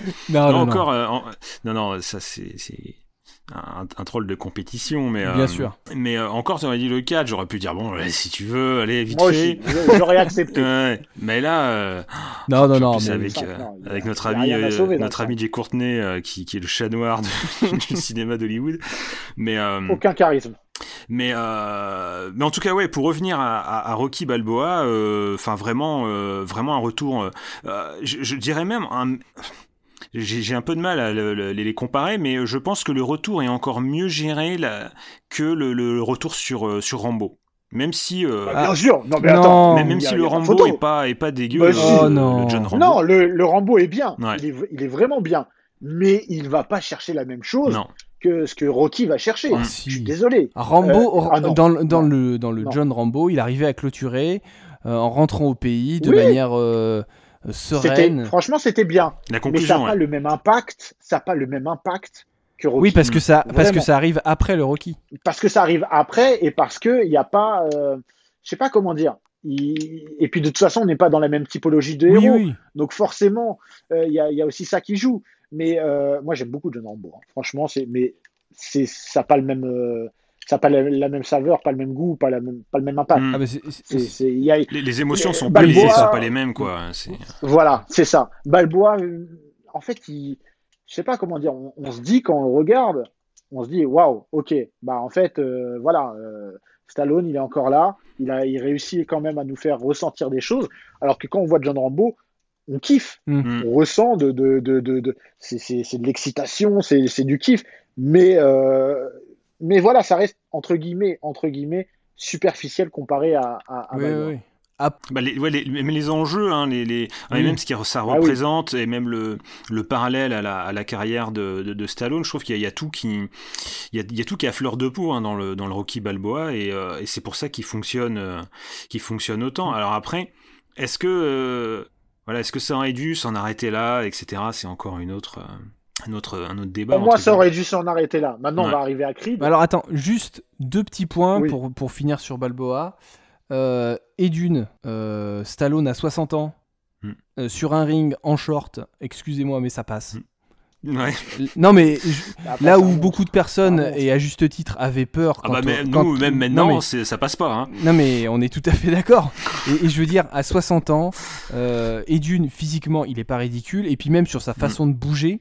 Non, ça c'est un troll de compétition, mais bien sûr. Mais encore, tu aurais dit le 4, j'aurais pu dire bon, si tu veux, allez vite moi fait. Aussi, j'aurais accepté. Mais là, non, avec notre ami Jay Courtney, qui est le chat noir du cinéma d'Hollywood, mais aucun charisme. Mais en tout cas, ouais, pour revenir à Rocky Balboa, enfin vraiment un retour. Je dirais même j'ai un peu de mal à les comparer, mais je pense que le retour est encore mieux géré que le retour sur Rambo. Même si bien sûr, non mais attends, même si le Rambo est pas dégueu, le John Rambo. Non, le Rambo est bien, il est vraiment bien, mais il va pas chercher la même chose que ce que Rocky va chercher. Je suis désolé. Rambo dans le John Rambo, il arrivait à clôturer en rentrant au pays de manière sereine. Franchement, c'était bien. Mais ça n'a pas le même impact. Que Rocky. Oui, parce que ça arrive après le Rocky. Parce que ça arrive après et parce que il y a pas, je sais pas comment dire. Et puis de toute façon, on n'est pas dans la même typologie de héros. Oui. Donc forcément, il y a aussi ça qui joue. Mais moi, j'aime beaucoup John Rambo. Franchement, ça n'a pas le même. Ça n'a pas la même saveur, pas le même goût, pas le même impact. Les émotions sont pas les mêmes, quoi. Voilà, c'est ça. Balboa, en fait, je sais pas comment dire. On se dit quand on le regarde, on se dit waouh, ok, bah en fait, Stallone, il est encore là. Il réussit quand même à nous faire ressentir des choses. Alors que quand on voit John Rambo, on kiffe, on ressent c'est de l'excitation, c'est du kiff, mais voilà, ça reste entre guillemets superficiel comparé à Balboa. Oui. Mais les enjeux, même ce que ça représente, et même le parallèle à la carrière de Stallone, je trouve qu'il y a tout qui est à fleur de peau dans le Rocky Balboa, et c'est pour ça qu'il fonctionne autant. Alors après, est-ce que ça aurait dû s'en arrêter là, etc. C'est encore un autre débat. Pour moi, ça aurait dû s'en arrêter là. Maintenant, on va arriver à Creed. Alors attends, juste 2 petits points pour finir sur Balboa. Et d'une, Stallone a 60 ans, sur un ring en short, excusez-moi, mais ça passe. Ouais. Non mais là où beaucoup de personnes et à juste titre avaient peur même maintenant ça passe pas Non mais on est tout à fait d'accord et je veux dire à 60 ans et d'une physiquement il est pas ridicule et puis même sur sa façon de bouger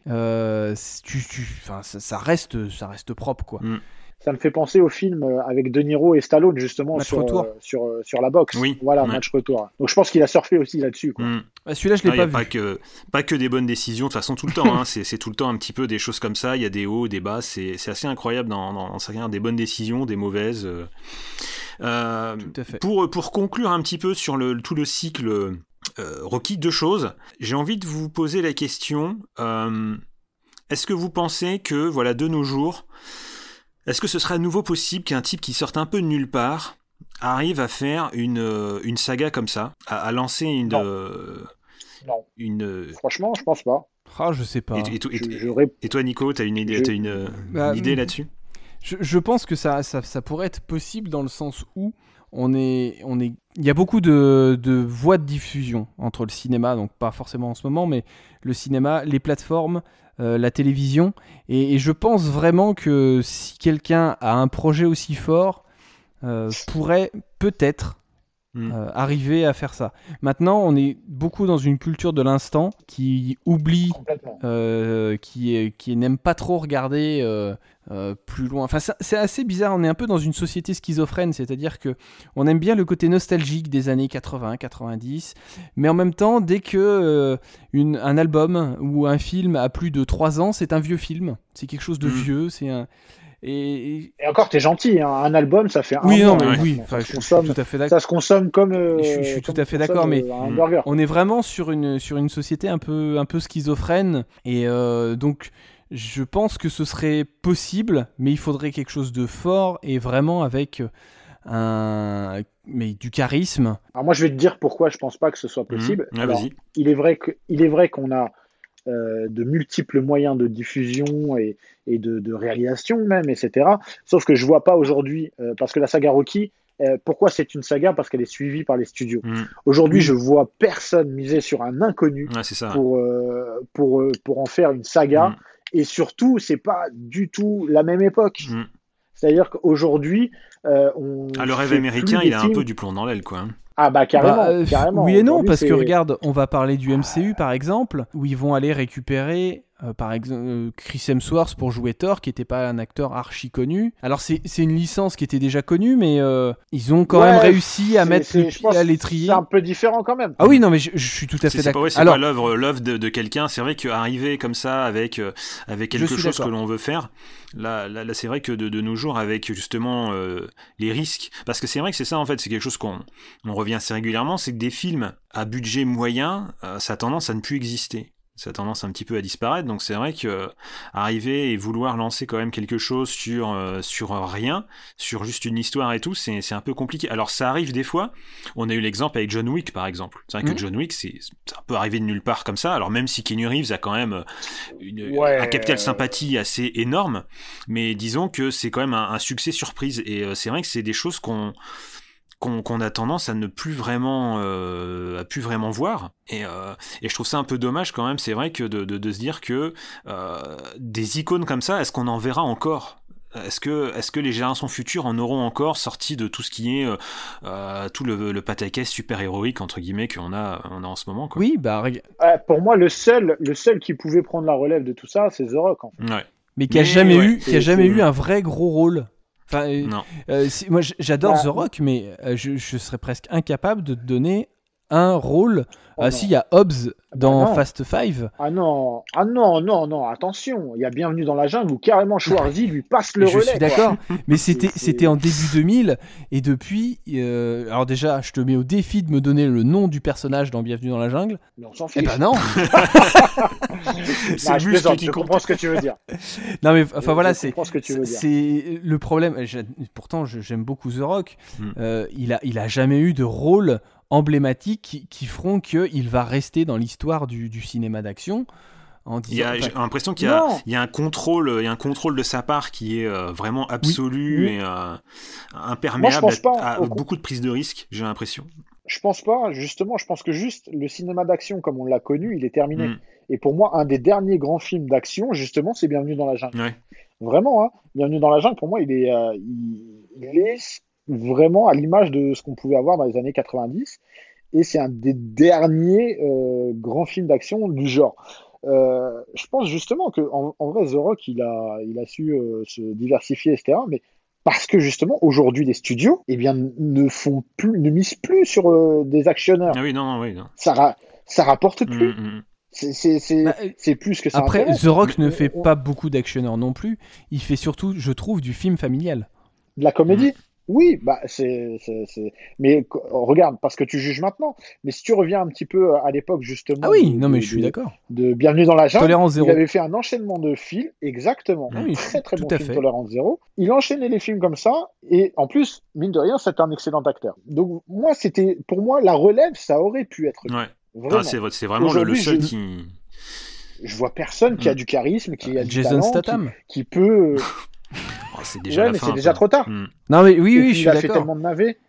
ça reste propre quoi. Ça me fait penser au film avec De Niro et Stallone, justement, sur la boxe. Oui. Voilà, Match Retour. Donc je pense qu'il a surfé aussi là-dessus, quoi. Celui-là, je l'ai pas vu. Pas que des bonnes décisions, de toute façon, tout le temps. C'est tout le temps un petit peu des choses comme ça. Il y a des hauts, des bas. C'est assez incroyable dans sa carrière. Des bonnes décisions, des mauvaises. Tout à fait. Pour conclure un petit peu sur tout le cycle Rocky, 2 choses. J'ai envie de vous poser la question. Est-ce que vous pensez que, voilà, de nos jours, est-ce que ce serait à nouveau possible qu'un type qui sorte un peu de nulle part arrive à faire une saga comme ça, à lancer une... Non. Franchement, je pense pas. Je sais pas. Et toi, Nico, t'as une idée, idée là-dessus ? Je pense que ça pourrait être possible dans le sens où il y a beaucoup de voies de diffusion entre le cinéma, donc pas forcément en ce moment, mais le cinéma, les plateformes, la télévision, et je pense vraiment que si quelqu'un a un projet aussi fort, pourrait peut-être arriver à faire ça. Maintenant, on est beaucoup dans une culture de l'instant qui oublie, qui n'aime pas trop regarder plus loin. Enfin, c'est assez bizarre. On est un peu dans une société schizophrène, c'est-à-dire que on aime bien le côté nostalgique des années 80, 90, mais en même temps, dès que un album ou un film a plus de 3 ans, c'est un vieux film. C'est quelque chose de vieux. C'est un Et encore, t'es gentil, hein. Un album, ça fait un mois. Je suis tout à fait d'accord. Ça se consomme comme. Je suis tout à fait d'accord, mais on est vraiment sur une société un peu schizophrène, et donc je pense que ce serait possible, mais il faudrait quelque chose de fort et vraiment avec du charisme. Alors moi, je vais te dire pourquoi je pense pas que ce soit possible. Alors, vas-y. Il est vrai qu'on a de multiples moyens de diffusion et de réalisation même, etc. Sauf que je vois pas aujourd'hui, parce que la saga Rocky, pourquoi c'est une saga? Parce qu'elle est suivie par les studios. Aujourd'hui, je vois personne miser sur un inconnu pour en faire une saga. Et surtout, c'est pas du tout la même époque. C'est-à-dire qu'aujourd'hui, le rêve américain, il a un peu du plomb dans l'aile, quoi. Ah bah carrément. Oui et non, parce que regarde, on va parler du MCU par exemple, où ils vont aller récupérer par exemple Chris Hemsworth pour jouer Thor, qui n'était pas un acteur archi connu. Alors c'est une licence qui était déjà connue, mais ils ont quand même réussi à mettre le pied à l'étrier. C'est un peu différent quand même. Ah oui, non, mais je suis tout à fait d'accord. C'est pas l'œuvre de quelqu'un. C'est vrai qu'arriver comme ça avec quelque chose que l'on veut faire, là c'est vrai que de nos jours, avec justement les risques, parce que c'est vrai que c'est ça en fait, c'est quelque chose qu'on revient assez régulièrement, c'est que des films à budget moyen, ça a tendance à ne plus exister. Ça a tendance un petit peu à disparaître, donc c'est vrai que arriver et vouloir lancer quand même quelque chose sur rien, sur juste une histoire et tout, c'est un peu compliqué. Alors ça arrive des fois, on a eu l'exemple avec John Wick par exemple. C'est vrai que John Wick, c'est un peu arrivé de nulle part comme ça, alors même si Keanu Reeves a quand même un capital sympathie assez énorme, mais disons que c'est quand même un succès surprise, et c'est vrai que c'est des choses qu'on a tendance à ne plus vraiment voir, et je trouve ça un peu dommage quand même. C'est vrai que de se dire que des icônes comme ça, est-ce qu'on en verra encore? Est-ce que les générations futures en auront encore, sorti de tout ce qui est tout le pataquès super héroïque entre guillemets qu'on a en ce moment, quoi. Oui, pour moi le seul qui pouvait prendre la relève de tout ça, c'est The Rock en fait. Ouais. Mais qui a jamais eu un vrai gros rôle. Enfin, moi j'adore The Rock, mais je serais presque incapable de te donner un rôle. Si, il y a Hobbs dans Fast Five. Ah non, attention, il y a Bienvenue dans la jungle où carrément Schwarzy lui passe le relais. Je suis d'accord, mais c'était en début 2000, et depuis, alors déjà, je te mets au défi de me donner le nom du personnage dans Bienvenue dans la jungle. Mais on s'en fiche. Eh ben non. Je comprends ce que tu veux dire. Non mais enfin voilà, c'est le problème. Pourtant, j'aime beaucoup The Rock. Il a jamais eu de rôle emblématiques qui feront qu'il va rester dans l'histoire du cinéma d'action. J'ai l'impression qu'il y a un contrôle de sa part qui est vraiment absolu et imperméable à beaucoup de prises de risques, j'ai l'impression. Je pense pas, justement, je pense que juste le cinéma d'action comme on l'a connu, il est terminé. Et pour moi, un des derniers grands films d'action, justement, c'est Bienvenue dans la jungle. Ouais. Vraiment, hein, Bienvenue dans la jungle, pour moi, il est vraiment à l'image de ce qu'on pouvait avoir dans les années 90, et c'est un des derniers grands films d'action du genre. Je pense justement que en vrai The Rock il a su se diversifier, etc., mais parce que justement aujourd'hui les studios ne misent plus sur des actionneurs. Ah oui, non. Ça rapporte plus. C'est plus que ça. Après, intéresse. The Rock ne fait pas beaucoup d'actionneurs non plus. Il fait surtout, je trouve, du film familial. De la comédie. Oui, mais regarde, parce que tu juges maintenant. Mais si tu reviens un petit peu à l'époque justement. Ah oui, non mais je suis d'accord. De Bienvenue dans la jungle. Tolérance zéro. Il avait fait un enchaînement de films, exactement. Ah oui, très bon film, Tolérance zéro. Il enchaînait les films comme ça, et en plus, mine de rien, c'est un excellent acteur. Donc pour moi, la relève, ça aurait pu être. Ouais. Vraiment. C'est vraiment le seul qui. Je vois personne qui a du charisme, qui a du Jason talent, Statham. qui peut. C'est déjà c'est déjà trop tard. Non mais oui, je suis il a d'accord. fait tellement de navets.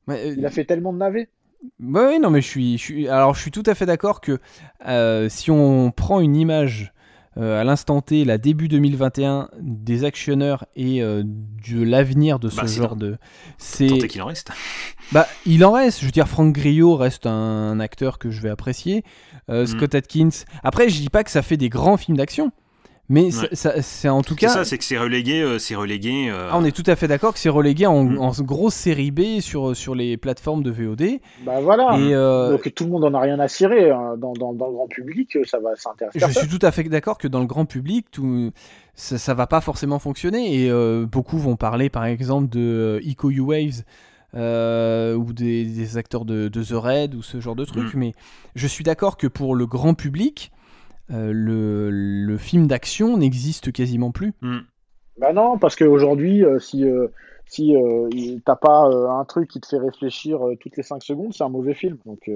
Il a fait tellement de navets. Oui, non, mais je suis tout à fait d'accord que si on prend une image à l'instant T, la début 2021, des actionneurs et de l'avenir de ce genre de... Tant est qu'il en reste. Il en reste. Je veux dire, Franck Grillo reste un acteur que je vais apprécier. Scott Adkins. Après, je dis pas que ça fait des grands films d'action. Mais c'est en tout cas... C'est ça, c'est que c'est relégué... on est tout à fait d'accord que c'est relégué en grosse série B sur les plateformes de VOD. Bah voilà, donc tout le monde en a rien à cirer. Hein. Dans le grand public, ça intéresse personne. Je suis tout à fait d'accord que dans le grand public, ça va pas forcément fonctionner. Et beaucoup vont parler par exemple de Iko Uwaves, ou des acteurs de The Raid ou ce genre de trucs. Mais je suis d'accord que pour le grand public... le film d'action n'existe quasiment plus. Bah non, parce qu'aujourd'hui, si t'as pas un truc qui te fait réfléchir toutes les 5 secondes, c'est un mauvais film. Donc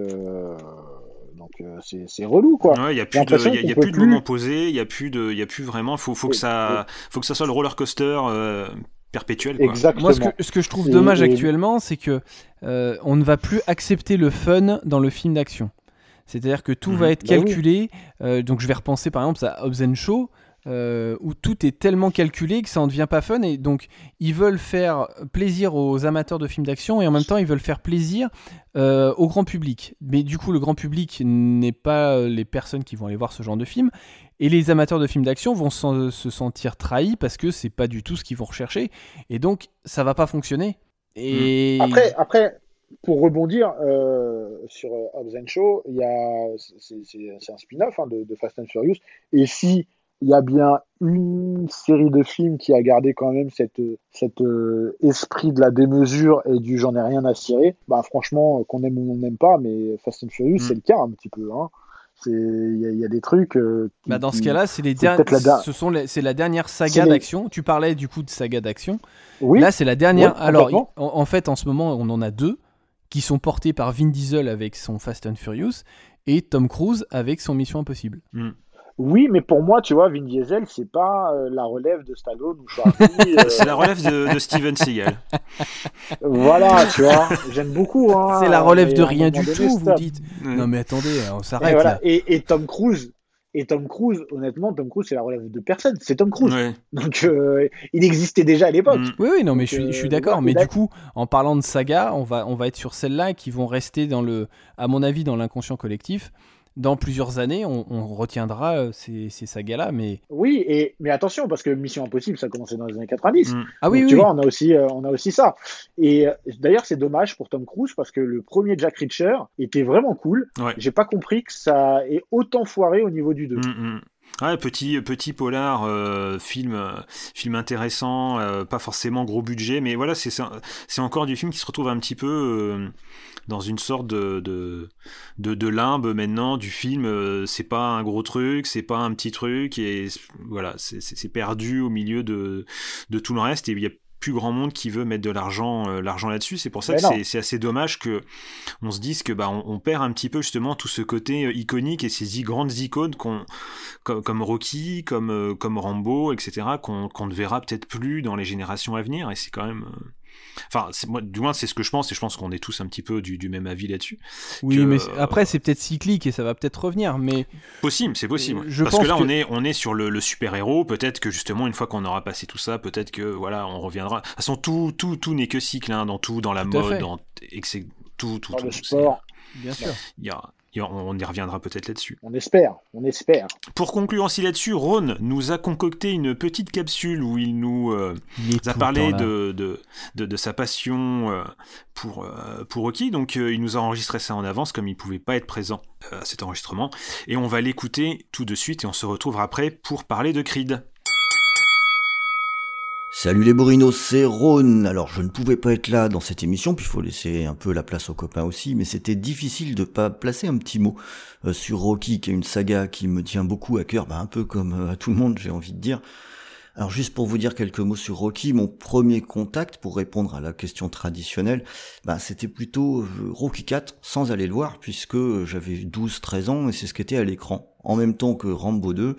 c'est relou, quoi. Ouais, il y a plus de moments posés, il y a plus vraiment. Faut que ça soit le roller coaster perpétuel, quoi. Exactement. Moi, ce que je trouve dommage actuellement, c'est que on ne va plus accepter le fun dans le film d'action. C'est-à-dire que tout va être calculé. Donc je vais repenser par exemple à Hobbs & Shaw, où tout est tellement calculé que ça en devient pas fun. Et donc ils veulent faire plaisir aux amateurs de films d'action et en même temps ils veulent faire plaisir au grand public. Mais du coup le grand public n'est pas les personnes qui vont aller voir ce genre de film. Et les amateurs de films d'action vont se sentir trahis parce que c'est pas du tout ce qu'ils vont rechercher. Et donc ça va pas fonctionner. Et... Après, pour rebondir sur Hobbs & Shaw, c'est un spin-off de Fast and Furious. Et si il y a bien une série de films qui a gardé quand même cet esprit de la démesure et du j'en ai rien à cirer, bah franchement, qu'on aime ou on n'aime pas, mais Fast and Furious, c'est le cas un petit peu. Hein. Il y a des trucs. Dans ce cas-là, c'est la dernière saga d'action. Tu parlais du coup de saga d'action. Oui. Là, c'est la dernière. Oui, alors, en fait, en ce moment, on en a 2 qui sont portés par Vin Diesel avec son Fast and Furious et Tom Cruise avec son Mission Impossible. Oui, mais pour moi, tu vois, Vin Diesel, c'est pas la relève de Stallone ou Schwarzenegger. C'est la relève de Steven Seagal. Voilà, tu vois, j'aime beaucoup. Hein, c'est la relève de rien du tout, vous dites. Non, mais attendez, on s'arrête. Voilà. Là. Et Tom Cruise. Et Tom Cruise, honnêtement, c'est la relève de personne. C'est Tom Cruise. Ouais. Donc, il existait déjà à l'époque. Oui, non, mais je suis d'accord. Mais du coup, en parlant de saga, on va être sur celles-là qui vont rester à mon avis, dans l'inconscient collectif. Dans plusieurs années, on retiendra ces sagas-là, mais... Oui, mais attention, parce que Mission Impossible, ça a commencé dans les années 90. Ah oui, donc, tu vois, on a aussi ça. Et d'ailleurs, c'est dommage pour Tom Cruise, parce que le premier Jack Reacher était vraiment cool. Ouais. J'ai pas compris que ça ait autant foiré au niveau du 2. Ouais, petit polar, film intéressant, pas forcément gros budget, mais voilà, c'est encore du film qui se retrouve un petit peu... dans une sorte de limbe maintenant du film, c'est pas un gros truc, c'est pas un petit truc, et voilà, c'est perdu au milieu de tout le reste, et il y a plus grand monde qui veut mettre de l'argent là-dessus. C'est pour ça que c'est assez dommage que on se dise que on perd un petit peu justement tout ce côté iconique et ces grandes icônes comme Rocky, comme Rambo, etc. qu'on ne verra peut-être plus dans les générations à venir, et c'est quand même enfin, moi, du moins c'est ce que je pense, et je pense qu'on est tous un petit peu du même avis là-dessus. Oui, mais après c'est peut-être cyclique et ça va peut-être revenir, mais... C'est possible. Parce que là on est sur le super-héros, peut-être que justement une fois qu'on aura passé tout ça, peut-être que voilà, on reviendra. De toute façon, tout n'est que cycle, hein, dans la mode, tout. Dans le sport. Bien sûr. On y reviendra peut-être là-dessus. On espère. Pour conclure aussi là-dessus, Ron nous a concocté une petite capsule où il nous a parlé de sa passion pour Rocky. Donc il nous a enregistré ça en avance, comme il ne pouvait pas être présent à cet enregistrement. Et on va l'écouter tout de suite et on se retrouvera après pour parler de Creed. Salut les bourrinos, c'est Ron. Alors je ne pouvais pas être là dans cette émission, puis il faut laisser un peu la place aux copains aussi, mais c'était difficile de pas placer un petit mot sur Rocky, qui est une saga qui me tient beaucoup à cœur, un peu comme à tout le monde, j'ai envie de dire. Alors juste pour vous dire quelques mots sur Rocky, mon premier contact pour répondre à la question traditionnelle, c'était plutôt Rocky 4 sans aller le voir, puisque j'avais 12-13 ans et c'est ce qui était à l'écran, en même temps que Rambo 2.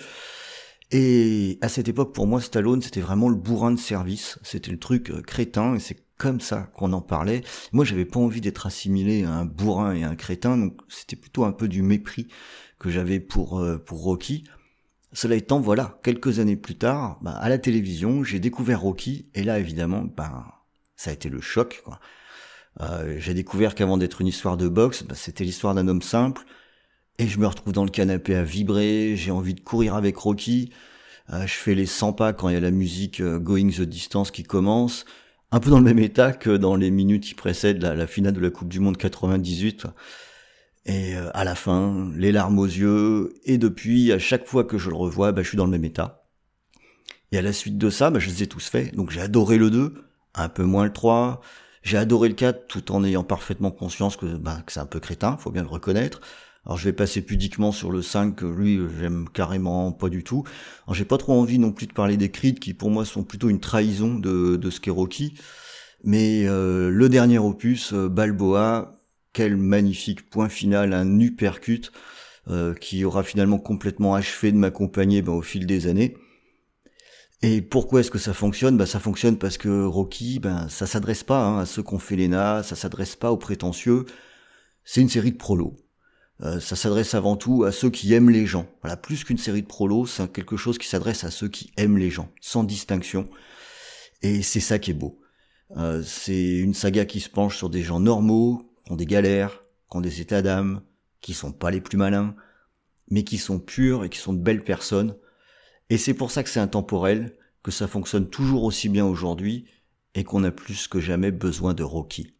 Et à cette époque, pour moi, Stallone, c'était vraiment le bourrin de service. C'était le truc crétin, et c'est comme ça qu'on en parlait. Moi, j'avais pas envie d'être assimilé à un bourrin et à un crétin, donc c'était plutôt un peu du mépris que j'avais pour Rocky. Cela étant, voilà, quelques années plus tard, à la télévision, j'ai découvert Rocky, et là, évidemment, ça a été le choc, quoi. J'ai découvert qu'avant d'être une histoire de boxe, c'était l'histoire d'un homme simple, et je me retrouve dans le canapé à vibrer, j'ai envie de courir avec Rocky, je fais les 100 pas quand il y a la musique Going the Distance qui commence, un peu dans le même état que dans les minutes qui précèdent la finale de la Coupe du Monde 98, et à la fin, les larmes aux yeux, et depuis, à chaque fois que je le revois, je suis dans le même état. Et à la suite de ça, je les ai tous faits, donc j'ai adoré le 2, un peu moins le 3, j'ai adoré le 4 tout en ayant parfaitement conscience que c'est un peu crétin, faut bien le reconnaître. Alors je vais passer pudiquement sur le 5, que lui j'aime carrément pas du tout. Alors j'ai pas trop envie non plus de parler des Creed qui pour moi sont plutôt une trahison de ce qu'est Rocky. Mais le dernier opus, Balboa, quel magnifique point final, un uppercut qui aura finalement complètement achevé de m'accompagner au fil des années. Et pourquoi est-ce que ça fonctionne ? Ça fonctionne parce que Rocky, ça s'adresse pas à ceux qui ont fait l'ENA, ça s'adresse pas aux prétentieux. C'est une série de prolos. Ça s'adresse avant tout à ceux qui aiment les gens. Voilà, plus qu'une série de prolos, c'est quelque chose qui s'adresse à ceux qui aiment les gens, sans distinction. Et c'est ça qui est beau. C'est une saga qui se penche sur des gens normaux, qui ont des galères, qui ont des états d'âme, qui sont pas les plus malins, mais qui sont purs et qui sont de belles personnes. Et c'est pour ça que c'est intemporel, que ça fonctionne toujours aussi bien aujourd'hui, et qu'on a plus que jamais besoin de Rocky.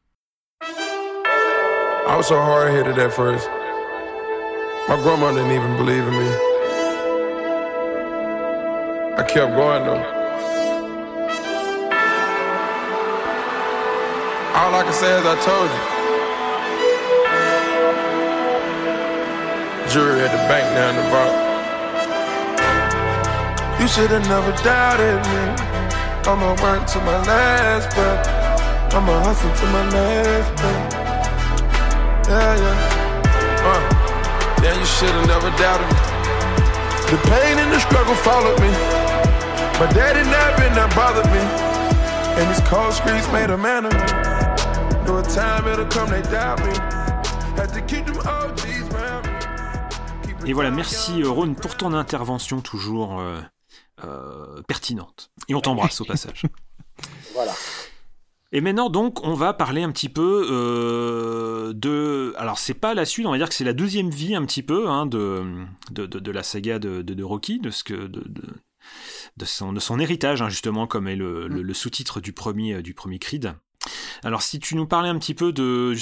I was so hard-headed at first. My grandma didn't even believe in me. I kept going though. All I can say is I told you. Jury at the bank down the vault. You should've never doubted me. I'ma work to my last breath. I'ma hustle to my last breath. Yeah. Yeah, you should've never doubted me. The pain and the struggle followed me. My daddy never that bothered me. And these cold streets made a man of me. Know a time it'll come, they doubt me. Had to keep them OGs around me. Et voilà, merci Ron pour ton intervention toujours pertinente. Et on t'embrasse au passage. Voilà. Et maintenant, donc, on va parler un petit peu de... Alors, c'est pas la suite, on va dire que c'est la deuxième vie un petit peu de la saga de Rocky, de son héritage, justement, comme est le sous-titre du premier Creed. Alors, si tu nous parlais un petit peu de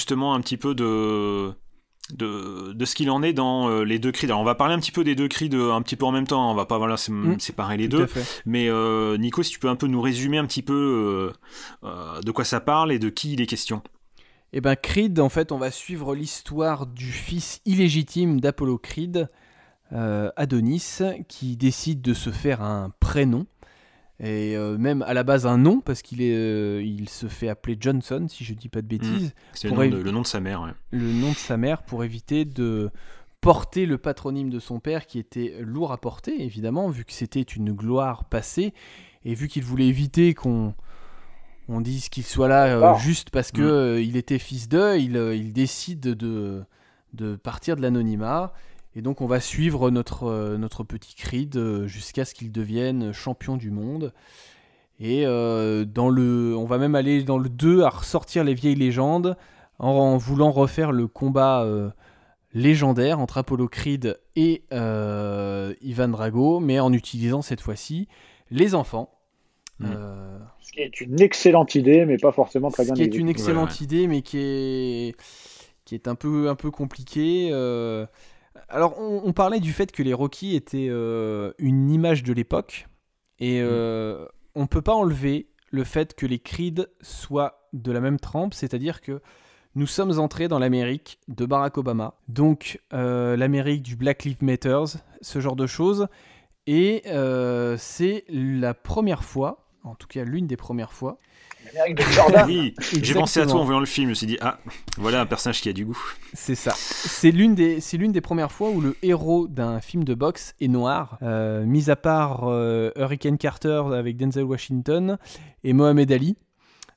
ce qu'il en est dans les deux Creed. Alors on va parler un petit peu des deux Creed un petit peu en même temps, on va pas séparer les deux, mais Nico, si tu peux un peu nous résumer un petit peu de quoi ça parle et de qui il est question. Eh ben Creed, en fait, on va suivre l'histoire du fils illégitime d'Apollo Creed, Adonis, qui décide de se faire un prénom, et même à la base un nom, parce il se fait appeler Johnson, si je dis pas de bêtises. C'est le nom de sa mère. Ouais. Le nom de sa mère, pour éviter de porter le patronyme de son père, qui était lourd à porter, évidemment, vu que c'était une gloire passée, et vu qu'il voulait éviter qu'on dise qu'il soit là juste parce que il était fils d'eux, il décide de partir de l'anonymat. Et donc on va suivre notre petit Creed jusqu'à ce qu'il devienne champion du monde. Et on va même aller dans le 2 à ressortir les vieilles légendes en voulant refaire le combat légendaire entre Apollo Creed et Ivan Drago, mais en utilisant cette fois-ci les enfants. Ce qui est une excellente idée, mais pas forcément très bien exécutée. Ce qui est une excellente idée, mais qui est un peu compliqué. Alors, on parlait du fait que les Rocky étaient une image de l'époque, et on ne peut pas enlever le fait que les Creed soient de la même trempe, c'est-à-dire que nous sommes entrés dans l'Amérique de Barack Obama, donc l'Amérique du Black Lives Matter, ce genre de choses, et c'est la première fois, en tout cas l'une des premières fois, l'Amérique de Jordan. Oui, j'ai pensé à toi en voyant le film, je me suis dit, voilà un personnage qui a du goût. C'est ça. C'est l'une des premières fois où le héros d'un film de boxe est noir, mis à part Hurricane Carter avec Denzel Washington et Mohamed Ali.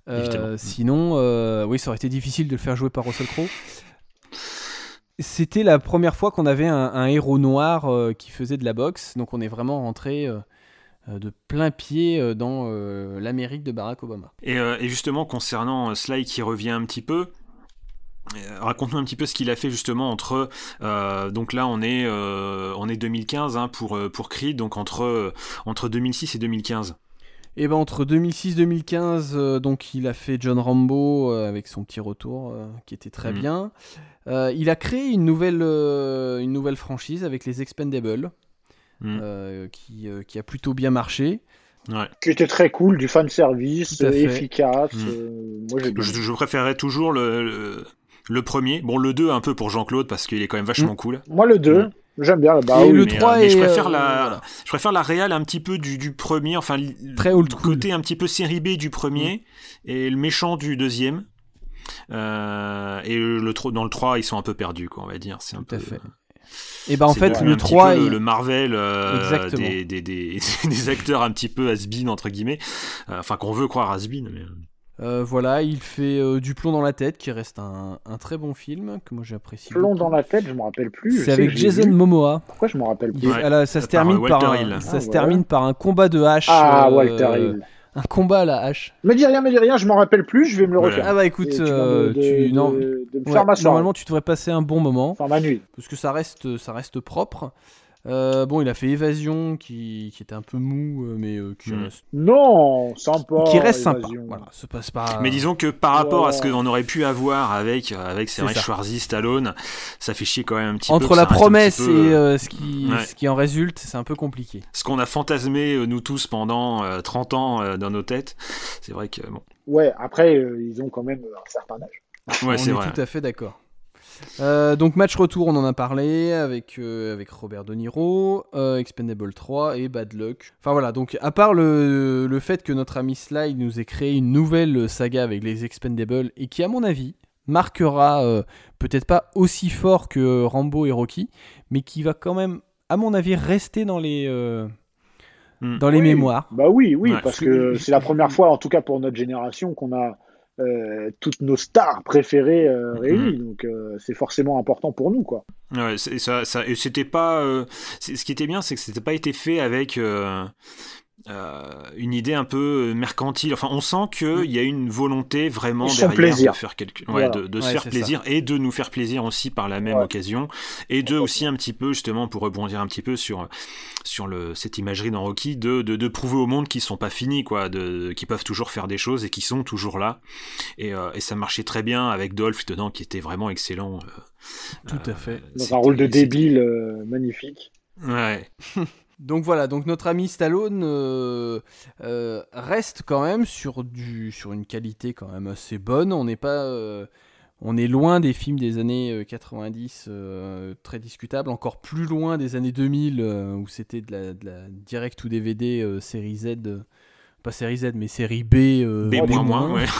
Sinon, oui, ça aurait été difficile de le faire jouer par Russell Crowe. C'était la première fois qu'on avait un héros noir qui faisait de la boxe, donc on est vraiment rentré de plein pied dans l'Amérique de Barack Obama. Et justement, concernant Sly qui revient un petit peu, raconte-nous un petit peu ce qu'il a fait justement entre donc là on est 2015 pour Creed, donc entre 2006 et 2015. Et ben entre 2006 et 2015, donc il a fait John Rambo avec son petit retour qui était très bien. Il a créé une nouvelle franchise avec les Expendables qui a plutôt bien marché. Ouais. Qui était très cool, du fanservice, efficace. Moi, je préférerais toujours le premier. Bon, le 2 un peu pour Jean-Claude parce qu'il est quand même vachement cool. Moi, le 2, j'aime bien. Le 3 mais je préfère la réal un petit peu du premier, enfin très old school. Côté un petit peu série B du premier et le méchant du deuxième. Et dans le 3, ils sont un peu perdus, quoi, on va dire. C'est un peu. Fait. Et ben en fait, le 3 est le Marvel des acteurs un petit peu has-been entre guillemets. Enfin, qu'on veut croire has-been, mais. Voilà, il fait du Plomb dans la tête, qui reste un très bon film que moi j'apprécie. Plomb dans la tête, je me rappelle plus. C'est avec Jason Momoa. Pourquoi je me rappelle plus? Ça se termine par un combat de hache. Walter Hill. Un combat à la hache. Me dis rien, je m'en rappelle plus, je vais me le refaire. Ah bah écoute, normalement tu devrais passer un bon moment. Enfin, ma nuit. Parce que ça reste propre. Bon, il a fait Évasion qui était un peu mou, mais qui reste. Non, sympa. Qui reste sympa. Voilà, se passe pas. Mais disons que par rapport à ce qu'on aurait pu avoir avec Serge Schwarzy, Stallone, ça fait chier quand même un petit peu. Entre la promesse et ce qui en résulte, c'est un peu compliqué. Ce qu'on a fantasmé nous tous pendant 30 ans dans nos têtes, c'est vrai que bon. Ouais, après ils ont quand même un certain âge. Ouais, c'est vrai. Tout à fait d'accord. Donc match retour, on en a parlé avec Robert De Niro, Expendable 3 et Bad Luck. Enfin voilà, donc à part le fait que notre ami Sly nous ait créé une nouvelle saga avec les Expendables et qui à mon avis marquera peut-être pas aussi fort que Rambo et Rocky, mais qui va quand même à mon avis rester dans les mémoires. Bah oui, parce que c'est la première fois, en tout cas pour notre génération, qu'on a toutes nos stars préférées réunies, donc c'est forcément important pour nous, quoi. Ouais, et c'était pas. Ce qui était bien, c'est que c'était pas été fait avec une idée un peu mercantile. Enfin, on sent qu'il y a une volonté vraiment derrière de faire de se faire plaisir et de nous faire plaisir aussi par la même occasion, et de aussi un petit peu justement pour rebondir un petit peu sur cette imagerie dans Rocky de prouver au monde qu'ils sont pas finis, quoi, qu'ils peuvent toujours faire des choses et qu'ils sont toujours là, et ça marchait très bien avec Dolph dedans qui était vraiment excellent. Tout à fait. Dans un rôle de débile magnifique. Ouais. Donc voilà, donc notre ami Stallone reste quand même sur une qualité quand même assez bonne. On est loin des films des années 90 très discutables, encore plus loin des années 2000 où c'était de la direct ou DVD série Z, pas série Z mais série B. B-moins, ouais.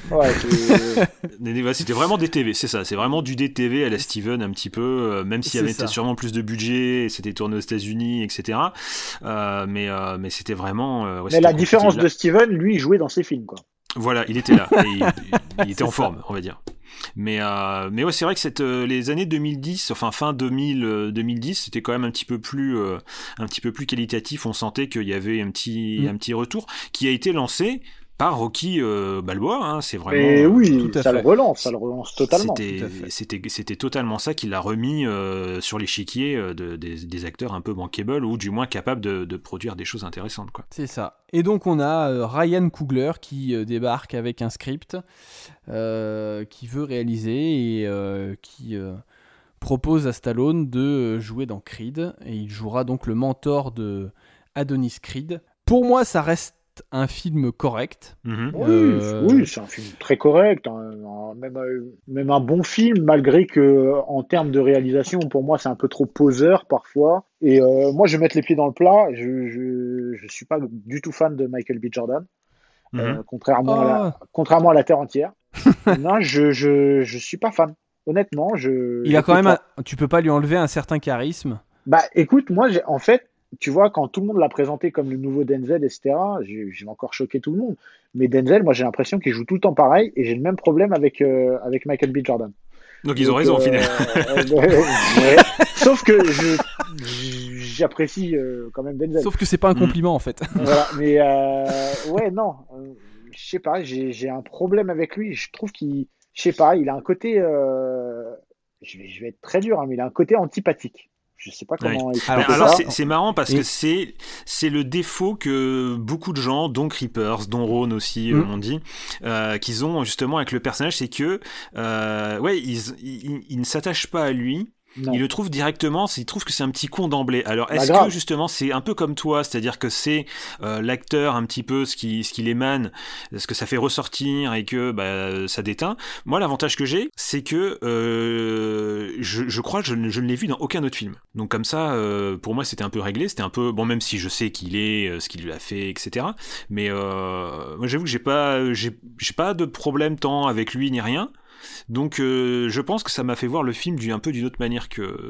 C'était vraiment des TV, c'est ça, c'est vraiment du DTV à la Steven un petit peu, même s'il y avait sûrement plus de budget, c'était tourné aux États-Unis, etc. Mais c'était vraiment. Mais la différence de Steven, lui, il jouait dans ses films, quoi. Voilà, il était là, et il était en forme, on va dire. Mais ouais, c'est vrai que les années 2010, enfin fin 2010, c'était quand même un petit peu plus qualitatif. On sentait qu'il y avait un petit retour qui a été lancé par Rocky Balboa, hein, c'est vraiment. Et oui, ça le relance totalement. C'était totalement ça qui l'a remis sur l'échiquier des acteurs un peu bankable, ou du moins capables de produire des choses intéressantes, quoi. C'est ça. Et donc on a Ryan Coogler qui débarque avec un script qui veut réaliser et qui propose à Stallone de jouer dans Creed, et il jouera donc le mentor de Adonis Creed. Pour moi, ça reste un film correct. Oui, c'est un film très correct, même un bon film, malgré que en termes de réalisation, pour moi, c'est un peu trop poseur parfois. Et moi, je vais mettre les pieds dans le plat. Je suis pas du tout fan de Michael B. Jordan, contrairement à la Terre entière. Non, je suis pas fan. Honnêtement, il a quand même, tu peux pas lui enlever un certain charisme. Bah, écoute, moi, en fait, tu vois, quand tout le monde l'a présenté comme le nouveau Denzel, etc., j'ai encore choqué tout le monde. Mais Denzel, moi, j'ai l'impression qu'il joue tout le temps pareil, et j'ai le même problème avec Michael B. Jordan. Donc ils ont raison au final. Ouais. Sauf que j'apprécie quand même Denzel. Sauf que c'est pas un compliment en fait. Voilà, mais ouais, non. Je sais pas, j'ai un problème avec lui. Je trouve qu'il, je sais pas, il a un côté. Je vais être très dur, hein, mais il a un côté antipathique. Je sais pas comment. Oui. Alors c'est marrant parce que c'est le défaut que beaucoup de gens, dont Creepers, dont Ron aussi, m'ont dit, qu'ils ont justement avec le personnage, c'est que ils ne s'attachent pas à lui. Non. Il le trouve directement, il trouve que c'est un petit con d'emblée. Alors est-ce que justement c'est un peu comme toi, c'est-à-dire que c'est l'acteur un petit peu ce qui l'émane, ce que ça fait ressortir et que ça déteint. Moi l'avantage que j'ai, c'est que je crois que je ne l'ai vu dans aucun autre film. Donc comme ça, pour moi c'était un peu réglé, c'était un peu bon, même si je sais qu'il est, ce qu'il lui a fait, etc. Mais moi j'avoue que j'ai pas de problème tant avec lui ni rien. Donc je pense que ça m'a fait voir le film un peu d'une autre manière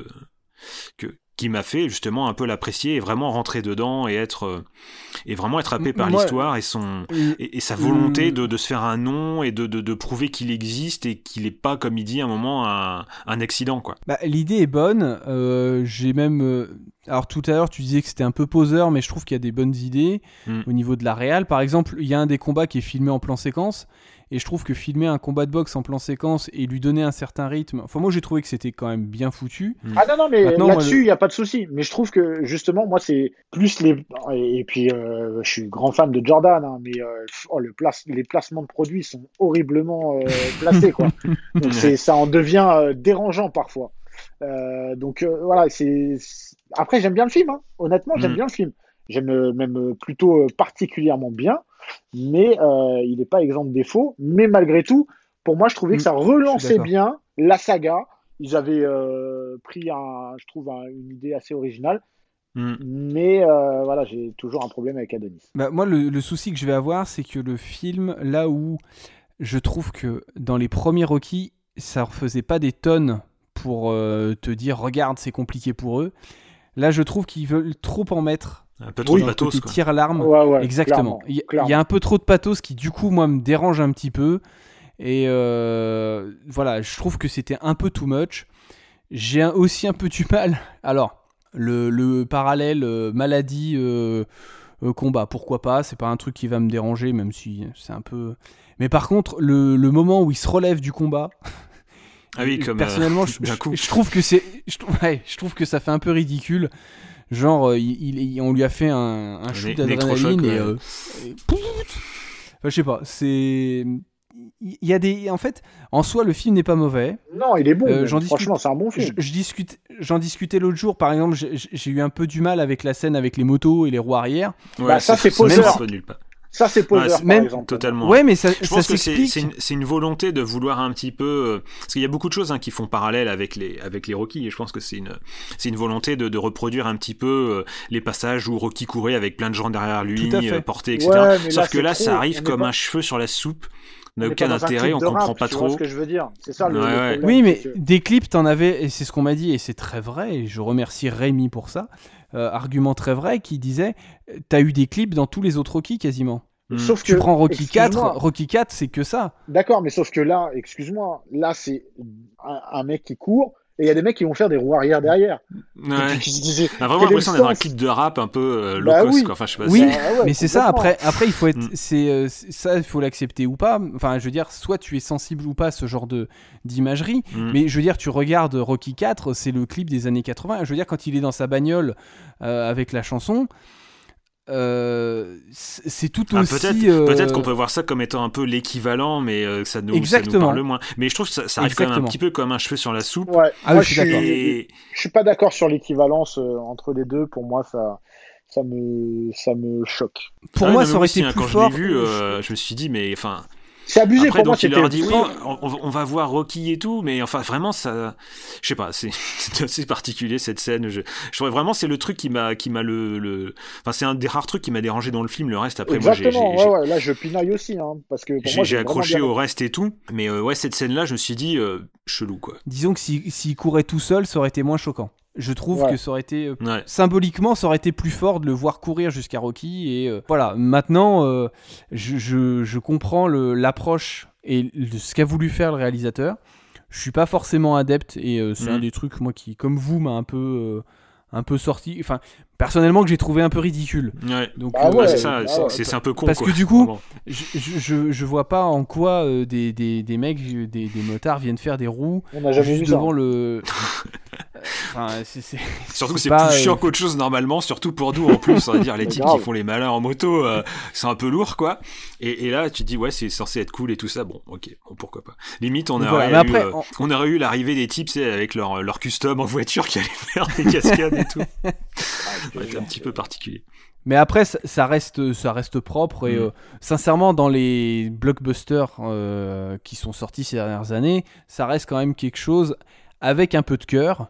qui m'a fait justement un peu l'apprécier et vraiment rentrer dedans et vraiment être happé par l'histoire et sa volonté de se faire un nom et de prouver qu'il existe et qu'il n'est pas, comme il dit à un moment, un accident, quoi. L'idée est bonne. J'ai même... Alors tout à l'heure tu disais que c'était un peu poseur, mais je trouve qu'il y a des bonnes idées au niveau de la réal. Par exemple, il y a un des combats qui est filmé en plan séquence. Et je trouve que filmer un combat de boxe en plan séquence et lui donner un certain rythme... Enfin, moi, j'ai trouvé que c'était quand même bien foutu. Ah non, mais maintenant, là-dessus, il n'y a pas de souci. Mais je trouve que, justement, moi, c'est plus les... Et puis, je suis grand fan de Jordan, hein, mais les placements de produits sont horriblement placés, quoi. Donc, ça en devient dérangeant, parfois. Donc, voilà, Après, j'aime bien le film, hein. Honnêtement, j'aime bien le film. J'aime même plutôt particulièrement bien. Mais il n'est pas exempt de défauts. Mais malgré tout, pour moi, je trouvais que ça relançait bien la saga. Ils avaient pris, je trouve, une idée assez originale. Mais voilà, j'ai toujours un problème avec Adonis. Moi, le souci que je vais avoir, c'est que le film, là où je trouve que dans les premiers Rocky, ça ne refaisait pas des tonnes pour te dire, regarde, c'est compliqué pour eux. Là, je trouve qu'ils veulent trop en mettre. Un peu trop de pathos, quoi. Tire-larme. Ouais, exactement. Il y a un peu trop de pathos qui, du coup, moi, me dérange un petit peu. Et voilà, je trouve que c'était un peu too much. J'ai aussi un peu du mal. Alors, le parallèle maladie combat, pourquoi pas, c'est pas un truc qui va me déranger, même si c'est un peu... Mais par contre, le moment où il se relève du combat... Ah oui, comme personnellement, je trouve que je trouve que ça fait un peu ridicule. Genre, on lui a fait un shoot d'adrénaline et je sais pas, c'est... Il y a des... En fait, en soi, le film n'est pas mauvais. Non, il est bon. Franchement, c'est un bon film. J'en discutais l'autre jour, par exemple, j'ai eu un peu du mal avec la scène avec les motos et les roues arrière. Ouais, ça, c'est poseur. Ça, c'est poseur, par exemple. Totalement. Ouais, mais je pense que c'est une volonté de vouloir un petit peu... Parce qu'il y a beaucoup de choses qui font parallèle avec les Rocky, et je pense que c'est une volonté de reproduire un petit peu les passages où Rocky courait avec plein de gens derrière lui, portés, etc. Ouais, sauf que là, ça arrive comme un cheveu sur la soupe. On n'a aucun intérêt, on comprend pas trop. C'est ce que je veux dire. C'est ça le problème. Oui, mais des clips, t'en avais, et c'est ce qu'on m'a dit, et c'est très vrai, et je remercie Rémi pour ça. Argument très vrai, qui disait t'as eu des clips dans tous les autres Rocky quasiment. Sauf tu prends Rocky 4, Rocky 4 c'est que ça. D'accord, mais sauf que là, excuse-moi, là c'est un mec qui court et il y a des mecs qui vont faire des roues arrière derrière. Ouais. On a vraiment l'impression d'être dans un clip de rap un peu low cost, quoi. Enfin, je sais pas. Oui, mais c'est ça. Après, il faut être, ça, il faut l'accepter ou pas. Enfin, je veux dire, soit tu es sensible ou pas à ce genre d'imagerie, mais je veux dire, tu regardes Rocky 4, c'est le clip des années 80. Je veux dire, quand il est dans sa bagnole avec la chanson. C'est tout aussi. Peut-être qu'on peut voir ça comme étant un peu l'équivalent, mais ça nous parle moins. Mais je trouve que ça arrive quand même un petit peu comme un cheveu sur la soupe. Ouais. Moi, je suis pas d'accord sur l'équivalence entre les deux. Pour moi, ça me choque. Pour moi, ça aurait été plus quand fort. Je l'ai vu, je me suis dit, mais enfin. C'est abusé. Après, pour moi, il leur dit oui, on va voir Rocky et tout, mais enfin vraiment ça, je sais pas, c'est assez particulier cette scène. Je trouvais vraiment c'est le truc qui m'a enfin c'est un des rares trucs qui m'a dérangé dans le film. Le reste après exactement, moi là je pinaille aussi parce que pour moi j'ai accroché au reste et tout, mais cette scène là je me suis dit chelou quoi. Disons que s'il courait tout seul ça aurait été moins choquant. Je trouve que ça aurait été symboliquement, ça aurait été plus fort de le voir courir jusqu'à Rocky. Et voilà. Maintenant, je comprends l'approche et ce qu'a voulu faire le réalisateur. Je suis pas forcément adepte et c'est un des trucs moi qui, comme vous, m'a un peu sorti. Enfin, personnellement, que j'ai trouvé un peu ridicule. Ouais. Donc c'est ça. C'est un peu con. Parce que du coup, je vois pas en quoi des mecs, des motards viennent faire des roues juste devant le. Enfin, surtout que c'est plus chiant qu'autre chose normalement, surtout pour nous en plus. On va dire les types qui font les malins en moto, c'est un peu lourd quoi. Et là, tu te dis c'est censé être cool et tout ça. Bon, ok, pourquoi pas. Limite, on aurait eu l'arrivée des types avec leur custom en voiture qui allait faire des cascades et tout. Ça va être un petit peu particulier. Mais après, ça reste propre et sincèrement, dans les blockbusters qui sont sortis ces dernières années, ça reste quand même quelque chose avec un peu de cœur.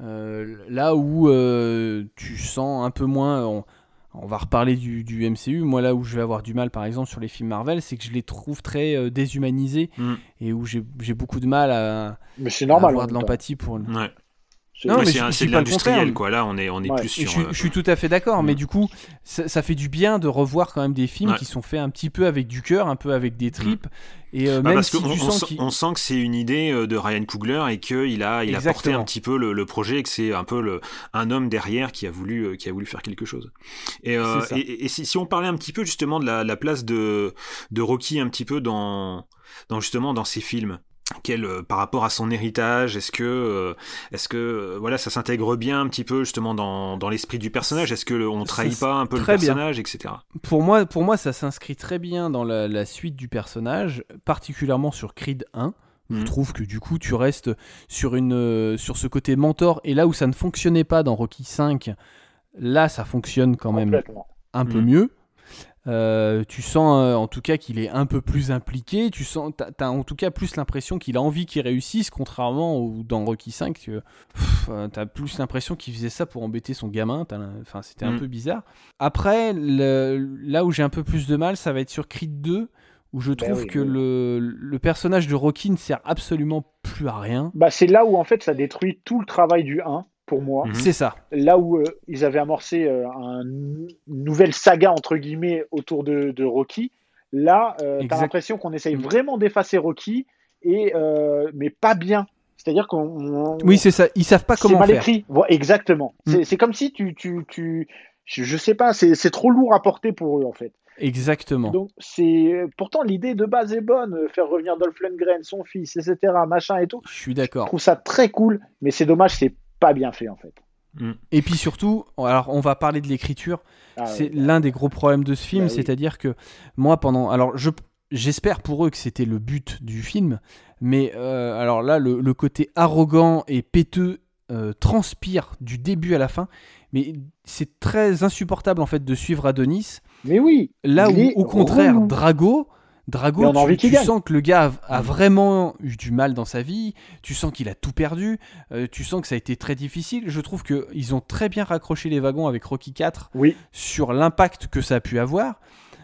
Là où tu sens un peu moins. On va reparler du MCU. Moi, là où je vais avoir du mal, par exemple, sur les films Marvel, c'est que je les trouve très déshumanisés et où j'ai beaucoup de mal à avoir de l'empathie pour. Ouais. Non, mais c'est de l'industriel, quoi. Là, on est plus sur. Je suis tout à fait d'accord, mais du coup, ça fait du bien de revoir quand même des films qui sont faits un petit peu avec du cœur, un peu avec des tripes. Et même parce si on sent que c'est une idée de Ryan Coogler et qu'il a porté un petit peu le projet et que c'est un peu un homme derrière qui a voulu faire quelque chose. Et si on parlait un petit peu justement de la place de Rocky un petit peu dans ces films. Par rapport à son héritage, est-ce que voilà, ça s'intègre bien un petit peu justement dans l'esprit du personnage, est-ce que on trahit pas un peu le personnage, etc. Pour moi, ça s'inscrit très bien dans la suite du personnage, particulièrement sur Creed 1. Je trouve que du coup, tu restes sur ce côté mentor, et là où ça ne fonctionnait pas dans Rocky 5, là, ça fonctionne quand même un peu mieux. Tu sens en tout cas qu'il est un peu plus impliqué, t'as en tout cas plus l'impression qu'il a envie qu'il réussisse, contrairement dans Rocky 5 t'as plus l'impression qu'il faisait ça pour embêter son gamin. C'était un peu bizarre. Après, là où j'ai un peu plus de mal, ça va être sur Creed 2, où je trouve que le personnage de Rocky ne sert absolument plus à rien. C'est là où en fait ça détruit tout le travail du 1. Pour moi, c'est ça. Là où ils avaient amorcé une nouvelle saga entre guillemets autour de Rocky, là, t'as l'impression qu'on essaye vraiment d'effacer Rocky mais pas bien. C'est-à-dire qu'on. Oui, c'est ça. Ils savent pas comment faire. C'est mal écrit. Exactement. C'est comme si je sais pas. C'est trop lourd à porter pour eux en fait. Exactement. Donc pourtant l'idée de base est bonne, faire revenir Dolph Lundgren, son fils, etc., machin et tout. Je suis d'accord. Je trouve ça très cool, mais c'est dommage, c'est pas bien fait en fait. Et puis surtout, alors on va parler de l'écriture, c'est l'un des gros problèmes de ce film, c'est-à-dire que moi j'espère pour eux que c'était le but du film, mais alors là le côté arrogant et péteux transpire du début à la fin, mais c'est très insupportable en fait de suivre Adonis. Mais oui. Là où au contraire Drago, tu sens que le gars a vraiment eu du mal dans sa vie, tu sens qu'il a tout perdu, tu sens que ça a été très difficile. Je trouve qu'ils ont très bien raccroché les wagons avec Rocky 4 sur l'impact que ça a pu avoir.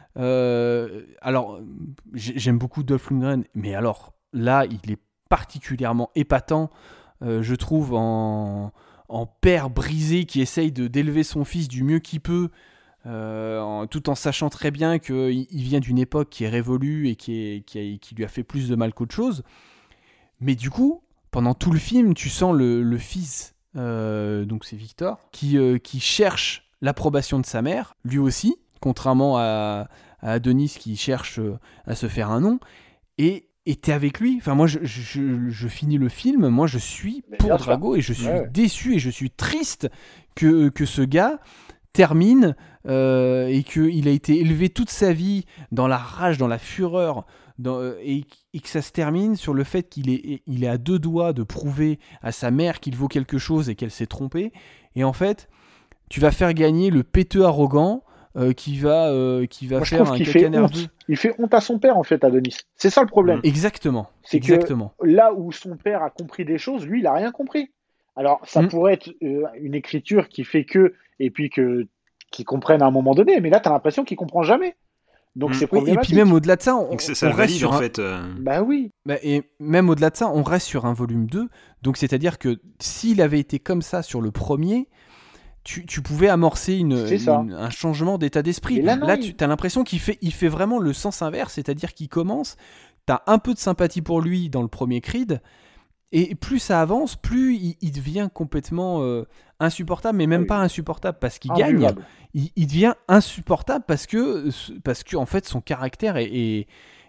Alors, j'aime beaucoup Dolph Lundgren, mais alors là, il est particulièrement épatant, je trouve, en père brisé qui essaye d'élever son fils du mieux qu'il peut. Tout en sachant très bien qu'il vient d'une époque qui est révolue et qui lui a fait plus de mal qu'autre chose. Mais du coup, pendant tout le film, tu sens le fils, donc c'est Victor, qui cherche l'approbation de sa mère, lui aussi, contrairement à Adonis qui cherche à se faire un nom. Et t'es avec lui. Enfin, moi, je finis le film, moi je suis pour Drago et je suis déçu et je suis triste que ce gars termine et qu'il a été élevé toute sa vie dans la rage, dans la fureur, et que ça se termine sur le fait qu'il est à deux doigts de prouver à sa mère qu'il vaut quelque chose et qu'elle s'est trompée. Et en fait, tu vas faire gagner le péteux arrogant qui va faire un caca nerveux. Il fait honte à son père en fait, Adonis. C'est ça le problème. Exactement. C'est exactement. Que là où son père a compris des choses, lui il a rien compris. Alors ça pourrait être une écriture qui fait que et puis qui comprenne à un moment donné, mais là t'as l'impression qu'il comprend jamais. Donc c'est Oui, et problématique. puis même au-delà de ça, Donc ça on le reste valide sur en un... fait. Bah oui. Et même au-delà de ça, on reste sur un volume 2. Donc c'est-à-dire que s'il avait été comme ça sur le premier, tu pouvais amorcer C'est ça. un changement d'état d'esprit. Et là, non, tu as l'impression qu'il fait vraiment le sens inverse, c'est-à-dire qu'il commence, tu as un peu de sympathie pour lui dans le premier Creed, et plus ça avance, plus il devient complètement insupportable, mais même pas insupportable parce qu'il gagne. Imbuvable. Il devient insupportable parce que en fait son caractère est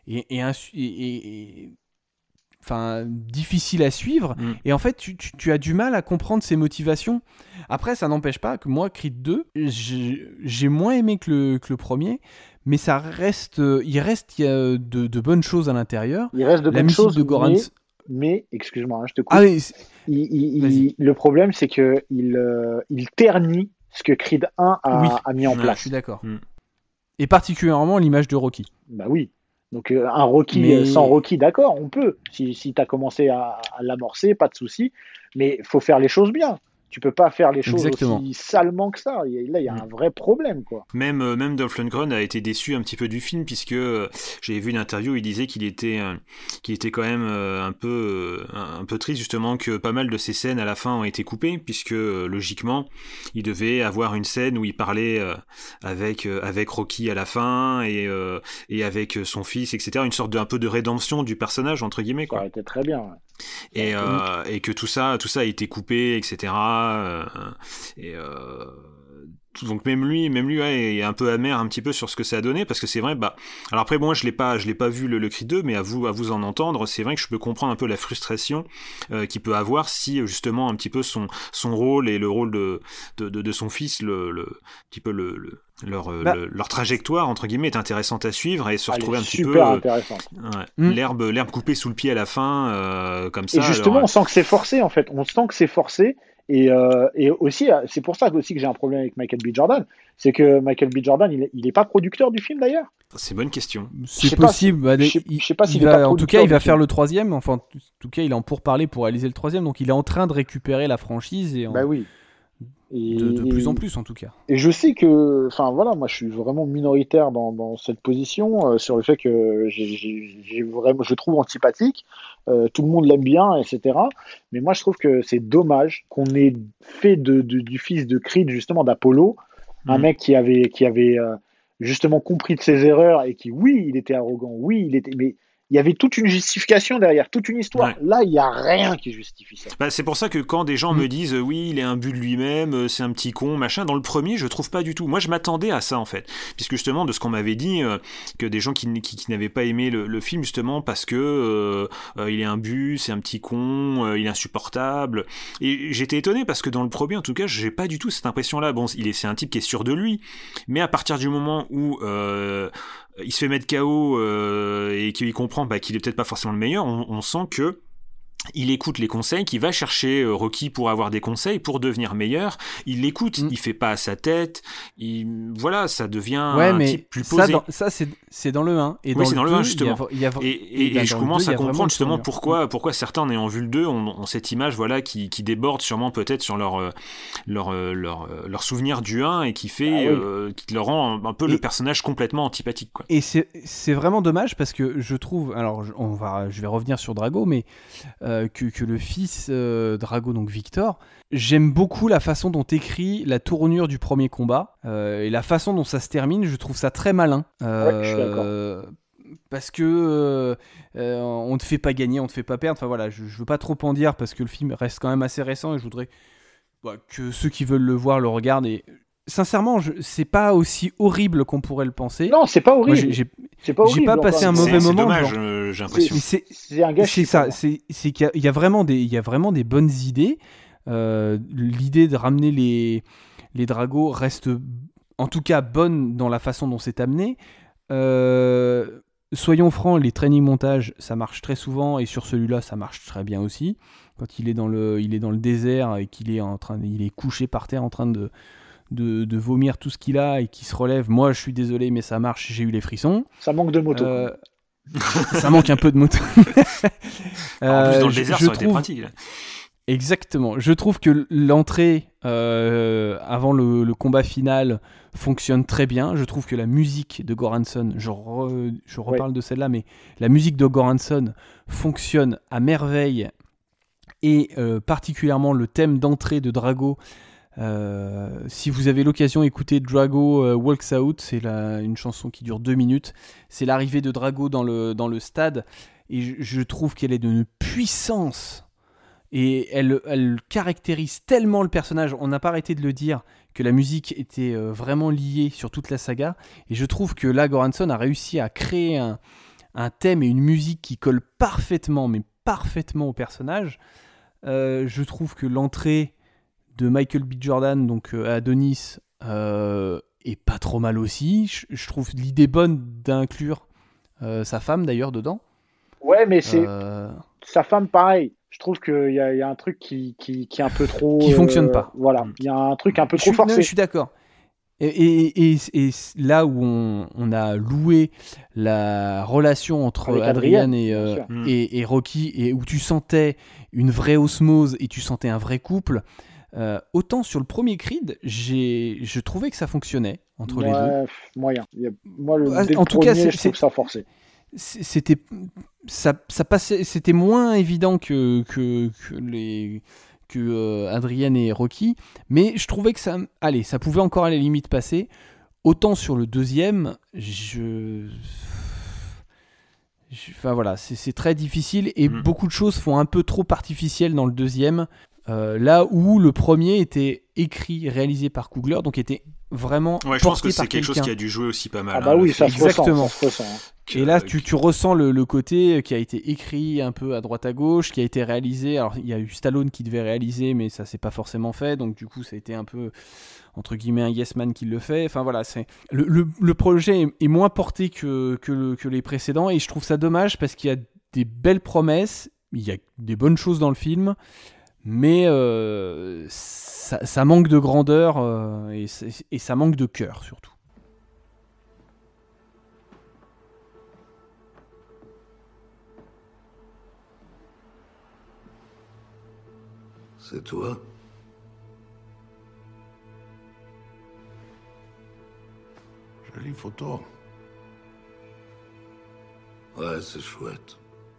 enfin, difficile à suivre, et en fait tu as du mal à comprendre ses motivations. Après, ça n'empêche pas que moi, Creed 2, j'ai moins aimé que le premier, mais il reste de bonnes choses à l'intérieur. Il reste de La bonnes musique choses, de Goran... mais excuse-moi, hein, je te coupe. Ah oui, Le problème, c'est que il ternit ce que Creed 1 a mis en place. Je suis d'accord. Et particulièrement l'image de Rocky. Bah oui. Donc un Rocky sans Rocky, d'accord, on peut. Si tu as commencé à l'amorcer, pas de souci. Mais il faut faire les choses bien. Tu peux pas faire les choses aussi salement que ça. Et là, il y a un vrai problème, quoi. Même Dolph Lundgren a été déçu un petit peu du film, puisque j'avais vu une interview où il disait qu'il était quand même un peu triste, justement, que pas mal de ces scènes à la fin ont été coupées, puisque logiquement il devait avoir une scène où il parlait avec Rocky à la fin et avec son fils, etc. Une sorte un peu de rédemption du personnage, entre guillemets, quoi. Ça aurait été très bien. Ouais. Et que tout ça a été coupé, etc. Donc même lui est un peu amer un petit peu sur ce que ça a donné, parce que c'est vrai, alors après moi je l'ai pas vu le Creed 2, mais à vous en entendre, c'est vrai que je peux comprendre un peu la frustration qu'il peut avoir si justement un petit peu son rôle et le rôle de son fils, leur trajectoire entre guillemets est intéressante à suivre, et se retrouver un petit peu l'herbe coupée sous le pied à la fin, comme ça. Et justement, on sent que c'est forcé, en fait. On sent que c'est forcé. Et aussi, c'est pour ça aussi que j'ai un problème avec Michael B. Jordan. C'est que Michael B. Jordan, il n'est pas producteur du film, d'ailleurs. C'est une bonne question. C'est possible. Je sais pas s'il va. En tout cas, il va faire le troisième. Enfin, en tout cas, il est en pourparlers pour réaliser le troisième. Donc, il est en train de récupérer la franchise. Bah oui. De plus en plus, en tout cas. Et je sais que, enfin voilà, moi je suis vraiment minoritaire dans cette position sur le fait que je trouve antipathique. Tout le monde l'aime bien, etc. Mais moi je trouve que c'est dommage qu'on ait fait du fils de Creed, justement d'Apollo, un mec qui avait justement compris de ses erreurs et qui, oui, il était arrogant, oui, mais il y avait toute une justification derrière, toute une histoire. Ouais. Là, il n'y a rien qui justifie ça. C'est pour ça que quand des gens me disent oui, il est imbu de lui-même, c'est un petit con, machin, dans le premier, je trouve pas du tout. Moi, je m'attendais à ça, en fait. Puisque justement, de ce qu'on m'avait dit, que des gens qui n'avaient pas aimé le film, justement, parce que il est imbu, c'est un petit con, il est insupportable. Et j'étais étonné, parce que dans le premier, en tout cas, j'ai pas du tout cette impression-là. Bon, c'est un type qui est sûr de lui, mais à partir du moment où il se fait mettre KO et qu'il comprend qu'il est peut-être pas forcément le meilleur, on sent que il écoute les conseils, qu'il va chercher Rocky pour avoir des conseils, pour devenir meilleur. Il l'écoute, il fait pas à sa tête. Voilà, ça devient un type plus posé. Ça c'est dans le 1. Et oui, c'est dans le 1, justement. Et je commence à comprendre justement pourquoi certains, en ayant vu le 2, ont cette image qui déborde sûrement peut-être sur leur souvenir du 1 et qui fait qui leur rend un peu le personnage complètement antipathique, quoi. Et c'est vraiment dommage parce que je trouve, alors je vais revenir sur Drago, mais que le fils Drago, donc Victor, j'aime beaucoup la façon dont écrit la tournure du premier combat et la façon dont ça se termine. Je trouve ça très malin. Je suis d'accord. Parce que on te fait pas gagner, on te fait pas perdre. Enfin voilà, je veux pas trop en dire parce que le film reste quand même assez récent et je voudrais que ceux qui veulent le voir le regardent. Et sincèrement, c'est pas aussi horrible qu'on pourrait le penser. Non, c'est pas horrible. Moi, c'est pas horrible. J'ai pas passé un mauvais moment. C'est dommage, j'ai l'impression. C'est un gâchis. C'est ça. C'est qu'il y a vraiment des bonnes idées. L'idée de ramener les Dragos reste, en tout cas, bonne dans la façon dont c'est amené. Soyons francs, les training montages, ça marche très souvent, et sur celui-là, ça marche très bien aussi. Quand il est dans le désert et qu'il est il est couché par terre en train de vomir tout ce qu'il a et qui se relève. Moi, je suis désolé, mais ça marche, j'ai eu les frissons. Ça manque de moto. Ça manque un peu de moto. En plus, dans le désert, ça aurait été pratique. Exactement. Je trouve que l'entrée avant le combat final fonctionne très bien. Je trouve que la musique de Goranson, je reparle de celle-là, mais la musique de Goranson fonctionne à merveille. Et particulièrement le thème d'entrée de Drago. Si vous avez l'occasion d'écouter Drago Walks Out, c'est une chanson qui dure 2 minutes. C'est l'arrivée de Drago dans le stade. Et je trouve qu'elle est d'une puissance. Et elle caractérise tellement le personnage. On n'a pas arrêté de le dire, que la musique était vraiment liée sur toute la saga. Et je trouve que là, Goranson a réussi à créer un thème et une musique qui collent parfaitement, mais parfaitement au personnage. Je trouve que l'entrée de Michael B. Jordan, donc Adonis, est pas trop mal aussi. Je trouve l'idée bonne d'inclure sa femme d'ailleurs dedans. Ouais, mais c'est sa femme pareil. Je trouve qu'il y a un truc qui est un peu trop... Qui fonctionne pas. Voilà, il y a un truc un peu trop forcé. Je suis d'accord. Et là où on a loué la relation entre Adrian et Rocky, et où tu sentais une vraie osmose et tu sentais un vrai couple, autant sur le premier Creed, je trouvais que ça fonctionnait entre les deux. Moyen. Moi, en tout cas, je trouve ça forcé. C'était moins évident que Adrian et Rocky, mais je trouvais que ça pouvait encore à la limite passer. Autant sur le deuxième, enfin voilà, c'est très difficile et beaucoup de choses font un peu trop artificielles dans le deuxième. Là où le premier était écrit, réalisé par Coogler, donc était vraiment je pense que c'est quelque chose qui a dû jouer aussi pas mal. Ah bah oui, ça se exactement. ressent. Et là, tu ressens le côté qui a été écrit un peu à droite à gauche, qui a été réalisé. Alors, il y a eu Stallone qui devait réaliser, mais ça s'est pas forcément fait. Donc, du coup, ça a été un peu, entre guillemets, un yes man qui le fait. Enfin, voilà, le projet est moins porté que les précédents. Et je trouve ça dommage parce qu'il y a des belles promesses, il y a des bonnes choses dans le film, mais ça manque de grandeur et ça manque de cœur, surtout. C'est toi? Jolie photo. Ouais, c'est chouette.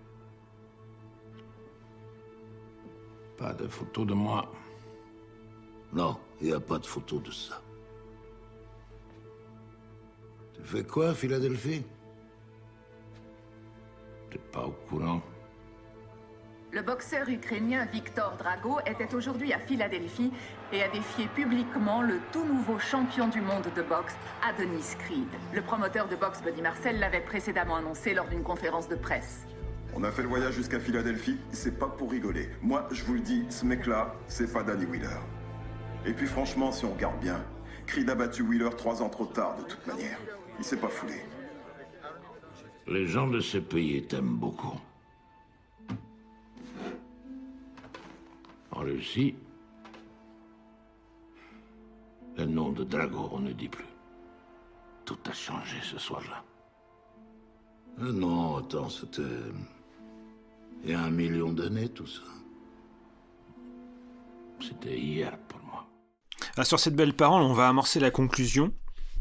Pas de photo de moi. Non, il n'y a pas de photo de ça. Tu fais quoi à Philadelphie? T'es pas au courant? Le boxeur ukrainien Viktor Drago était aujourd'hui à Philadelphie et a défié publiquement le tout nouveau champion du monde de boxe, Adonis Creed. Le promoteur de boxe Buddy Marcel l'avait précédemment annoncé lors d'une conférence de presse. On a fait le voyage jusqu'à Philadelphie, c'est pas pour rigoler. Moi, je vous le dis, ce mec-là, c'est pas Danny Wheeler. Et puis franchement, si on regarde bien, Creed a battu Wheeler 3 ans trop tard de toute manière. Il s'est pas foulé. Les gens de ce pays t'aiment beaucoup. En Russie, le nom de Drago, on ne dit plus. Tout a changé ce soir-là. Non, attends, c'était... Il y a 1 million d'années, tout ça. C'était hier pour moi. Sur cette belle parole, on va amorcer la conclusion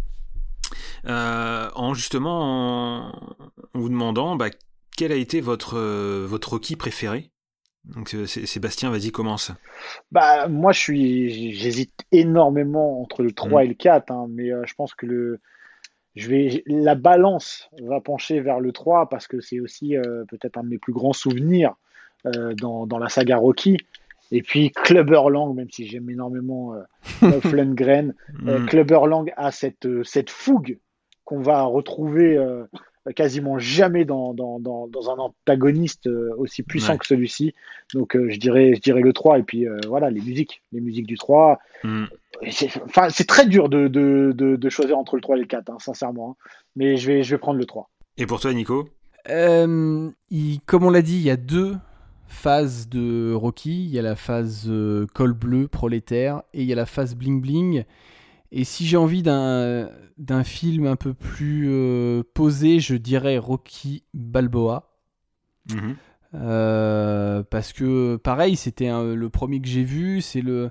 en vous demandant quel a été votre Rocky préféré. Donc Sébastien, vas-y, commence. Moi, j'hésite énormément entre le 3 et le 4, mais je pense que la balance va pencher vers le 3 parce que c'est aussi peut-être un de mes plus grands souvenirs dans la saga Rocky. Et puis Clubber Lang, même si j'aime énormément Dolph Lundgren, Clubber Lang a cette fougue qu'on va retrouver quasiment jamais dans un antagoniste aussi puissant que celui-ci. Donc je dirais le 3 et puis voilà, les musiques du 3. C'est très dur de choisir entre le 3 et le 4, sincèrement. Mais je vais prendre le 3. Et pour toi, Nico? Comme on l'a dit, il y a 2 phases de Rocky. Il y a la phase col bleu, prolétaire, et il y a la phase bling bling. Et si j'ai envie d'un film un peu plus posé, je dirais Rocky Balboa. Parce que pareil, c'était le premier que j'ai vu, c'est le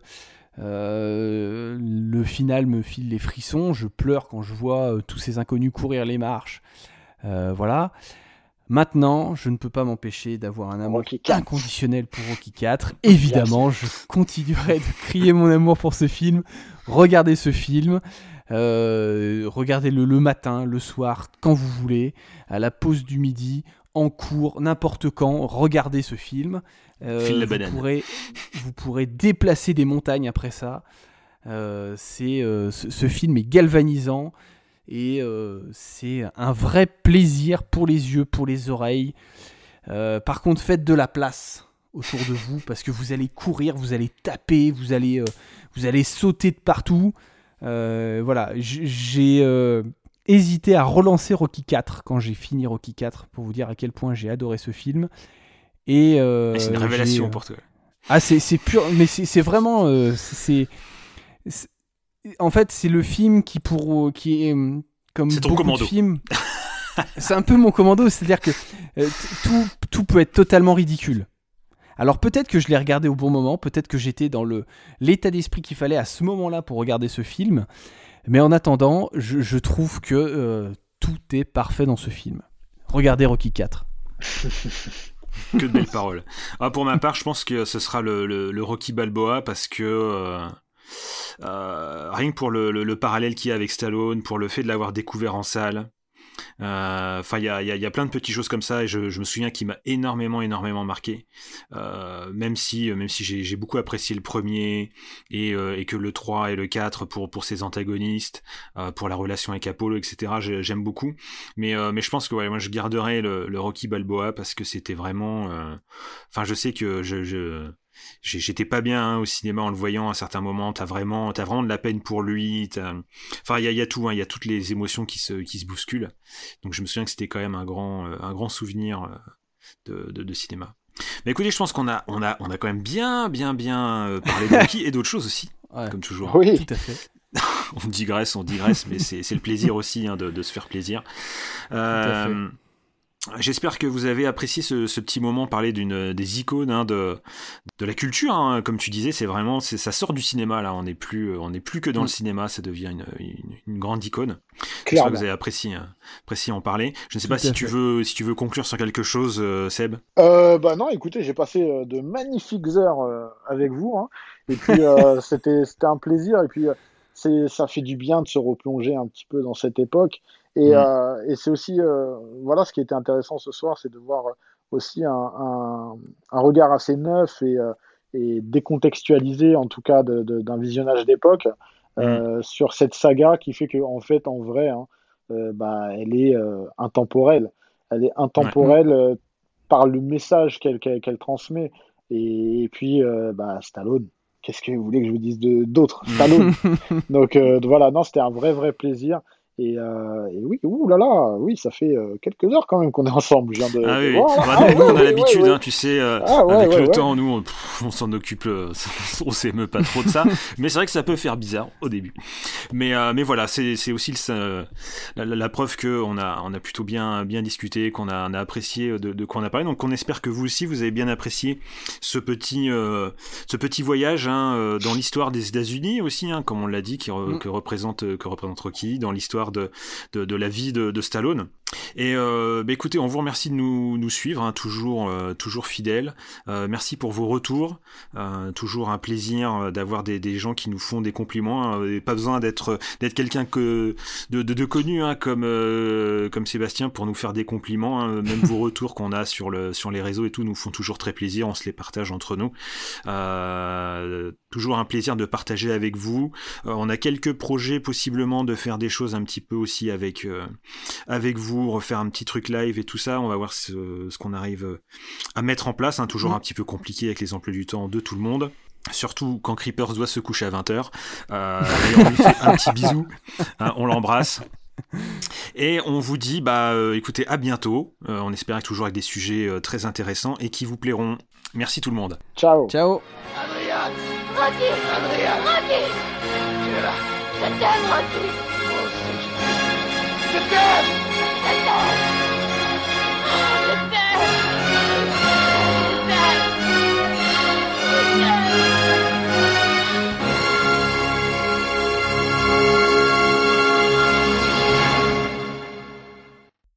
final me file les frissons, je pleure quand je vois tous ces inconnus courir les marches. Voilà. Maintenant, je ne peux pas m'empêcher d'avoir un amour inconditionnel pour Rocky IV. Évidemment, je continuerai de crier mon amour pour ce film. Regardez ce film. Regardez-le le matin, le soir, quand vous voulez, à la pause du midi, en cours, n'importe quand. Regardez ce film. File la banane. Vous pourrez déplacer des montagnes après ça. Ce film est galvanisant. Et c'est un vrai plaisir pour les yeux, pour les oreilles. Par contre, faites de la place autour de vous parce que vous allez courir, vous allez taper, vous allez sauter de partout. Voilà, j'ai hésité à relancer Rocky IV quand j'ai fini Rocky IV pour vous dire à quel point j'ai adoré ce film. Et c'est une révélation pour toi. Ah, c'est pur, mais c'est vraiment en fait, c'est le film qui est comme c'est ton beaucoup commando. de films. C'est un peu mon commando, c'est-à-dire que tout peut être totalement ridicule. Alors peut-être que je l'ai regardé au bon moment, peut-être que j'étais dans l'état d'esprit qu'il fallait à ce moment-là pour regarder ce film, mais en attendant, je trouve que tout est parfait dans ce film. Regardez Rocky IV. Que de belles paroles. Pour ma part, je pense que ce sera le Rocky Balboa parce que rien que pour le parallèle qu'il y a avec Stallone, pour le fait de l'avoir découvert en salle, enfin il y a plein de petites choses comme ça et je me souviens qu'il m'a énormément marqué, même si j'ai beaucoup apprécié le premier et que le 3 et le 4 pour ses antagonistes, pour la relation avec Apollo, etc. J'aime beaucoup, mais je pense que moi je garderai le Rocky Balboa parce que c'était vraiment enfin je sais que j'étais pas bien au cinéma en le voyant à certains moments. T'as vraiment de la peine pour lui. Enfin, il y a tout. Il y a toutes les émotions qui se bousculent. Donc, je me souviens que c'était quand même un grand souvenir de cinéma. Mais écoutez, je pense qu'on a quand même bien parlé de Rocky et d'autres choses aussi, comme toujours. Oui, tout à fait. on digresse, mais c'est le plaisir aussi de se faire plaisir. Tout à fait. J'espère que vous avez apprécié ce petit moment, parler des icônes de la culture, hein. Comme tu disais, c'est vraiment ça sort du cinéma là. On n'est plus que dans le cinéma, ça devient une grande icône. J'espère que vous avez apprécié en parler. Je ne sais pas si tu veux conclure sur quelque chose, Seb. Non, écoutez, j'ai passé de magnifiques heures avec vous, hein. Et puis c'était un plaisir. Et puis ça fait du bien de se replonger un petit peu dans cette époque. Et c'est aussi, voilà, ce qui était intéressant ce soir, c'est de voir aussi un regard assez neuf et décontextualisé, en tout cas d'un visionnage d'époque, sur cette saga qui fait qu'en fait, en vrai, hein, elle est intemporelle. Elle est intemporelle par le message qu'elle transmet. Et puis, Stallone. Qu'est-ce que vous voulez que je vous dise d'autre? Stallone. Donc voilà, non, c'était un vrai plaisir. Et oui, oui, ça fait quelques heures quand même qu'on est ensemble. Nous, on a l'habitude, hein, tu sais, avec le temps, nous, on s'en occupe, on s'émeut pas trop de ça. Mais c'est vrai que ça peut faire bizarre au début. Mais voilà, c'est aussi la preuve qu'on a plutôt bien discuté, qu'on a apprécié de quoi on a parlé. Donc on espère que vous aussi, vous avez bien apprécié ce petit voyage, hein, dans l'histoire des États-Unis aussi, hein, comme on l'a dit, que représente Rocky, dans l'histoire de la vie de Stallone. Et écoutez, on vous remercie de nous suivre, hein, toujours fidèles. Merci pour vos retours. Toujours un plaisir d'avoir des gens qui nous font des compliments, hein, et pas besoin d'être quelqu'un de connu, hein, comme Sébastien pour nous faire des compliments, hein. Même vos retours qu'on a sur les réseaux et tout nous font toujours très plaisir. On se les partage entre nous. Toujours un plaisir de partager avec vous. On a quelques projets possiblement de faire des choses un petit peu aussi avec vous, refaire un petit truc live et tout ça. On va voir ce qu'on arrive à mettre en place, hein. Toujours un petit peu compliqué avec les emplois du temps de tout le monde. Surtout quand Creepers doit se coucher à 20h. On lui fait un petit bisou, hein, on l'embrasse. Et on vous dit, écoutez, à bientôt. On espère toujours avec des sujets très intéressants et qui vous plairont. Merci tout le monde. Ciao. Adrian. Rocky. Adrian. Rocky. Tu es là. Je t'aime, Rocky. Je t'aime. Je t'aime.